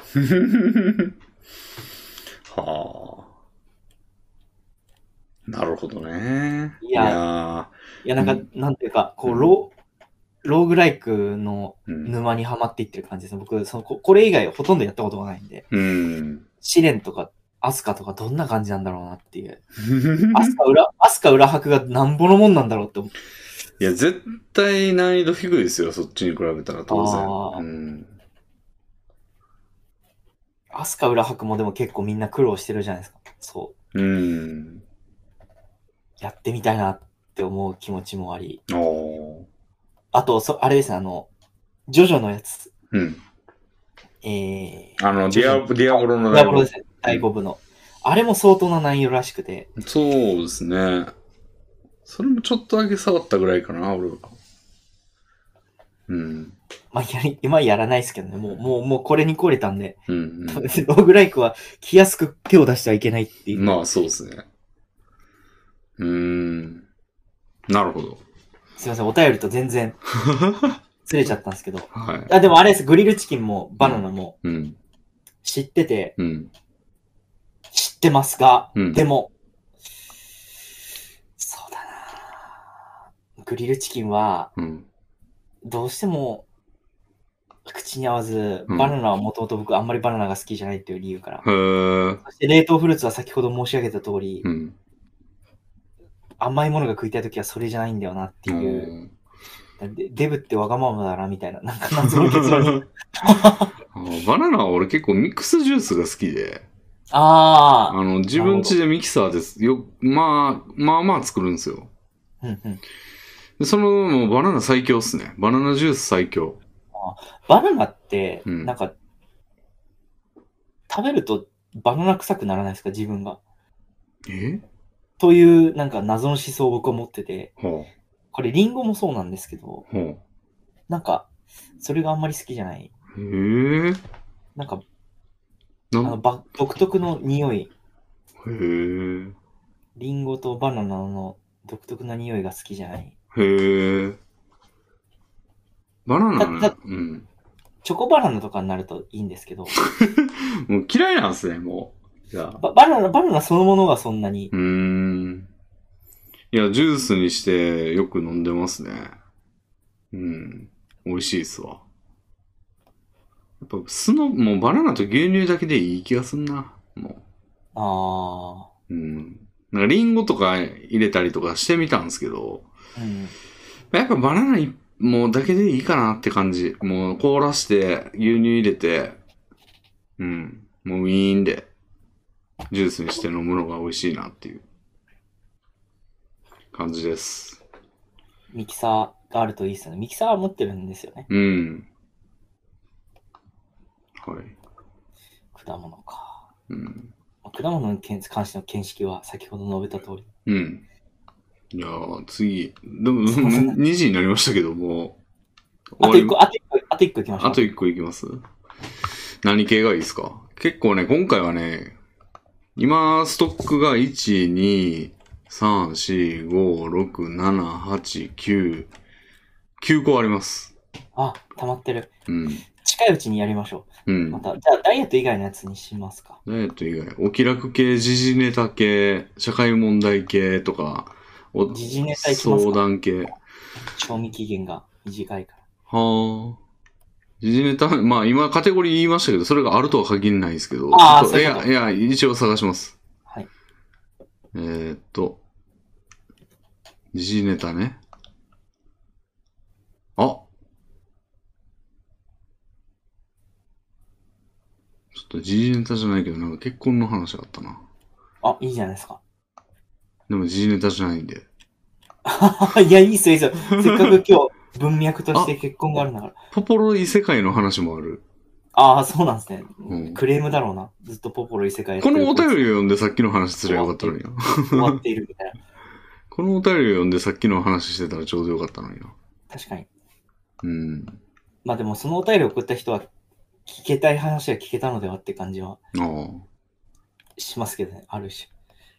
はあ。なるほどね。 いや、なんか、なんていうか、こう、ローグライクの沼にはまっていってる感じです。僕、これ以外ほとんどやったことがないんで。試練とか、アスカとかどんな感じなんだろうなっていう。アスカ裏拍がなんぼのもんなんだろうって思う。 いや、絶対難易度低いですよ、そっちに比べたら当然。 アスカ裏拍もでも結構みんな苦労してるじゃないですか。そう。やってみたいなって思う気持ちもあり。あと、あれですね、ジョジョのやつ。 ディアボロの第5部ですね。第5部の。あれも相当な難易度らしくて。 そうですね。それもちょっとだけ触ったぐらいかな、俺は。 まあ、今やらないですけどね。もうこれに来れたんで。ローグライクは気安く手を出してはいけないっていう。 まあ、そうですね。 なるほど。 すいません、お便りと全然、ずれちゃったんですけど。 はい。 あ、でもあれです、グリルチキンもバナナも、知ってて、知ってますが、でも、そうだなグリルチキンは、どうしても、口に合わず、バナナはもともと僕あんまりバナナが好きじゃないっていう理由から。そして冷凍フルーツは先ほど申し上げた通り、甘いものが食いたいときはそれじゃないんだよなっていう。デブってわがままだなみたいな、なんか謎の結論バナナは俺結構ミックスジュースが好きで。自分家でミキサーです。まあ作るんですよ。その、もうバナナ最強っすね。バナナジュース最強。 バナナって、なんか、食べるとバナナ臭くならないですか、自分が。という、なんか謎の思想を僕は持ってて、これリンゴもそうなんですけど、なんか、それがあんまり好きじゃない。なんか、独特の匂い。リンゴとバナナの独特な匂いが好きじゃない。 バナナチョコバナナとかになるといいんですけど。 もう嫌いなんですね、もう。じゃあバナナそのものがそんなに。 いや、ジュースにしてよく飲んでますね。美味しいっすわ。やっぱもうバナナと牛乳だけでいい気がすんな。もう。なんかリンゴとか入れたりとかしてみたんですけど、やっぱバナナもうだけでいいかなって感じ。もう凍らして牛乳入れて、もうウィーンでジュースにして飲むのが美味しいなっていう感じです。 ミキサーがあるといいですよね。ミキサーは持ってるんですよね。 はい。 果物か。果物に関しての見識は先ほど述べた通り。 いやー、次。でも、2時になりましたけども。 あと1個行きましょう。 あと1個行きます？何系がいいですか？結構ね、今回はね、今、ストックが1、2、3、4、5、6、7、8、9、9個あります。 溜まってる。近いうちにやりましょう。また、じゃあ、ダイエット以外のやつにしますか。 ダイエット以外。お気楽系、時事ネタ系、社会問題系とか、 時事ネタいきますか。 相談系。 賞味期限が短いから。 時事ネタ、まあ今カテゴリー言いましたけど、それがあるとは限らないですけど。いや、一応探します。 はい。 時事ネタね。ちょっと時事ネタじゃないけど、なんか結婚の話があったな。 いいじゃないですか。 でも時事ネタじゃないんで。 いや、いいっすよ、いいっすよ。せっかく今日、文脈として結婚があるんだから。 ポポロ異世界の話もある。 そうなんですね。クレームだろうな。ずっとポポロ異世界やってる。このお便りを読んでさっきの話すればよかったのにな。 終わっているみたいな。 このお便りを読んでさっきの話してたらちょうどよかったのにな。 確かに。まあでもそのお便りを送った人は、聞けたい話は聞けたのではって感じはしますけどね、ある種。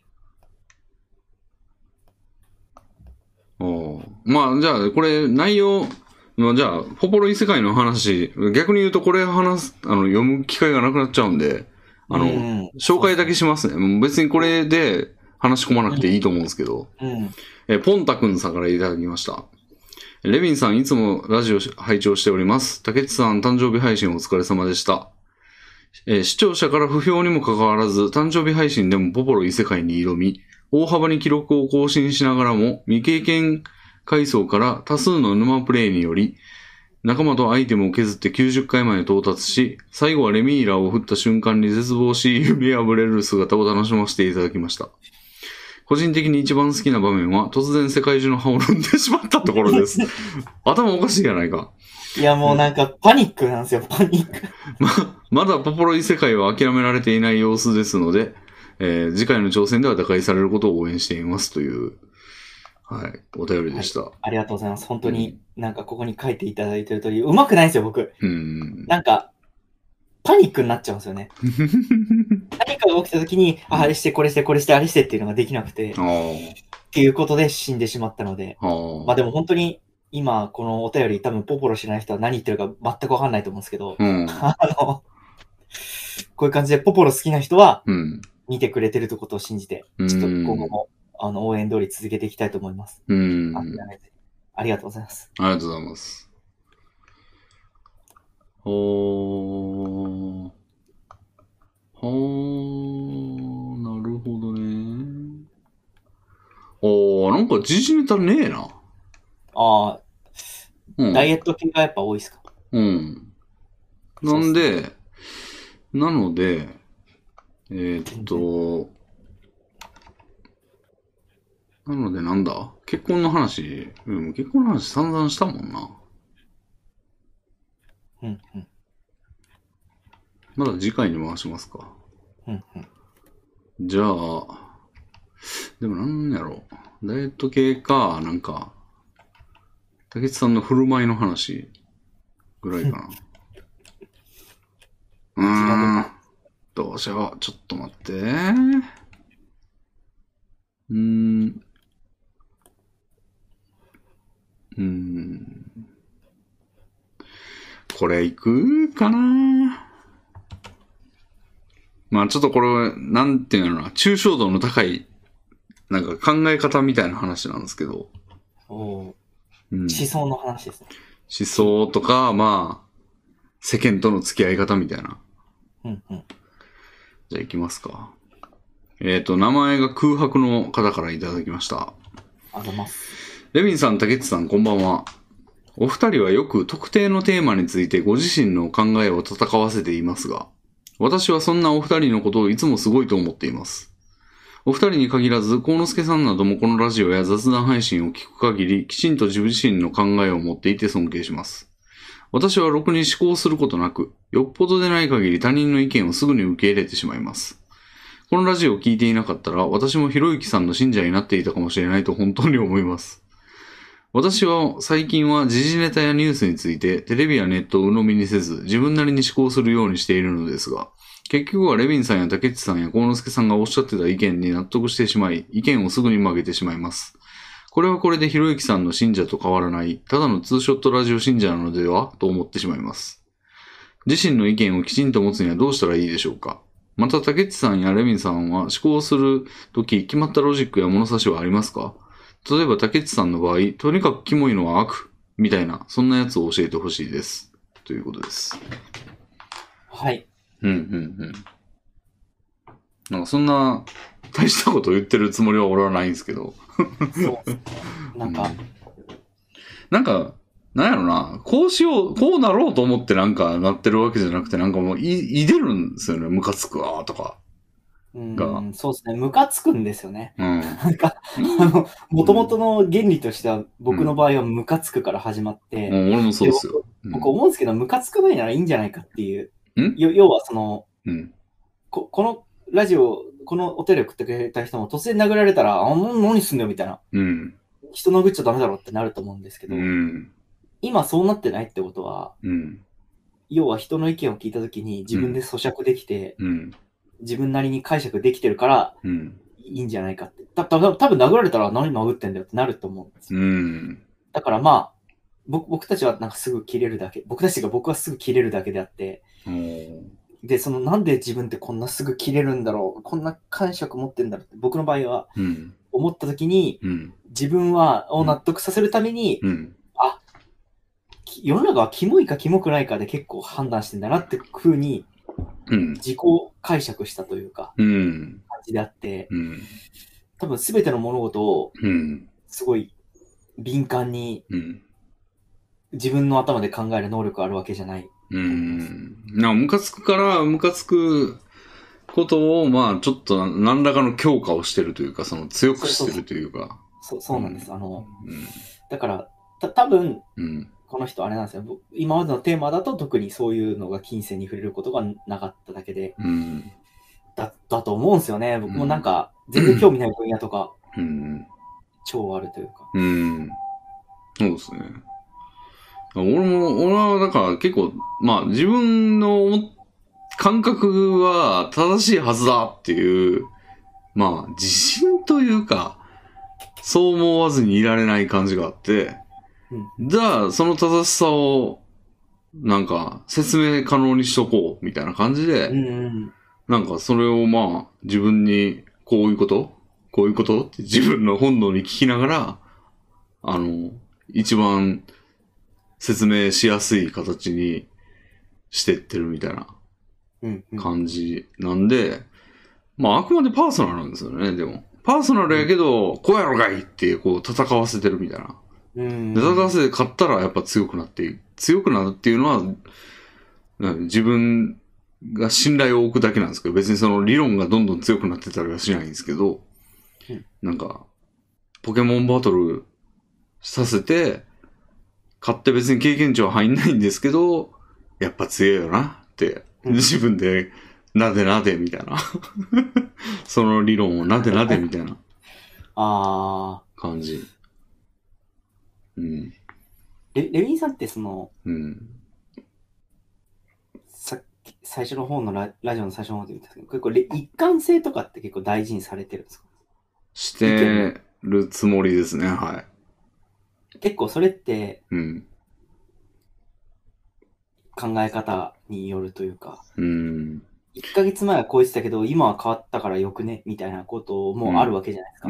まあ、じゃあ、これ、内容、じゃあ、ポポロ異世界の話、逆に言うとこれ読む機会がなくなっちゃうんで、紹介だけしますね。もう別にこれで話し込まなくていいと思うんですけど、ポンタくんさんからいただきました。レビンさん、いつもラジオ拝聴しております。竹内さん、誕生日配信お疲れ様でした。視聴者から不評にもかかわらず、誕生日配信でもポポロ異世界に挑み、大幅に記録を更新しながらも、未経験階層から多数の沼プレイにより、仲間とアイテムを削って90回まで到達し、最後はレミーラを振った瞬間に絶望し、指破れる姿を楽しませていただきました。個人的に一番好きな場面は、突然世界中の歯を飲んでしまったところです。頭おかしいやないか。 いや、もうなんかパニックなんですよ、パニック。 まだポポロ異世界は諦められていない様子ですので、次回の挑戦では打開されることを応援していますという、お便りでした。 ありがとうございます。本当になんかここに書いていただいてる通り、うまくないんですよ、僕。なんか、パニックになっちゃうんですよね。何かが起きた時に、あれして、これして、これして、あれしてっていうのができなくて。 っていうことで死んでしまったので。まあでも本当に、今、このお便り多分ポポロ知らない人は何言ってるか全くわかんないと思うんですけど、こういう感じでポポロ好きな人は、見てくれてるということを信じて、ちょっと今後も、応援通り続けていきたいと思います。ありがとうございます。 ありがとうございます。なるほどね。なんか時事ネタねえな。 ダイエット系がやっぱ多いですか？ なので、なんだ結婚の話、結婚の話散々したもんな。まだ次回に回しますか。じゃあ、でもなんやろ。ダイエット系か、なんか、竹内さんの振る舞いの話ぐらいかな。どうしよう。ちょっと待って。これいくかな。まあちょっとこれ、なんていうのかな、抽象度の高い、なんか考え方みたいな話なんですけど。 思想の話ですね。 思想とか、まあ、世間との付き合い方みたいな。じゃあ行きますか。名前が空白の方からいただきました。 ありがとうございます。 レビンさん、竹内さん、こんばんは。お二人はよく特定のテーマについてご自身の考えを戦わせていますが、私はそんなお二人のことをいつもすごいと思っています。お二人に限らず、幸之助さんなどもこのラジオや雑談配信を聞く限り、きちんと自分自身の考えを持っていて尊敬します。私はろくに思考することなく、よっぽどでない限り他人の意見をすぐに受け入れてしまいます。このラジオを聞いていなかったら、私もひろゆきさんの信者になっていたかもしれないと本当に思います。私は最近は時事ネタやニュースについてテレビやネットを鵜呑みにせず自分なりに思考するようにしているのですが、結局はレビンさんや竹内さんや幸之助さんがおっしゃってた意見に納得してしまい、意見をすぐに曲げてしまいます。これはこれでひろゆきさんの信者と変わらない、ただのツーショットラジオ信者なのではと思ってしまいます。自身の意見をきちんと持つにはどうしたらいいでしょうか。また竹内さんやレビンさんは思考するとき決まったロジックや物差しはありますか？例えば竹内さんの場合、とにかくキモいのは悪みたいな、そんなやつを教えてほしいです。ということです。 はい。 なんかそんな大したこと言ってるつもりは俺はないんですけど。 そうなんか、 なんやろな、こうしよう、こうなろうと思ってなんかなってるわけじゃなくて、なんかもういでるんですよね、ムカつくわとか。 そうですね、ムカつくんですよね。なんか、元々の原理としては、僕の場合はムカつくから始まって、 俺もそうですよ。 僕思うんですけど、ムカつかないならいいんじゃないかっていう。要はその、このラジオ、このお便りを送ってくれた人も突然殴られたら、何すんだよみたいな。人殴っちゃダメだろってなると思うんですけど、今そうなってないってことは、要は人の意見を聞いたときに自分で咀嚼できて、自分なりに解釈できてるから、いいんじゃないかって。多分殴られたら何殴ってんだよってなると思うんですよ。だからまあ、僕たちはなんかすぐ切れるだけ。僕はすぐ切れるだけであって、で、なんで自分ってこんなすぐ切れるんだろう、こんな感触持ってんだろうって、僕の場合は、思ったときに、自分を納得させるために、世の中はキモいかキモくないかで結構判断してんだなって風に、自己解釈したというか、感じであって、多分すべての物事を、すごい敏感に、自分の頭で考える能力があるわけじゃない。 ムカつくことを、まあ、ちょっと何らかの強化をしてるというか、強くしてるというか。 そうなんです。だから、多分、この人あれなんですよ。今までのテーマだと特にそういうのが近世に触れることがなかっただけで、だと思うんですよね。僕もなんか、全然興味ない分野とか、超あるというか。 そうですね。俺はだから結構、まあ自分の感覚は正しいはずだっていう、まあ自信というか、 そう思わずにいられない感じがあって、じゃあ、その正しさを、なんか、説明可能にしとこう、みたいな感じで、なんか、それをまあ、自分に、こういうことって自分の本能に聞きながら、一番説明しやすい形にしてってるみたいな感じなんで、まあ、あくまでパーソナルなんですよね、でも。パーソナルやけど、こうやろがいって、こう、戦わせてるみたいな。で、戦わせて勝ったらやっぱ強くなるっていうのは、自分が信頼を置くだけなんですけど、別にその理論がどんどん強くなってたりはしないんですけど、なんか、ポケモンバトルさせて、勝って別に経験値は入んないんですけど、やっぱ強いよなって、自分で、なでみたいな。その理論をなでみたいな。感じ。 レヴィンさんってその、最初の方のラジオの最初の方で言ったんですけど、結構一貫性とかって結構大事にされてるんですか？ してるつもりですね、はい。 結構それって、考え方によるというか、1ヶ月前はこう言ってたけど、今は変わったからよくね、みたいなこともあるわけじゃないですか。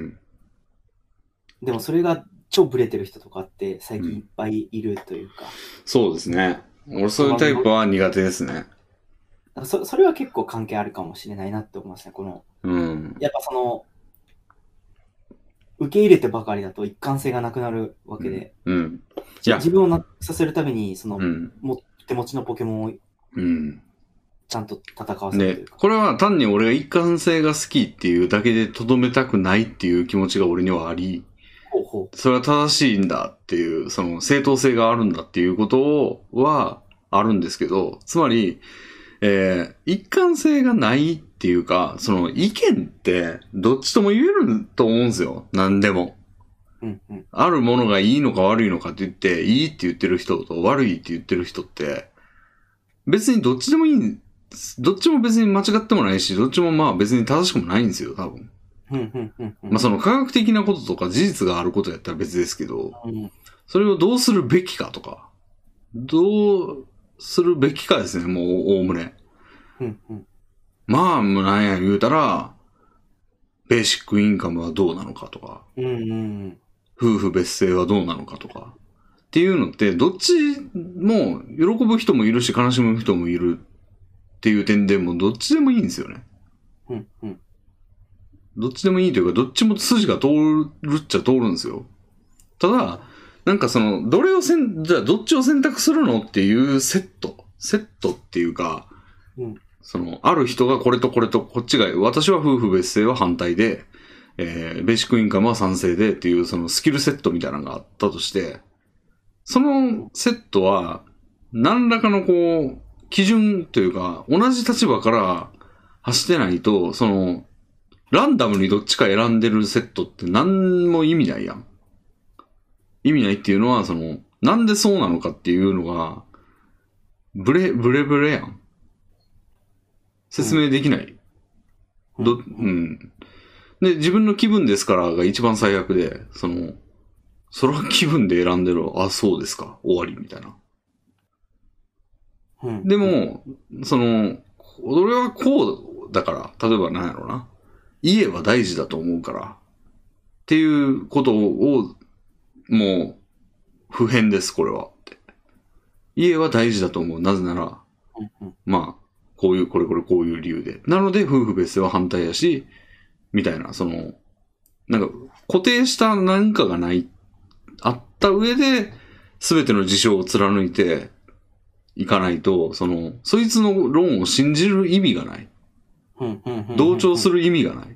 でもそれが超ブレてる人とかって最近いっぱいいるというか。 そうですね。俺そういうタイプは苦手ですね。 それは結構関係あるかもしれないなって思いますね。この、やっぱその、受け入れてばかりだと一貫性がなくなるわけで、自分を納得させるために、その、手持ちのポケモンを、ちゃんと戦わせるというか。 これは単に俺が一貫性が好きっていうだけで留めたくないっていう気持ちが俺にはあり、それは正しいんだっていう、その正当性があるんだっていうことはあるんですけど、つまり、一貫性がないっていうか、その意見ってどっちとも言えると思うんですよ。何でも。あるものがいいのか悪いのかって言って、いいって言ってる人と悪いって言ってる人って、別にどっちでもいい、どっちも別に間違ってもないし、どっちもまあ別に正しくもないんですよ、多分。まあその科学的なこととか事実があることやったら別ですけど、それをどうするべきかとか、どうするべきかですね、もうおおむね。まあ、なんや言うたら、ベーシックインカムはどうなのかとか、夫婦別姓はどうなのかとか、っていうのって、どっちも喜ぶ人もいるし悲しむ人もいるっていう点でもどっちでもいいんですよね。どっちでもいいというか、どっちも筋が通るっちゃ通るんですよ。ただ、なんかその、じゃあどっちを選択するのっていうセットっていうか、その、ある人がこれとこれとこっちが、私は夫婦別姓は反対で、ベーシックインカムは賛成でっていうそのスキルセットみたいなのがあったとして、そのセットは、何らかのこう、基準というか、同じ立場から走ってないと、その、ランダムにどっちか選んでるセットって何も意味ないやん。意味ないっていうのは、その、なんでそうなのかっていうのが、ブレやん。説明できない。で、自分の気分ですからが一番最悪で、その、それは気分で選んでる。あ、そうですか。終わりみたいな。でも、その、俺はこうだから、例えば何やろうな。家は大事だと思うから、っていうことを、もう、不変です、これは。家は大事だと思う。なぜなら、まあ、こういう理由で。なので、夫婦別姓は反対やし、みたいな、その、なんか、固定した何かがあった上で、すべての事象を貫いていかないと、その、そいつの論を信じる意味がない。同調する意味がない。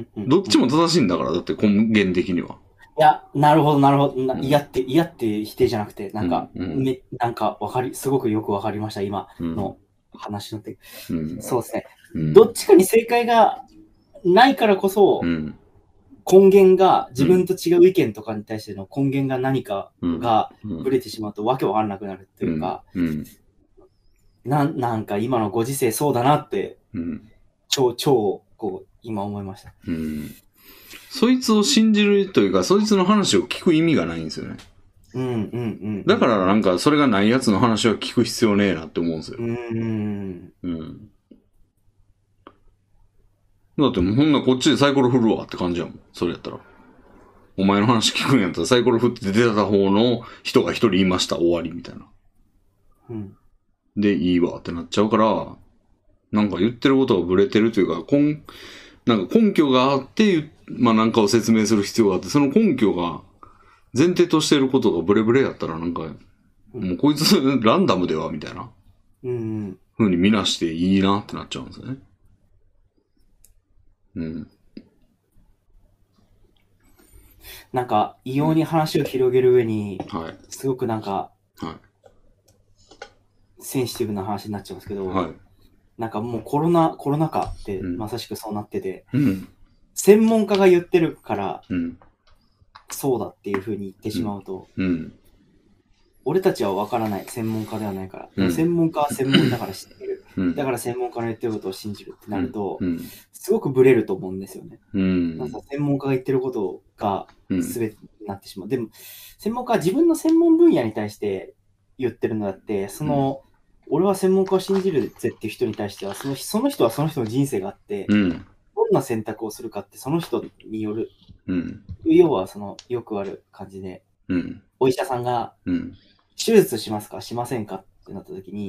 どっちも正しいんだから、だって根源的には。 いや、なるほど。嫌って否定じゃなくて、なんか、なんかすごくよくわかりました、今の話のて。そうですね。どっちかに正解がないからこそ、根源が、自分と違う意見とかに対しての根源が何かがブレてしまうとわけわかんなくなるというか、なんか今のご時世そうだなって、超、こう、今思いました。 そいつを信じるというか、そいつの話を聞く意味がないんですよね。 うんうんうん。 だからなんかそれがないやつの話は聞く必要ねえなって思うんですよ。だってもうほんなこっちでサイコロ振るわって感じやもん。それやったら。お前の話聞くんやったらサイコロ振って出た方の人が一人いました。終わりみたいな。で、いいわってなっちゃうから、なんか言ってることがブレてるというか、なんか根拠があって、まあなんかを説明する必要があって、その根拠が前提としてることがブレブレやったらなんか、もうこいつランダムではみたいな。風に見なしていいなってなっちゃうんですよね。 なんか、異様に話を広げる上に、すごくなんか、センシティブな話になっちゃうんですけど、なんかもうコロナ禍ってまさしくそうなってて、専門家が言ってるから、そうだっていう風に言ってしまうと、俺たちは分からない。専門家ではないから。専門家は専門だから知ってる。だから専門家の言ってることを信じるってなると、すごくブレると思うんですよね。なんか専門家が言ってることが全てになってしまう。でも、専門家は自分の専門分野に対して言ってるのだって、俺は専門家を信じるぜっていう人に対しては、その人はその人の人生があって、どんな選択をするかってその人による。要はよくある感じで、お医者さんが、手術しますかしませんかってなった時に、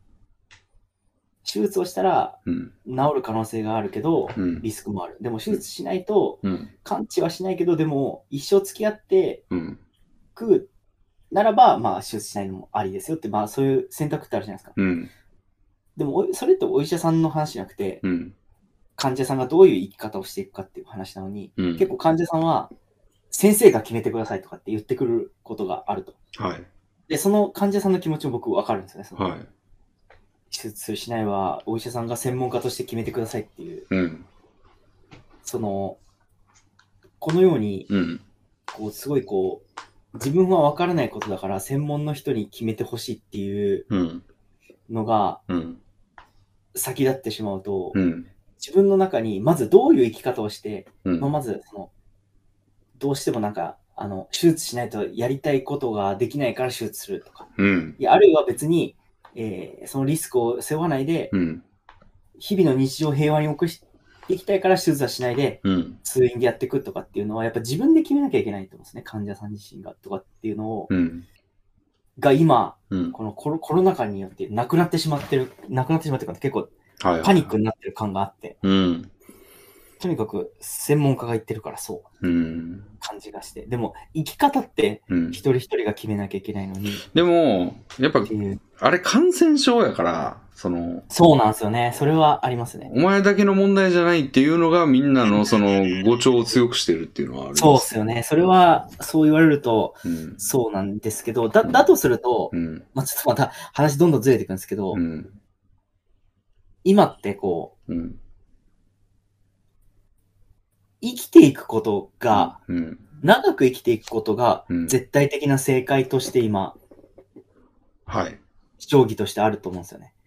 手術をしたら治る可能性があるけど、リスクもある。でも手術しないと、完治はしないけど、でも一生付き合って食うならば、まあ手術しないのもありですよって、まあそういう選択ってあるじゃないですか。でもそれってお医者さんの話じゃなくて、患者さんがどういう生き方をしていくかっていう話なのに、結構患者さんは先生が決めてくださいとかって言ってくることがあると。で、その患者さんの気持ちも僕分かるんですよね。手術するしないはお医者さんが専門家として決めてくださいっていう、このように、すごい自分は分からないことだから専門の人に決めてほしいっていうのが先立ってしまうと、自分の中にまずどういう生き方をして、まずどうしてもなんか手術しないとやりたいことができないから手術するとか、いやあるいは別に、そのリスクを背負わないで、日々の日常を平和に送っていきたいから手術はしないで、通院でやっていくとかっていうのはやっぱ自分で決めなきゃいけないと思うんですね。患者さん自身がとかっていうのを、が今、このコロナ禍によってなくなってしまってるか結構パニックになってる感があって、とにかく専門家が言ってるからそう感じがして、でも生き方って一人一人が決めなきゃいけないのに、 でもやっぱあれ感染症やからそうなんですよね。それはありますね。 お前だけの問題じゃないっていうのがみんなの語調を強くしてるっていうのはあるんです。 そうっすよね。それはそう言われるとそうなんですけど、だとすると、まあちょっとまた話どんどんずれていくんですけど、今って生きていくことが、長く生きていくことが絶対的な正解として今、定義としてあると思うんですよね。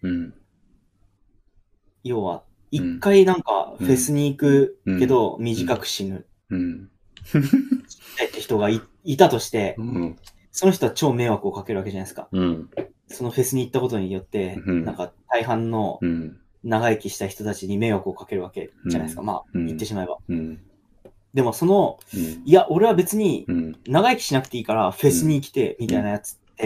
要は、一回なんかフェスに行くけど短く死ぬ。って人が いたとして、その人は超迷惑をかけるわけじゃないですか。そのフェスに行ったことによって、なんか大半の長生きした人たちに迷惑をかけるわけじゃないですか。まあ、言ってしまえば。でもいや、俺は別に長生きしなくていいからフェスに来て、みたいなやつって、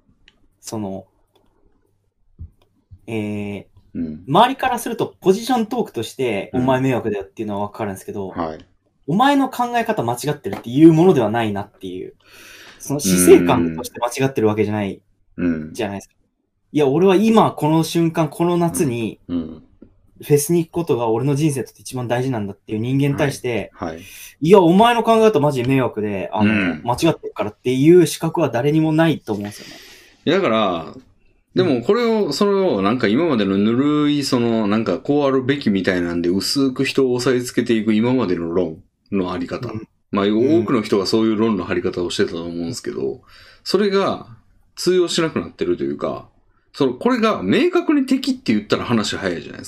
周りからするとポジショントークとしてお前迷惑だよっていうのはわかるんですけど、お前の考え方間違ってるっていうものではないなっていう、その死生観として間違ってるわけじゃないじゃないですか。いや、俺は今この瞬間この夏にフェスに行くことが俺の人生として一番大事なんだっていう人間に対して、いや、お前の考え方マジで迷惑で間違ってるからっていう資格は誰にもないと思うんですよね。 いやだからでもそれをなんか今までのぬるいなんかこうあるべきみたいなんで薄く人を押さえつけていく今までの論のあり方。まあ多くの人がそういう論の張り方をしてたと思うんですけど、それが通用しなくなってるというか、これが明確に敵って言ったら話早いじゃないですか。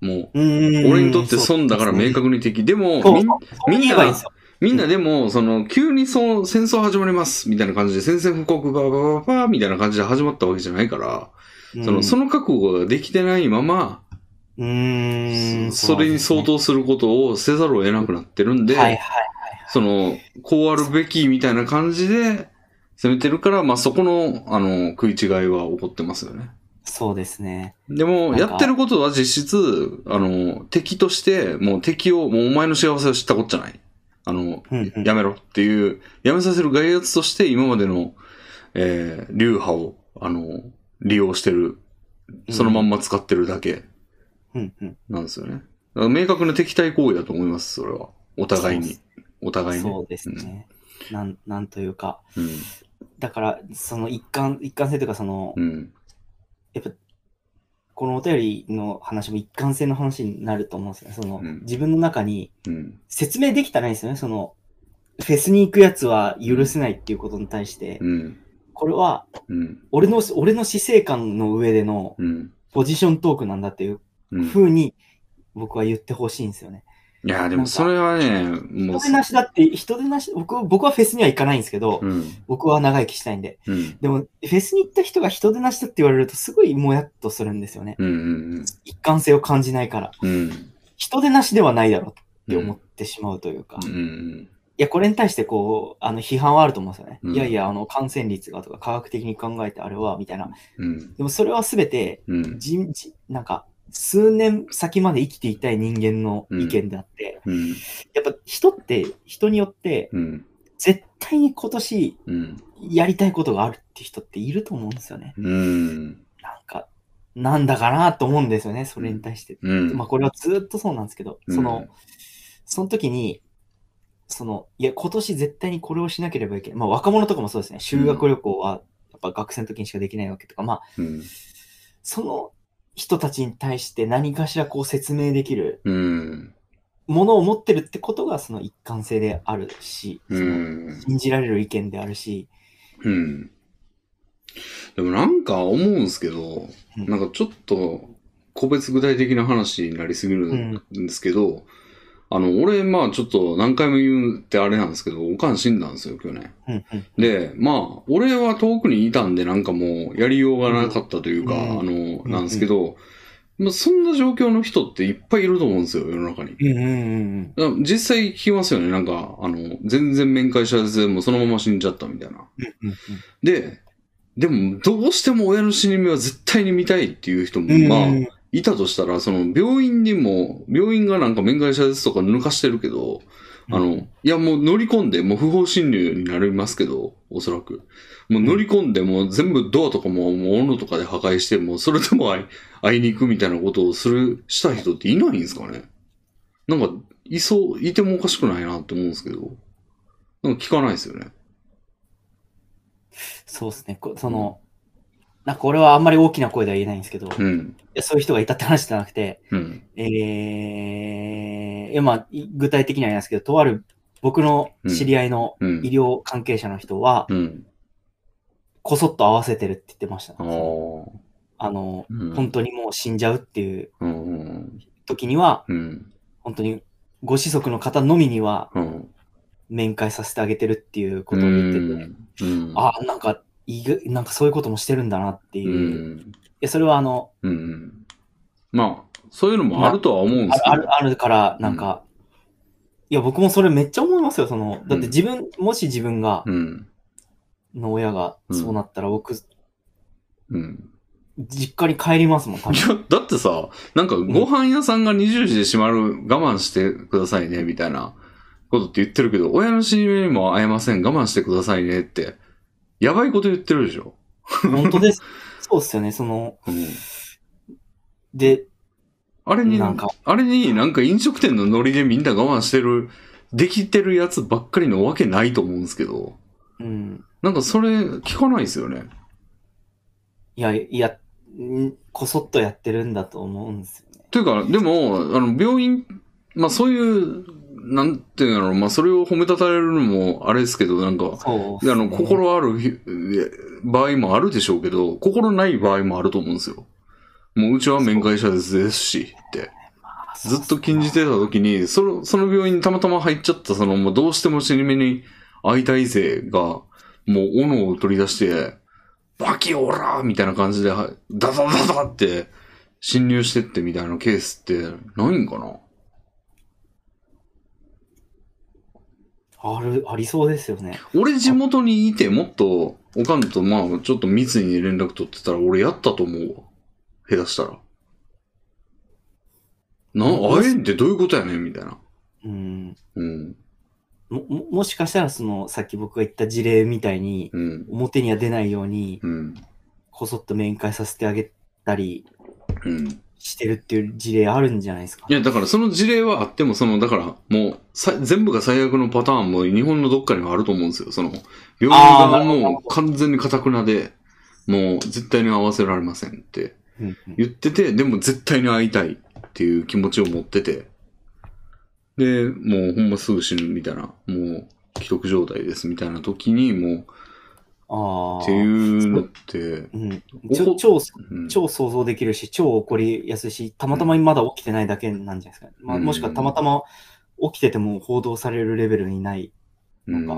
もう、俺にとって損だから明確に敵。でも、みんなでも、急に戦争始まります、みたいな感じで、宣戦布告、バーバーバーバーみたいな感じで始まったわけじゃないから、その覚悟ができてないまま、それに相当することをせざるを得なくなってるんで、こうあるべきみたいな感じで攻めてるから、まあそこの、食い違いは起こってますよね。 そうですね。 でも、やってることは実質、敵として、もう敵を、もうお前の幸せを知ったこっちゃない。やめろっていう、やめさせる外圧として今までの、流派を、利用してる。そのまんま使ってるだけ。なんですよね。だから明確な敵対行為だと思います、それは。お互いに。お互いに。 そうですね。なんというか。だから、一貫性というか、やっぱ、このお便りの話も一貫性の話になると思うんですよね。自分の中に、説明できたらないんですよね。フェスに行くやつは許せないっていうことに対して、これは、俺の死生観の上でのポジショントークなんだっていう風に僕は言ってほしいんですよね。 いや、でもそれはね、 もう。人手なし、僕はフェスには行かないんですけど、僕は長生きしたいんで。でも、フェスに行った人が人手なしだって言われるとすごいもやっとするんですよね。一貫性を感じないから。人手なしではないだろうって思ってしまうというか。いや、これに対して批判はあると思うんですよね。いやいや、感染率がとか科学的に考えてあれは、みたいな。でもそれはすべて、なんか、数年先まで生きていたい人間の意見であって、やっぱ人って人によって、絶対に今年やりたいことがあるって人っていると思うんですよね。なんだかなと思うんですよね、それに対して。まあこれはずっとそうなんですけど、その時に、いや今年絶対にこれをしなければいけない。まあ若者とかもそうですね、修学旅行はやっぱ学生の時にしかできないわけとか、まあ、その人たちに対して何かしら説明できるものを持ってるってことがその一貫性であるし、信じられる意見であるし。 でもなんか思うんですけど、なんかちょっと個別具体的な話になりすぎるんですけど、俺、まあちょっと何回も言うってあれなんですけど、おかん死んだんですよ、去年。で、まあ、俺は遠くにいたんでなんかもうやりようがなかったというか、なんですけど、まあ、そんな状況の人っていっぱいいると思うんですよ、世の中に。実際聞きますよね、なんか、全然面会者でもそのまま死んじゃったみたいな。でも、どうしても親の死に目は絶対に見たいっていう人も、まあ、いたとしたら、病院がなんか面会者ですとか抜かしてるけど、いやもう乗り込んで、もう不法侵入になりますけど、おそらく。もう乗り込んで、もう全部ドアとかも、斧とかで破壊して、もうそれでも会いに行くみたいなことをした人っていないんですかね？なんか、いてもおかしくないなって思うんですけど、なんか聞かないですよね。 そうですね。なんか俺はあんまり大きな声では言えないんですけど、そういう人がいたって話じゃなくて、まあ、具体的には言いますけど、とある僕の知り合いの医療関係者の人は、こそっと合わせてるって言ってました、ね。本当にもう死んじゃうっていう時には、本当にご子息の方のみには、面会させてあげてるっていうことを言ってて、なんかそういうこともしてるんだなっていう。いや、それはまあ、そういうのもあるとは思うんですけど。 あるから、なんか、いや、僕もそれめっちゃ思いますよ、だってもし自分が、の親がそうなったら、僕、実家に帰りますもん、多分。 だってさ、なんかご飯屋さんが20時で閉まる、我慢してくださいね、みたいなことって言ってるけど、親の死に目にも会えません、我慢してくださいねって、やばいこと言ってるでしょ。 本当です。そうっすよね、で、 あれになんか飲食店のノリでみんな我慢してる、できてるやつばっかりのわけないと思うんですけど、なんかそれ聞かないですよね。 いや、こそっとやってるんだと思うんですよね。 というか、でも、病院、まあそういう、なんていうの、まあそれを褒めたたえるのもあれですけど、なんか、心ある場合もあるでしょうけど、心ない場合もあると思うんですよ。もううちは面会者ですし、って。 ずっと禁じてた時に、その病院にたまたま入っちゃった、もうどうしても死に目に会いたい勢が、もう斧を取り出して、バキオラーみたいな感じで、ダダダダって侵入してってみたいなケースってないんかな？ ありそうですよね。 俺地元にいてもっと、おかんとまあちょっと密に連絡取ってたら俺やったと思うわ。下手したら。会えんってどういうことやねんみたいな。うん。 もしかしたらさっき僕が言った事例みたいに、表には出ないように、こそっと面会させてあげたり、してるっていう事例あるんじゃないですか。 いや、だからその事例はあっても、だからもう、全部が最悪のパターンも日本のどっかにはあると思うんですよ。病院側も完全に堅くなで、もう絶対に会わせられませんって言ってて、でも絶対に会いたいっていう気持ちを持ってて、で、もうほんますぐ死ぬみたいな、もう既得状態ですみたいな時に、もう、っていうのって、 超想像できるし、超起こりやすいし、たまたままだ起きてないだけなんじゃないですか。まあ、もしくはたまたま起きてても報道されるレベルにないのか。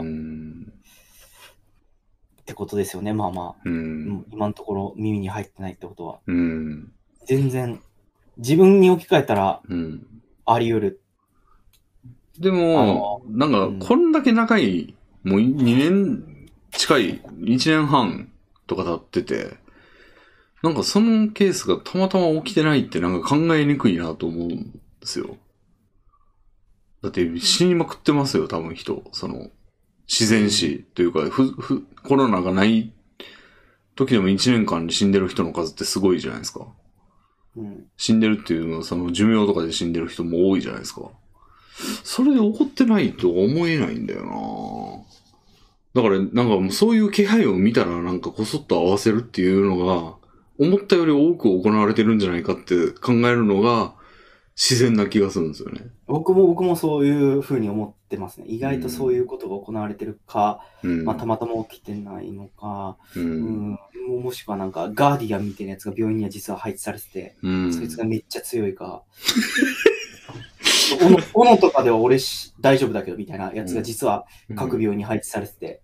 ってことですよね。まあまあ、今のところ耳に入ってないってことは。全然、自分に置き換えたら、あり得る。 でも、なんか、こんだけ長い、もう2年、近い1年半とか経ってて、なんかそのケースがたまたま起きてないってなんか考えにくいなと思うんですよ。だって死にまくってますよ、多分人。自然死というか、コロナがない時でも1年間に死んでる人の数ってすごいじゃないですか。死んでるっていうのは寿命とかで死んでる人も多いじゃないですか。それで起こってないとは思えないんだよな。だから、なんかもうそういう気配を見たらなんかこそっと合わせるっていうのが、思ったより多く行われてるんじゃないかって考えるのが自然な気がするんですよね。 僕もそういうふうに思ってますね。意外とそういうことが行われてるか、まあたまたま起きてないのか、もしくはなんかガーディアンみたいなやつが病院には実は配置されてて、そいつがめっちゃ強いか、斧とかでは俺大丈夫だけどみたいなやつが実は各病院に配置されてて、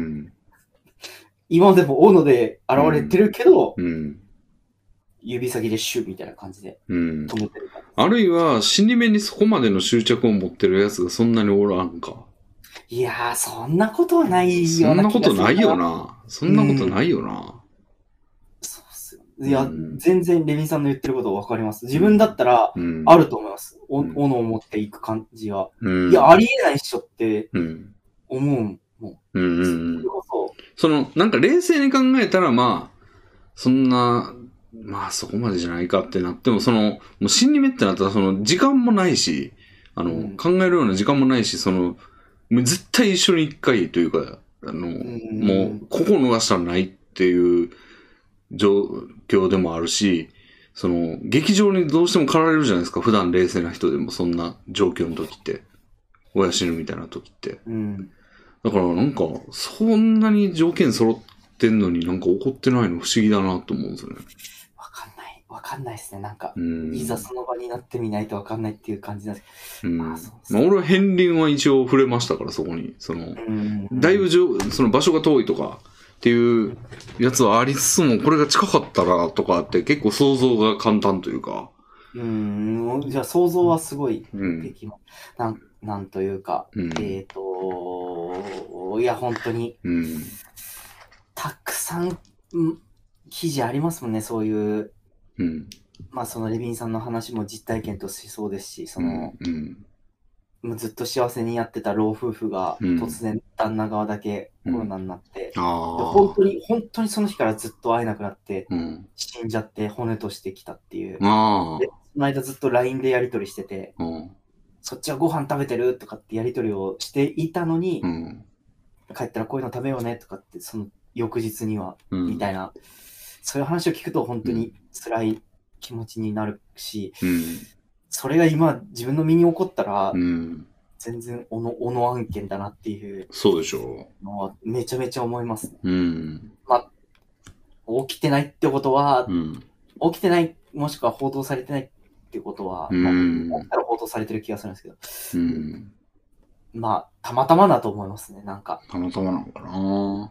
今でも斧で現れてるけど、指先でシュッみたいな感じで止めてるから。 あるいは死に目にそこまでの執着を持ってるやつがそんなにおらんか。 いやー、そんなことはないような気がする。 そんなことないよな。そんなことないよな。 そうっすよ。いや、全然レビンさんの言ってることわかります。自分だったら、あると思います。斧を持っていく感じは。いや、ありえないっしょって思うもん。 なんか冷静に考えたら、まあ、そんな、まあそこまでじゃないかってなっても、もう死に目ってなったら、時間もないし、考えるような時間もないし、もう絶対一緒に一回というか、もう、ここ逃したらないっていう状況でもあるし、劇場にどうしても駆られるじゃないですか、普段冷静な人でもそんな状況の時って。親死ぬみたいな時って。だからなんか、そんなに条件揃ってんのになんか怒ってないの不思議だなと思うんですよね。 わかんないですね。なんか、いざその場になってみないとわかんないっていう感じなんですけど。 まあ俺は片鱗は一応触れましたから、そこに。だいぶ場所が遠いとかっていうやつはありつつも、これが近かったらとかって結構想像が簡単というか。 じゃあ想像はすごいできます。なんというか、いや、本当に、たくさん、記事ありますもんね、そういう、まあレビンさんの話も実体験としそうですし、もうずっと幸せにやってた老夫婦が突然旦那側だけコロナになって、本当にその日からずっと会えなくなって、死んじゃって骨としてきたっていう。で、その間ずっと LINE でやり取りしてて、そっちはご飯食べてるとかってやり取りをしていたのに、帰ったらこういうの食べようねとかって、その翌日には、みたいな、そういう話を聞くと本当に辛い気持ちになるし、それが今自分の身に起こったら、全然おの案件だなっていうそうでしょうのはめちゃめちゃ思いますね。まあ、起きてないってことは、起きてない、もしくは報道されてないっっていうことは、 まあ、ったら報道されてる気がするんですけど、まあ、たまたまだと思いますね、なんか。 たまたまなのかな。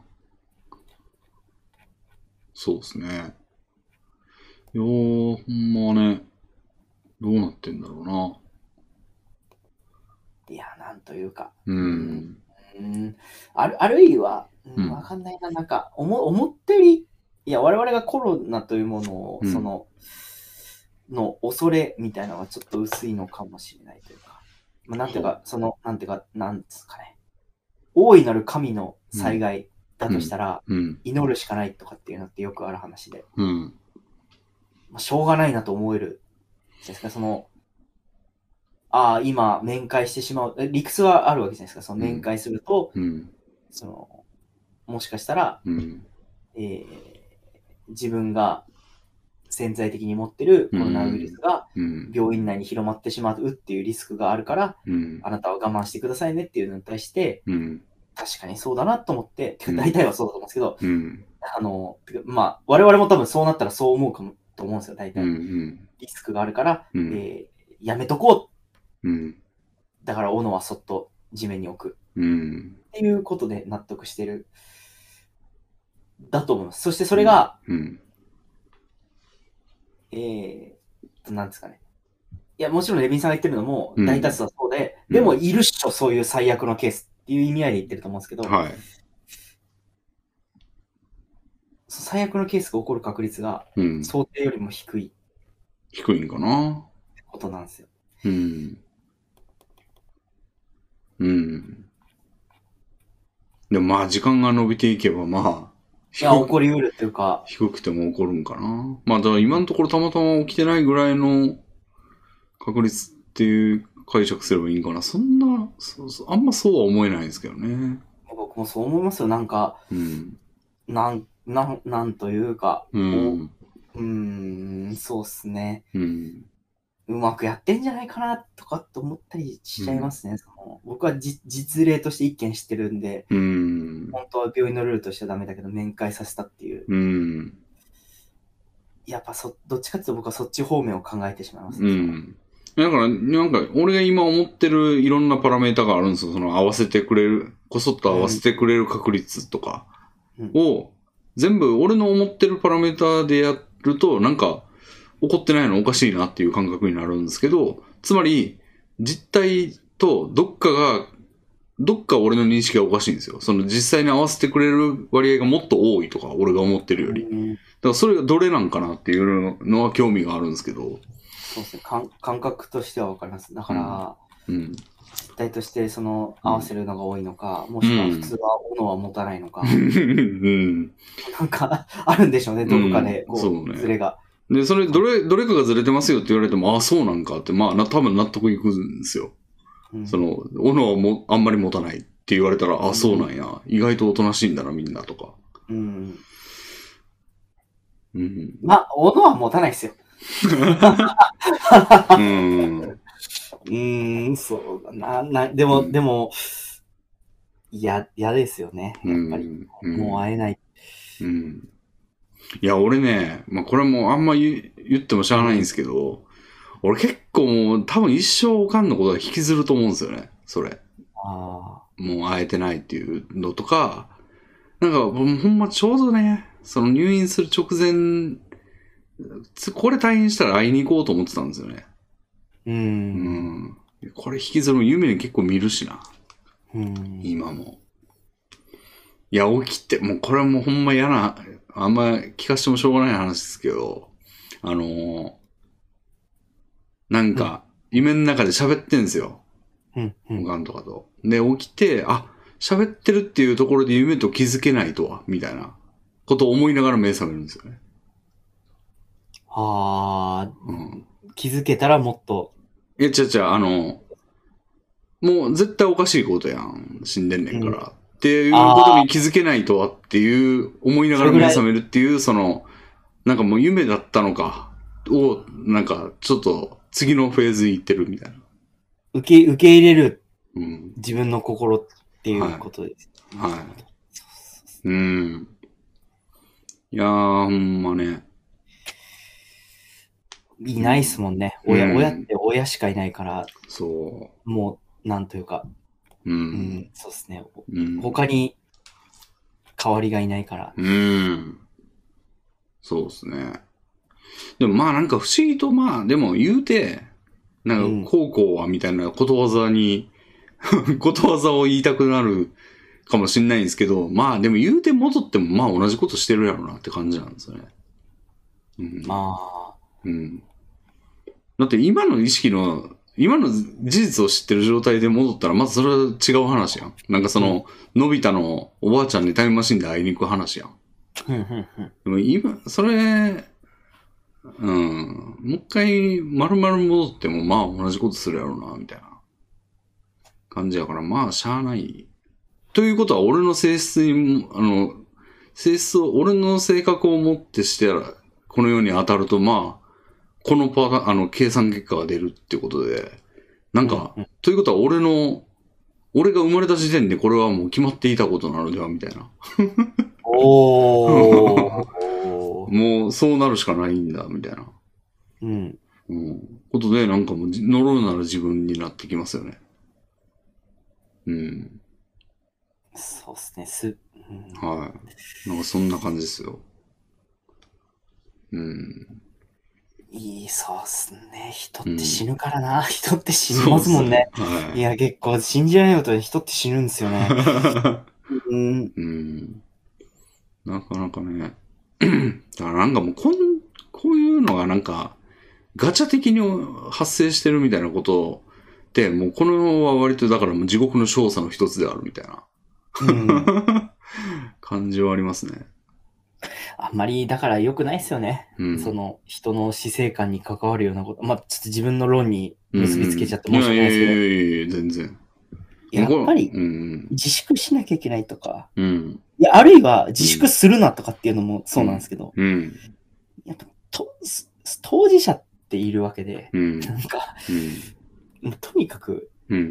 そうですね。ほんまね、どうなってんだろうな。 いや、なんというか。 あるいは、わかんないな、なんか、思ったより、いや、我々がコロナというものを、の恐れみたいなのはちょっと薄いのかもしれないというか。まあ、なんていうか、なんですかね。大いなる神の災害だとしたら、祈るしかないとかっていうのってよくある話で。まあ、しょうがないなと思える。ですか、今、面会してしまう。理屈はあるわけじゃないですか。その面会すると、もしかしたら、自分が潜在的に持ってるコロナウイルスが病院内に広まってしまうっていうリスクがあるから、あなたは我慢してくださいねっていうのに対して、確かにそうだなと思って、大体はそうだと思うんですけど、まあ、我々も多分そうなったらそう思うかもと思うんですよ、大体。リスクがあるから、やめとこう。だから斧はそっと地面に置く。っていうことで納得してる。だと思います。そしてそれが、なんですかね。いや、もちろんレビンさんが言ってるのも大多数はそうで、でもいるっしょ、そういう最悪のケースっていう意味合いで言ってると思うんですけど、最悪のケースが起こる確率が想定よりも低い。 低いんかな。 ことなんですよ。 でもまあ時間が伸びていけばまあ、 起こりうるっていうか。 低くても起こるんかな。まあだから今のところたまたま起きてないぐらいの確率っていう解釈すればいいんかな。そんな、あんまそうは思えないんですけどね。 僕もそう思いますよ。なんか、なんというか、そうっすね。うまくやってんじゃないかなとかって思ったりしちゃいますね。僕は実例として一件知ってるんで、本当は病院のルールとしてはダメだけど、面会させたっていう。やっぱどっちかっていうと僕はそっち方面を考えてしまいますね。 だから、なんか、俺が今思ってるいろんなパラメータがあるんですよ。合わせてくれる、こそっと合わせてくれる確率とかを、全部俺の思ってるパラメータでやると、なんか、起こってないのおかしいなっていう感覚になるんですけど、つまり、実態とどっか俺の認識がおかしいんですよ。実際に合わせてくれる割合がもっと多いとか、俺が思ってるより。だからそれがどれなんかなっていうのは興味があるんですけど。 そうですね。感覚としてはわかります。だから、実態として合わせるのが多いのか、もしくは普通は斧は持たないのか。なんか、あるんでしょうね。どこかで、ズレが。 で、それ、どれかがずれてますよって言われても、そうなんかって、まあ、多分納得いくんですよ。斧はあんまり持たないって言われたら、そうなんや。意外とおとなしいんだな、みんなとか。 まあ、斧は持たないですよ。そうだな。でも、嫌ですよね。やっぱり。もう会えない。 いや、俺ね、まあ、これもあんま言ってもしゃあないんですけど、俺結構もう多分一生おかんのことが引きずると思うんですよね、それ。もう会えてないっていうのとか、なんかほんまちょうどね、入院する直前、これ退院したら会いに行こうと思ってたんですよね。これ引きずる、夢に結構見るしな。今も。いや、起きて、もうこれはもうほんま嫌な、あんま聞かしてもしょうがない話ですけど、なんか、夢の中で喋ってんですよ。おかんとかと。で、起きて、喋ってるっていうところで夢と気づけないとは、みたいなことを思いながら目覚めるんですよね。 気づけたらもっと。 いや、もう絶対おかしいことやん。死んでんねんから。っていうことに気づけないとはっていう思いながら目覚めるっていう、なんかもう夢だったのかを、なんかちょっと次のフェーズに行ってるみたいな。 受け入れる、自分の心っていうことです。 いやー、ほんまね。 いないっすもんね。親って親しかいないから。 そう。 もう、なんというか。そうですね。他に代わりがいないから。 そうですね。でもまあなんか不思議とまあ、でも言うて、なんか、高校はみたいなことわざに、ことわざを言いたくなるかもしんないんですけど、まあでも言うて戻ってもまあ同じことしてるやろなって感じなんですよね。だって今の事実を知ってる状態で戻ったら、まずそれは違う話やん。なんかその、のび太のおばあちゃんにタイムマシンで会いに行く話やん。でも今、それ、もう一回丸々戻ってもまあ同じことするやろうな、みたいな感じやから、まあしゃあない。ということは俺の性質に、俺の性格をもってしてこの世に当たると、まあ、この計算結果が出るってことで、なんか、ということは俺が生まれた時点でこれはもう決まっていたことなのでは、みたいな。もうそうなるしかないんだ、みたいな。ことで、なんかもう呪うなら自分になってきますよね。 そうですね。 はい。なんかそんな感じですよ。 そうっすね。人って死ぬからな。人って死にますもんね。いや、結構信じられないことで人って死ぬんですよね。 なかなかね。だからなんかもうこういうのがなんか、ガチャ的に発生してるみたいなことで、もうこの世は割とだからもう地獄の少佐の一つであるみたいな、感じはありますね。 あんまりだから良くないですよね。その人の死生観に関わるようなこと。まあちょっと自分の論に結びつけちゃって申し訳ないですけど。 いや全然。 やっぱり自粛しなきゃいけないとか。いや、あるいは自粛するなとかっていうのもそうなんですけど。やっぱ当事者っているわけで、なんか、とにかく、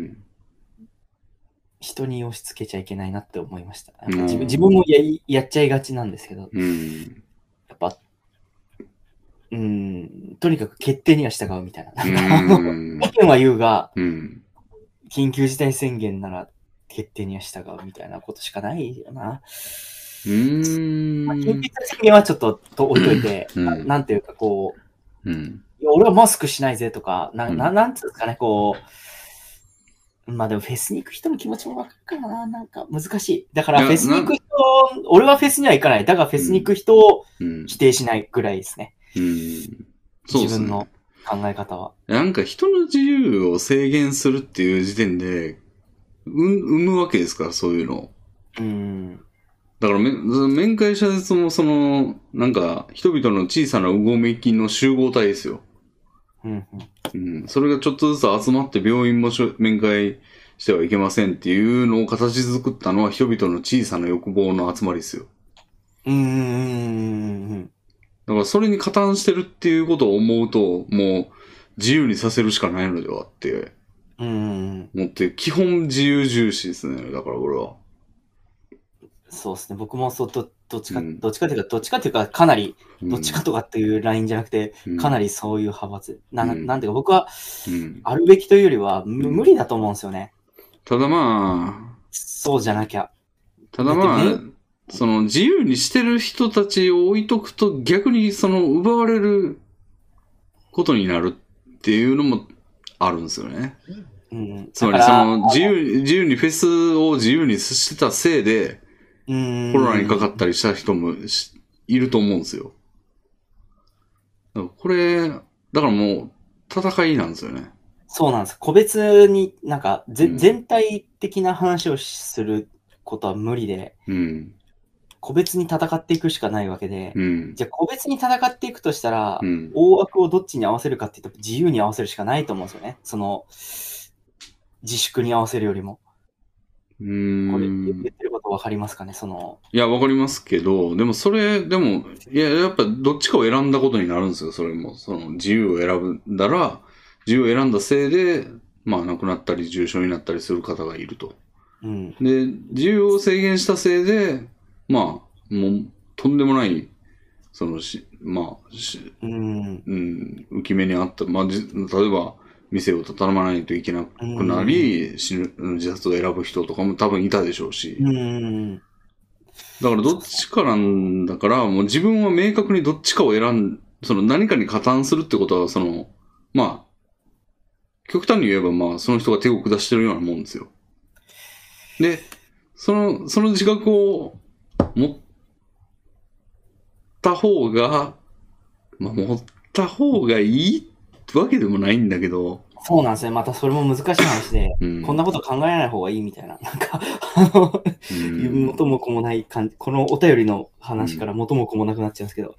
人に押し付けちゃいけないなって思いました。自分もやっちゃいがちなんですけど、やっぱ、とにかく決定には従うみたいな。意見は言うが、緊急事態宣言なら決定には従うみたいなことしかないよな。緊急事態宣言はちょっと置いといて、なんていうかこう、俺はマスクしないぜとか、なんつうんですかね、こう、まあでもフェスに行く人の気持ちもわかるからな、なんか難しい。だからフェスに行く人、俺はフェスには行かない。だからフェスに行く人を否定しないぐらいですね。自分の考え方は。 なんか人の自由を制限するっていう時点で、生むわけですから、そういうの。だから面会者説もなんか人々の小さなうごめきの集合体ですよ。それがちょっとずつ集まって病院も面会してはいけませんっていうのを形作ったのは人々の小さな欲望の集まりですよ。だからそれに加担してるっていうことを思うと、もう自由にさせるしかないのではって、思って、基本自由重視ですね。だから俺は。 そうですね。僕もどっちかっていうか、かなり、どっちかとかっていうラインじゃなくて、かなりそういう派閥。なんていうか、僕は、あるべきというよりは、無理だと思うんですよね。 ただまあ、 そうじゃなきゃ。 ただまあ、自由にしてる人たちを置いとくと、逆に奪われることになるっていうのもあるんですよね。つまり自由にフェスを自由にしてたせいで、コロナにかかったりした人もいると思うんですよ。これ、だからもう、戦いなんですよね。 そうなんです。個別になんか、全体的な話をすることは無理で、個別に戦っていくしかないわけで、じゃあ個別に戦っていくとしたら、大枠をどっちに合わせるかっていうと、自由に合わせるしかないと思うんですよね。自粛に合わせるよりも。これ言ってること分かりますかね、 いや、分かりますけど、でもやっぱどっちかを選んだことになるんですよ、それも。自由を選んだら、自由を選んだせいで、まあ亡くなったり重症になったりする方がいると。で、自由を制限したせいで、まあ、もう、とんでもない、 まあ、浮き目にあった。まあ、例えば、店を畳まないといけなくなり、自殺を選ぶ人とかも多分いたでしょうし。だからどっちかなんだから、もう自分は明確にどっちかをその何かに加担するってことは、まあ、極端に言えばまあ、その人が手を下してるようなもんですよ。で、その自覚を持った方が、まあ、持った方がいいわけでもないんだけど。 そうなんですね。またそれも難しい話で、こんなこと考えない方がいいみたいな。なんか、元も子もない感じ。このお便りの話から元も子もなくなっちゃうんですけど。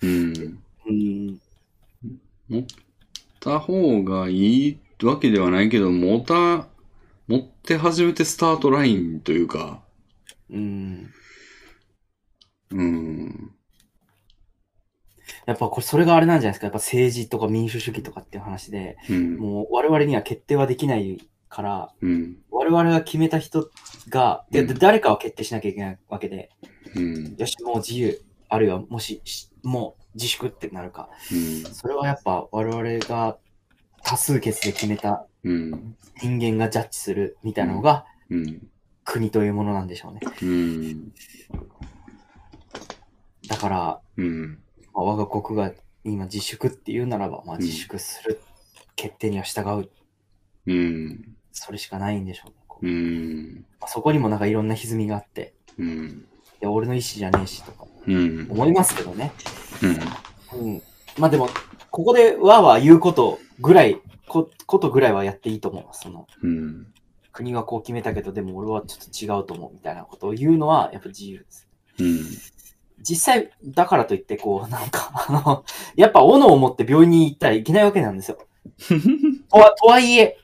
持った方がいいわけではないけど、持って初めてスタートラインというか。 やっぱそれがあれなんじゃないですか。やっぱ政治とか民主主義とかっていう話で、もう我々には決定はできないから、我々が決めた人が、誰かは決定しなきゃいけないわけで、よし、もう自由、あるいはもう自粛ってなるか。それはやっぱ我々が多数決で決めた人間がジャッジするみたいなのが、国というものなんでしょうね。だから、我が国が今自粛っていうならば、まあ、自粛する決定には従う。それしかないんでしょうね。そこにもなんかいろんな歪みがあって、いや俺の意思じゃねえしとか、思いますけどね。まあでも、ここでわーわー言うことぐらいはやっていいと思います。国がこう決めたけど、でも俺はちょっと違うと思うみたいなことを言うのはやっぱ自由です。実際、だからといって、こう、なんか、やっぱ斧を持って病院に行ったらいけないわけなんですよ。とはいえ、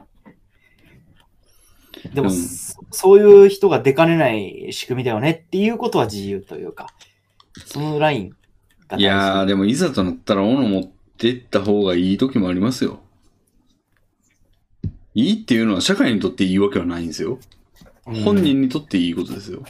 でも、そういう人が出かねない仕組みだよねっていうことは自由というか、そのラインが大事。いやー、でもいざとなったら斧持っていった方がいい時もありますよ。いいっていうのは社会にとっていいわけはないんですよ。本人にとっていいことですよ。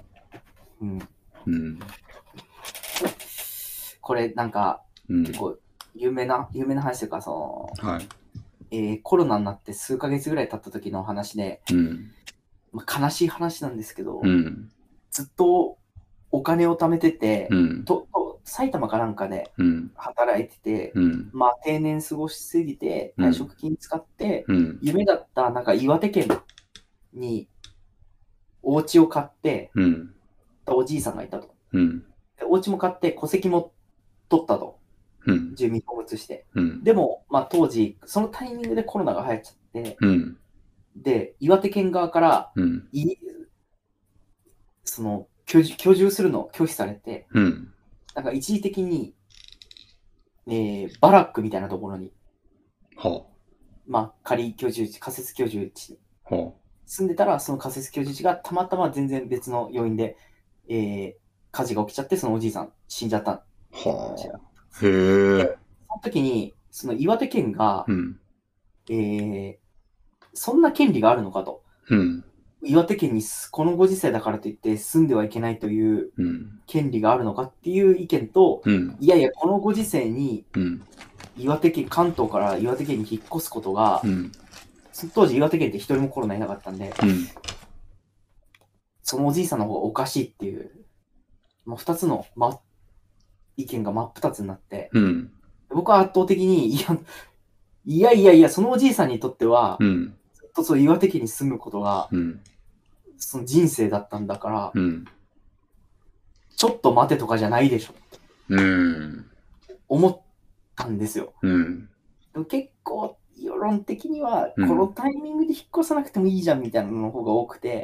これなんか、結構有名な話というか、コロナになって数ヶ月ぐらい経った時の話で、悲しい話なんですけど、ずっとお金を貯めてて、埼玉かなんかで働いてて、まあ定年過ごしすぎて退職金使って、夢だったなんか岩手県にお家を買って、おじいさんがいたと。お家も買って戸籍も取ったと。住民登録して。でも、まあ当時、そのタイミングでコロナが流行っちゃって、で、岩手県側から、その居住するのを拒否されて、なんか一時的に、バラックみたいなところに、まあ仮居住地、仮設居住地に住んでたら、その仮設居住地がたまたま全然別の要因で、火事が起きちゃって、そのおじいさん死んじゃった。 へえ。 その時に、その岩手県が、そんな権利があるのかと。岩手県にこのご時世だからといって住んではいけないという権利があるのかっていう意見と、いやいや、このご時世に、関東から岩手県に引っ越すことが、当時岩手県って一人もコロナいなかったんで、そのおじいさんの方がおかしいっていう、二つの、意見が真っ二つになって、僕は圧倒的に、いや、そのおじいさんにとっては、ずっとそう岩手県に住むことが、その人生だったんだから、ちょっと待てとかじゃないでしょ。思ったんですよ。でも結構、世論的には、このタイミングで引っ越さなくてもいいじゃんみたいなの方が多くて、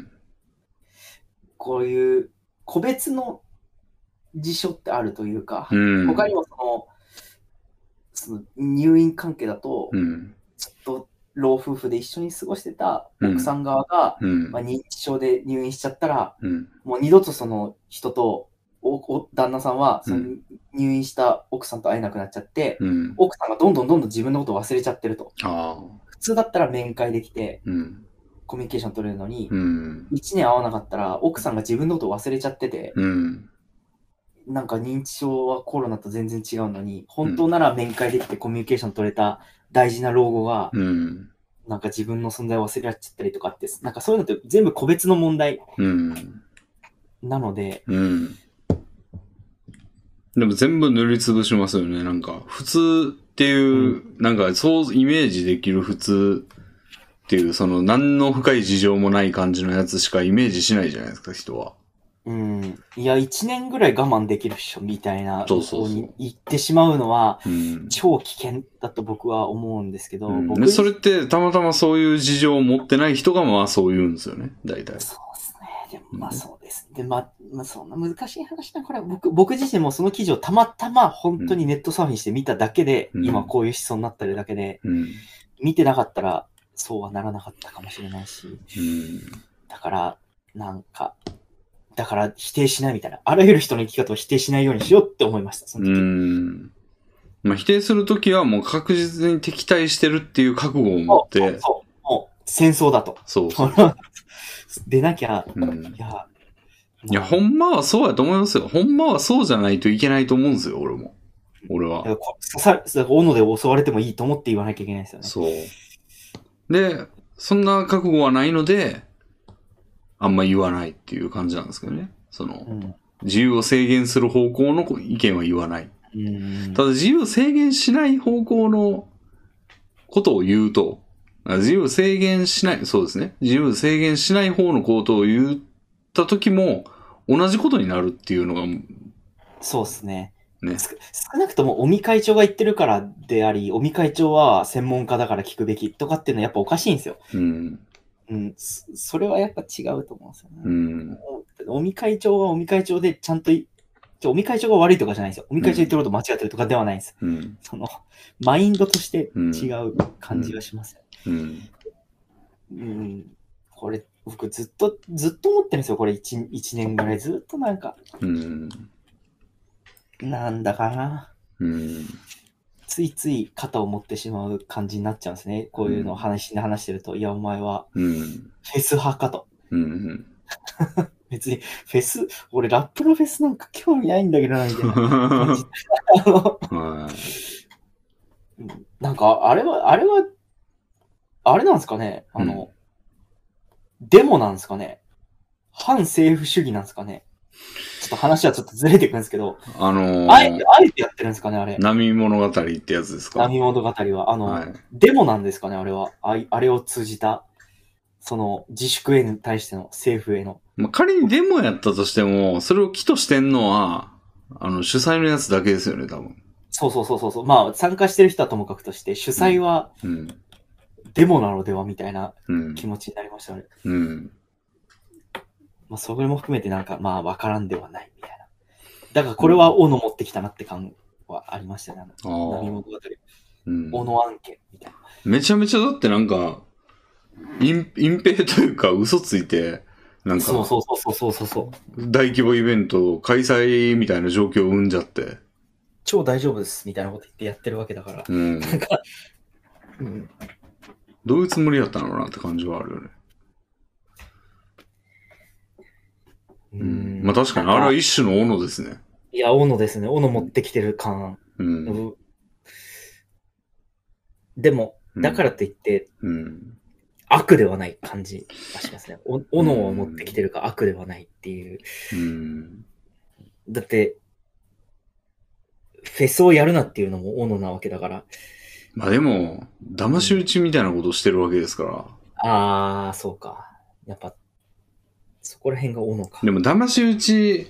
こういう個別の辞書ってあるというか、他にもその入院関係だと、ずっと老夫婦で一緒に過ごしてた奥さん側が、認知症で入院しちゃったら、もう二度とその人と旦那さんはその入院した奥さんと会えなくなっちゃって、奥さんがどんどん自分のことを忘れちゃってると。普通だったら面会できて、コミュニケーション取れるのに、1年会わなかったら奥さんが自分のことを忘れちゃってて、 なんか認知症はコロナと全然違うのに、本当なら面会できてコミュニケーション取れた大事な老後が、なんか自分の存在を忘れられちゃったりとかって、なんかそういうのって全部個別の問題なので、 でも全部塗りつぶしますよね。なんか普通っていう、なんかそうイメージできる普通っていう、その何の深い事情もない感じのやつしかイメージしないじゃないですか、人は。 いや、1年ぐらい我慢できるっしょ、みたいな方に行ってしまうのは、超危険だと僕は思うんですけど、 それってたまたまそういう事情を持ってない人がまあそう言うんですよね、大体。 そうですね。でもまあそうです。で、まあそんな難しい話だ。これは僕自身もその記事をたまたま本当にネットサーフィンして見ただけで、今こういう思想になってるだけで、見てなかったらそうはならなかったかもしれないし、だから否定しないみたいな。あらゆる人の生き方を否定しないようにしようって思いました、その時。 まあ、否定するときはもう確実に敵対してるっていう覚悟を持って。 そう。もう戦争だと。 そう。 でなきゃ、 いや、ほんまはそうやと思いますよ。ほんまはそうじゃないといけないと思うんですよ、俺は。 斧で襲われてもいいと思って言わなきゃいけないですよね。 そう。で、そんな覚悟はないので、あんま言わないっていう感じなんですけどね。自由を制限する方向の意見は言わない。ただ自由を制限しない方向のことを言うと、自由を制限しない、そうですね。自由を制限しない方のことを言った時も同じことになるっていうのが。 そうですね。少なくとも尾身会長が言ってるからであり、尾身会長は専門家だから聞くべきとかっていうのはやっぱおかしいんですよ。それはやっぱ違うと思うんですよね。尾身会長は尾身会長でちゃんと、尾身会長が悪いとかじゃないんですよ。尾身会長言ってること間違ってるとかではないんです。その、マインドとして違う感じがしますよ。これ、僕ずっと思ってるんですよ。これ1年ぐらいずっとなんか。なんだかな。ついつい肩を持ってしまう感じになっちゃうんですね。こういうのを話してると、いや、お前は、フェス派かと。別に、フェス、俺ラップのフェスなんか興味ないんだけどな、みたいな感じ。なんか、あれなんですかね。デモなんですかね。反政府主義なんですかね。ちょっと話はちょっとずれていくんですけど、あえてやってるんですかね、あれ。 波物語ってやつですか？ 波物語は、デモなんですかね、あれは。あれを通じた、その自粛へに対しての政府への。 仮にデモやったとしても、それを起としてんのは、主催のやつだけですよね、多分。そう。 まあ、参加してる人はともかくとして、主催は、デモなのではみたいな気持ちになりましたね。まあ、それも含めてなんか、まあ、わからんではないみたいな。だからこれは斧持ってきたなって感はありましたね。波物語。斧案件みたいな。 めちゃめちゃだってなんか、隠蔽というか嘘ついて、なんか、 そう。 大規模イベント開催みたいな状況を生んじゃって。 超大丈夫ですみたいなこと言ってやってるわけだから。なんか、 どういうつもりやったのかなって感じはあるよね。まあ確かに、あれは一種の斧ですね。 いや、斧ですね。斧持ってきてる感。でも、だからといって、悪ではない感じがしますね。斧を持ってきてるか悪ではないっていう。だって、フェスをやるなっていうのも斧なわけだから。 まあでも、騙し討ちみたいなことをしてるわけですから。 そうか。やっぱ、そこら辺が斧か。 でも、騙し討ち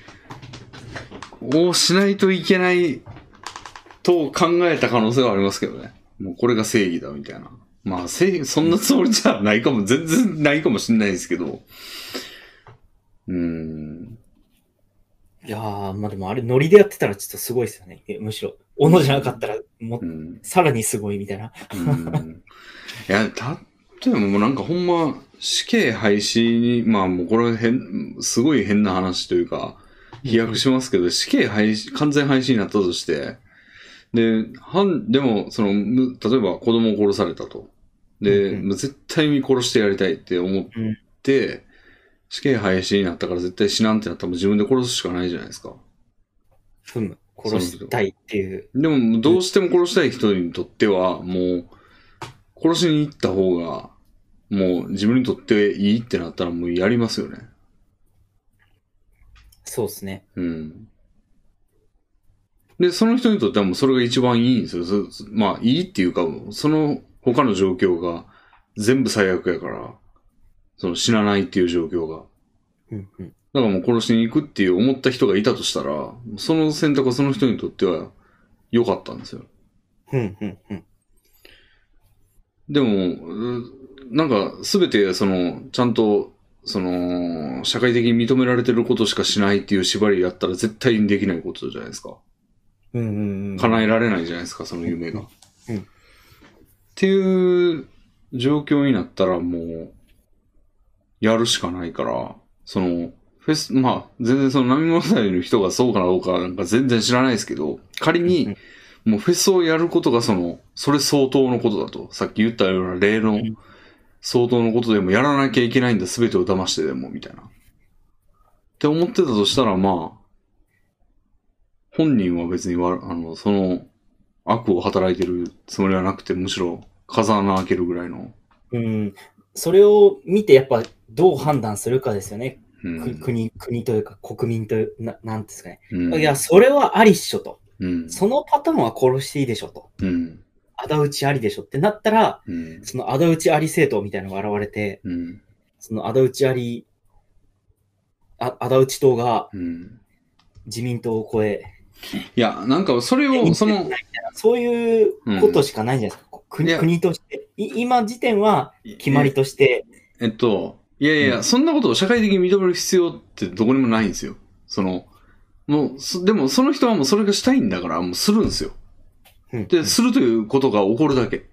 をしないといけないと考えた可能性はありますけどね。もうこれが正義だみたいな。まあ、そんなつもりじゃないかも、全然ないかもしれないですけど。 いやー、まあでもあれノリでやってたらちょっとすごいですよね。むしろ、斧じゃなかったらさらにすごいみたいな。 いや、例えばもうなんかほんま、死刑廃止に、まあもうこれすごい変な話というか、飛躍しますけど、死刑完全廃止になったとして、でも、例えば子供を殺されたと。で、絶対に殺してやりたいって思って、死刑廃止になったから絶対死なんってなったら自分で殺すしかないじゃないですか。 殺したいっていう。 でも、どうしても殺したい人にとっては、もう、殺しに行った方が、もう自分にとっていいってなったらもうやりますよね。 そうですね。 うん。で、その人にとってはもうそれが一番いいんですよ。まあ、いいっていうか、その他の状況が全部最悪やから、その死なないっていう状況が。 うんうん。 だからもう殺しに行くっていう思った人がいたとしたら、その選択はその人にとっては良かったんですよ。 うんうんうん。 でも、なんか全てその、ちゃんと、その、社会的に認められてることしかしないっていう縛りやったら絶対にできないことじゃないですか。 うんうんうん。 叶えられないじゃないですか、その夢が。 うん。 っていう状況になったらもう、やるしかないから、その、フェス、まあ、全然その波物語の人がそうかどうかなんか全然知らないですけど、仮に、もうフェスをやることがそれ相当のことだと。さっき言ったような例の相当のことでもやらなきゃいけないんだ、全てを騙してでも、みたいな。って思ってたとしたら、まあ、本人は別にその悪を働いてるつもりはなくて、むしろ風穴開けるぐらいの。 うん。それを見てやっぱどう判断するかですよね。うん、国というか国民という、なんですかね。うん、いや、それはありっしょと。うん、そのパターンは殺していいでしょと。うん、仇討ちありでしょってなったら、うん、その仇討ちあり政党みたいなのが現れて、うん、その仇討ちあり、仇討ち党が自民党を超え、 いや、なんかそれを、 そういうことしかないんじゃないですか。国として。今時点は決まりとして。 いやいや、そんなことを社会的に認める必要ってどこにもないんですよ。もう、でもその人はもうそれがしたいんだから、もうするんですよ。で、するということが起こるだけ。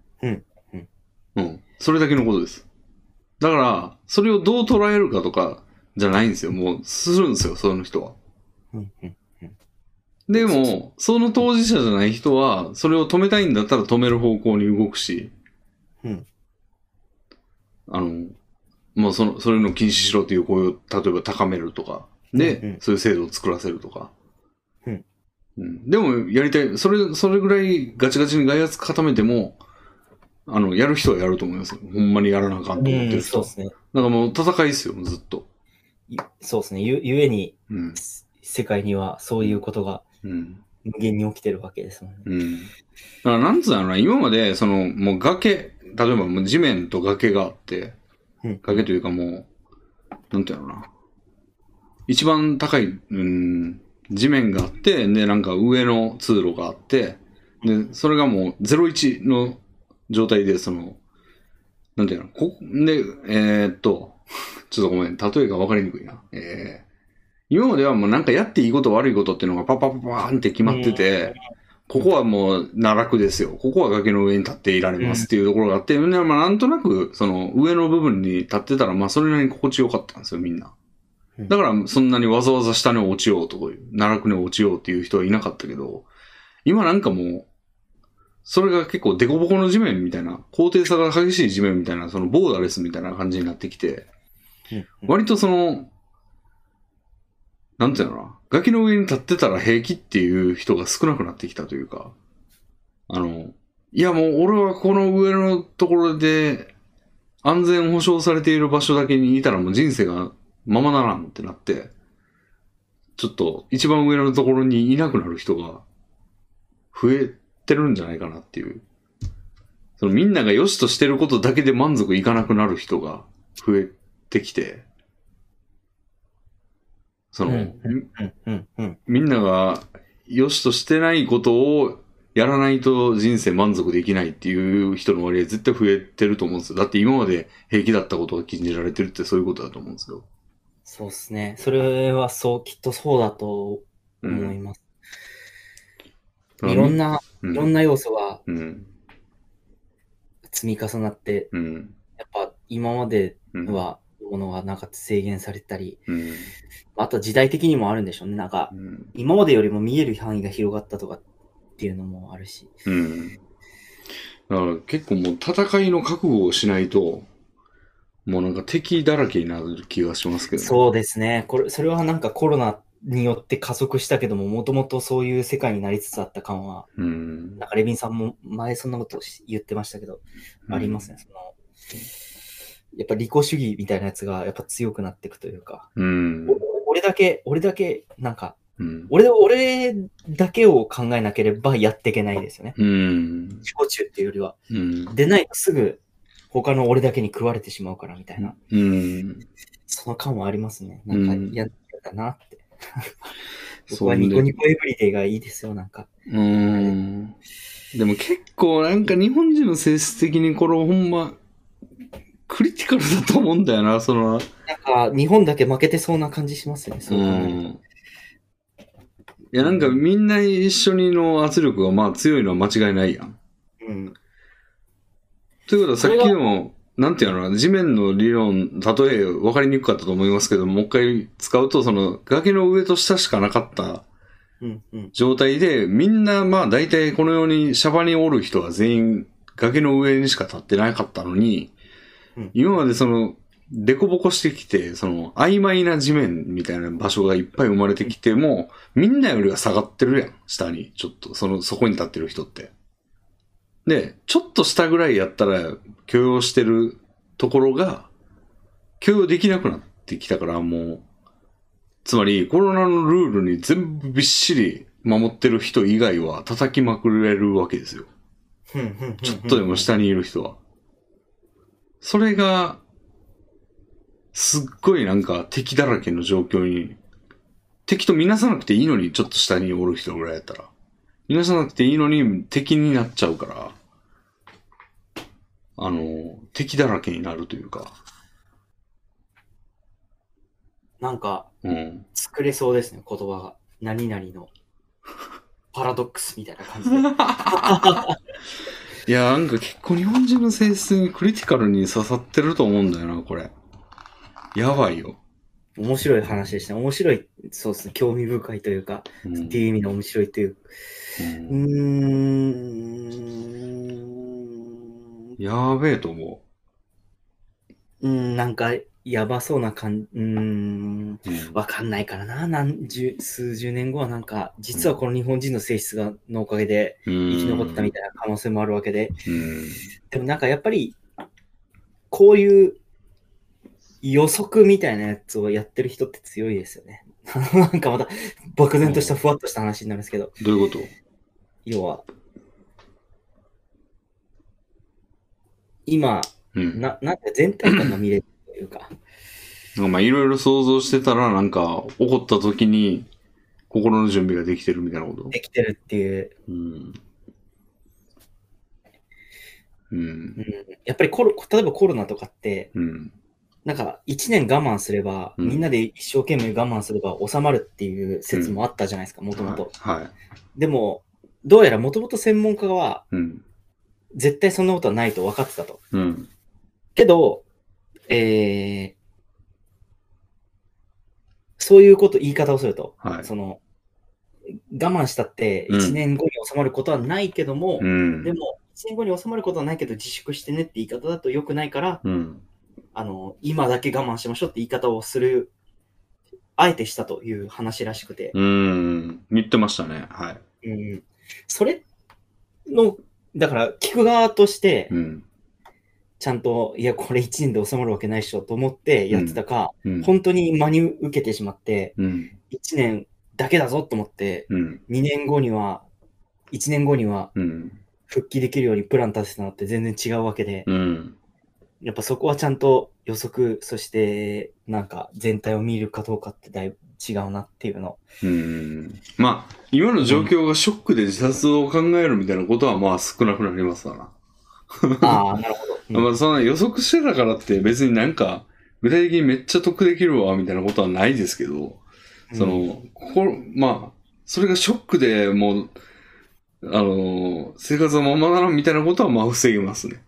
それだけのことです。だから、それをどう捉えるかとかじゃないんですよ。もう、するんですよ、その人は。でも、その当事者じゃない人は、それを止めたいんだったら止める方向に動くし、もうそれの禁止しろっていう声を、例えば高めるとか、で、そういう制度を作らせるとか。でも、やりたい、それぐらいガチガチに外圧固めても、やる人はやると思いますよ。ほんまにやらなあかんと思ってる人。 そうですね。 なんかもう戦いですよ、ずっと。 そうですね。ゆえに、世界にはそういうことが、無限に起きてるわけですもんね。 だからなんつうのな、今まで、もう崖、例えばもう地面と崖があって、崖というかもう、なんていうのな。一番高い、地面があって、で、なんか上の通路があって、で、それがもう01の状態で、なんていうの、で、ちょっとごめん、例えが分かりにくいな。今まではもうなんかやっていいこと悪いことっていうのがパパパパーンって決まってて、ここはもう奈落ですよ。ここは崖の上に立っていられますっていうところがあって、まあなんとなくその上の部分に立ってたらまあそれなりに心地よかったんですよ、みんな。だからそんなにわざわざ下に落ちようとかいう、奈落に落ちようっていう人はいなかったけど、今なんかもう、それが結構デコボコの地面みたいな、高低差が激しい地面みたいな、そのボーダーレスみたいな感じになってきて、割となんていうのかな、崖の上に立ってたら平気っていう人が少なくなってきたというか、いやもう俺はこの上のところで安全保障されている場所だけにいたらもう人生がままならんってなって、ちょっと一番上のところにいなくなる人が増えてるんじゃないかなっていう。みんなが良しとしてることだけで満足いかなくなる人が増えてきて、みんなが良しとしてないことをやらないと人生満足できないっていう人の割合絶対増えてると思うんですよ。だって今まで平気だったことが禁じられてるってそういうことだと思うんですよ。 そうですね。それはきっとそうだと思います。いろんな要素が積み重なって、やっぱ今まではものがなんか制限されたり、あとは時代的にもあるんでしょうね。なんか、今までよりも見える範囲が広がったとかっていうのもあるし。 だから結構もう戦いの覚悟をしないと、もうなんか敵だらけになる気がしますけどね。 そうですね。それはなんかコロナによって加速したけども、もともとそういう世界になりつつあった感は、なんかレビンさんも前そんなこと言ってましたけど、ありますね。やっぱ利己主義みたいなやつがやっぱ強くなっていくというか、俺だけ、なんか、俺だけを考えなければやっていけないですよね。自己中っていうよりは。でないとすぐ他の俺だけに食われてしまうからみたいな。その感はありますね。なんか嫌だなって。僕はニコニコエブリデイがいいですよ、なんか。 でも結構なんか日本人の性質的にこれほんま、クリティカルだと思うんだよな、なんか日本だけ負けてそうな感じしますよね、そういや、なんかみんな一緒にの圧力がまあ強いのは間違いないやん。ということはさっきの、なんていうのかな、地面の理論、例え分かりにくかったと思いますけど、もう一回使うと、崖の上と下しかなかった状態で、みんなまあ大体このようにシャバにおる人は全員崖の上にしか立ってなかったのに、今までデコボコしてきて、曖昧な地面みたいな場所がいっぱい生まれてきても、みんなよりは下がってるやん、下に。ちょっと、そこに立ってる人って。で、ちょっと下ぐらいやったら許容してるところが、許容できなくなってきたから、もう、つまりコロナのルールに全部びっしり守ってる人以外は叩きまくれるわけですよ。ちょっとでも下にいる人は。それが、すっごいなんか敵だらけの状況に、敵とみなさなくていいのにちょっと下におる人ぐらいやったら、みなさなくていいのに敵になっちゃうから、敵だらけになるというか。 なんか、作れそうですね、言葉が。何々のパラドックスみたいな感じで。 いや、なんか結構日本人の性質にクリティカルに刺さってると思うんだよな、これ。やばいよ。 面白い話でした。面白い、そうですね、興味深いというか、っていう意味の面白いという。 やべえと思う。なんか、やばそうな感じ、わかんないからな。数十年後はなんか、実はこの日本人の性質のおかげで生き残ったみたいな可能性もあるわけで。でもなんかやっぱり、こういう予測みたいなやつをやってる人って強いですよね。なんかまた、漠然としたふわっとした話になるんですけど。 どういうこと？ 要は、今、なんか全体感が見れるというか。 まあいろいろ想像してたらなんか起こった時に心の準備ができてるみたいなこと？ できてるっていう。やっぱり例えばコロナとかって、なんか1年我慢すれば、みんなで一生懸命我慢すれば収まるっていう説もあったじゃないですか、もともと。でも、どうやらもともと専門家は、絶対そんなことはないと分かってたと。けど、そういう言い方をすると、我慢したって1年後に収まることはないけども、でも1年後に収まることはないけど自粛してねって言い方だと良くないから、今だけ我慢しましょうって言い方をする、あえてしたという話らしくて。 言ってましたね。はい。 それの、だから聞く側として、ちゃんと、いや、これ1年で収まるわけないっしょと思ってやってたか、本当に真に受けてしまって、1年だけだぞと思って、2年後には、1年後には、復帰できるようにプラン立てたのって全然違うわけで、やっぱそこはちゃんと予測、そしてなんか全体を見るかどうかってだいぶ違うなっていうの。 まあ、今の状況がショックで自殺を考えるみたいなことはまあ少なくなりますわな。 ああ、なるほど。 まあそんな予測してたからって別になんか具体的にめっちゃ得できるわみたいなことはないですけど、まあ、それがショックでもう、生活のままならみたいなことはまあ防げますね。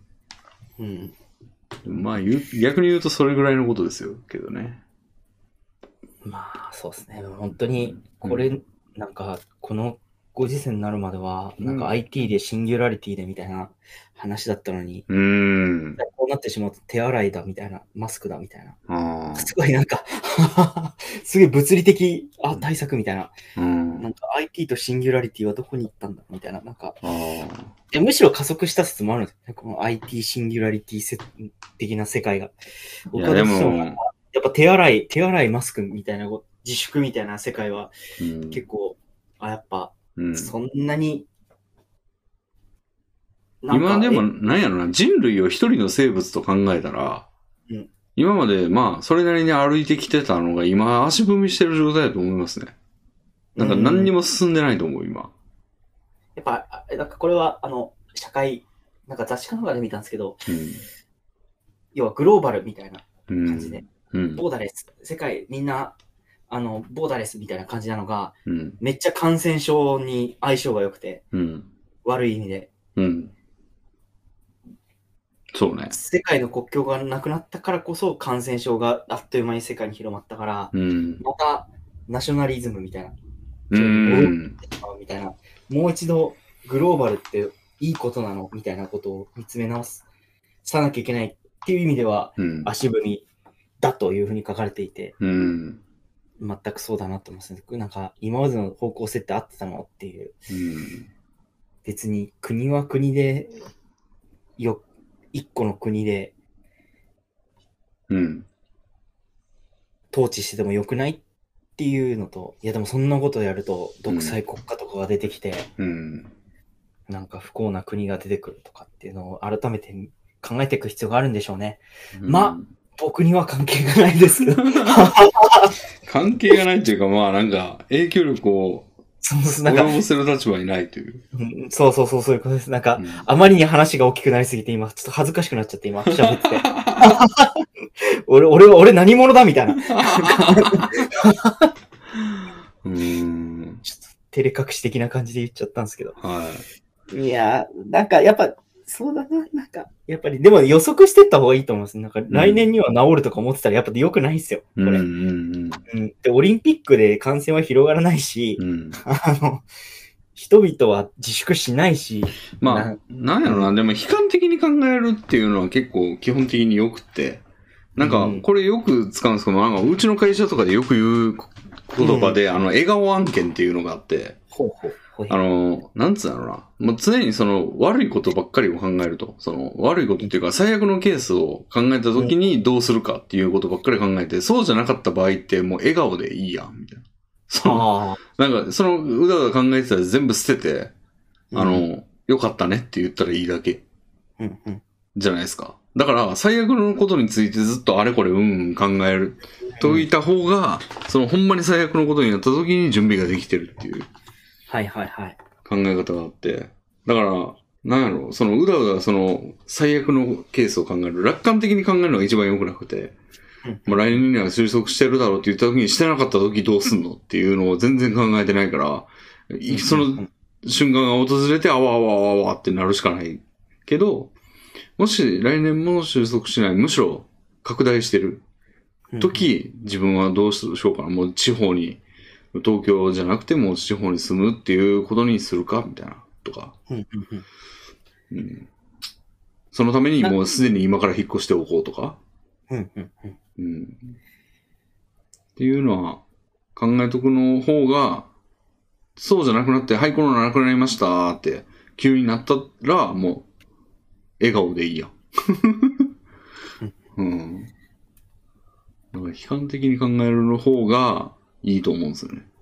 まあ逆に言うとそれぐらいのことですよけどね。 まあそうですね。本当にこれ、なんかこのご時世になるまではなんか IT でシンギュラリティでみたいな話だったのに、こうなってしまうと手洗いだみたいな、マスクだみたいな、すごいなんかすげえ物理的対策みたいな。なんか IT とシンギュラリティはどこに行ったんだみたいな。なんか、むしろ加速した説もあるんですよね。この IT シンギュラリティ的な世界が。僕はどうしても、やっぱ手洗いマスクみたいな、自粛みたいな世界は、結構、やっぱ、そんなに、 今でも、なんやろな、人類を一人の生物と考えたら、今まで、まあ、それなりに歩いてきてたのが、今、足踏みしてる状態だと思いますね。なんか何にも進んでないと思う、今。 やっぱ、なんかこれは、社会、なんか雑誌かなんかで見たんですけど、要はグローバルみたいな感じで、ボーダレス、世界みんな、ボーダレスみたいな感じなのが、めっちゃ感染症に相性が良くて、悪い意味で。 そうね。 世界の国境がなくなったからこそ感染症があっという間に世界に広まったから、またナショナリズムみたいな、みたいな、もう一度グローバルっていいことなのみたいなことを見つめ直さなきゃいけないっていう意味では、足踏みだというふうに書かれていて、全くそうだなと思いますね。なんか今までの方向性って合ってたのっていう。別に国は国で一個の国で、統治しててもよくないっていうのと、いやでもそんなことをやると、独裁国家とかが出てきて、なんか不幸な国が出てくるとかっていうのを改めて考えていく必要があるんでしょうね。まあ、僕には関係がないですけど。 関係がないっていうか、まあなんか、影響力を、及ぼせる立場にないという。 そういうことです。なんか、あまりに話が大きくなりすぎて、今、ちょっと恥ずかしくなっちゃって、今、喋ってて。俺何者だみたいな。ちょっと、照れ隠し的な感じで言っちゃったんですけど。いや、なんか、やっぱ、そうだな。なんか、やっぱり、でも予測してった方がいいと思います。なんか、来年には治るとか思ってたら、やっぱ良くないっすよ。これ。で、オリンピックで感染は広がらないし、人々は自粛しないし。 まあ、なんやろな、でも悲観的に考えるっていうのは結構基本的に良くて、なんか、これよく使うんですけど、なんか、うちの会社とかでよく言う言葉で、笑顔案件っていうのがあって、なんつうんだろうな。もう常にその悪いことばっかりを考えると。その悪いことっていうか最悪のケースを考えた時にどうするかっていうことばっかり考えて、そうじゃなかった場合ってもう笑顔でいいやん、みたいな。なんかそのうだうだ考えてたら全部捨てて、よかったねって言ったらいいだけ。じゃないですか。だから最悪のことについてずっとあれこれ考えるといた方が、そのほんまに最悪のことになった時に準備ができてるっていう。考え方があって。だから、なんやろ、そのうだうだその最悪のケースを考える。楽観的に考えるのが一番良くなくて、もう来年には収束してるだろうって言った時にしてなかった時どうすんのっていうのを全然考えてないから、その瞬間が訪れてあわあわあわあわってなるしかないけど、もし来年も収束しない、むしろ拡大してる時、自分はどうしようかな。もう地方に、東京じゃなくても地方に住むっていうことにするかみたいな、とか。そのためにもうすでに今から引っ越しておこうとか。っていうのは考えとくの方が、そうじゃなくなって、はい、コロナなくなりましたって、急になったら、もう、笑顔でいいや。だから悲観的に考えるの方がいいと思うんですよね。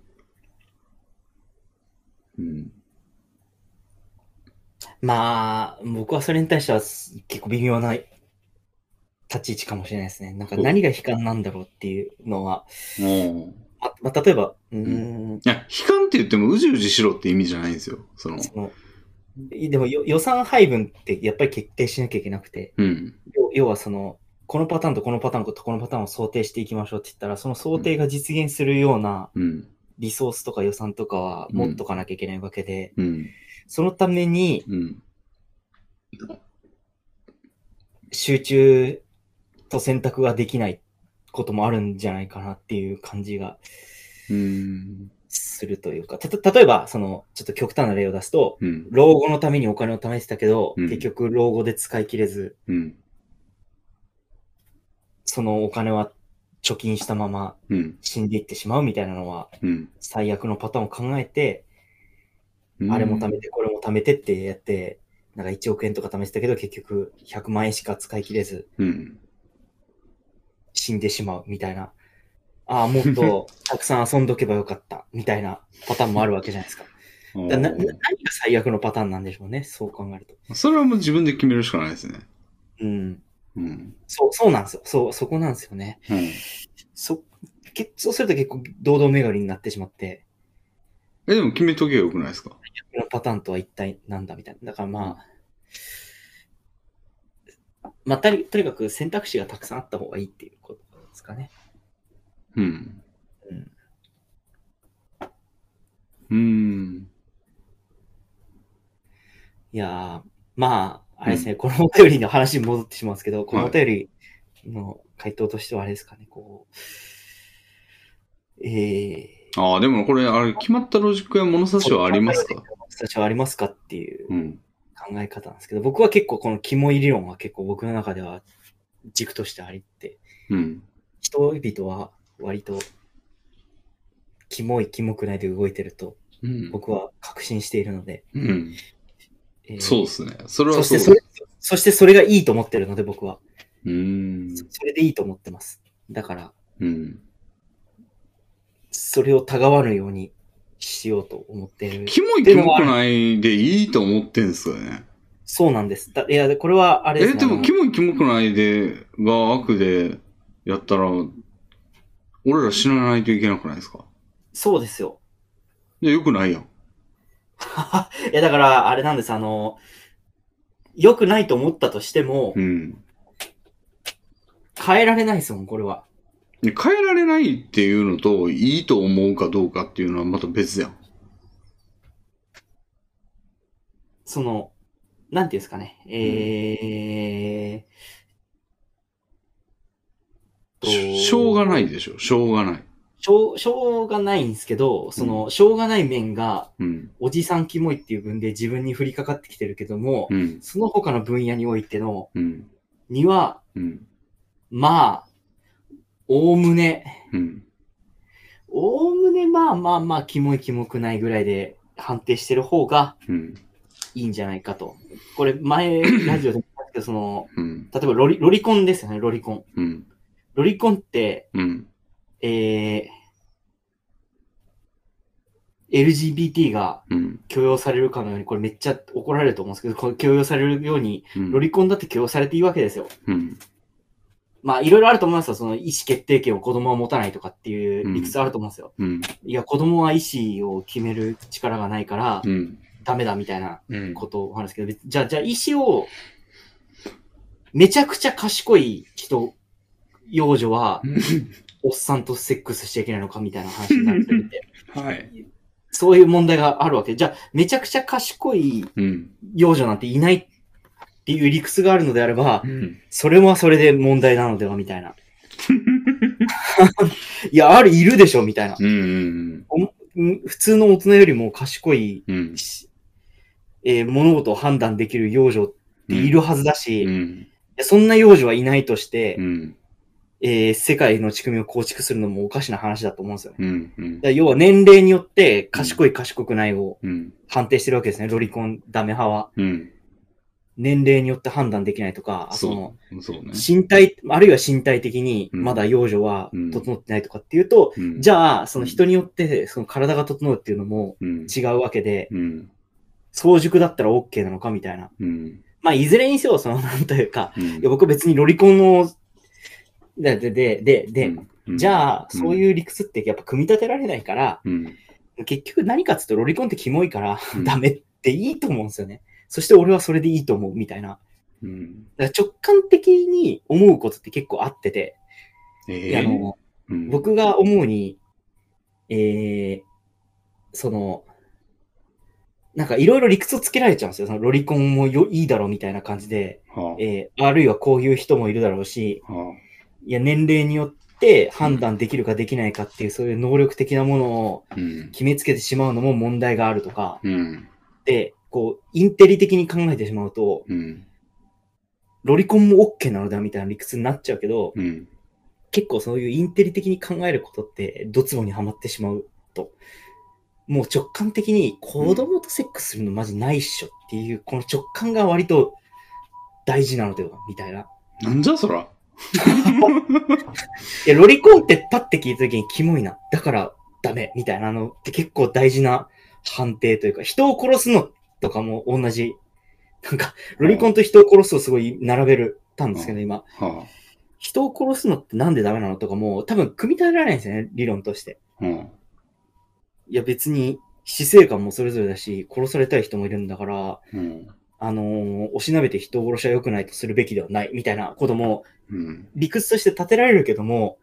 まあ、僕はそれに対しては結構微妙な立ち位置かもしれないですね。なんか何が悲観なんだろうっていうのは。例えば、 いや、悲観って言ってもうじうじしろって意味じゃないんですよ。 でも予算配分ってやっぱり決定しなきゃいけなくて、要はこのパターンとこのパターンとこのパターンを想定していきましょうって言ったら、その想定が実現するようなリソースとか予算とかは持っとかなきゃいけないわけで、そのために、集中と選択ができないこともあるんじゃないかなっていう感じがするというか、例えば、ちょっと極端な例を出すと、老後のためにお金を貯めてたけど、結局老後で使い切れず、そのお金は貯金したまま死んでいってしまうみたいなのは、最悪のパターンを考えて、あれも貯めて、これも貯めてってやって、なんか1億円とか貯めてたけど、結局100万円しか使い切れず、死んでしまうみたいな。ああ、もっとたくさん遊んどけばよかった、みたいなパターンもあるわけじゃないですか。何が最悪のパターンなんでしょうね、そう考えると。 それはもう自分で決めるしかないですね。 そうなんですよ。そこなんですよね。そうすると結構堂々巡りになってしまって。 でも決めとけばよくないですか？ このパターンとは一体なんだみたいな。だからとにかく選択肢がたくさんあった方がいいっていうことですかね。いやー、あれですね、このお便りの話に戻ってしまうんですけど、このお便りの回答としてはあれですかね、 でもこれ、決まったロジックや物差しはありますか？ 物差しはありますかっていう考え方なんですけど、僕は結構このキモい理論は結構僕の中では軸としてありって、人々は割とキモくないで動いてると、僕は確信しているので、 そうですね。それはそう。そしてそれがいいと思ってるので、僕は。それでいいと思ってます。だから、それをたがわぬようにしようと思ってる。 キモくないでいいと思ってんすよね。 そうなんです。いや、これはあれですね。でも、キモくないでが悪でやったら、俺ら死なないといけなくないですか？ そうですよ。 よくないやん。 いや、だから、あれなんです。良くないと思ったとしても、変えられないですもん、これは。 変えられないっていうのと、いいと思うかどうかっていうのはまた別やん。 なんていうんですかね。 しょうがないでしょ。しょうがない。 しょうがないんですけど、しょうがない面が、おじさんキモいっていう分で自分に降りかかってきてるけども、その他の分野においての、には、おおむね、キモくないぐらいで判定してる方が、いいんじゃないかと。これ、前、ラジオでも言ったけど、例えばロリコンですよね、ロリコン。ロリコンって、LGBT が許容されるかのように、これめっちゃ怒られると思うんですけど、これ許容されるように、ロリコンだって許容されていいわけですよ。いろいろあると思いますよ。その意思決定権を子供は持たないとかっていう理屈あると思うんですよ。いや、子供は意思を決める力がないから、ダメだみたいなことを話すけど、じゃあ意思を、めちゃくちゃ賢い幼女は、おっさんとセックスしちゃいけないのかみたいな話になってて。 はい。 そういう問題があるわけ。じゃあ、めちゃくちゃ賢い幼女なんていないっていう理屈があるのであれば、それはそれで問題なのではみたいな。いや、いるでしょみたいな。普通の大人よりも賢い、物事を判断できる幼女っているはずだし、そんな幼女はいないとして、世界の仕組みを構築するのもおかしな話だと思うんですよね。要は年齢によって賢くないを判定してるわけですね。ロリコンダメ派は。年齢によって判断できないとか、身体、あるいは身体的にまだ幼女は整ってないとかっていうと、じゃあ、その人によってその体が整うっていうのも違うわけで、早熟だったら OK なのかみたいな。いずれにせよ、なんというか、いや僕は別にロリコンをじゃあ、そういう理屈ってやっぱ組み立てられないから、結局何かって言うとロリコンってキモいから、ダメっていいと思うんですよね。そして俺はそれでいいと思うみたいな。だから直感的に思うことって結構あってて、僕が思うに、なんかいろいろ理屈をつけられちゃうんですよ。そのロリコンもいいだろうみたいな感じで、あるいはこういう人もいるだろうし、いや、年齢によって判断できるかできないかっていう、そういう能力的なものを決めつけてしまうのも問題があるとか、で、インテリ的に考えてしまうと、ロリコンも OK なのだみたいな理屈になっちゃうけど、 結構そういうインテリ的に考えることってドツボにはまってしまうと、もう直感的に子供とセックスするのマジないっしょっていう、この直感が割と大事なのではみたいな。 なんじゃそら。 いや、ロリコンってパッて聞いた時にキモいな。だからダメみたいなのって結構大事な判定というか、人を殺すのとかも同じ。なんか、ロリコンと人を殺すをすごい並べるたんですけど、今。人を殺すのってなんでダメなのとかも多分組み立てられないんですよね、理論として。いや別に死生観もそれぞれだし、殺されたい人もいるんだから、おしなべて人を殺しは良くないとするべきではないみたいなことも、理屈として立てられるけども、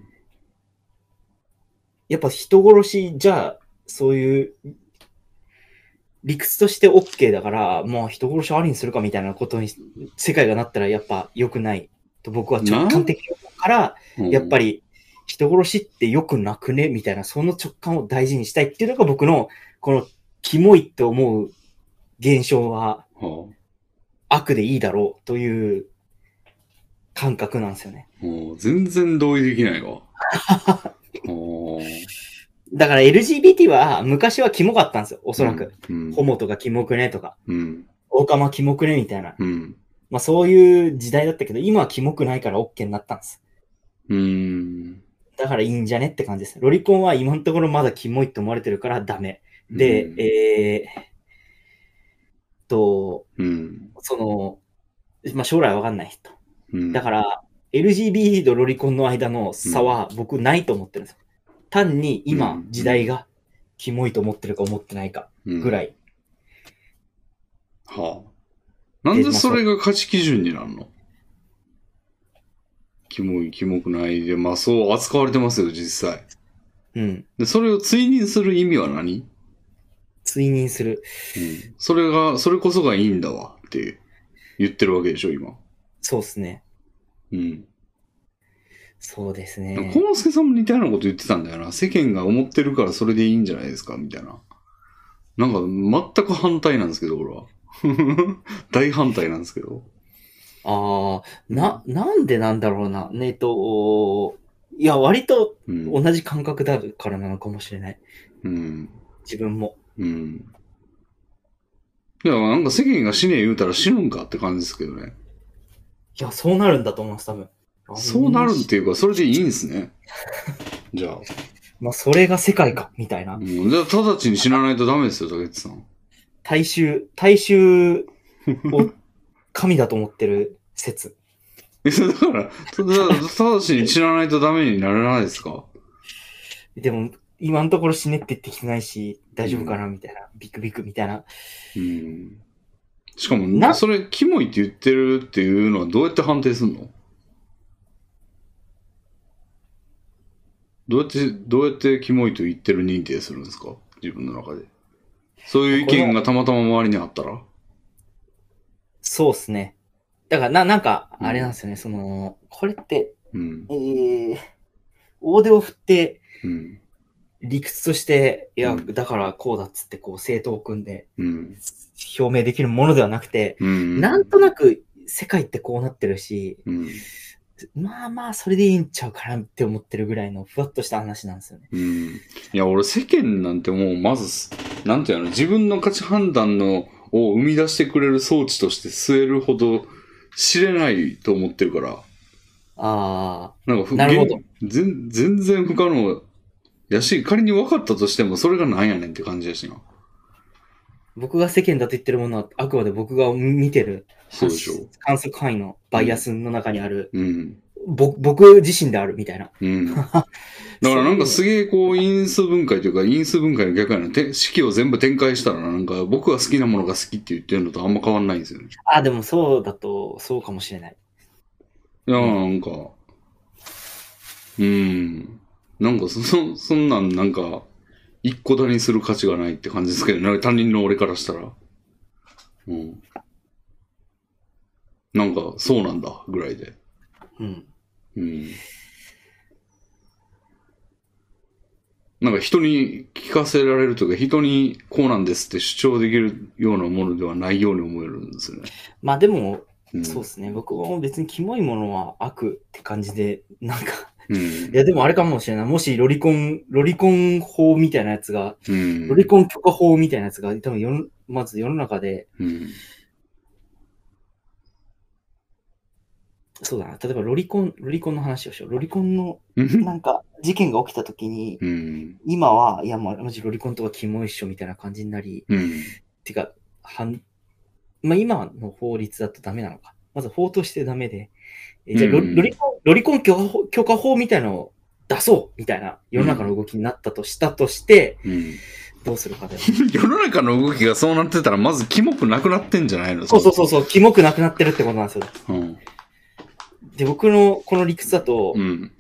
やっぱ人殺しじゃあ、そういう理屈として OK だから、もう人殺しありにするかみたいなことに世界がなったらやっぱ良くないと僕は直感的に思うから、やっぱり人殺しって良くなくねみたいな、その直感を大事にしたいっていうのが僕のこのキモいって思う現象は悪でいいだろうという感覚なんですよね。 全然同意できないわ。 だから LGBT は昔はキモかったんですよ、おそらく。ホモとかキモくねとか、オカマキモくねみたいな。まあそういう時代だったけど、今はキモくないから OK になったんです。だからいいんじゃねって感じです。ロリコンは今のところまだキモいって思われてるからダメ。で、その、まあ将来わかんない人。だから、LGBT とロリコンの間の差は僕ないと思ってるんですよ。単に今、時代がキモいと思ってるか思ってないかぐらい。 なんでそれが価値基準になるの？キモい、キモくないで、まあそう扱われてますよ、実際。で、それを追認する意味は何？ 追認する。 それこそがいいんだわって言ってるわけでしょ、今。 そうですね。そうですね。 コウスケさんも似たようなこと言ってたんだよな。世間が思ってるからそれでいいんじゃないですかみたいな。なんか全く反対なんですけど、俺は。大反対なんですけど。 なんでなんだろうな。いや、割と同じ感覚だからなのかもしれない。自分も。 いや、なんか世間が死ね言うたら死ぬんかって感じですけどね。 いや、そうなるんだと思います、多分。 そうなるっていうか、それでいいんですね。じゃあ。 まあ、それが世界か、みたいな。 じゃあ、直ちに死なないとダメですよ、竹内さん。 大衆を神だと思ってる説。 だから、直ちに死なないとダメにならないですか？ でも、今のところ死ねって言ってきてないし、大丈夫かなみたいな。ビクビクみたいな。 しかも、それ、キモいって言ってるっていうのはどうやって判定するの？どうやってキモいと言ってる認定するんですか？自分の中で。そういう意見がたまたま周りにあったら？ そうっすね。だからなんか、あれなんですよね、これって、大手を振って、理屈として、いや、だからこうだっつって、こう、政党を組んで、表明できるものではなくて、なんとなく世界ってこうなってるし、まあまあ、それでいいんちゃうかなって思ってるぐらいのふわっとした話なんですよね。 いや、俺世間なんてもう、まず、なんていうの、自分の価値判断を生み出してくれる装置として据えるほど知れないと思ってるから。 なるほど。 全然不可能やし、仮に分かったとしても、それがなんやねんって感じやしな。 僕が世間だと言ってるものは、あくまで僕が見てる観測範囲のバイアスの中にある、僕自身であるみたいな。 だからなんかすげえこう因数分解というか因数分解の逆やな。式を全部展開したらなんか僕が好きなものが好きって言ってるのとあんま変わんないんですよね。 でもそうだと、そうかもしれない。 いやなんか、なんかそんなんなんか、一個だにする価値がないって感じですけどね。他人の俺からしたら。なんか、そうなんだ、ぐらいで。なんか人に聞かせられるというか、人にこうなんですって主張できるようなものではないように思えるんですよね。 まあでも、 そうですね。僕も別にキモいものは悪って感じで、なんかいや、でもあれかもしれない。もしロリコン法みたいなやつが、ロリコン許可法みたいなやつが、多分まず世の中で、そうだな。例えばロリコンの話をしよう。ロリコンの、なんか、事件が起きたときに、今は、いや、マジロリコンとかキモいっしょみたいな感じになり、てか、まあ、今の法律だとダメなのか。まず法としてダメで、じゃあロリコン許可法みたいなのを出そうみたいな世の中の動きになったとして、どうするかだよ。 世の中の動きがそうなってたら、まずキモくなくなってんじゃないの？ そう、キモくなくなってるってことなんですよ。で、僕のこの理屈だと、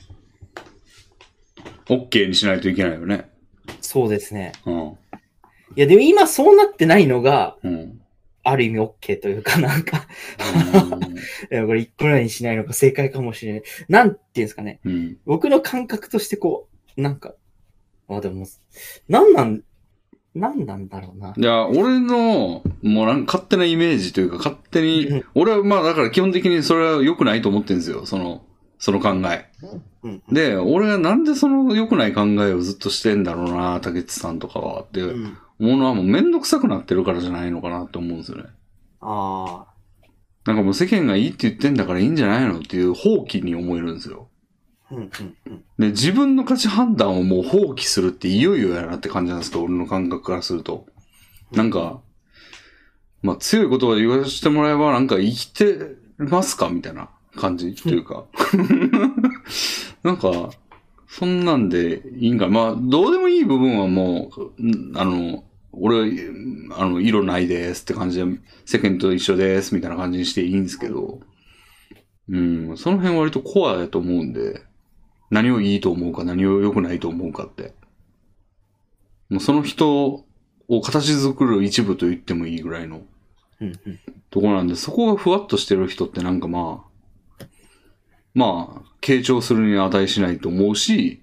OK にしないといけないよね。 そうですね。いや、でも今そうなってないのが、ある意味 OK というかなんかこれ一個ぐらいにしないのが正解かもしれない。なんていうんですかね。僕の感覚としてこう、なんか、でも、なんなんだろうな。 いや、俺の、もうなんか勝手なイメージというか、勝手に、俺はまあだから基本的にそれは良くないと思ってるんですよ。その考え。で、俺はなんでその良くない考えをずっとしてんだろうな、竹内さんとかはって、思うのはもうめんどくさくなってるからじゃないのかなって思うんですよね。なんかもう世間がいいって言ってんだからいいんじゃないのっていう放棄に思えるんですよ。で、自分の価値判断をもう放棄するっていよいよやなって感じなんですけど、俺の感覚からすると。なんか、まあ強い言葉で言わせてもらえば、なんか生きてますかみたいな感じというか。なんか、そんなんでいいんか。まあ、どうでもいい部分はもう、俺、色ないですって感じで、世間と一緒ですみたいな感じにしていいんですけど、その辺割とコアだと思うんで、何をいいと思うか、何を良くないと思うかって。もうその人を形作る一部と言ってもいいぐらいのところなんで、そこがふわっとしてる人ってなんかまあ、傾聴するに値しないと思うし、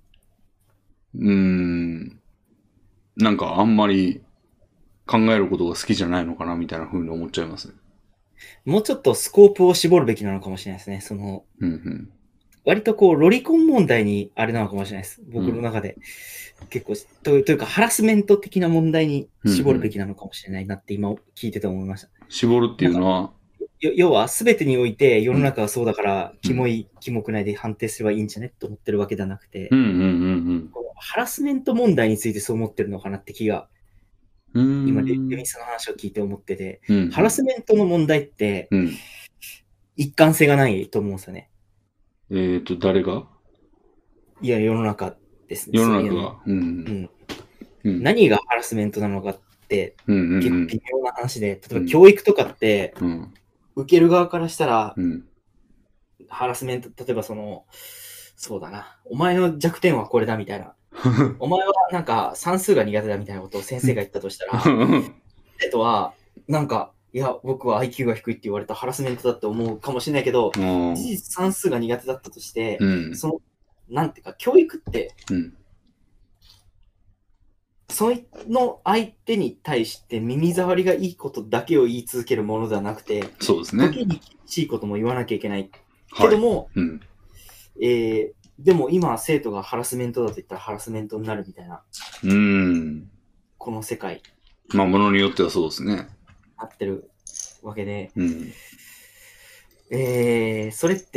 なんかあんまり考えることが好きじゃないのかなみたいな風に思っちゃいますね。 もうちょっとスコープを絞るべきなのかもしれないですね。割とこう、ロリコン問題にあれなのかもしれないです。僕の中で。結構というか、ハラスメント的な問題に絞るべきなのかもしれないなって今聞いてて思いました。 絞るっていうのは要は、すべてにおいて世の中はそうだから、キモくないで判定すればいいんじゃねって思ってるわけではなくて、ハラスメント問題についてそう思ってるのかなって気が、今、レミスの話を聞いて思ってて、ハラスメントの問題って、一貫性がないと思うんですよね。 誰が？ いや、世の中ですね。 世の中が。 何がハラスメントなのかって、結構微妙な話で、例えば教育とかって、受ける側からしたら、ハラスメント、例えばそうだな、お前の弱点はこれだみたいな。お前はなんか算数が苦手だみたいなことを先生が言ったとしたら、生徒は、なんか、いや、僕は IQ が低いって言われたハラスメントだって思うかもしれないけど、事実算数が苦手だったとして、なんていうか、教育って、その相手に対して耳障りがいいことだけを言い続けるものではなくて、 そうですね。 時に厳しいことも言わなきゃいけない。けども、でも今生徒がハラスメントだと言ったらハラスメントになるみたいな。この世界。 まあ、ものによってはそうですね。 なってるわけで。それって、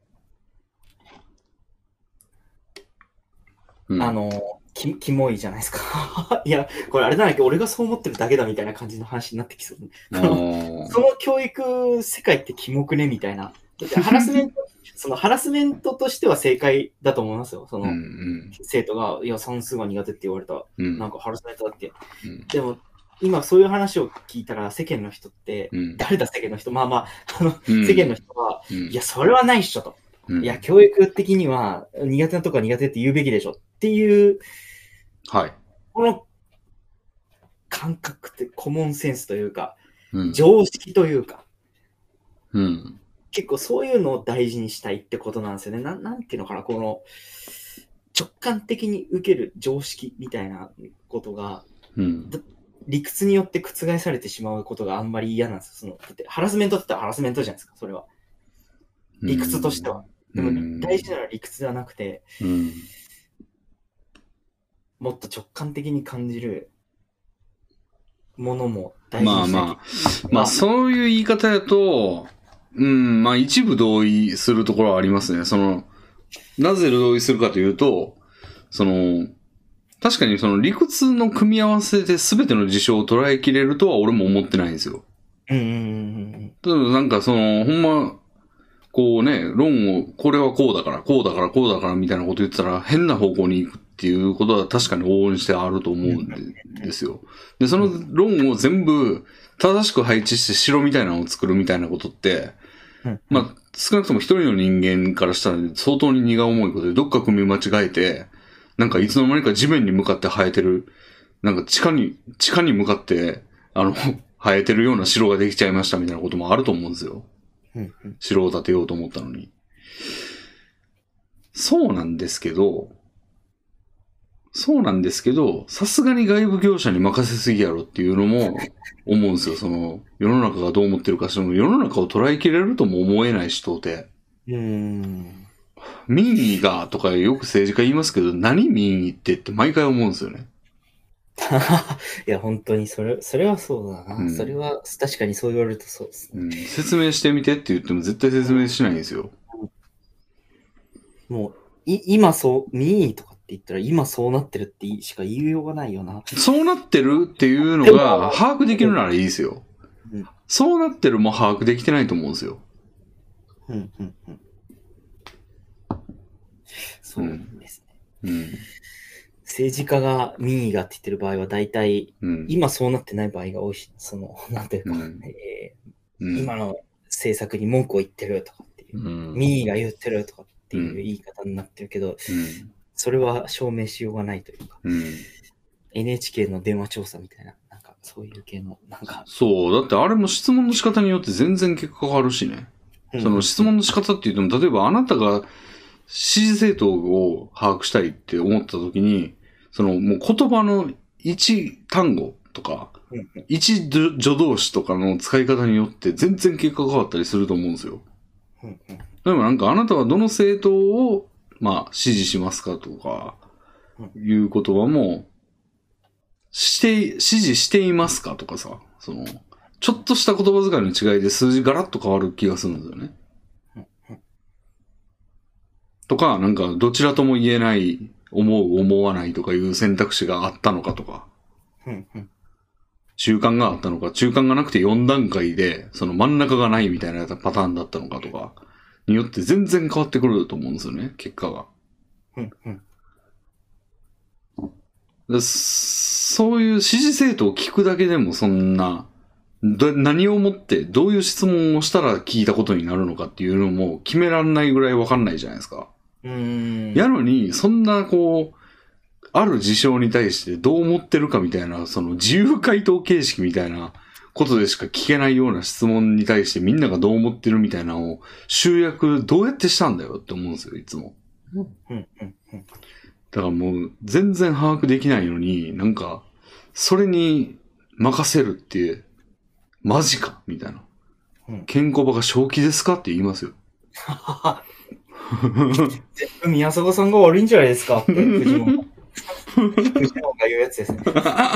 キモいじゃないですか。いや、これあれだなきゃ俺がそう思ってるだけだみたいな感じの話になってきそう。その教育世界ってキモくねみたいな。ハラスメント、ハラスメントとしては正解だと思いますよ。生徒が、いや、算数が苦手って言われた。なんかハラスメントだって。でも、今そういう話を聞いたら世間の人って、誰だ世間の人、まあ、世間の人は、いや、それはないっしょと。いや、教育的には苦手なとこは苦手って言うべきでしょっていう、この感覚ってコモンセンスというか、常識というか、結構そういうのを大事にしたいってことなんですよね。なんていうのかな、この直感的に受ける常識みたいなことが、 理屈によって覆されてしまうことがあんまり嫌なんですよ。だってハラスメントって言ったらハラスメントじゃないですか、それは。理屈としては。でも大事なのは理屈ではなくて、もっと直感的に感じるものも大事にしなきゃいけない。 まあそういう言い方やと、まあ一部同意するところはありますね。なぜ同意するかというと、確かに理屈の組み合わせで全ての事象を捉えきれるとは俺も思ってないんですよ。ただなんかほんま、こうね、論を、これはこうだから、こうだから、こうだからみたいなこと言ってたら変な方向に行くっていうことは確かに往々にしてあると思うんですよ。で、その論を全部正しく配置して城みたいなのを作るみたいなことって、まあ、少なくとも一人の人間からしたら相当に荷が重いことで、どっか組み間違えて、なんかいつの間にか地面に向かって生えてる、なんか地下に向かって、生えてるような城ができちゃいましたみたいなこともあると思うんですよ。城を建てようと思ったのに。そうなんですけど、さすがに外部業者に任せすぎやろっていうのも思うんですよ。世の中がどう思ってるか世の中を捉えきれるとも思えないし、到底。民意がとかよく政治家言いますけど、何民意って毎回思うんですよね。 いや、本当にそれはそうだな。それは確かにそう言われるとそうですね。 説明してみてって言っても絶対説明しないんですよ。 もう、今民意とかって言ったら今そうなってるってしか言いようがないよな。 そうなってるっていうのが把握できるならいいですよ。そうなってるも把握できてないと思うんですよ。 そうですね。政治家が民意がって言ってる場合は大体、今そうなってない場合が多いし、なんていうか、今の政策に文句を言ってるとかっていう、民意が言ってるとかっていう言い方になってるけど、それは証明しようがないというか、NHK の電話調査みたいな、なんかそういう系の、なんか。 そう、だってあれも質問の仕方によって全然結果変わるしね。質問の仕方って言っても、例えばあなたが支持政党を把握したいって思った時に、もう言葉の一単語とか、一助動詞とかの使い方によって全然結果が変わったりすると思うんですよ。でもなんかあなたはどの政党を、支持しますかとか、いう言葉も、支持していますかとかさ、ちょっとした言葉遣いの違いで数字ガラッと変わる気がするんですよね。とか、なんかどちらとも言えない、思わないとかいう選択肢があったのかとか、中間があったのか、中間がなくて4段階で、真ん中がないみたいなパターンだったのかとか、によって全然変わってくると思うんですよね、結果が。そういう支持政党を聞くだけでもそんな、何をもって、どういう質問をしたら聞いたことになるのかっていうのも決めらんないぐらいわかんないじゃないですか。やのに、そんなある事象に対してどう思ってるかみたいな、自由回答形式みたいなことでしか聞けないような質問に対してみんながどう思ってるみたいなのを集約どうやってしたんだよって思うんですよ、いつも。だからもう全然把握できないのに、なんか、それに任せるって、マジかみたいな。ケンコバが正気ですかって言いますよ。 全部宮迫さんが悪いんじゃないですかって、藤本が言うやつですね。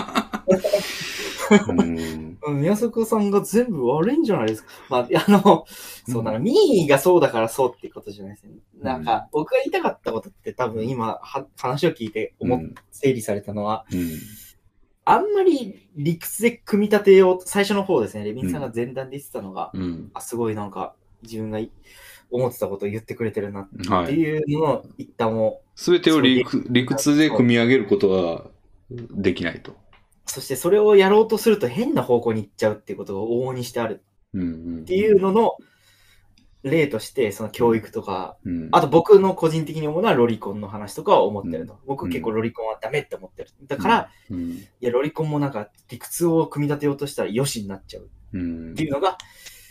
宮迫さんが全部悪いんじゃないですか。そうだな、民意がそうだからそうってことじゃないですね。なんか、僕が言いたかったことって多分今、話を聞いて整理されたのは、あんまり理屈で組み立てようと、最初の方ですね、レビンさんが前段で言ってたのが、すごいなんか、自分が思ってたことを言ってくれてるなっていうのを一旦もう。 すべてを理屈で組み上げることはできないと。 そしてそれをやろうとすると変な方向に行っちゃうっていうことが往々にしてあるっていうのの例として、その教育とか、あと僕の個人的に思うのはロリコンの話とかは思ってると。僕結構ロリコンはダメって思ってる。だから、いや、ロリコンもなんか理屈を組み立てようとしたらよしになっちゃうっていうのが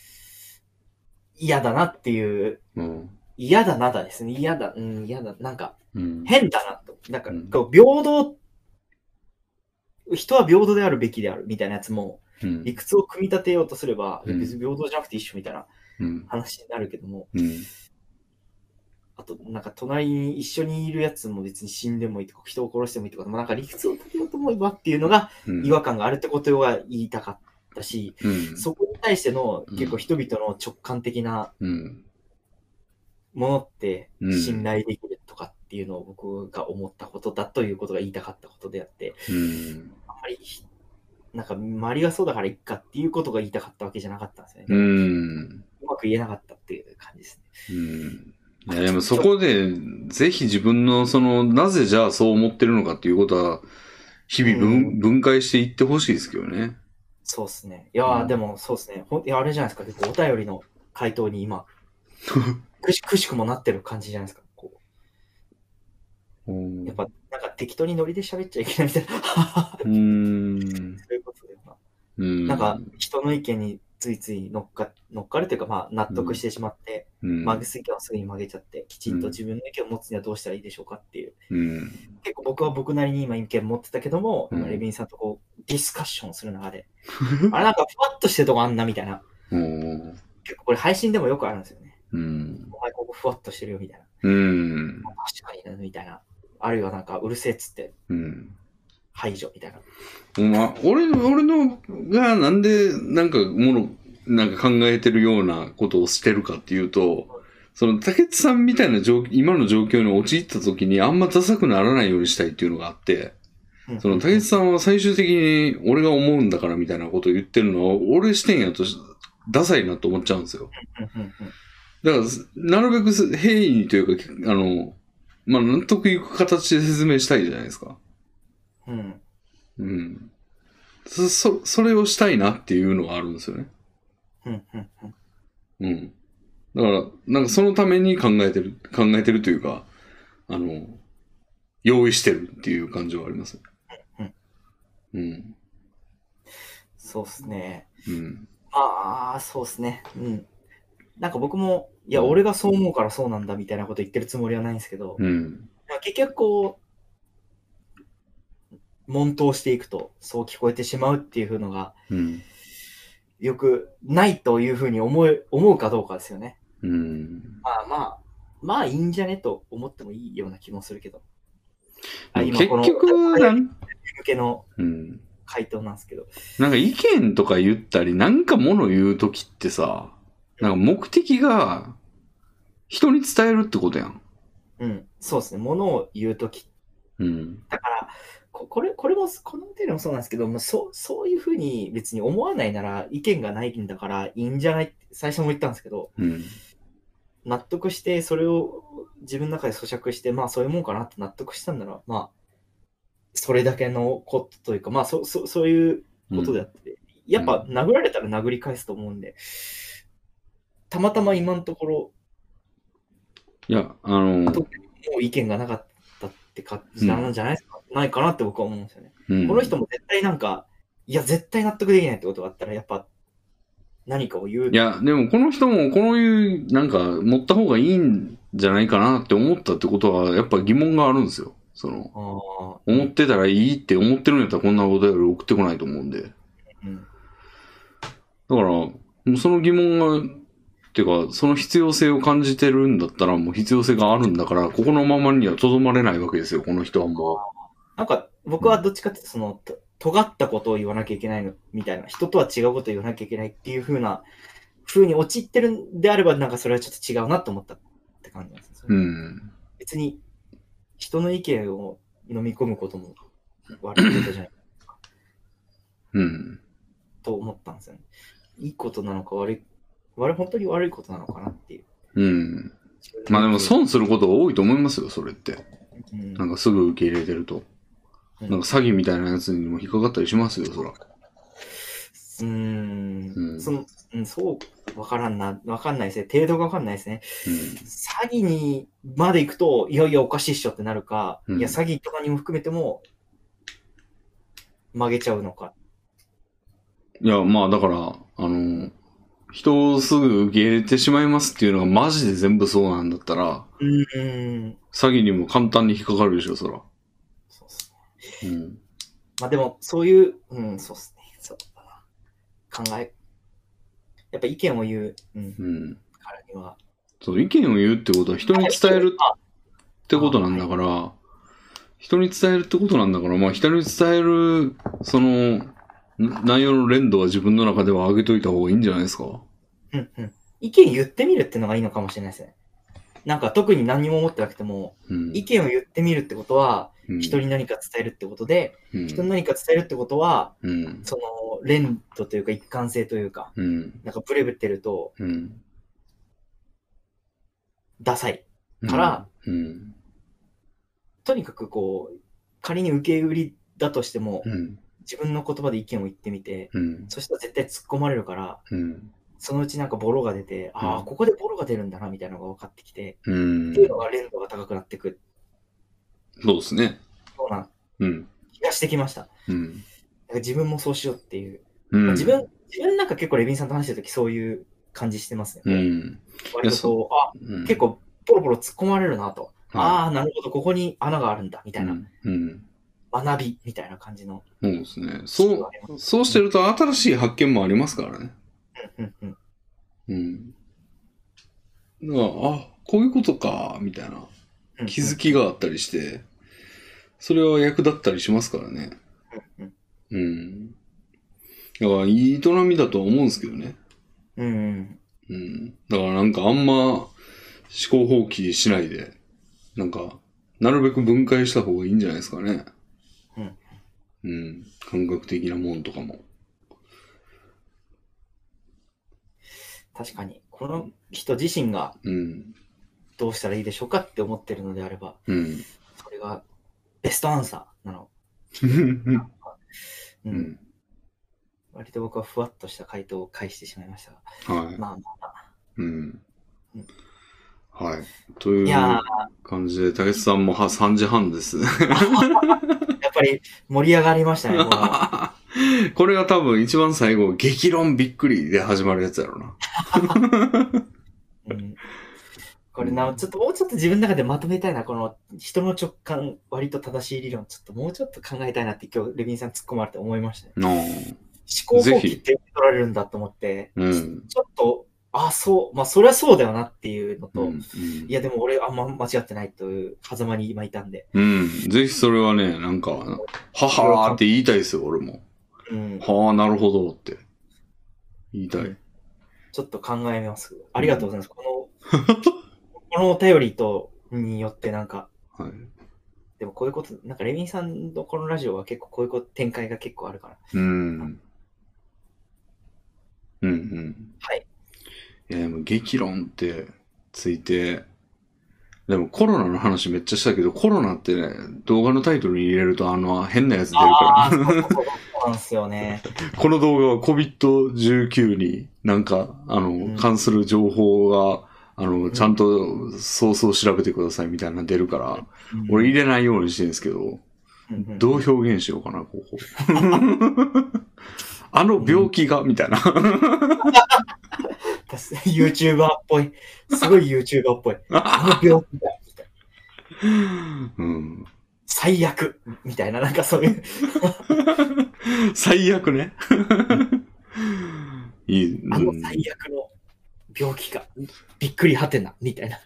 嫌だなっていう、嫌だなだですね。嫌だ、なんか変だなと。なんか平等人は平等であるべきであるみたいなやつも、理屈を組み立てようとすれば、別に平等じゃなくて一緒みたいな話になるけども、あと、なんか隣に一緒にいるやつも別に死んでもいいとか、人を殺してもいいとか、なんか理屈を立てようと思えばっていうのが違和感があるってことは言いたかったし、そこに対しての結構人々の直感的なものって信頼できるとかっていうのを僕が思ったことだということが言いたかったことであって、あんまり、なんか周りがそうだからいっかっていうことが言いたかったわけじゃなかったんですよね。うまく言えなかったっていう感じですね。 いやでもそこで、ぜひ自分のなぜじゃあそう思ってるのかっていうことは、日々分解していってほしいですけどね。 そうですね。いやでもそうですね。いや、あれじゃないですか。結構お便りの回答に今、くしくもなってる感じじゃないですか。こうやっぱ、なんか適当にノリで喋っちゃいけないみたいな。そういうことだよな。なんか、人の意見についつい乗っかるというか、まあ、納得してしまって、曲げすぎはすぐに曲げちゃって、きちんと自分の意見を持つにはどうしたらいいでしょうかっていう。結構僕は僕なりに今意見持ってたけども、今レビンさんとこう、ディスカッションする中で、あれなんかふわっとしてるとこあんなみたいな。結構これ配信でもよくあるんですよね。お前ここふわっとしてるよみたいな。確かにな、みたいな。あるいはなんかうるせえっつって、排除みたいな。 俺のがなんでなんか考えてるようなことをしてるかっていうと、竹内さんみたいな今の状況に陥った時にあんまダサくならないようにしたいっていうのがあって、竹内さんは最終的に俺が思うんだからみたいなことを言ってるのは、俺視点やとダサいなと思っちゃうんですよ。だから、なるべく平易にというか、まあ、納得いく形で説明したいじゃないですか。それをしたいなっていうのがあるんですよね。だから、なんかそのために考えてるというか、用意してるっていう感じはあります。 そうっすね。まあ、そうっすね。なんか僕も、いや、俺がそう思うからそうなんだみたいなこと言ってるつもりはないんですけど、結局こう、問答していくとそう聞こえてしまうっていうのが、よくないというふうに思うかどうかですよね。まあいいんじゃねと思ってもいいような気もするけど。 結局、向けの回答なんですけど。 なんか意見とか言ったり、なんか物言うときってさ、なんか目的が人に伝えるってことやん。 そうですね。物を言うとき。だから、これも、この手でもそうなんですけど、そういうふうに別に思わないなら意見がないんだからいいんじゃないって最初も言ったんですけど、納得してそれを自分の中で咀嚼して、まあそういうもんかなって納得したんなら、まあ、それだけのことというか、まあそういうことであって、やっぱ殴られたら殴り返すと思うんで、たまたま今のところ、 いや、 もう意見がなかったって感じなんじゃないかなって僕は思うんですよね。この人も絶対なんか、いや、絶対納得できないってことがあったら、やっぱ、何かを言う。 いや、でもこの人もこういう、なんか、持った方がいいんじゃないかなって思ったってことは、やっぱ疑問があるんですよ。思ってたらいいって思ってるんやったらこんなことより送ってこないと思うんで。だから、もうその疑問が、っていうか、その必要性を感じてるんだったら、もう必要性があるんだから、ここのままにはとどまれないわけですよ、この人はもう。 なんか、僕はどっちかっていうと、尖ったことを言わなきゃいけないの、みたいな、人とは違うことを言わなきゃいけないっていう風に陥ってるんであれば、なんかそれはちょっと違うなと思ったって感じなんですよ。別に、人の意見を飲み込むことも悪いことじゃないですか。と思ったんですよね。いいことなのか本当に悪いことなのかなっていう。 まあでも損することが多いと思いますよ、それって。なんかすぐ受け入れてると。なんか詐欺みたいなやつにも引っかかったりしますよ、そら。 そう、わかんないですね。程度がわかんないですね。詐欺にまで行くと、いやいやおかしいっしょってなるか、いや詐欺とかにも含めても、曲げちゃうのか。 いや、まあだから、人をすぐ受け入れてしまいますっていうのがマジで全部そうなんだったら、詐欺にも簡単に引っかかるでしょ、そら。 そうっすね。 まあでも、そういう、そうっすね。そうだな。やっぱ意見を言う、からには。 そう、意見を言うってことは人に伝えるってことなんだから、人に伝えるってことなんだから、まあ人に伝える、その、内容の連度は自分の中では上げといた方がいいんじゃないですか。 意見言ってみるってのがいいのかもしれないですね。なんか特に何も思ってなくても、意見を言ってみるってことは、人に何か伝えるってことで、人に何か伝えるってことは、その連度というか一貫性というか、なんかブレブってると、ダサいから、とにかくこう、仮に受け売りだとしても、自分の言葉で意見を言ってみて、そしたら絶対突っ込まれるから、そのうちなんかボロが出て、ここでボロが出るんだな、みたいなのが分かってきて、っていうのが連度が高くなってく。 そうですね。 そうな、気がしてきました。自分もそうしようっていう。自分なんか結構レビンさんと話してるときそういう感じしてますね。割とこう、結構ポロポロ突っ込まれるなと。なるほど、ここに穴があるんだ、みたいな。学び、みたいな感じの。 そうですね。そうしてると新しい発見もありますからね。だからこういうことか、みたいな気づきがあったりして、それは役立ったりしますからね。だからいい営みだとは思うんですけどね。だからなんかあんま思考放棄しないで、なんか、なるべく分解した方がいいんじゃないですかね。感覚的なもんとかも。 確かに、この人自身がどうしたらいいでしょうかって思ってるのであれば、それがベストアンサーなの。割と僕はふわっとした回答を返してしまいましたが。 はい。という感じで、竹内さんも3時半です。やっぱり盛り上がりましたね。 これが多分一番最後、激論びっくりで始まるやつやろうな。 これちょっともうちょっと自分の中でまとめたいな。この人の直感、割と正しい理論、ちょっともうちょっと考えたいなって今日レビンさん突っ込まれて思いましたね。思考放棄って取られるんだと思って、ちょっと、そりゃそうだよなっていうのと、いやでも俺あんま間違ってないという狭間に今いたんで。 ぜひそれはね、なんか、ははーって言いたいですよ、俺も。はあ、なるほどって言いたい。 ちょっと考えます。ありがとうございます。このお便りによってなんか、でもこういうこと、なんかレミンさんのこのラジオは結構こういう展開が結構あるから。はい。 いや、でも激論ってついて、でもコロナの話めっちゃしたけど、コロナってね、動画のタイトルに入れると変なやつ出るから。 そうなんですよね。 この動画は COVID-19 になんか、関する情報が、ちゃんとソースを調べてくださいみたいなの出るから、俺入れないようにしてるんですけど、どう表現しようかな、ここ。病気が、みたいな。 YouTuber っぽい。すごい YouTuber っぽい。病気だ、みたいな。最悪みたいな、なんかそういう。 最悪ね。いい。 最悪の病気が、びっくりはてな、みたいな。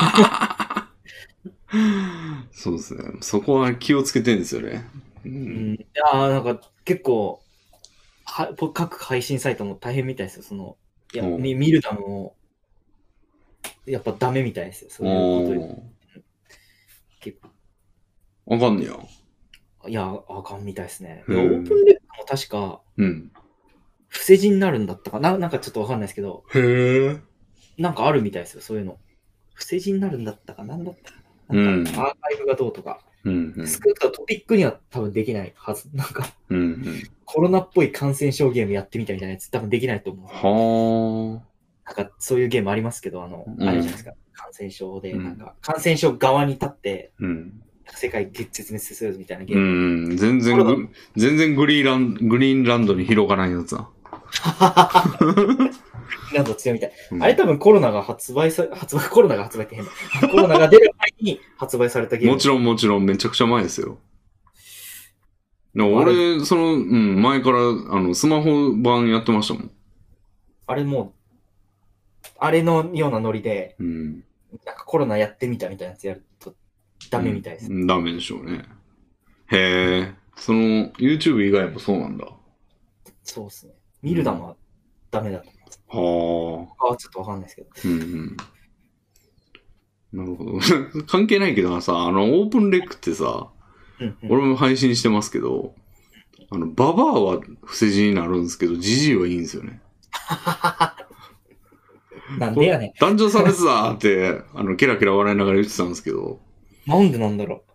そうですね。そこは気をつけてるんですよね。 なんか結構、各配信サイトも大変みたいですよ。見るのも、やっぱダメみたいですよ。そういうこと結構。 あかんねや。 いや、あかんみたいですね。オープンレックも確か、伏せ字になるんだったかな、なんかちょっとわかんないですけど、なんかあるみたいですよ、そういうの。伏せ字になるんだったか、なんだったかな。なんかアーカイブがどうとか。少なくともトピックには多分できないはず。なんか、コロナっぽい感染症ゲームやってみたみたいなやつ多分できないと思う。なんかそういうゲームありますけど、あるじゃないですか。感染症で、なんか、感染症側に立って、世界絶滅するみたいなゲーム。 全然グリーンランドに広がらないやつだ。 なんと強みたい。あれ多分コロナが発売コロナが発売って変だ。コロナが出る前に発売されたゲーム。 もちろん、めちゃくちゃ前ですよ。 俺、前から、スマホ版やってましたもん。 あれもう、あれのようなノリで、 うん。 なんかコロナやってみたみたいなやつやるとダメみたいです。 ダメでしょうね。へえ。YouTube 以外もそうなんだ。 そうですね。ミルダムはダメだと思います。 はあ。ちょっとわかんないですけど。 なるほど。関係ないけどさ、オープンレックってさ、俺も配信してますけど、ババアは伏せ字になるんですけど、ジジイはいいんですよね。 なんでやねん。 男女差別だって、ケラケラ笑いながら言ってたんですけど。 なんでなんだろ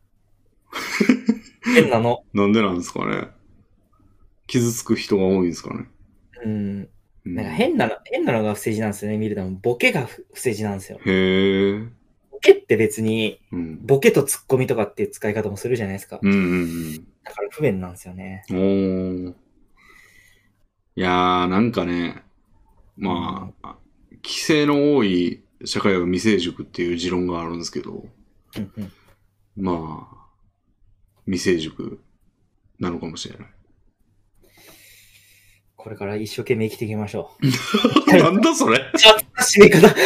う。変なの。 なんでなんですかね。傷つく人が多いんですかね。 なんか変なのが伏せ字なんですよね、見ると。ボケが伏せ字なんですよ。 へえ。 ボケって別に、ボケとツッコミとかっていう使い方もするじゃないですか。だから不便なんですよね。いやー、なんかね、まあ、規制の多い社会は未成熟っていう持論があるんですけど、まあ、未成熟なのかもしれない。 これから一生懸命生きていきましょう。なんだそれ締め方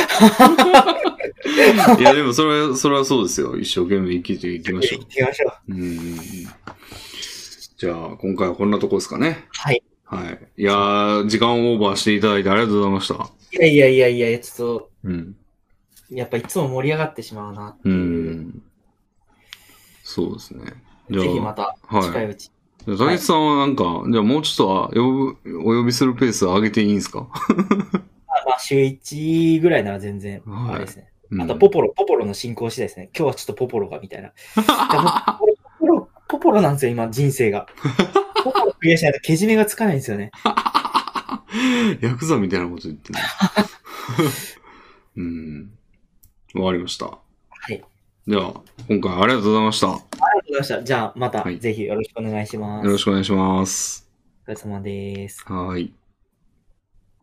いや、でもそれはそうですよ。一生懸命生きていきましょう。 生きていきましょう。 じゃあ、今回はこんなとこですかね。 はい。 はい。いやー、時間オーバーしていただいてありがとうございました。 いや、ちょっと、やっぱいつも盛り上がってしまうなっていう。そうですね。 ぜひまた、近いうち。 竹内さんはなんか、じゃあもうちょっとお呼びするペースを上げていいんですか？ まあ、週1ぐらいなら全然、あれですね。あと、ポポロの進行次第ですね。今日はちょっとポポロが、みたいな。ポポロなんですよ、今、人生が。ポポロクリアしないとけじめがつかないんですよね。 ヤクザみたいなこと言ってる。わかりました。はい。では、今回ありがとうございました。ありがとうございました。じゃあ、また、ぜひよろしくお願いします。 よろしくお願いします。 お疲れ様です。 はい。